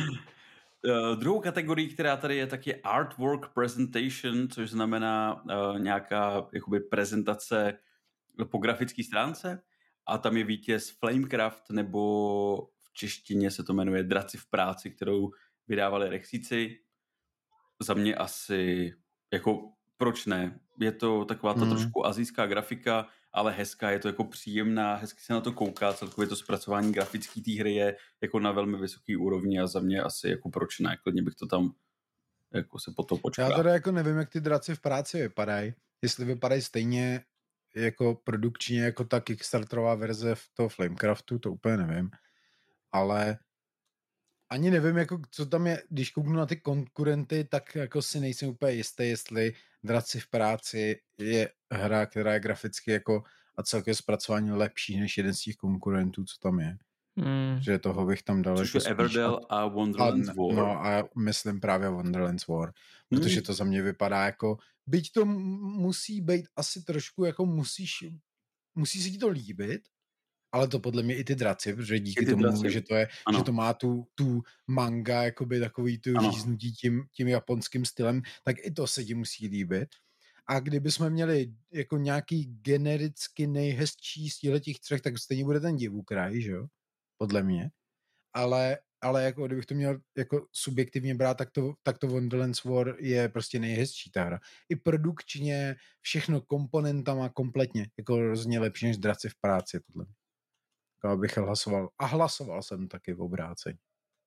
Uh, druhou kategorii, která tady je, tak je Artwork Presentation, což znamená uh, nějaká jakoby prezentace po grafické stránce. A tam je vítěz Flamecraft, nebo v češtině se to jmenuje Draci v práci, kterou vydávali Rexíci. Za mě asi, jako proč ne? Je to taková ta Hmm. trošku asijská grafika, ale hezká, je to jako příjemná, hezky se na to kouká, celkově to zpracování grafické té hry je jako na velmi vysoký úrovni a za mě asi jako proč ne, klidně bych to tam jako se po to počkal. Já teda jako nevím, jak ty draci v práci vypadají. Jestli vypadají stejně jako produkčně, jako ta Kickstarterová verze v toho Flamecraftu, to úplně nevím. Ale ani nevím, jako, co tam je, když kouknu na ty konkurenty, tak jako si nejsem úplně jistý, jestli Draci v práci je hra, která je graficky jako a celkově zpracování lepší než jeden z těch konkurentů, co tam je. Mm. Že toho bych tam dal Což jako je spíš. Everdell a A, Wonderland's War. no a myslím právě Wonderland's War, protože Hmm. to za mě vypadá jako, byť to m- musí být asi trošku jako musíš, musí se ti to líbit, ale to podle mě i ty draci, protože díky I ty tomu, draci. že to je, Ano. že to má tu, tu manga, jakoby takový tu Ano. říznutí tím, tím japonským stylem, tak i to se ti musí líbit. A kdybychom měli jako nějaký genericky nejhezčí z těch třech, tak stejně bude ten Divukraj, že jo? Podle mě. Ale, ale jako kdybych to měl jako subjektivně brát, tak to, tak to Wonderland's War je prostě nejhezčí ta hra. I produkčně, všechno komponentama kompletně, jako hrozně lepší než Draci v práci, podle mě. Jako abych hlasoval. A hlasoval jsem taky v obrácení.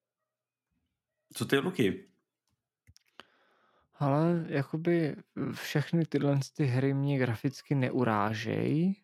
Co ty, Luky? Ale jakoby všechny tyhle ty hry mě graficky neurážejí,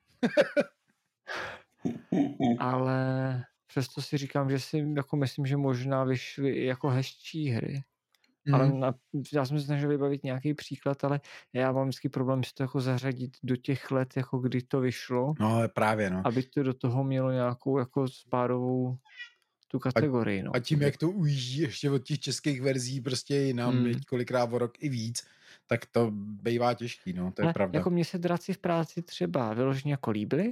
ale přesto si říkám, že si jako myslím, že možná vyšly i jako hezčí hry. Mm. Ale na, já jsem se snažil vybavit nějaký příklad, ale já mám vždycky problém si to jako zařadit do těch let, jako kdy to vyšlo. No ale právě, no. Aby to do toho mělo nějakou jako spádovou tu kategorii, no. A tím, jak to ujíždí ještě od těch českých verzí prostě jinam, Hmm. hmm. kolikrát o rok i víc, tak to bývá těžký, no, to je ale pravda. jako mně se Draci v práci třeba vyloženě jako líbily,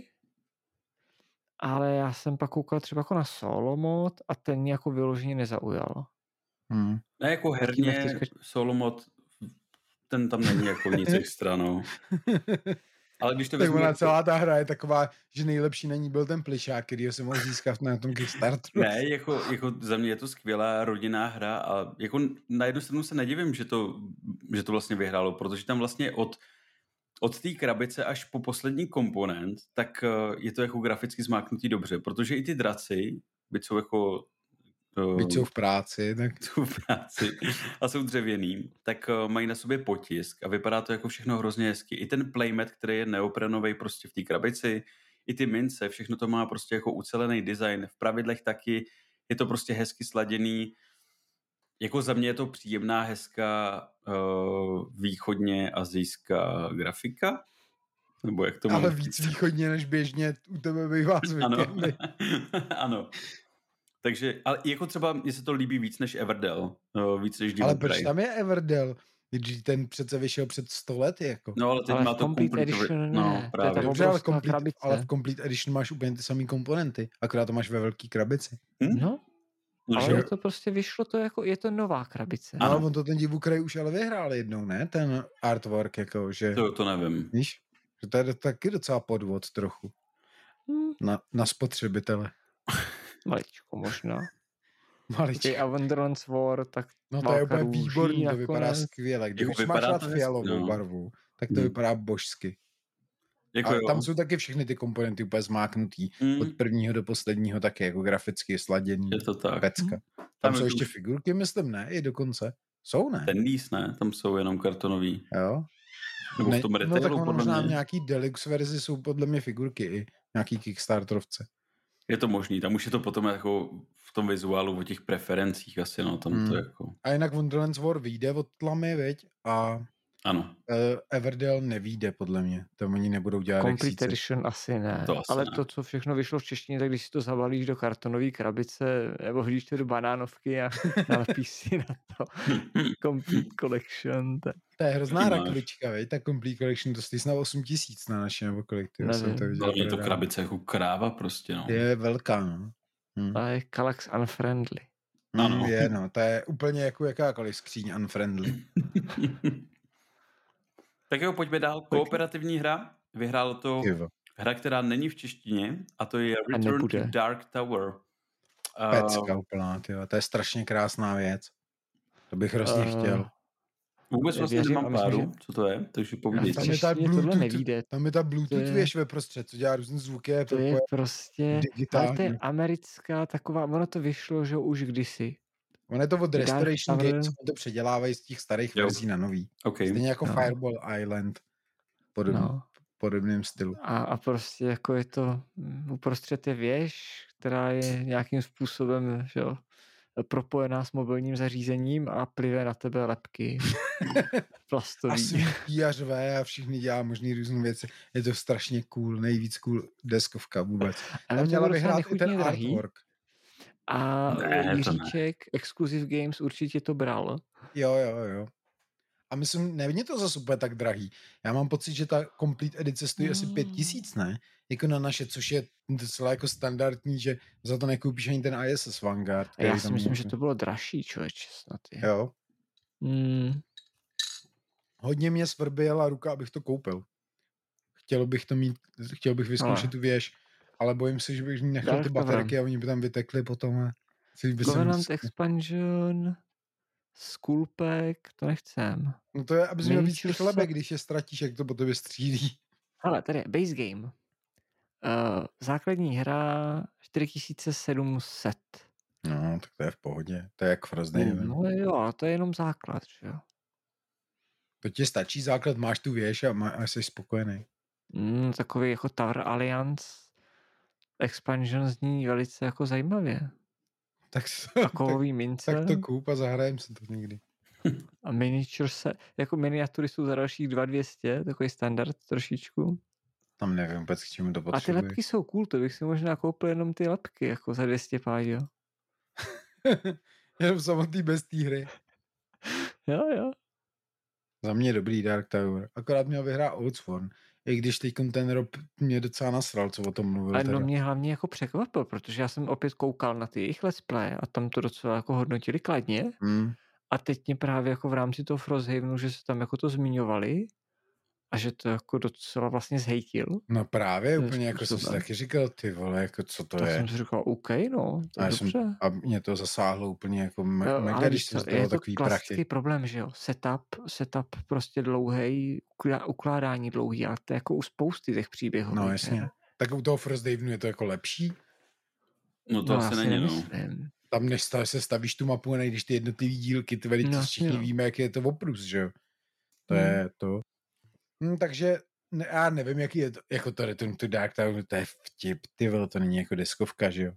ale já jsem pak koukal třeba jako na solo mod a ten mě jako vyloženě nezaujal. Hmm. Ne, jako herně nechci solo mod, ten tam není jako nic extra, no. Ale když to Tak vezmu ona jako... celá ta hra je taková, že nejlepší na ní byl ten plišák, který se mohl získat na tom Kickstarteru. Ne, jako, jako za mě je to skvělá rodinná hra a jako na jednu stranu se nedivím, že to, že to vlastně vyhrálo, protože tam vlastně od, od té krabice až po poslední komponent, tak je to jako graficky zmáknutý dobře, protože i ty draci, byť jsou jako... Byť jsou v práci, tak... Jsou v práci a jsou dřevěný, tak mají na sobě potisk a vypadá to jako všechno hrozně hezky. I ten playmat, který je neoprenovej prostě v té krabici, i ty mince, všechno to má prostě jako ucelený design. V pravidlech taky je to prostě hezky sladěný. Jako za mě je to příjemná, hezká uh, východně azijská grafika. Nebo jak to Ale mám víc říct? východně, než běžně u tebe bývá zvykem. Ano. Ano. Takže, ale jako třeba mně se to líbí víc než Everdell. Uh, víc než Ale Demon proč Prey. tam je Everdell? Když ten přece vyšel před sto lety, jako. No, ale teď Ale má v to Complete complete Edition no, ne, to je právě. ta Dobře, ale, obrovská complete, krabice. ale v Complete Edition máš úplně ty samé komponenty, akorát to máš ve velké krabici. Hm? No, No, ale že- je to prostě vyšlo, to jako, je to nová krabice. No, Ano. ale on to ten divukraj už ale vyhrál jednou, ne? Ten artwork, jako, že... To, to nevím. Víš? Že to je taky docela podvod trochu. Hm, Na, na spotřebitele. maličko možná. Maličko. Takový Wonderland's War, tak No to je válka úplně růží výborný, to vypadá nakonec. skvěle. Když Jako máš vypadá rád to hezky, fialovou no. barvu, tak to Hmm. vypadá božsky. Jako A jo. tam jsou taky všechny ty komponenty úplně zmáknutý. Mm, Od prvního do posledního taky jako graficky sladěný. je to tak. Pecka. Tam Tam je jsou to ještě už- figurky, myslím, ne? I dokonce. Jsou, ne? Ten líst, ne? Tam jsou jenom kartonový. Jo? Nebo Ne, v tom no tak retailu, ono podle možná v mě. nějaký deluxe verzi jsou podle mě figurky i nějaký Kickstarterovce. Je to možný. Tam už je to potom jako v tom vizuálu o těch preferencích asi, no. Tam Hmm. to jako... A jinak Wonderland's War vyjde od Tlamy, viď? A Ano. uh, Everdell nevyjde, podle mě. To oni nebudou dělat Complete rexíce. Edition asi ne, To asi ale ne. to, co všechno vyšlo v češtině, tak když si to zabalíš do kartonové krabice, nebo hodíš to do banánovky a nalepíš si na to Complete Collection, tak To je hrozná Taky máš. rakvička, viď? Ta Complete Collection, to stojí snad osm tisíc na naše, nebo kolik, ty jsem Nevím. to viděl. Hlavně je to prodávat. krabice jako kráva prostě, no. Je velká, no. Hm. a je Kallax Unfriendly. Ano. Mm, je, no, to je úplně jako jakákoliv skříň unfriendly. Tak jo, pojďme dál. Kooperativní hra. Vyhrálo to Tyvo. hra, která není v češtině, a to je Return to nebude. Dark Tower. A Pecka úplná, tyjo. To je strašně krásná věc. To bych hrozně Eh, chtěl. vůbec vlastně Věřím a nemám myslím, páru, že- co to je, takže povídej. Tam v je ta češtině tohle Bluetooth, nevíde. tam je ta Bluetooth je- věž ve prostřed, co dělá různý zvuky. Je To to je úplně prostě, ale to digitální. je americká taková, ono to vyšlo, že už kdysi. On je to od Dark Restoration Tower. Games, oni to předělávají z těch starých Jo. verzí na nový. OK. Stejně jako No. Fireball Island. Podob, No. podobným stylu. A, a prostě jako je to, mm, uprostřed je věž, která je nějakým způsobem, že jo, propojená s mobilním zařízením a plive na tebe lepky. A Plastový. svítí a řve a všichni dělá možný různé věci. Je to strašně cool, nejvíc cool deskovka vůbec. Ale Tam to měla bylo docela vyhrát i nechutně ten drahý. artwork. A Ne, to ne. Jiříček, Exclusive Games určitě to bral. Jo, jo, jo. A myslím, není to zase úplně tak drahý. Já mám pocit, že ta Complete edice stojí asi pět tisíc, ne? Jako na naše, což je docela jako standardní, že za to nekoupíš ani ten I S S Vanguard. A který já si tam myslím, je. že to bylo dražší, člověče, snad je. Jo. Hmm. Hodně mě svrběla ruka, abych to koupil. Chtěl bych to mít, chtěl bych vyzkoušet Ale. tu věž, ale bojím se, že bych nechal Dark ty Tower. baterky a oni by tam vytekly potom a celý by se Covenant musel- Expansion, Skullpack, to nechcem. No to je, abys měl víc Miniature těch lebek, set. když je ztratíš, jak to po tobě střílí. Hele, tady je Base Game. Uh, základní hra čtyři tisíce sedm set. No, tak to je v pohodě. To je jak Frozen. No jo, ale to je jenom základ, že jo. To ti stačí základ, máš tu věž a, má, a jsi spokojený. Mm, takový jako Tower Alliance Expansion zní velice jako zajímavě. Tak, A tak, kovový mince tak to koup a zahrajem se to někdy. a miniature se, jako miniatury jsou za dalších dva dvě stě, takový standard trošičku. Tam nevím vůbec, k čemu to A ty potřebuješ. lepky jsou cool, to bych si možná koupil jenom ty lepky, jako za dvě stě páďo. Jenom samotný bez té hry. Jo, jo. Za mě dobrý Dark Tower. Akorát měl vyhrát Oatsworn. I když teď ten Rob mě docela nasral, co o tom mluvil. A no teda. mě hlavně jako překvapil, protože já jsem opět koukal na ty jejich let's play a tam to docela jako hodnotili kladně. Hmm. A teď mě právě jako v rámci toho Frosthavenu, že se tam jako to zmiňovali a že to jako docela vlastně zhejtil. No právě, Tím úplně jako jsem si způsobem. taky říkal, ty vole, jako co to Tak je. jsem si říkal, OK, no, to A, je já jsem, dobře. a mě to zasáhlo úplně jako me, Jo, mega, ale když víš jsem co, zdal je to takový klasický prachy. problém, že jo, setup, setup prostě dlouhý, ukládání dlouhý, ale to je jako u spousty těch příběhových No jasně. her. Tak u toho First Davenu je to jako lepší. No to No, asi já si není, no. nemyslím. Tam než stav, se stavíš tu mapu a najdeš ty jednotlivý dílky, ty velice No, všichni jo. víme, jak je to oprus, že jo. To Hmm. je to. Hm, takže ne, já nevím, jaký je to, jako to Return to Dark Tower, to je vtip, ty vole, to není jako deskovka, že jo.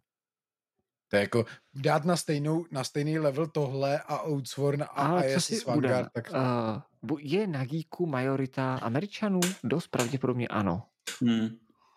To je jako dát na, stejnou, na stejný level tohle a Outsworn a Ale I co S si S budeme? Vanguard, tak Uh, je na Geeku majorita Američanů? Dost pravděpodobně ano. Hmm.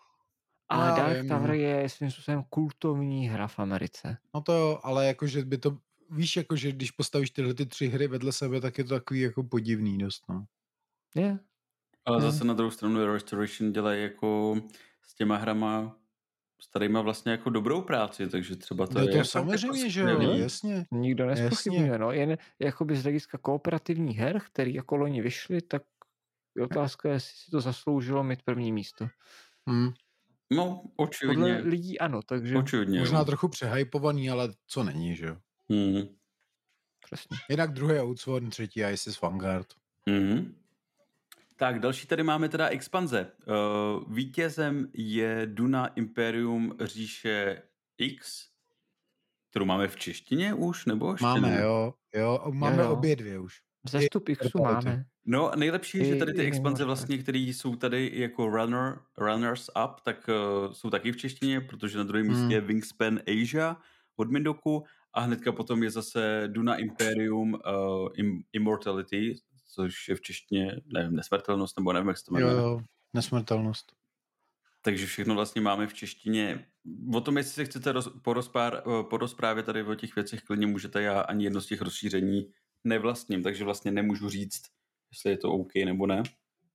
Ale Já Dark vím, Tower no. je svým způsobem kultovní hra v Americe. No to jo, ale jakože by to, víš, jakože když postavíš tyhle ty tři hry vedle sebe, tak je to takový jako podivný dost, no. Je. Ale Hmm. zase na druhou stranu Restoration dělají jako s těma hrama starýma vlastně jako dobrou práci, takže třeba to No je to jako samozřejmě, jako že jo, skvělý. jasně. Nikdo Jasně. nespochybňuje, no. Jen jakoby z hlediska kooperativních her, který jako loni vyšly, tak je otázka, jestli si to zasloužilo mít první místo. Hmm. No, Podle očividně. lidí ano, takže Očividně, Možná jo. trochu přehypovaný, ale co není, že jo. Hmm. přesně. Jinak druhý Outsworn, třetí I S S Vanguard. Mhm. Tak, další tady máme teda expanze. Uh, vítězem je Duna Imperium říše X, kterou máme v češtině už, nebo ještě Máme, ne? jo, jo, máme Jo, jo. obě dvě už. Vzestup Xu Mortality. máme. No, nejlepší je, že I- tady ty i expanze Immortal. vlastně, které jsou tady jako runner, Runners Up, tak uh, jsou taky v češtině, protože na druhém Hmm. místě je Wingspan Asia od Mindoku a hnedka potom je zase Duna Imperium uh, Im- Immortality, což je v češtině, nevím, nesmrtelnost, nebo nevím, jak se to Jo, jmenuje. jo, nesmrtelnost. Takže všechno vlastně máme v češtině. O tom, jestli se chcete roz, porozpár, porozprávět tady o těch věcech, klidně můžete, já ani jedno z těch rozšíření nevlastním, takže vlastně nemůžu říct, jestli je to OK nebo ne.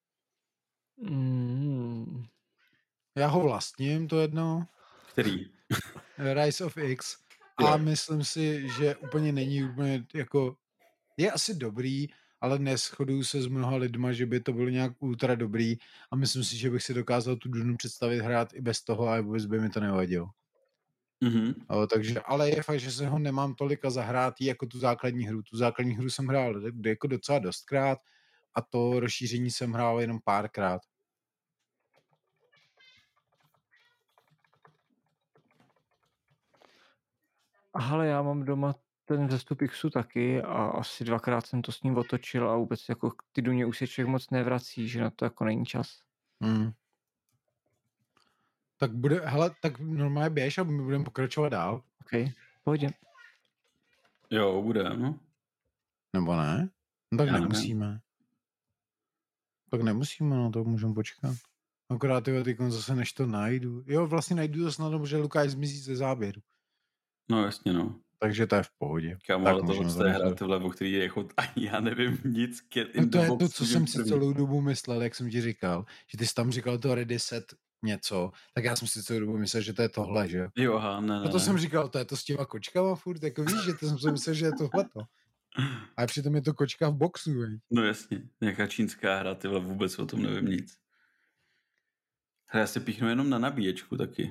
Mm, Já ho vlastním, to jedno. Který? Rise of X. A Jo. myslím si, že úplně není úplně jako... Je asi dobrý, ale neschoduju se s mnoha lidma, že by to bylo nějak ultra dobrý a myslím si, že bych si dokázal tu Dunu představit hrát i bez toho a vůbec by mi to nevadilo. Mhm. Ale, takže, ale je fakt, že se ho nemám tolika zahrátý jako tu základní hru. Tu základní hru jsem hrál jako docela dostkrát a to rozšíření jsem hrál jenom párkrát. ale já mám doma ten vzestup Xu taky a asi dvakrát jsem to s ním otočil a vůbec jako k ty Duně už se člověk moc nevrací, že na to jako není čas. Hmm. Tak bude, hele, tak normálně běž a my budeme pokračovat dál. OK, pojďme. Jo, bude, no. Nebo ne? No tak Já nevím. nemusíme. Tak nemusíme, no to můžeme počkat. Akorát tyhle ty zase než to najdu. Jo, vlastně najdu to snadno, že Lukáš zmizí ze záběru. No jasně, no. Takže to je v pohodě. Kámo, Tak ale můžeme tohle to je hra, nechat. tyhle, o který je jako, ani já nevím nic. Get No in to the je box to, co můžem jsem si první. celou dobu myslel, jak jsem ti říkal. Že ty jsi tam říkal to Ready Set něco, tak já jsem si celou dobu myslel, že to je tohle, že jo. Jo, aha, ne, ne, Proto ne. jsem říkal, to je to s těma kočkama furt, jako víš, že to jsem si myslel, že je tohleto. A přitom je to kočka v boxu, veď. No jasně, nějaká čínská hra, tyhle vůbec o tom nevím nic. Hra, já si píchnu jenom na nabíječku taky.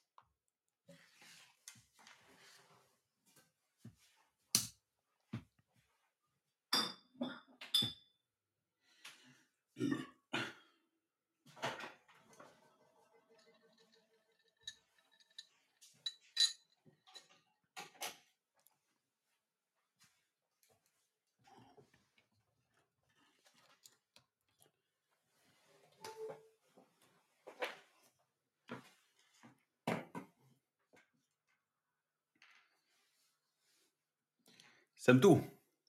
Jsem tu.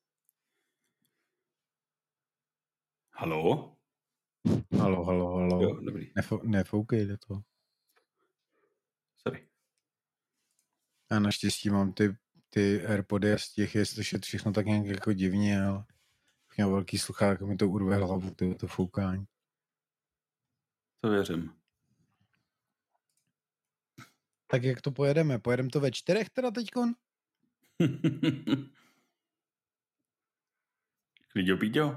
Halo? Halo, halo, halo. Jo, dobrý. Nefo- nefoukej do toho. Sorry. Já naštěstí mám ty, ty Airpody a z těch je slyšet všechno tak nějak jako divně, ale měl velký sluchák, mi to urve hlavu, to, to foukání. To věřím. Tak jak to pojedeme? Pojedeme to ve čtyřech teda teďkon? Klíďo, píďo.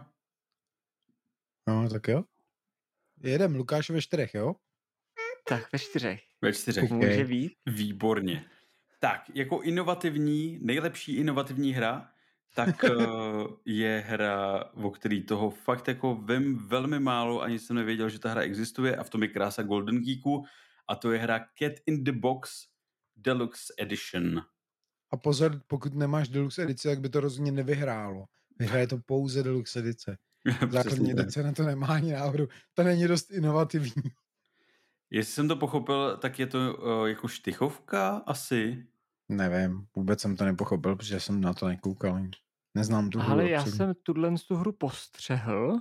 No, tak jo. Jedem, Lukáš ve čtyřech, jo? Tak ve čtyřech. Ve čtyřech. Okay. Může být. Výborně. Tak, jako inovativní, nejlepší inovativní hra, tak je hra, o který toho fakt jako vím velmi málo, ani jsem nevěděl, že ta hra existuje a v tom je krása Golden Geeku a to je hra Cat in the Box Deluxe Edition. A pozor, pokud nemáš Deluxe edici, tak by to rozhodně nevyhrálo. Vyhraje to pouze Deluxe edice. Základní edice na to nemá ani náhodou. To není dost inovativní. Jestli jsem to pochopil, tak je to uh, jako štychovka asi? Nevím, vůbec jsem to nepochopil, protože jsem na to nekoukal. Neznám tu hru. Ale já jsem tuhle tu hru postřehl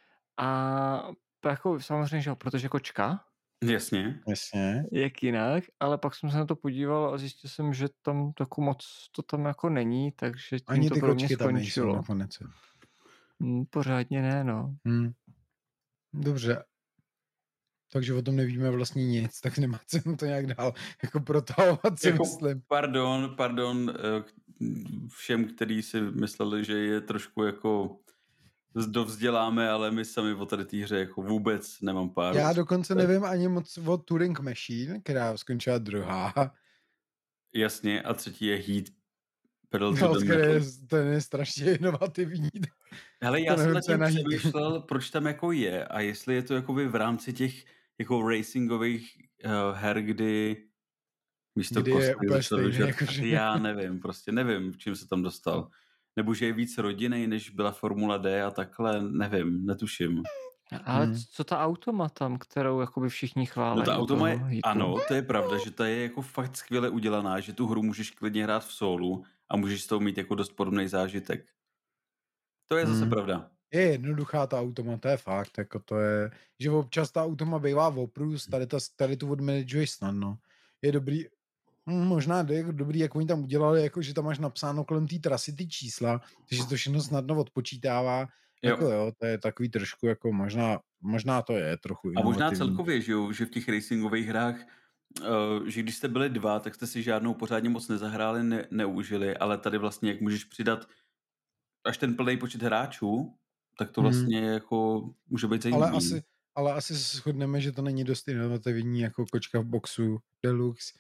a jako samozřejmě, že jo, protože kočka. Jasně. Jasně. Jak jinak, ale pak jsem se na to podíval a zjistil jsem, že tam taku moc to tam jako není, takže tím ani to ty pro mě kočky tam skončilo. nejsou nakonec. Hmm, pořádně ne, no. Hmm. Dobře. Takže o tom nevíme vlastně nic, tak nemá cenu to nějak dál jako protahovat, si jako, myslím. Pardon, pardon všem, kteří si mysleli, že je trošku jako dovzděláme, ale my sami o tady té hře jako vůbec nemám pár. Já dokonce nevím ani moc o Turing Machine, která skončila druhá. Jasně, a třetí je Heat Pedal no, je, ten je strašně inovativní. Hele, já jsem nad tím přemýšlel, proč tam jako je a jestli je to jakoby v rámci těch jako racingových uh, her, kdy místo kdy je úplně stejný, jako že... Já nevím, prostě nevím, v čím se tam dostal. Nebo že je víc rodinný, než byla Formula D a takhle, nevím, netuším. Ale hmm. co ta automa tam, kterou jakoby všichni chválí? No ta automa je, ano, to je pravda, že ta je jako fakt skvěle udělaná, že tu hru můžeš klidně hrát v solu a můžeš s tou mít jako dost podobný zážitek. To je zase hmm. pravda. Je jednoduchá ta automa, to je fakt, jako to je, že občas ta automa bývá oprus, tady, ta, tady tu odmanageuješ snadno. Je dobrý, možná je dobrý, jak oni tam udělali, jako že tam máš napsáno kolem té trasy ty čísla, takže to všechno snadno odpočítává. Jo. Jako jo, to je takový trošku, jako možná, možná to je trochu inovativní. A možná celkově, že, jo, že v těch racingových hrách, uh, že když jste byli dva, tak jste si žádnou pořádně moc nezahráli, ne, neužili, ale tady vlastně, jak můžeš přidat až ten plný počet hráčů, tak to vlastně hmm. jako může být zajímavý. Ale asi, ale asi se shodneme, že to není dost inovativní jako kočka v boxu Deluxe.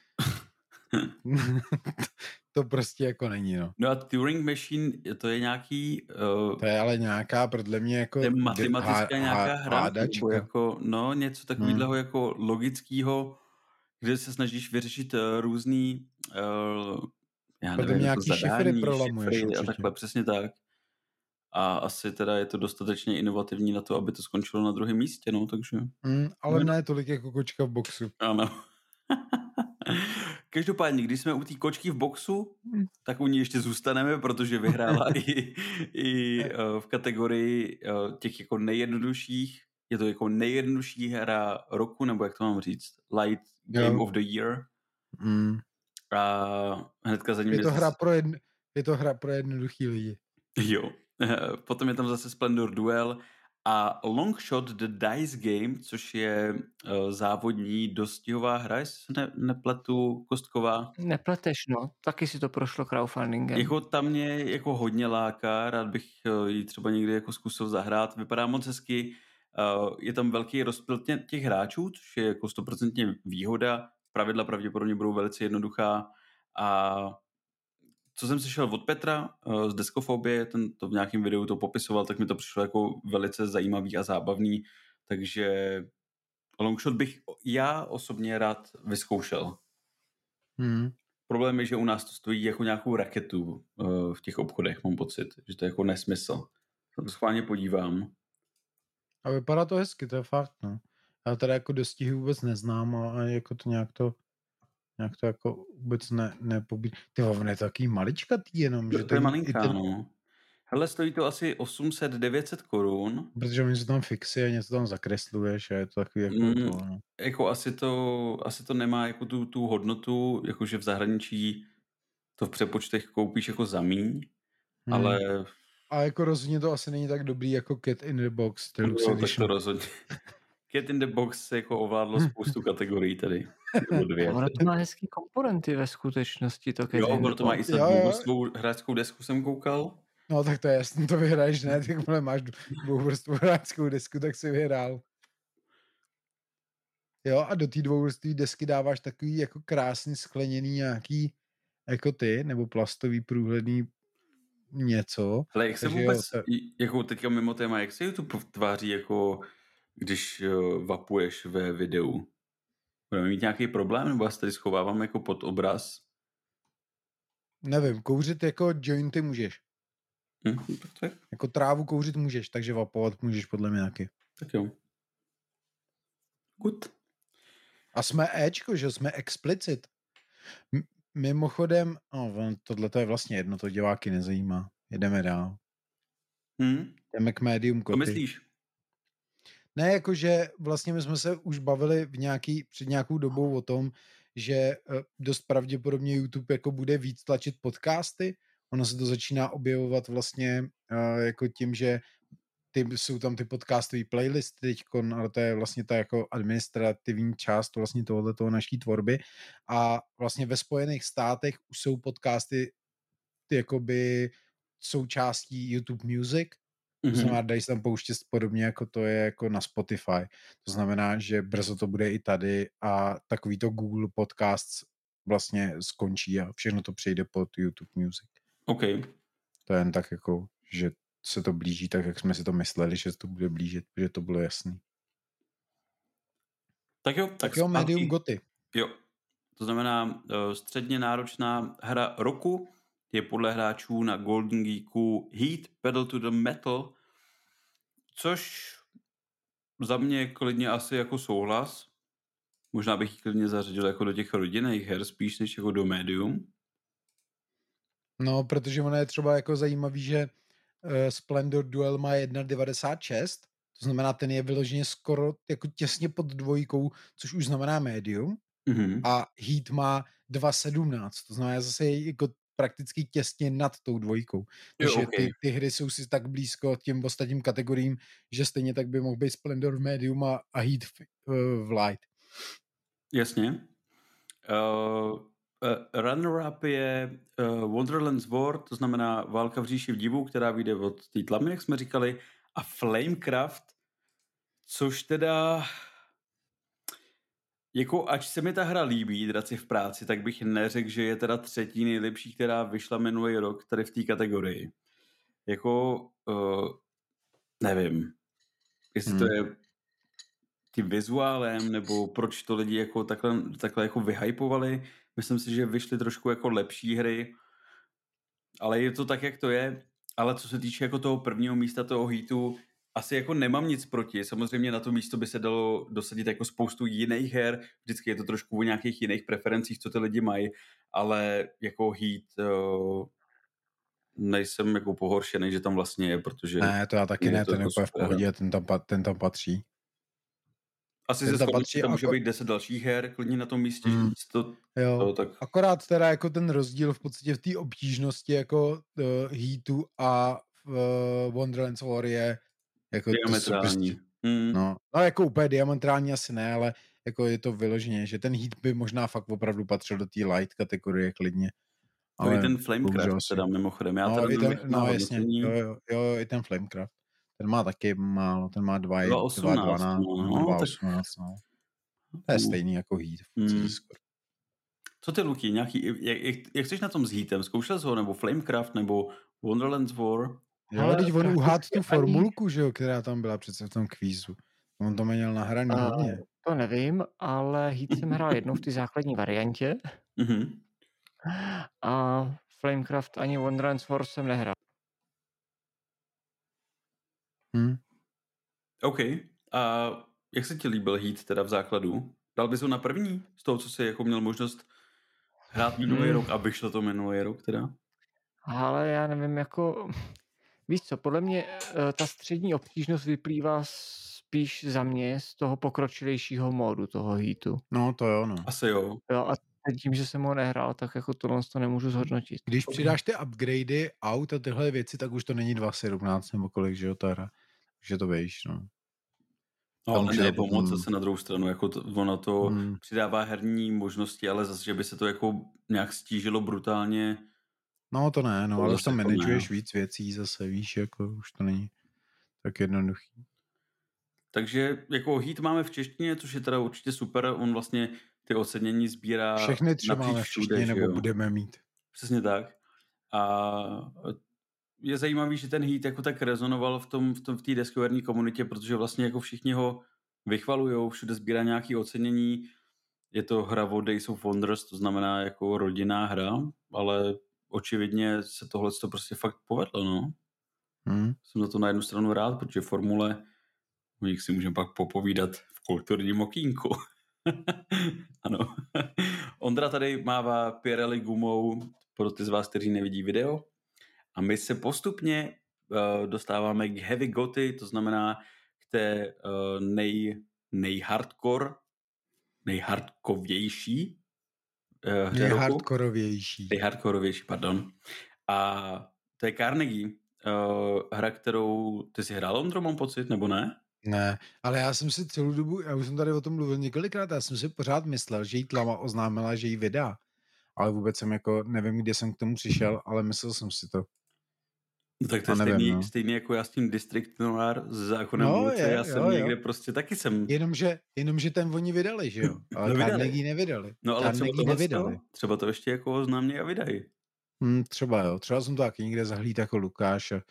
To prostě jako není, no. No a Turing Machine, to je nějaký... Uh, to je ale nějaká, podle mě jako... To je matematická há, nějaká hra, hádačka. Jako, no, něco takového hmm. jako logického, kde se snažíš vyřešit uh, různý, uh, já podle nevím, mě nějaký zadání, šifry prolamuješ šifry a takhle, přesně tak. A asi teda je to dostatečně inovativní na to, aby to skončilo na druhém místě, no, takže... Hmm, ale hmm. ne tolik jako kočka v boxu. Ano. Každopádně, když jsme u té kočky v boxu, tak u ní ještě zůstaneme, protože vyhrála i, i uh, v kategorii uh, těch jako nejjednodušších. Je to jako nejjednodušší hra roku, nebo jak to mám říct? Light Game jo. of the Year. Mm. A hnedka za ním je to, hra pro jedn... je to hra pro jednoduchý lidi. Jo. Potom je tam zase Splendor Duel a Longshot The Dice Game, což je uh, závodní dostihová hra, jestli se ne, nepletu, kostková. Nepleteš, no. Taky si to prošlo crowdfundingem. Jako tam mě jako hodně láká, rád bych uh, ji třeba někdy jako zkusil zahrát. Vypadá moc hezky, uh, je tam velký rozptyl těch hráčů, což je jako stoprocentně výhoda. Pravidla pravděpodobně budou velice jednoduchá a co jsem slyšel od Petra uh, z Deskofobie, ten to v nějakém videu to popisoval, tak mi to přišlo jako velice zajímavý a zábavný, takže Longshot bych já osobně rád vyzkoušel. Hmm. Problém je, že u nás to stojí jako nějakou raketu uh, v těch obchodech, mám pocit, že to je jako nesmysl. To schválně podívám. A vypadá to hezky, to je fakt, no. Já teda jako dostihy vůbec neznám a jako to nějak to nějak to jako vůbec ne, nepobí... Ty on je takový maličkatý jenom, to, že to je malinká, ten... no. Hele, stojí to asi osm set devět set korun. Protože oni jsou tam fixy a něco tam zakresluješ a je to takový jako... Mm, to, no. Jako asi to, asi to nemá jako tu, tu hodnotu, jakože v zahraničí to v přepočtech koupíš jako za míň, hmm. ale... A jako rozhodně to asi není tak dobrý jako Cat in the Box. No, tak to rozhodně. Cat in the Box jako ovládlo spoustu kategorií tady. Nebo dvě. Ono to má hezký komponenty ve skutečnosti, to Cat Jo, in the ono to má i Box. snad Jo, jo. dvouvrstvou hráčskou desku, jsem koukal. No tak to je jasný, to vyhraješ, ne? Tak vole, máš dvouvrstvou hráčskou desku, tak si vyhrál. Jo, a do té dvouvrstvé desky dáváš takový jako krásný skleněný nějaký jako ty, nebo plastový průhledný něco. Ale jak se Takže vůbec, jo, to- jako teďka mimo téma, jak se YouTube tváří, jako když uh, vapuješ ve videu? Budeme mít nějaký problém, nebo já se tady schovávám jako pod obraz? Nevím, kouřit jako jointy můžeš. Hm, tak, tak, Jako trávu kouřit můžeš, takže vapovat můžeš podle mě taky. tak jo. Good. A jsme Ečko, že jsme explicit. M- mimochodem, oh, tohle to je vlastně jedno, to diváky nezajímá. Jedeme dál. Hm? Jdeme k médium Co koty. myslíš? Ne, jakože vlastně my jsme se už bavili v nějaký, před nějakou dobou o tom, že eh, dost pravděpodobně YouTube jako bude víc tlačit podcasty. Ono se to začíná objevovat vlastně eh, jako tím, že ty, jsou tam ty podcastové playlisty teďkon, ale to je vlastně ta jako administrativní část vlastně tohoto naší tvorby. A vlastně ve Spojených státech už jsou podcasty ty jakoby součástí YouTube Music. To Mhm. znamená, dají se tam pouštět podobně, jako to je jako na Spotify. To znamená, že brzo to bude i tady a takový to Google Podcasts vlastně skončí a všechno to přejde pod YouTube Music. OK. To je jen tak jako, že se to blíží tak, jak jsme si to mysleli, že se to bude blížit, že to bylo jasný. Tak jo, tak, Tak jo, zpátky. Medium Goty. Jo. To znamená, uh, středně náročná hra roku je podle hráčů na Golden Geeku Heat Pedal to the Metal, což za mě klidně asi jako souhlas. Možná bych ji klidně zařadil jako do těch rodinných her, spíš než jako do Medium. No, protože ono je třeba jako zajímavý, že uh, Splendor Duel má jedna devadesát šest, to znamená, ten je vyloženě skoro jako těsně pod dvojkou, což už znamená Medium. Mhm. A Heat má dva sedmnáct, to znamená zase je jako prakticky těsně nad tou dvojkou. Takže Jo, okay. ty, ty hry jsou si tak blízko těm ostatním kategoriím, že stejně tak by mohl být Splendor v Medium a, a Heat v, uh, v Light. Jasně. Uh, uh, runner-up je uh, Wonderland's War, to znamená Válka v říši v divu, která vyjde od té tlamy, jak jsme říkali, a Flamecraft, což teda jako ač se mi ta hra líbí, Draci v práci, tak bych neřekl, že je teda třetí nejlepší, která vyšla minulý rok tady v té kategorii. Jako uh, nevím, jestli hmm. to je tím vizuálem, nebo proč to lidi jako takhle, takhle jako vyhypovali. Myslím si, že vyšly trošku jako lepší hry, ale je to tak, jak to je. Ale co se týče jako toho prvního místa, toho Heatu, asi jako nemám nic proti. Samozřejmě na to místo by se dalo dosadit jako spoustu jiných her. Vždycky je to trošku o nějakých jiných preferencích, co ty lidi mají, ale jako Heat uh, nejsem jako pohoršený, že tam vlastně je, protože... Ne, to já taky ne, to ten je jako úplně v super. pohodě, ten tam, ten tam patří. Asi Ten se tam shodnu, patří že tam může ako- být deset dalších her, klidně na tom místě, Mm. že to, Jo. to tak... Akorát teda jako ten rozdíl v podstatě v té obtížnosti jako uh, Heatu a uh, Wonderland's War je jako to diametrální. super, Mm. no, no jako úplně diametrální asi ne, ale jako je to vyloženě, že ten Heat by možná fakt opravdu patřil do té light kategorie klidně. No i ten Flamecraft bohužel si- teda mimochodem. Já no, teda i nevím, ten, no jasně, hodnocení. jo, jo, jo, i ten Flamecraft. Ten má taky málo, ten má dva dva osmnáct, dvanáct, no, no, dva tak- osmnáct, no. To je Mm. stejný jako Heat. v podstatě Mm. skoro. Co ty, Luky, nějaký, jak, jak, jak jsi na tom s Heatem? Zkoušel jsi ho, nebo Flamecraft, nebo Wonderland's War? Jo, Ale teď on prakticky uhádl tu ani- formulku, že jo, která tam byla přece v tom kvízu. On to měl nahraný A hodně. to nevím, ale Heat jsem hrál jednou v té základní variantě Mhm. a Flamecraft ani Wonderland's War jsem nehrál. Hm? OK. A jak se ti líbil Heat teda v základu? Dal bys ho na první? Z toho, co jsi jako měl možnost hrát minulý Hmm. rok a vyšlo to minulý rok teda? Ale já nevím, jako... Víš co, podle mě eh, ta střední obtížnost vyplývá spíš za mě z toho pokročilejšího módu toho Heatu. No to jo, no. Asi jo. Jo, a teď tím, že jsem ho nehrál, tak jako tohle to nemůžu zhodnotit. Když přidáš ty upgradey, aut a tyhle věci, tak už to není dva sedmnáct nebo kolik, že jo, ta hra. Takže to víš, no. No, Tam ale už je ne to pomoc potom... zase na druhou stranu, jako to, ono to Hmm. přidává herní možnosti, ale zase, že by se to jako nějak stížilo brutálně. No to ne, no, To ale už zase tam jako ne, manažuješ no. víc věcí zase, víš, jako už to není tak jednoduchý. Takže jako Heat máme v češtině, což je teda určitě super, on vlastně ty ocenění sbírá Všechny tři napříč máme v všude, češtině, že nebo jo. budeme mít. Přesně tak. A je zajímavý, že ten Heat jako tak rezonoval v tom v tom v té deskoherní komunitě, protože vlastně jako všichni ho vychvalujou, všude sbírá nějaké ocenění. Je to hra od Days of Wonders, to znamená jako rodinná hra, ale očividně se tohle to prostě fakt povedlo, no. Hmm. Jsem na to na jednu stranu rád, protože formule, o nich si můžeme pak popovídat v kulturním okýnku. Ano. Ondra tady mává Pirelli gumou pro ty z vás, kteří nevidí video. A my se postupně uh, dostáváme k heavy goty, to znamená k té uh, nej, nejhardcore, nejhardkovější uh, hře roku. Nejhardkorovější. Nejhardkorovější, pardon. A to je Carnegie, uh, hra, kterou ty si hrál, Ondro, mám pocit, nebo ne? Ne, ale já jsem si celou dobu, já už jsem tady o tom mluvil několikrát, já jsem si pořád myslel, že jí Tlama oznámila, že jí vydá. Ale vůbec jsem jako, nevím, kde jsem k tomu přišel, ale myslel jsem si to. No tak to A je nevím, stejný, no. stejný jako já s tím District Noir s zákonem No, ulice, je, já jsem jo, někde jo. prostě taky jsem... Jenomže, jenomže ten oni vydali, že jo? Ale No, vydali. Carnegie nevydali. No ale třeba Carnegie nevydali. to, třeba to ještě jako oznámí a vydají. Hmm, třeba jo, třeba jsem to taky někde zahlíd jako Lukáš. A...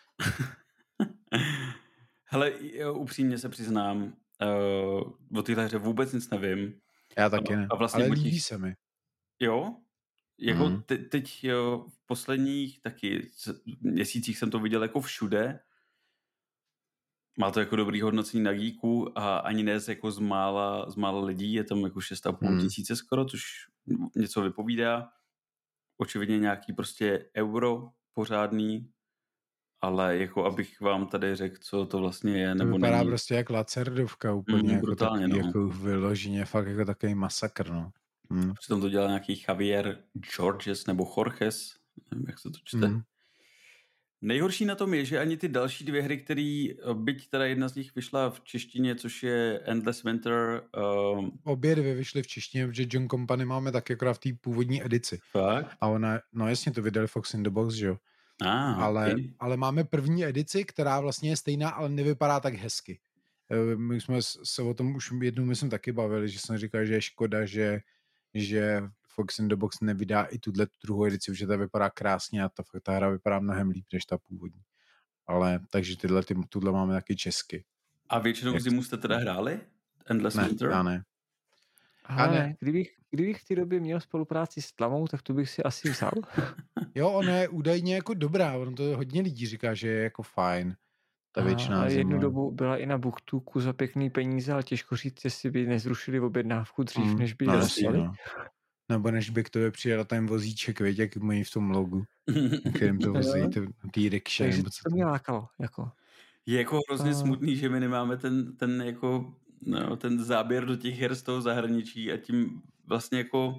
Hele, jo, upřímně se přiznám, uh, o téhle hře vůbec nic nevím. Já taky ne, a vlastně ale těch... líbí se mi. Jo? Jako Hmm. te, teď jo, v posledních taky měsících jsem to viděl jako všude. Má to jako dobrý hodnocení na Geeku a ani ne jako z mála, z mála lidí, je tam jako šest a půl Hmm. tisíce skoro, což něco vypovídá. Očividně nějaký prostě euro pořádný, ale jako abych vám tady řekl, co to vlastně je, To nebo vypadá není. prostě jak Lacerdovka úplně, Mm, jako brutálně, takový, no. jako vyloženě, fakt jako takový masakr, no. Hmm. Přitom to dělá nějaký Javier Georges nebo Jorges, nevím, jak se to čte. Hmm. Nejhorší na tom je, že ani ty další dvě hry, které, byť teda jedna z nich vyšla v češtině, což je Endless Winter. Um... Obě dvě vyšly v češtině, protože John Company máme taky akorát v té původní edici. Fakt? A ona, no jasně to vydali Fox in the Box, že jo. Ah, ale, okay. ale máme první edici, která vlastně je stejná, ale nevypadá tak hezky. My jsme se o tom už jednou myslím taky bavili, že jsem říkal, že je škoda, že, že Fox in the Box nevydá i tuhle druhou edici, protože ta vypadá krásně a ta, ta hra vypadá mnohem líp než ta původní. Ale takže tyhle, ty, tuhle máme taky česky. A většinou v zimu jste teda hráli? Endless ne, Winter? Já ne. Ale ne. Kdybych, kdybych v té době měl spolupráci s Tlamou, tak tu bych si asi vzal. Jo, ona je údajně jako dobrá, on to hodně lidí říká, že je jako fajn. Ta většina a jednu zima. dobu byla i na BookToku za pěkný peníze, ale těžko říct, jestli by nezrušili objednávku dřív, mm, než by no, ji jasně, dostali. no. Nebo než by k tobě přijel ten vozíček, víš, jak mají v tom logu. Kterým to vozí, ty rikše. Takže to mě lákalo. Jako. Je jako hrozně A... smutný, že my nemáme ten, ten, jako, no, ten záběr do těch her z toho zahraničí a tím vlastně jako...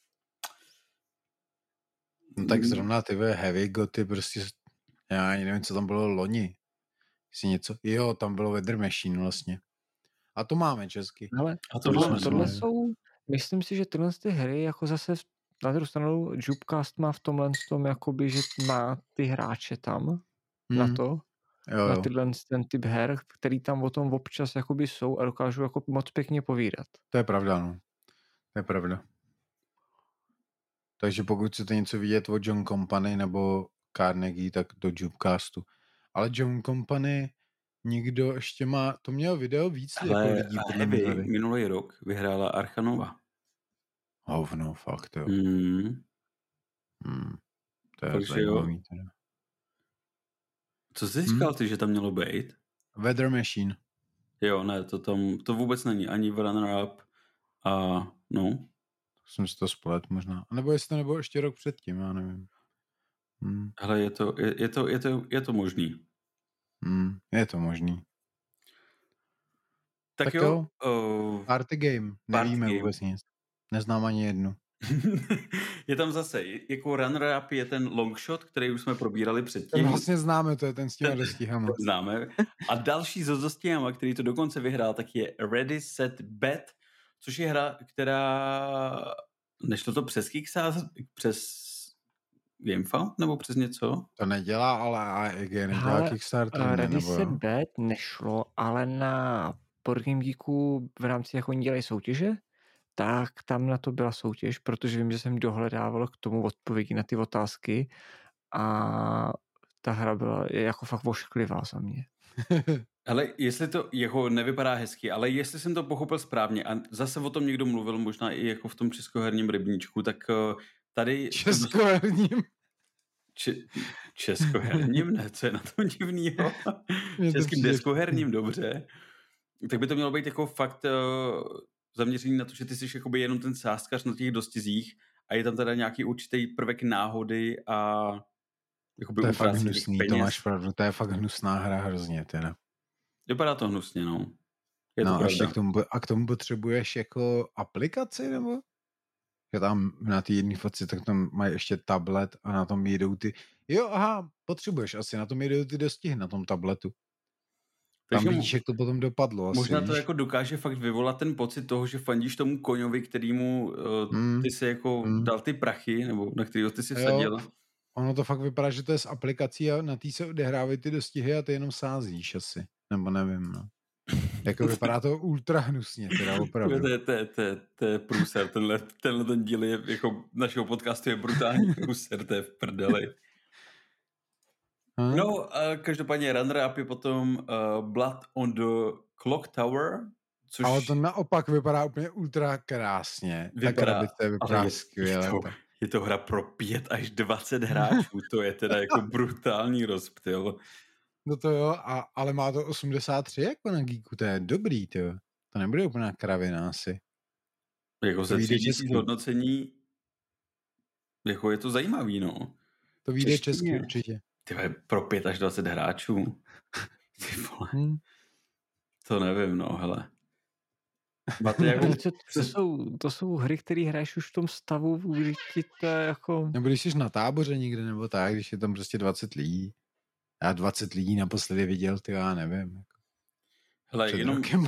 No tak zrovna ty heavy goty prostě, já ani nevím, co tam bylo loni. Jestli něco, jo, tam bylo Weather Machine vlastně. A to máme česky. Ale a to tohle, máme, tohle no. jsou, myslím si, že tyhle ty hry jako zase na druhou stranu Jupcast má v tomhle tom jakoby, že má ty hráče tam hmm. na to, jo, jo. na tyhle ten typ her, který tam o tom občas jakoby jsou a dokážou jako moc pěkně povídat. To je pravda, no. To je pravda. Takže pokud chcete něco vidět o John Company nebo Carnegie, tak do Jupcastu. Ale John Company někdo ještě má, to mělo video víc Hele, jako lidí. a Heavy minulý rok vyhrála Archanova. Hovno, fakt jo. Mm. Hmm. To je Takže zajímavý. Jo. Co jsi říkal hmm. ty, že tam mělo být? Weather Machine. Jo, ne, to tam, to vůbec není, ani v runner-up a no. Jsem si to splet možná. A nebo jestli to nebylo ještě rok předtím, já nevím. Hmm. Hele, je to, je, je to, je to, je to možný. Hmm. Je to možný. Tak, tak jo. jo. Uh, party game. Nevíme party vůbec game. nic. Neznám ani jednu. Je tam zase, jako runner-up je ten longshot, který už jsme probírali předtím. To vlastně známe, to je ten s těma dostihama. To známe. A další z dostihama, který to dokonce vyhrál, tak je Ready, Set, Bet, což je hra, která... Nešlo to přes Kickstarter, přes GameFound nebo přes něco? To nedělá, ale A E G nedělá Ale Kickstarter. uh, Ne, Ready nebo Set jo? Bet nešlo, ale na Board Game Geeku v rámci, jak oni dělají soutěže, tak tam na to byla soutěž, protože vím, že jsem dohledával k tomu odpovědi na ty otázky a ta hra byla je jako fakt vošklivá za mě. Ale jestli to jeho nevypadá hezky, ale jestli jsem to pochopil správně a zase o tom někdo mluvil, možná i jako v tom českoherním rybníčku, tak uh, tady... Českoherním. Če- českoherním? Ne, co je na tom divnýho? Mně to Českým přijde deskoherním, dobře. Tak by to mělo být jako fakt uh, zaměřený na to, že ty jsi jakoby jenom ten sázkař na těch dostizích a je tam teda nějaký určitý prvek náhody a jakoby To je fakt utrácení hnusný, peněz. to máš pravdu, to je fakt hnusná hra hrozně teda. Vypadá to hnusně, no. Je to No a ještě pravda. k tomu, a k tomu potřebuješ jako aplikaci, nebo? Že tam na té jedné fotce, tak tam mají ještě tablet a na tom jedou ty, jo, aha, potřebuješ asi, na tom jedou ty dostihy na tom tabletu. Tam Takže vidíš, jak to potom dopadlo asi, možná to víš? jako dokáže fakt vyvolat ten pocit toho, že fandíš tomu koňovi, kterýmu uh, Hmm, ty si jako hmm. dal ty prachy, nebo na kterýho ty si Jo. vsadil. Ono to fakt vypadá, že to je z aplikací a na tý se odehrávají ty dostihy a ty jenom sázíš asi. Nebo nevím, no. Jako vypadá to ultra hnusně, teda opravdu. To je, to je, to je, to je průser, tenhle, tenhle ten díl je, jako našeho podcastu je brutální průser, to je v prdeli. Hm? No, a každopádně runner-up je potom uh, Blood on the Clock Tower, což Ale to naopak vypadá úplně ultra krásně. Ta vypadá, krabice vypadá ale je, skvěle. je, to, je to hra pro pět až dvacet hráčů, to je teda jako brutální rozptyl. No to jo, a, ale má to osmdesát tři jako na Geeku, to je dobrý, to jo. To nebude úplná kravina asi. Jako To ze vyjde tří tisíc česky. hodnocení, jako je to zajímavý, no. To vyjde Češtině. česky určitě. Ty vole, pro pět až dvacet hráčů. Ty vole, Hm. to nevím, no, hele. Máte jako... Ale co, to, jsou, to jsou hry, které hraješ už v tom stavu, kdy ti to je jako... Nebo když jsi na táboře někde, nebo tak, když je tam prostě dvacet lidí. Já dvacet lidí naposledy viděl, ty já nevím. Jako Hele, před jenom rokem.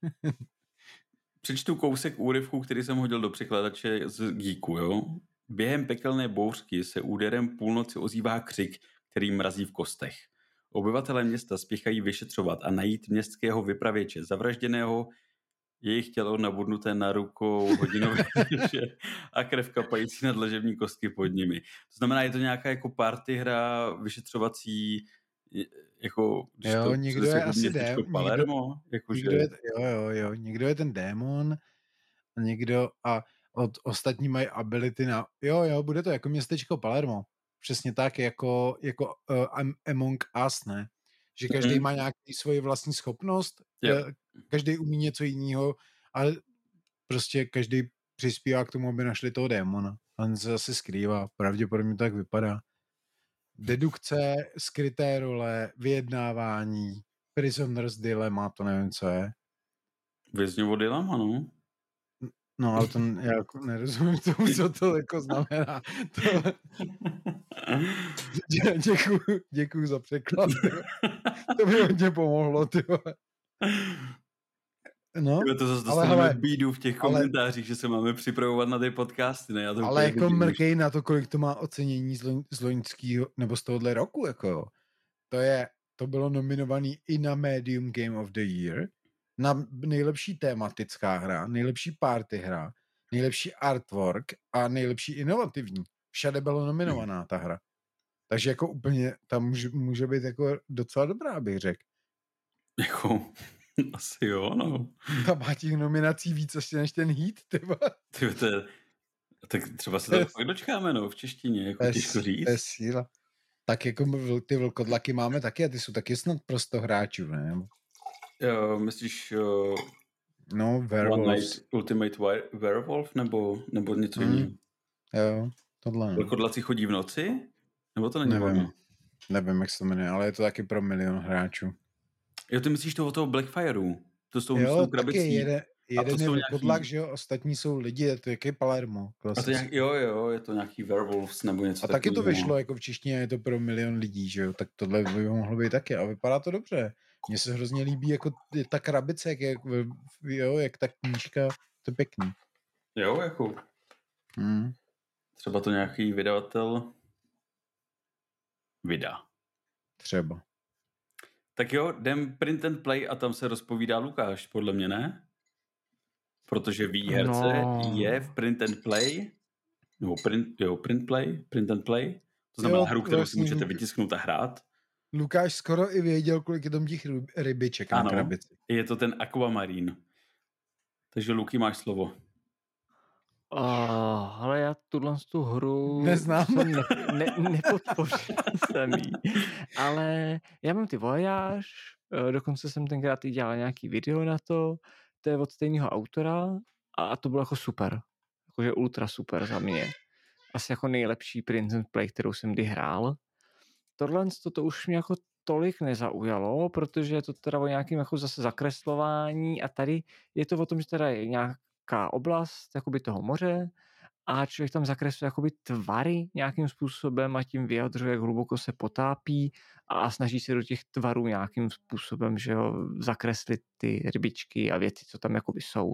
přečtu kousek úryvku, který jsem hodil do překladače z Geeku, jo. Během pekelné bouřky se úderem půlnoci ozývá křik, který mrazí v kostech. Obyvatelé města spěchají vyšetřovat a najít městského vypravěče, zavražděného, jejich tělo nabudnuté na rukou hodinové věže a krev kapající na dlažební kostky pod nimi. To znamená, je to nějaká jako party hra, vyšetřovací, jako... Když Jo, to, někdo je asi městečko dé- Palermo, jakože... Někdo je, jo, jo, jo, někdo je ten démon a někdo a od ostatní mají ability na, jo, jo, bude to jako městečko Palermo. Přesně tak, jako, jako uh, Among Us, ne? Že každý Mhm. má nějaký svoji vlastní schopnost, Yep. eh, každý umí něco jiného, ale prostě každý přispívá k tomu, aby našli toho démona. A on se zase skrývá, pravděpodobně to tak vypadá. Dedukce, skryté role, vyjednávání, Prisoner's Dilemma, to nevím, co je. Vězňovo dilema, no. No, ale to já jako nerozumím tomu, co to jako znamená. To, dě, děkuju, děkuju za překlad. Tyjo. To mi hodně pomohlo. Tyjo. No, Tyjo, to zase ale dostaneme hele, bídu v těch ale- komentářích, že se máme připravovat na ty podcasty, ne? Já to ale úplně jako vidím už. mrkej na to, kolik to má ocenění z, loň, z loňského, nebo z tohohle roku, jako jo. To je, to bylo nominovaný i na Medium Game of the Year, na nejlepší tématická hra, nejlepší party hra, nejlepší artwork a nejlepší inovativní. Všade byla nominovaná ta hra. Takže jako úplně, tam může, může být jako docela dobrá, bych řekl. Jako, asi jo, no. Tam má těch nominací víc ještě než ten Heat, tyba. Tyjo, to je, tak třeba se to pak dočkáme, no, v češtině, jako To je, těžko to je říct. síla. Tak jako vl- ty vlkodlaky máme taky a ty jsou taky snad pro sto hráčů, ne? Jo, myslíš uh, No, One Werewolves. Night Ultimate Were- Werewolf, nebo, nebo něco Mm. jiného? Jo, tohle. No. Vlkodlaci chodí v noci? Nebo to není Nevím. ono? Nevím, jak se to jmenuje, ale je to taky pro milion hráčů. Jo, ty myslíš to o toho Blackfireu? To s tou, s Jo, tou taky krabicí? jeden, jeden je jsou vlkodlak, nějaký... že jo, ostatní jsou lidi, je to jaký Palermo. A to nějak, jo, jo, je to nějaký Werewolves nebo něco A taky to takového. vyšlo jako v češtině, je to pro milion lidí, že jo, tak tohle by mohlo být taky a vypadá to dobře. Mně se hrozně líbí jako ta krabice, jak, jak, jo, jak ta knížka, to je pěkný. Jo, jako Hmm. třeba to nějaký vydavatel vydá. Třeba. Tak jo, jdem print and play a tam se rozpovídá Lukáš, podle mě ne? Protože výherce No. je v print and play, nebo print, jo, print play, print and play, to znamená Jo, hru, kterou si vlastně můžete Luk- vytisknout a hrát. Lukáš skoro i věděl, kolik je tam těch ryb- rybiček na Ano, krabici. je to ten Aquamarine. Takže Luky, máš slovo. Uh, ale já tuhle tu hru Neznám. jsem ne, ne, nepodpořil jsem jí. Ale já mám ty Voyage, uh, dokonce jsem tenkrát i dělal nějaký video na to, to je od stejného autora a to bylo jako super. Jakože ultra super za mě. Asi jako nejlepší print and play, kterou jsem kdy hrál. Tohle to, to už mě jako tolik nezaujalo, protože je to teda o nějakým jako zase zakreslování a tady je to o tom, že teda je nějaká oblast jakoby toho moře a člověk tam zakresluje jakoby tvary nějakým způsobem a tím vyjadřuje, jak hluboko se potápí a snaží se do těch tvarů nějakým způsobem, že jo, zakreslit ty rybičky a věci, co tam jakoby jsou.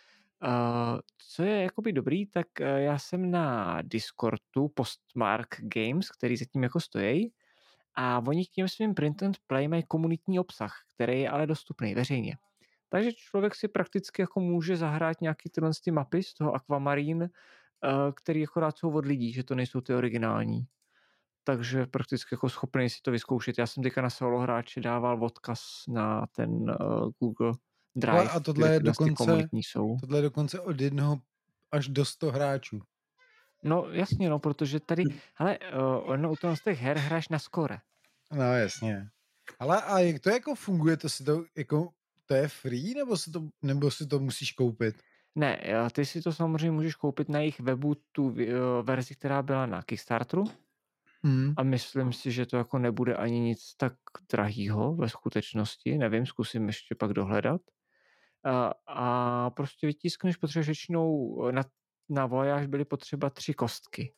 Uh, co je jakoby dobrý, tak uh, já jsem na Discordu Postmark Games, který zatím jako stojí, a oni k těm svým print and play mají komunitní obsah, který je ale dostupný veřejně. Takže člověk si prakticky jako může zahrát nějaký tyhle ty mapy z toho Aquamarine, který akorát jsou od lidí, že to nejsou ty originální. Takže prakticky jako schopný si to vyzkoušet. Já jsem teďka na solo hráče dával odkaz na ten uh, Google Drive, Ale a tohle je, dokonce, komunitní jsou. tohle je dokonce od jednoho až do sto hráčů. No jasně, no, protože tady, hele, uh, ono u toho z těch her hráš na skore. No jasně. Ale a jak to jako funguje, to si to jako, to je free, nebo si to, nebo si to musíš koupit? Ne, ty si to samozřejmě můžeš koupit na jejich webu, tu uh, verzi, která byla na Kickstarteru. Hmm. A myslím si, že to jako nebude ani nic tak drahýho ve skutečnosti. Nevím, zkusím ještě pak dohledat. A, a prostě vytiskneš, potřebuješ většinou na, na Voyage byly potřeba tři kostky.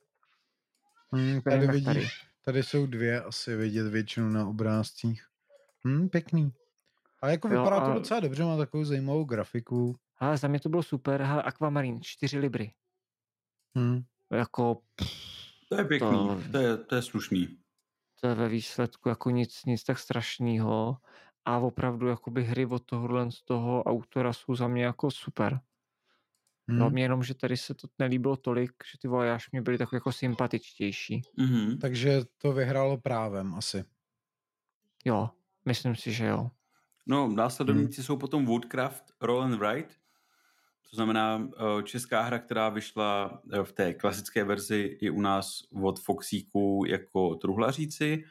Hmm, tady Nevím, jak vidíš, tady. tady jsou dvě asi vidět většinou na obrázcích. Hmm, pěkný. Ale jako Jo, vypadá to a- docela dobře, má takovou zajímavou grafiku. Ale za mě to bylo super. Hele, Aquamarine, čtyři libry. Hmm. Jako, To je pěkný, To- to je, to je slušný. to je ve výsledku jako nic, nic tak strašného. A opravdu jakoby hry od tohohle z toho autora jsou za mě jako super. Hmm. No, mě jenom, že tady se to nelíbilo tolik, že ty Voyage mě byly tak jako sympatičtější. Mhm. Takže to vyhrálo právem asi. Jo, myslím si, že jo. No, následovníci jsou potom Woodcraft Roll and Write, to znamená eh, česká hra, která vyšla eh, v té klasické verzi i u nás od Foxíku jako truhlaříci.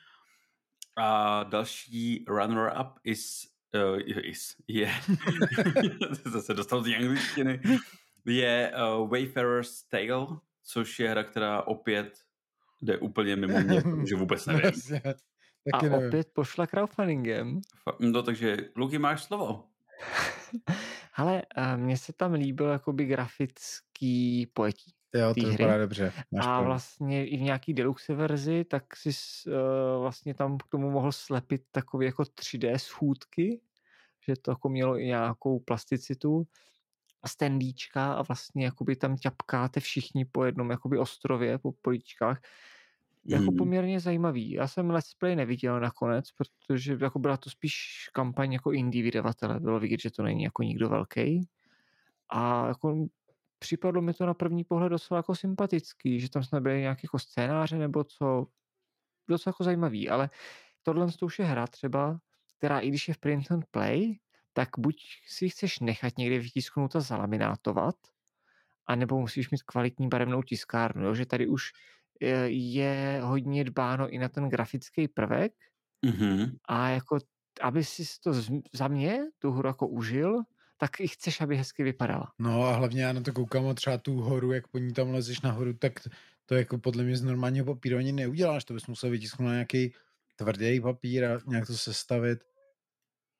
A další runner-up is, uh, is je, zase dostal z angličtiny, je uh, Wayfarer's Tale, což je hra, která opět jde úplně mimo mě, protože vůbec nevím. Vlastně, A taky nevím. opět pošla crowdfundingem. Fa- No, takže, Luky, máš slovo. Ale uh, mně se tam líbil jakoby grafický pojetí. Jo, té to hry. vypadá dobře. Máš A pravdu. vlastně i v nějaký deluxe verzi, tak si uh, vlastně tam k tomu mohl slepit takové jako tři dé schůdky, že to jako mělo i nějakou plasticitu a standíčka a vlastně jakoby tam ťapkáte všichni po jednom jakoby ostrově, po políčkách. Jako Mhm. poměrně zajímavý. Já jsem Let's Play neviděl nakonec, protože jako byla to spíš kampaň jako indie vydavatele. Bylo vidět, že to není jako nikdo velký. A jako připadlo mi to na první pohled docela jako sympatický, že tam snad byly nějaké jako scénáře nebo co. Docela jako zajímavý, ale tohle to už je hra třeba, která i když je v print and play, tak buď si ji chceš nechat někde vytisknout a zalaminátovat, anebo musíš mít kvalitní barevnou tiskárnu, jo? Že tady už je, je hodně dbáno i na ten grafický prvek Mhm. a jako aby si to z, za mě tu hru jako užil, tak i chceš, aby hezky vypadala. No a hlavně já na to koukám a třeba tu horu, jak po ní tam lezeš nahoru, tak to jako podle mě z normálního papíru ani neuděláš, to bys musel vytisknout na nějaký tvrdý papír a nějak to sestavit.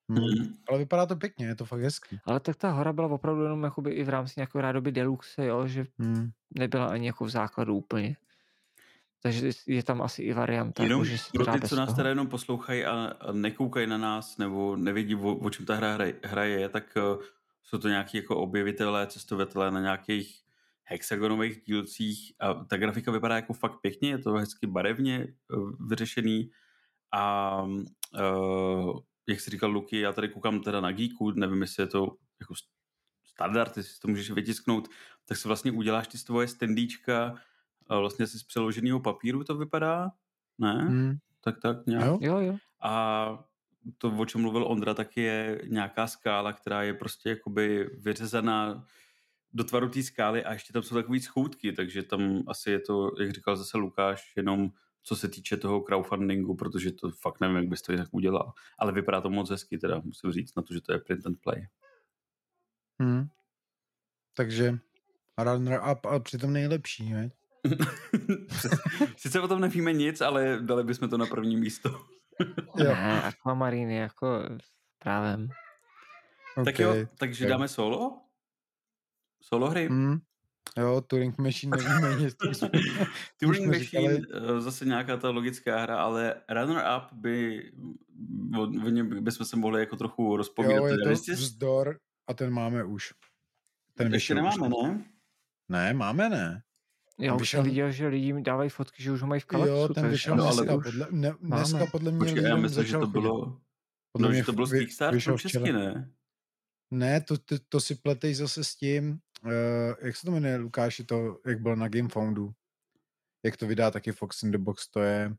Hmm. Hmm. Ale vypadá to pěkně, je to fakt hezký. Ale tak ta hora byla opravdu jenom jakoby i v rámci nějaké rádoby deluxe, jo, že Hmm. nebyla ani jako v základu úplně. Takže je tam asi i varianta, Jenom jako, že si to pro dá ty, bez co nás toho. teda jenom poslouchají a, a nekoukají na nás, nebo nevědí, o, o čem ta hra hraje, hraje tak uh, jsou to nějaký jako objevitelé, cestovatelé na nějakých hexagonových dílcích a ta grafika vypadá jako fakt pěkně, je to hezky barevně uh, vyřešený a uh, jak jsi říkal Luky, já tady koukám teda na Geeku, nevím, jestli je to jako standard, jestli si to můžeš vytisknout, tak si vlastně uděláš ty svoje standíčka a vlastně si z přeloženého papíru to vypadá, ne? Hmm. Tak tak nějak. Jo? Jo, jo. A to, o čem mluvil Ondra, tak je nějaká skála, která je prostě jakoby vyřezaná do tvaru té skály a ještě tam jsou takový schoutky, takže tam asi je to, jak říkal zase Lukáš, jenom co se týče toho crowdfundingu, protože to fakt nevím, jak bys to jinak udělal. Ale vypadá to moc hezky, teda musím říct na to, že to je print and play. Hmm. Takže runner up a přitom nejlepší, ne? Sice o tom nevíme nic, ale dali bychom to na první místo. Jo. Ne, Aquamarine je jako právem. Okay. Tak jo, takže jo. dáme solo? Solo hry? Hmm. Jo, Turing Machine nevíme nic. Turing Machine, říkali... zase nějaká ta logická hra, ale Runner Up by, o, o něm bychom se mohli jako trochu rozpovídat. Jo, je to Jsi... vzdor a ten máme už. Ten Ještě nemáme, už. ne? Ne, máme, ne. Já už vyšel... jsem viděl, že lidi dávají fotky, že už ho mají v Kalexu. Jo, ten vyšel no, dneska, ale podle, ne, dneska podle mě Počkej, já myslím, že to bylo, no, že to bylo z Kickstarteru česky, ne? Ne, to, to, to si pletej zase s tím, uh, jak se to jmenuje, Lukáši, to, jak byl na Gamefoundu. Jak to vydá taky Fox in the Box, to je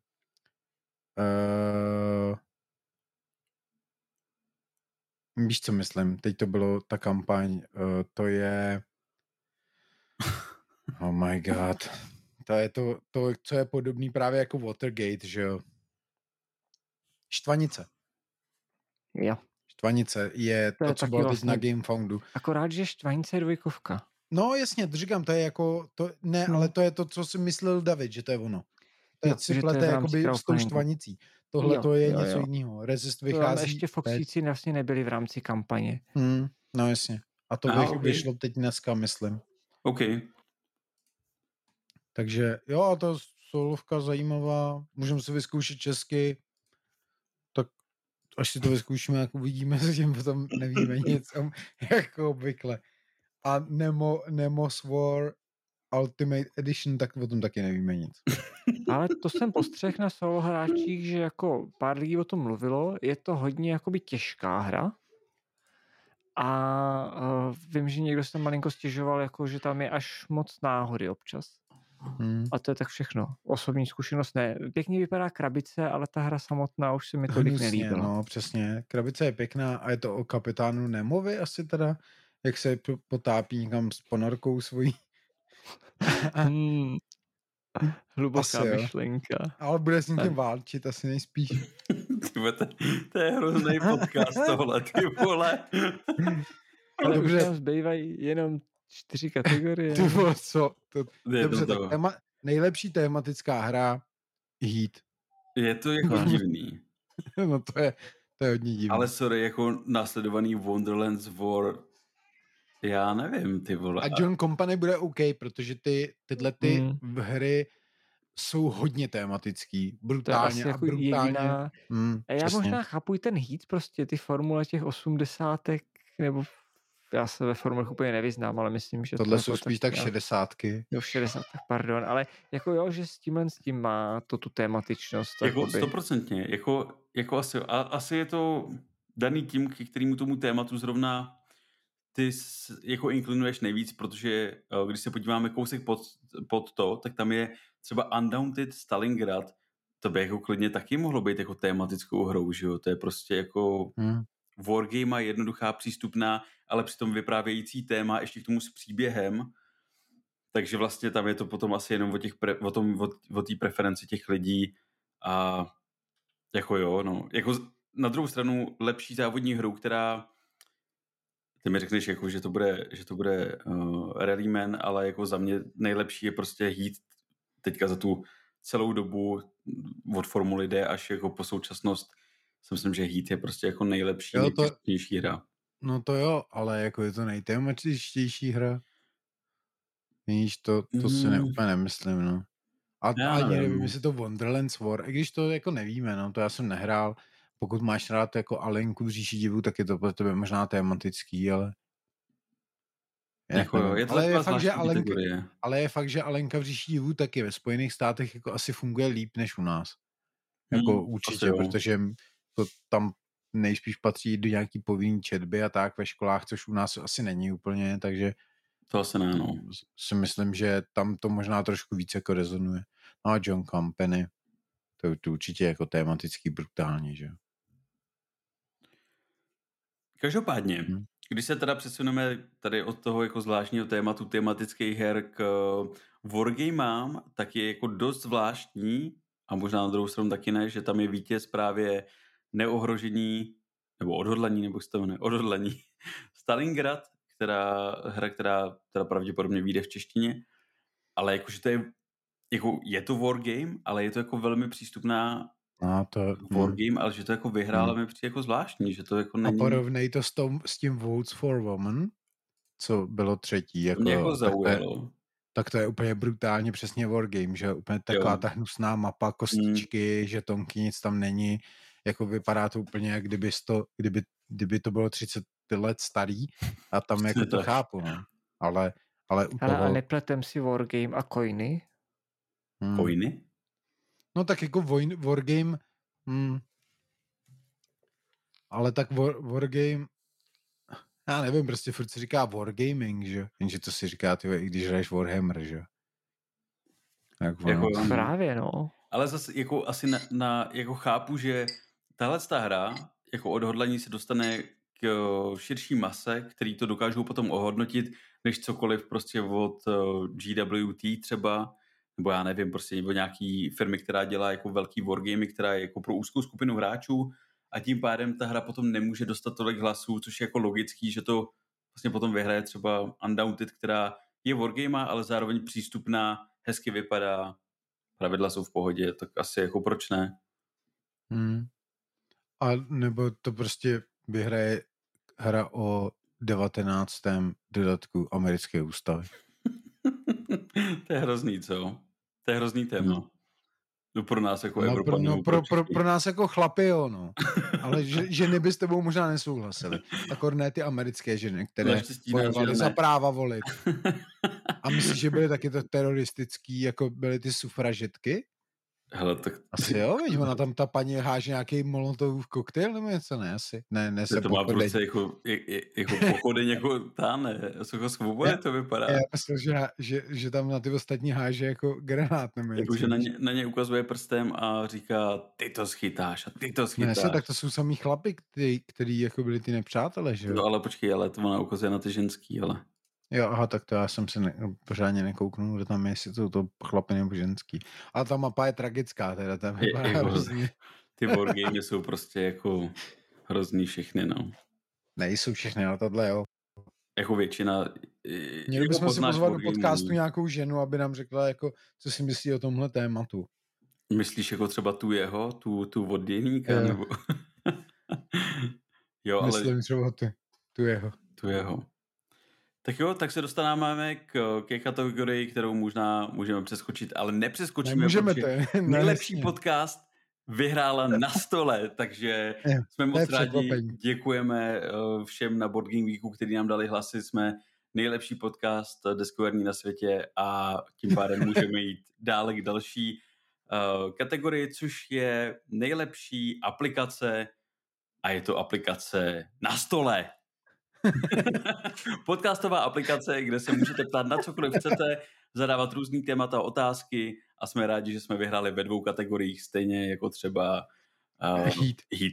uh, víš, co myslím, teď to bylo ta kampaň, uh, to je oh my god, to je to, to, co je podobný právě jako Watergate, že jo. Štvanice. Jo. Štvanice je to, to je co bylo vlastně teď na Gamefoundu. Akorát, že Štvanice je dvojkovka. No jasně, to říkám, to je jako, to, ne, no. ale to je to, co si myslel David, že to je ono. To je si plete jakoby s tou štvanicí. Tohle jo, to je jo, něco jo. jiného. Resist vychází... To ještě Foxíci vlastně nebyli v rámci kampaně. Hmm, no jasně. A to ah, okay. vyšlo teď dneska, myslím. OK. Takže jo, a to solovka zajímavá. Můžeme si vyzkoušet česky. Tak až si to vyzkoušíme, jak uvidíme, s tím potom nevíme nic, jako obvykle. A Nemo, Nemo's War Ultimate Edition, tak o tom taky nevíme nic. Ale to jsem postřehl na solo hráčích, že jako pár lidí o tom mluvilo, je to hodně jakoby těžká hra a uh, vím, že někdo se tam malinko stěžoval, jako, že tam je až moc náhody občas. Hmm. A to je tak všechno. Osobní zkušenost ne. Pěkně vypadá krabice, ale ta hra samotná už se mi tolik Hnusně, nelíbila. No, přesně. Krabice je pěkná a je to o kapitánu Nemovi asi teda, jak se potápí někam s ponorkou svojí. hmm. Hluboká asi, myšlenka. Jo. Ale bude s někým válčit, asi nejspíš. Tyhle, to, to je hrozný podcast tohle, ty vole. Ale dobře. Už tam zbývají jenom čtyři kategorie. Ty vole, co? To, dobře, to tak téma, nejlepší tematická hra Heat. Je to jako no. divný. No to je, to je hodně divný. Ale sorry, jako následovaný Wonderland's War, já nevím, ty vole. A John Company bude OK, protože ty, tyhle ty mm. hry jsou hodně tematický, brutálně a jako brutálně. Jediná... Mm, a já přesně. možná chápu i ten Heat, prostě ty formule těch osmdesátek, nebo já se ve formulech úplně nevyznám, ale myslím, že tohle to jsou spíš tak šedesátky. Jo, šedesátky, pardon, ale jako jo, že s tímhle s tím má to tu tematičnost. Jako stoprocentně, jako, jako asi, a, asi je to daný tím, k kterému tomu tématu zrovna ty jako inklinuješ nejvíc, protože když se podíváme kousek pod, pod to, tak tam je třeba Undaunted Stalingrad, to by jako klidně taky mohlo být jako tématickou hrou, že jo, to je prostě jako hmm. wargame, jednoduchá, přístupná, ale přitom vyprávějící téma, ještě k tomu s příběhem, takže vlastně tam je to potom asi jenom o těch pre, o tom, o, o té preferenci těch lidí a jako jo, no, jako na druhou stranu lepší závodní hru, která ty mi řekneš, jako, že to bude, že to bude uh, Rallyman, ale jako za mě nejlepší je prostě Heat teďka za tu celou dobu od Formuly D až jako po současnost si myslím, že Heat je prostě jako nejlepší, Jo, to- nejpřístupnější hra. No to jo, ale jako je to nejtématičtější hra. Víš, to, to si ne, Mm. úplně nemyslím, no. A Já ani nevím, nevím, no. jestli to Wonderland's War, i když to jako nevíme, no, to já jsem nehrál. Pokud máš rád jako Alinku v říši divů, tak je to pro tebe možná tematický, ale... Já Jako jo, nevím. je to ale, je taková fakt, že zvláštní Alenka, kategorie. ale je fakt, že Alenka v říši divů taky ve Spojených státech jako asi funguje líp než u nás. Jako Hmm, určitě, asi jo. protože to tam nejspíš patří do nějaký povinný četby a tak ve školách, což u nás asi není úplně, takže To asi ne, no. si myslím, že tam to možná trošku víc jako rezonuje. No a John Company, to, to určitě jako tematický brutální, že jo. Každopádně, Hm. když se teda přesuneme tady od toho jako zvláštního tématu tematických her k wargamám, tak je jako dost zvláštní, a možná na druhou stranu taky ne, že tam je vítěz právě neohrožení, nebo odhodlaní, nebo se to jmenuje, odhodlaní Stalingrad, která hra, která, která pravděpodobně vyjde v češtině, ale jakože to je, jako je to wargame, ale je to jako velmi přístupná A, to, wargame, hm. ale že to jako vyhrála hm. mi přijde jako zvláštní, že to jako a není... porovnej to s, tom, s tím Votes for Women, co bylo třetí. Jako, Mě jako tak, to je, zaujalo. tak to je úplně brutálně přesně wargame, že úplně taková Jo. ta hnusná mapa, kostičky, mm. žetonky, nic tam není. Jako vypadá to úplně, jak kdyby to, kdyby, kdyby to bylo třicet let starý a tam jako to Tak. chápu, no. Ale, ale u Ale toho... a nepletem si wargame a coiny? Hmm. Coiny? No tak jako vojn, wargame... Hmm. Ale tak war, wargame... Já nevím, prostě furt se říká wargaming, že? Jenže to si říká, tyhle, i když hraješ Warhammer, že? Jak ono... Jako, Právě, no. ale zase jako asi na, na, jako chápu, že tahle ta hra jako odhodlaní se dostane k širší mase, který to dokážou potom ohodnotit, než cokoliv prostě od G W T třeba, nebo já nevím, prostě nebo nějaký firmy, která dělá jako velký wargamy, která je jako pro úzkou skupinu hráčů a tím pádem ta hra potom nemůže dostat tolik hlasů, což je jako logický, že to vlastně potom vyhraje třeba Undaunted, která je wargame, ale zároveň přístupná, hezky vypadá, pravidla jsou v pohodě, tak asi jako proč ne? Hmm. A nebo to prostě vyhraje hra o devatenáctém dodatku americké ústavy. To je hrozný, co? To je hrozný téma. Hmm. No pro nás jako No, pro, Evropanů. no, pro, pro, pro nás jako chlapy, jo, no. Ale že, ženy by s tebou možná nesouhlasily. Takor ne ty americké ženy, které bojovaly za práva volit. A myslíš, že byly taky to teroristický, jako byly ty sufražetky? Hele, tak... Asi jo, veď ona tam ta paní háže nějaký molotovův koktejl nebo něco, ne asi? Ne, ne se to má prostě jako, jako pochodeň jako ta, ne? Jako svobodě to vypadá. Já myslím, že, že, že tam na ty ostatní háže jako granát nebo něco. Jako, že na ně, na ně ukazuje prstem a říká, ty to schytáš a ty to schytáš. Ne, tak to jsou samý chlapi, který, který jako byli ty nepřátelé, že jo? No ale počkej, ale to ona ukazuje na ty ženský, ale... Jo, aha, tak to já jsem se ne, pořádně nekouknul, že tam je, jestli to, to chlapy nebo ženský. Ale ta mapa je tragická, teda tam vypadá je, jako, hrozně. Ty wargamy jsou prostě jako hrozný všechny, no. Nejsou všechny, ale tohle jo. Jako většina... Měli jako bychom si pozvat do podcastu wargamů. nějakou ženu, aby nám řekla, jako, co si myslí o tomhle tématu. Myslíš jako třeba tu jeho, tu, tu od dějníka, Jo. nebo... jo, ale... Myslím třeba tu, tu jeho. Tu jeho. Tak jo, tak se dostáváme k, k kategorii, kterou možná můžeme přeskočit, ale nepřeskočíme, Nemůžeme protože to, nejlepší ne, podcast vyhrála na stole, takže je, jsme moc rádi, překvapení. děkujeme všem na Board Game Weeku, kteří nám dali hlasy, jsme nejlepší podcast deskoherní na světě a tím pádem můžeme jít dále k další uh, kategorii, což je nejlepší aplikace a je to aplikace na stole. Podcastová aplikace, kde se můžete ptát na cokoliv chcete, zadávat různý témata a otázky a jsme rádi, že jsme vyhráli ve dvou kategoriích, stejně jako třeba uh, Heat. Heat.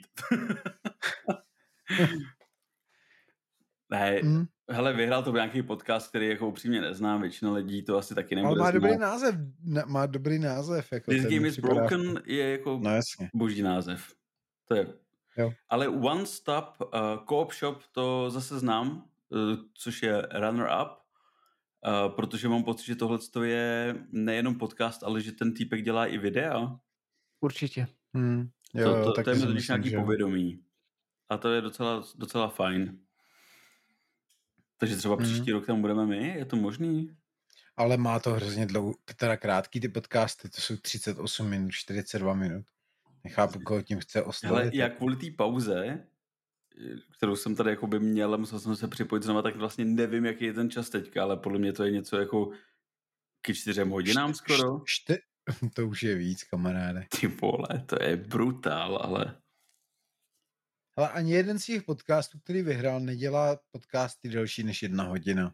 ne, Mm. hele, vyhrál to nějaký podcast, který jako upřímně neznám, většina lidí to asi taky nebude Ale má znát. dobrý název, ne, má dobrý název. Jako This Game is připadá... Broken je jako no, jasně. boží název. To je. Jo. Ale One Stop uh, Co-op Shop to zase znám, uh, což je Runner Up, uh, protože mám pocit, že tohle je nejenom podcast, ale že ten týpek dělá i videa. Určitě. Hmm. Jo, to, jo, to, taky to je mi si totiž myslím, nějaký že... povědomí. A to je docela, docela fajn. Takže třeba Mhm. příští rok tam budeme my? Je to možný? Ale má to hrozně dlouho, teda krátký ty podcasty, to jsou třicet osm minut, čtyřicet dva minut. Nechápu, koho tím chce Hele, oslovit. já jako. kvůli té pauze, kterou jsem tady jakoby měl a musel jsem se připojit znova, tak vlastně nevím, jaký je ten čas teďka, ale podle mě to je něco jako ke čtyřem hodinám Št- skoro. št- št- to už je víc, kamaráde. Ty vole, to je brutál, ale... Ale ani jeden z těch podcastů, který vyhrál, nedělá podcasty delší než jedna hodina.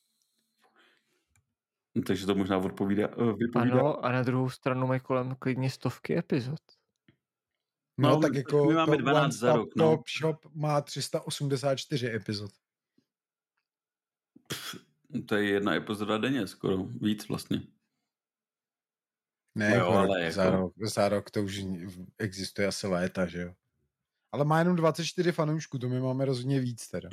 No, takže to možná odpovídá, uh, vypovídá. Ano, a na druhou stranu mají kolem klidně stovky epizod. No, No, tak my jako máme to dvanáct One za Stop rok, no. Top Shop má tři sta osmdesát čtyři epizod. To je jedna epizoda denně skoro, víc vlastně. Ne, No jako jo, rok, ale jako- za, rok, za rok to už existuje asi léta, že jo. Ale má jenom dvacet čtyři fanoušků, to my máme rozhodně víc teda.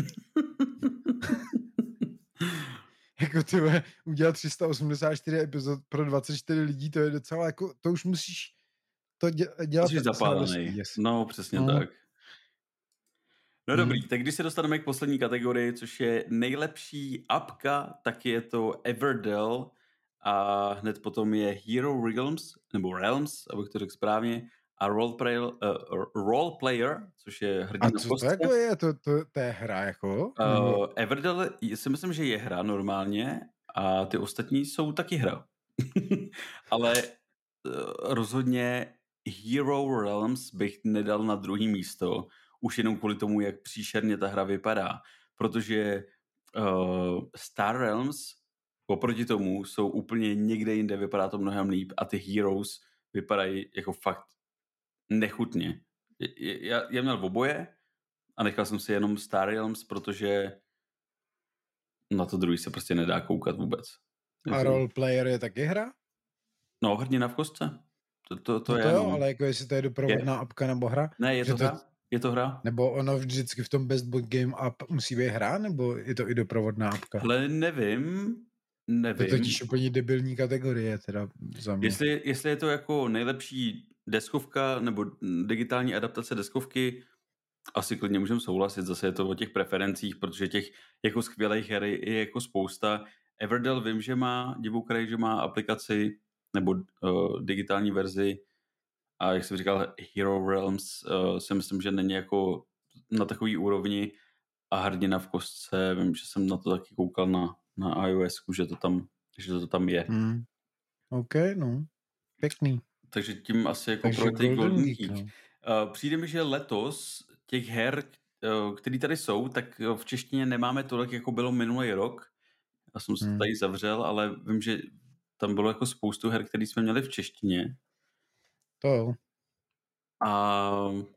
Jako ty vole, udělat tři sta osmdesát čtyři epizod pro dvacet čtyři lidí, to je docela jako, to už musíš to dě- dělat Jsi docela dost zapálený. peněz. No, přesně No. tak. No Hmm. dobrý, tak když se dostaneme k poslední kategorii, což je nejlepší apka, tak je to Everdell a hned potom je Hero Realms, nebo Realms, abych to řekl správně, a Roleplayer, uh, Roleplayer, což je A hrdina v co to kostce. jako je? To, to, to je hra jako? Nebo... Uh, Everdell si myslím, že je hra normálně a ty ostatní jsou taky hra. Ale uh, rozhodně Hero Realms bych nedal na druhý místo, už jenom kvůli tomu, jak příšerně ta hra vypadá. Protože uh, Star Realms oproti tomu jsou úplně někde jinde, vypadá to mnohem líp a ty Heroes vypadají jako fakt nechutně. Já, já měl oboje a nechal jsem si jenom Star Realms, protože na to druhý se prostě nedá koukat vůbec. A Roleplayer je taky hra? No, hrdina v kostce. To, to, to no je to jo, jenom... ale jako jestli to je doprovodná Je. apka nebo hra? Ne, je že to, to- hra. Je to hra. Nebo ono vždycky v tom Best Board Game App musí být hra? Nebo je to i doprovodná apka? Ale nevím, To je nevím. totiž úplně debilní kategorie teda za mě. Jestli, jestli je to jako nejlepší deskovka nebo digitální adaptace deskovky, asi klidně můžeme souhlasit, zase je to o těch preferencích, protože těch jako skvělých her je jako spousta. Everdell vím, že má, divoukraj, že má aplikaci nebo uh, digitální verzi a jak jsem říkal, Hero Realms uh, si myslím, že není jako na takový úrovni a hrdina v kostce, vím, že jsem na to taky koukal na, na iOS, že to tam, že to tam je. Hmm. OK, no. Pěkný. Takže tím asi jako Takže pro ty Golden Golden Geek, Geek. no. Uh, přijde mi, že letos těch her, uh, které tady jsou, tak v češtině nemáme tolik, jako bylo minulý rok. Já jsem se Hmm. tady zavřel, ale vím, že tam bylo jako spoustu her, které jsme měli v češtině. To jo. A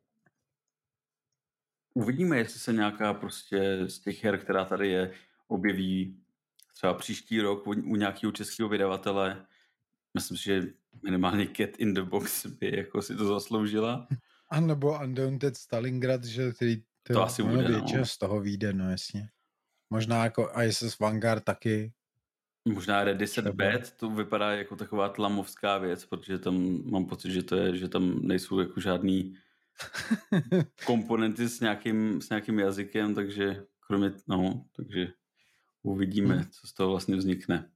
uvidíme, jestli se nějaká prostě z těch her, která tady je, objeví třeba příští rok u, u nějakého českého vydavatele. Myslím si, že minimálně Cat in the Box by jako si to zasloužila. A nebo Undaunted Stalingrad, že který to, To asi ono bude, no. většina z toho vyjde, no jasně. Možná jako I S S Vanguard taky. Možná Reset Třeba. Bad, to vypadá jako taková tlamovská věc, protože tam mám pocit, že to je, že tam nejsou jako žádný komponenty s nějakým, s nějakým jazykem, takže kromě, no, takže uvidíme, Hmm. co z toho vlastně vznikne.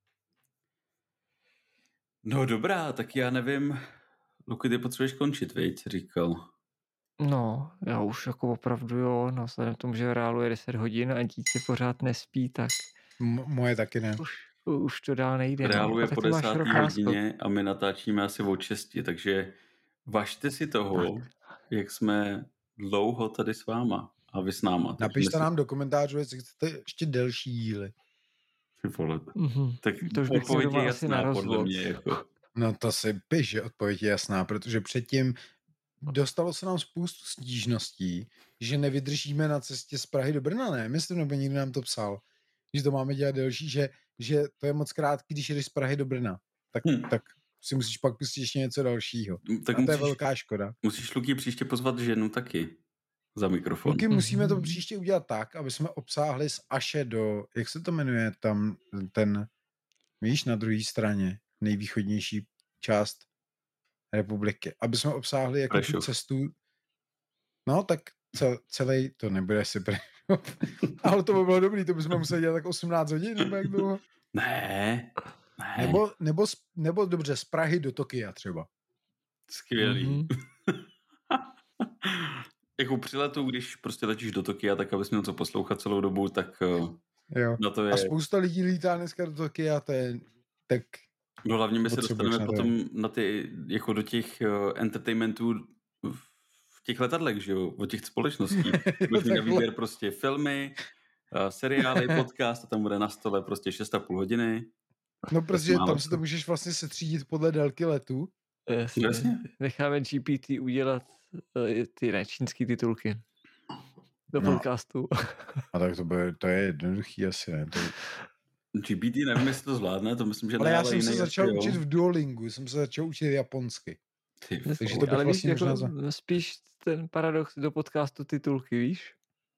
No dobrá, tak já nevím, Luky, ty potřebuješ končit, viď, říkal. No, já už jako opravdu jo, no vzhledem k tomu, že v reálu je deset hodin a dítě pořád nespí, tak M- moje taky ne. už, už to dál nejde. V reálu no. je A po taky máš desáté rok náskok. hodině a my natáčíme asi od šesti, takže važte si toho, jak jsme dlouho tady s váma a vy s náma. Takže Napište my nám do komentářů, jestli chcete ještě delší díly. si- vole. Mhm. Tak To už bych měl odpověď doma je asi jasná, na podle rozvod. mě. Jako. No to si piš, že odpověď je jasná, protože předtím dostalo se nám spoustu stížností, že nevydržíme na cestě z Prahy do Brna, ne? Myslím, nebo někdo nám to psal, že to máme dělat delší, že, že to je moc krátký, když jdeš z Prahy do Brna. Tak, Hm. tak si musíš pak pustit ještě něco dalšího. Tak A to je musíš, velká škoda. musíš Luky příště pozvat ženu taky za mikrofon. Luky, musíme to Mhm. příště udělat tak, aby jsme obsáhli z Aše do, jak se to jmenuje, tam ten, víš, na druhé straně, nejvýchodnější část republiky, aby jsme obsáhli jako tu Prešov. cestu. No, tak cel, celý, to nebude si pre... Ale to by bylo dobrý, to bychom museli dělat tak osmnáct hodin, nebo jak dlouho? Ne, ne. Nebo, nebo, z- nebo dobře, z Prahy do Tokia třeba. Skvělý. Mhm. Jako při letu, když prostě letíš do Tokia, tak abys měl co poslouchat celou dobu, tak eh, Jo. na to je... A spousta lidí lítá dneska do Tokia, to je tak... No hlavně my se potřebuješ dostaneme na to potom na ty, jako do těch uh, entertainmentů v v těch letadlech, že jo, od těch společností. Budeš mít na takhle. výběr prostě filmy, uh, seriály, podcast a tam bude na stole prostě šest a půl hodiny. No, protože málo tam se co. to můžeš vlastně setřídit podle délky letu. Jasně. Jasně. Necháme G P T udělat eh, ty ne, čínský titulky do No. podcastu. A tak to, bude, to je jednoduchý asi, ne? To... G P T, nevím, jestli to zvládne, to myslím, že Ale ne, já jsem jiný se asi začal jo. učit v Duolingu, jsem se začal učit japonsky. Ty, Takže to vole. bych Ale víš, vlastně jako, možná za- spíš ten paradox do podcastu titulky, víš?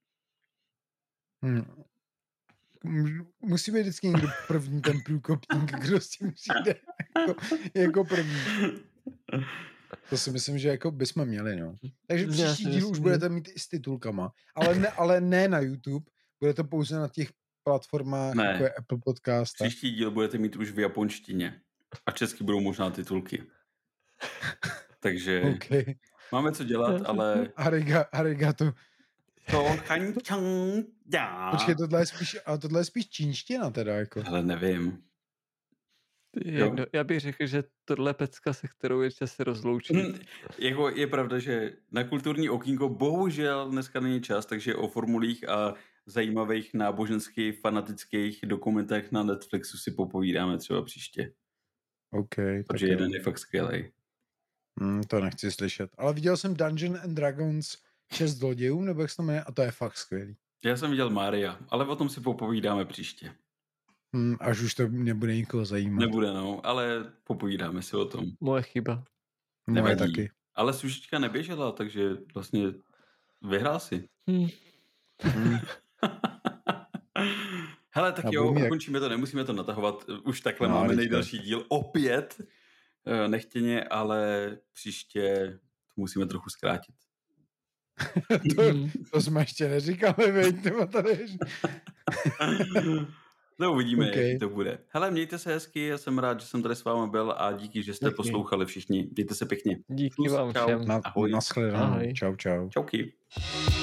Hmm. M- Musí být vždycky někdo první, ten průkopník, kdo s tím přijde jako, jako první. To si myslím, že jako bychom měli, no. Takže Já příští si díl už myslím, budete mít i s titulkama, ale ne, ale ne na YouTube, bude to pouze na těch platformách, Ne. jako je Apple Podcast. a- Příští díl budete mít už v japonštině a česky budou možná titulky. Takže OK. máme co dělat, ale Ariga, arigato. to chančang já. Počkej, tohle je spíš, ale tohle je spíš čínština teda, jako. Ale nevím. Ty, Jo. jak do, já bych řekl, že tohle je pecka, se kterou je čas se rozloučit. Hm, jako je pravda, že na kulturní okýnko bohužel dneska není čas, takže o formulích a zajímavých náboženských fanatických dokumentech na Netflixu si popovídáme třeba příště. OK. Protože tak jeden jo. je fakt skvělej. Hmm, to nechci slyšet. Ale viděl jsem Dungeon and Dragons šest zlodějů, nebo jak se to jmenuje, a to je fakt skvělý. Já jsem viděl Mária, ale o tom si popovídáme příště. Hmm, až už to nebude nikoho zajímat. Nebude, no, ale popovídáme si o tom. Moje chyba. Moje Nevadí. taky. Ale Sušička neběžela, takže vlastně vyhrál si. Hm. Hmm. Hele, tak A jo, budu mít jak- ukončíme to, nemusíme to natahovat. Už takhle No, máme teďka. nejdelší díl. Opět eh, nechtěně, ale příště to musíme trochu zkrátit. to, Hm. to jsme ještě neříkali, veď, nebo tady je... No uvidíme, Ok. jaký to bude. Hele, mějte se hezky, já jsem rád, že jsem tady s vámi byl a díky, že jste Díky. poslouchali všichni. Mějte se pěkně. Díky Plus, vám čau. všem. Na, Ahoj. nashledanou. Ahoj. Čau, čau. Čauky.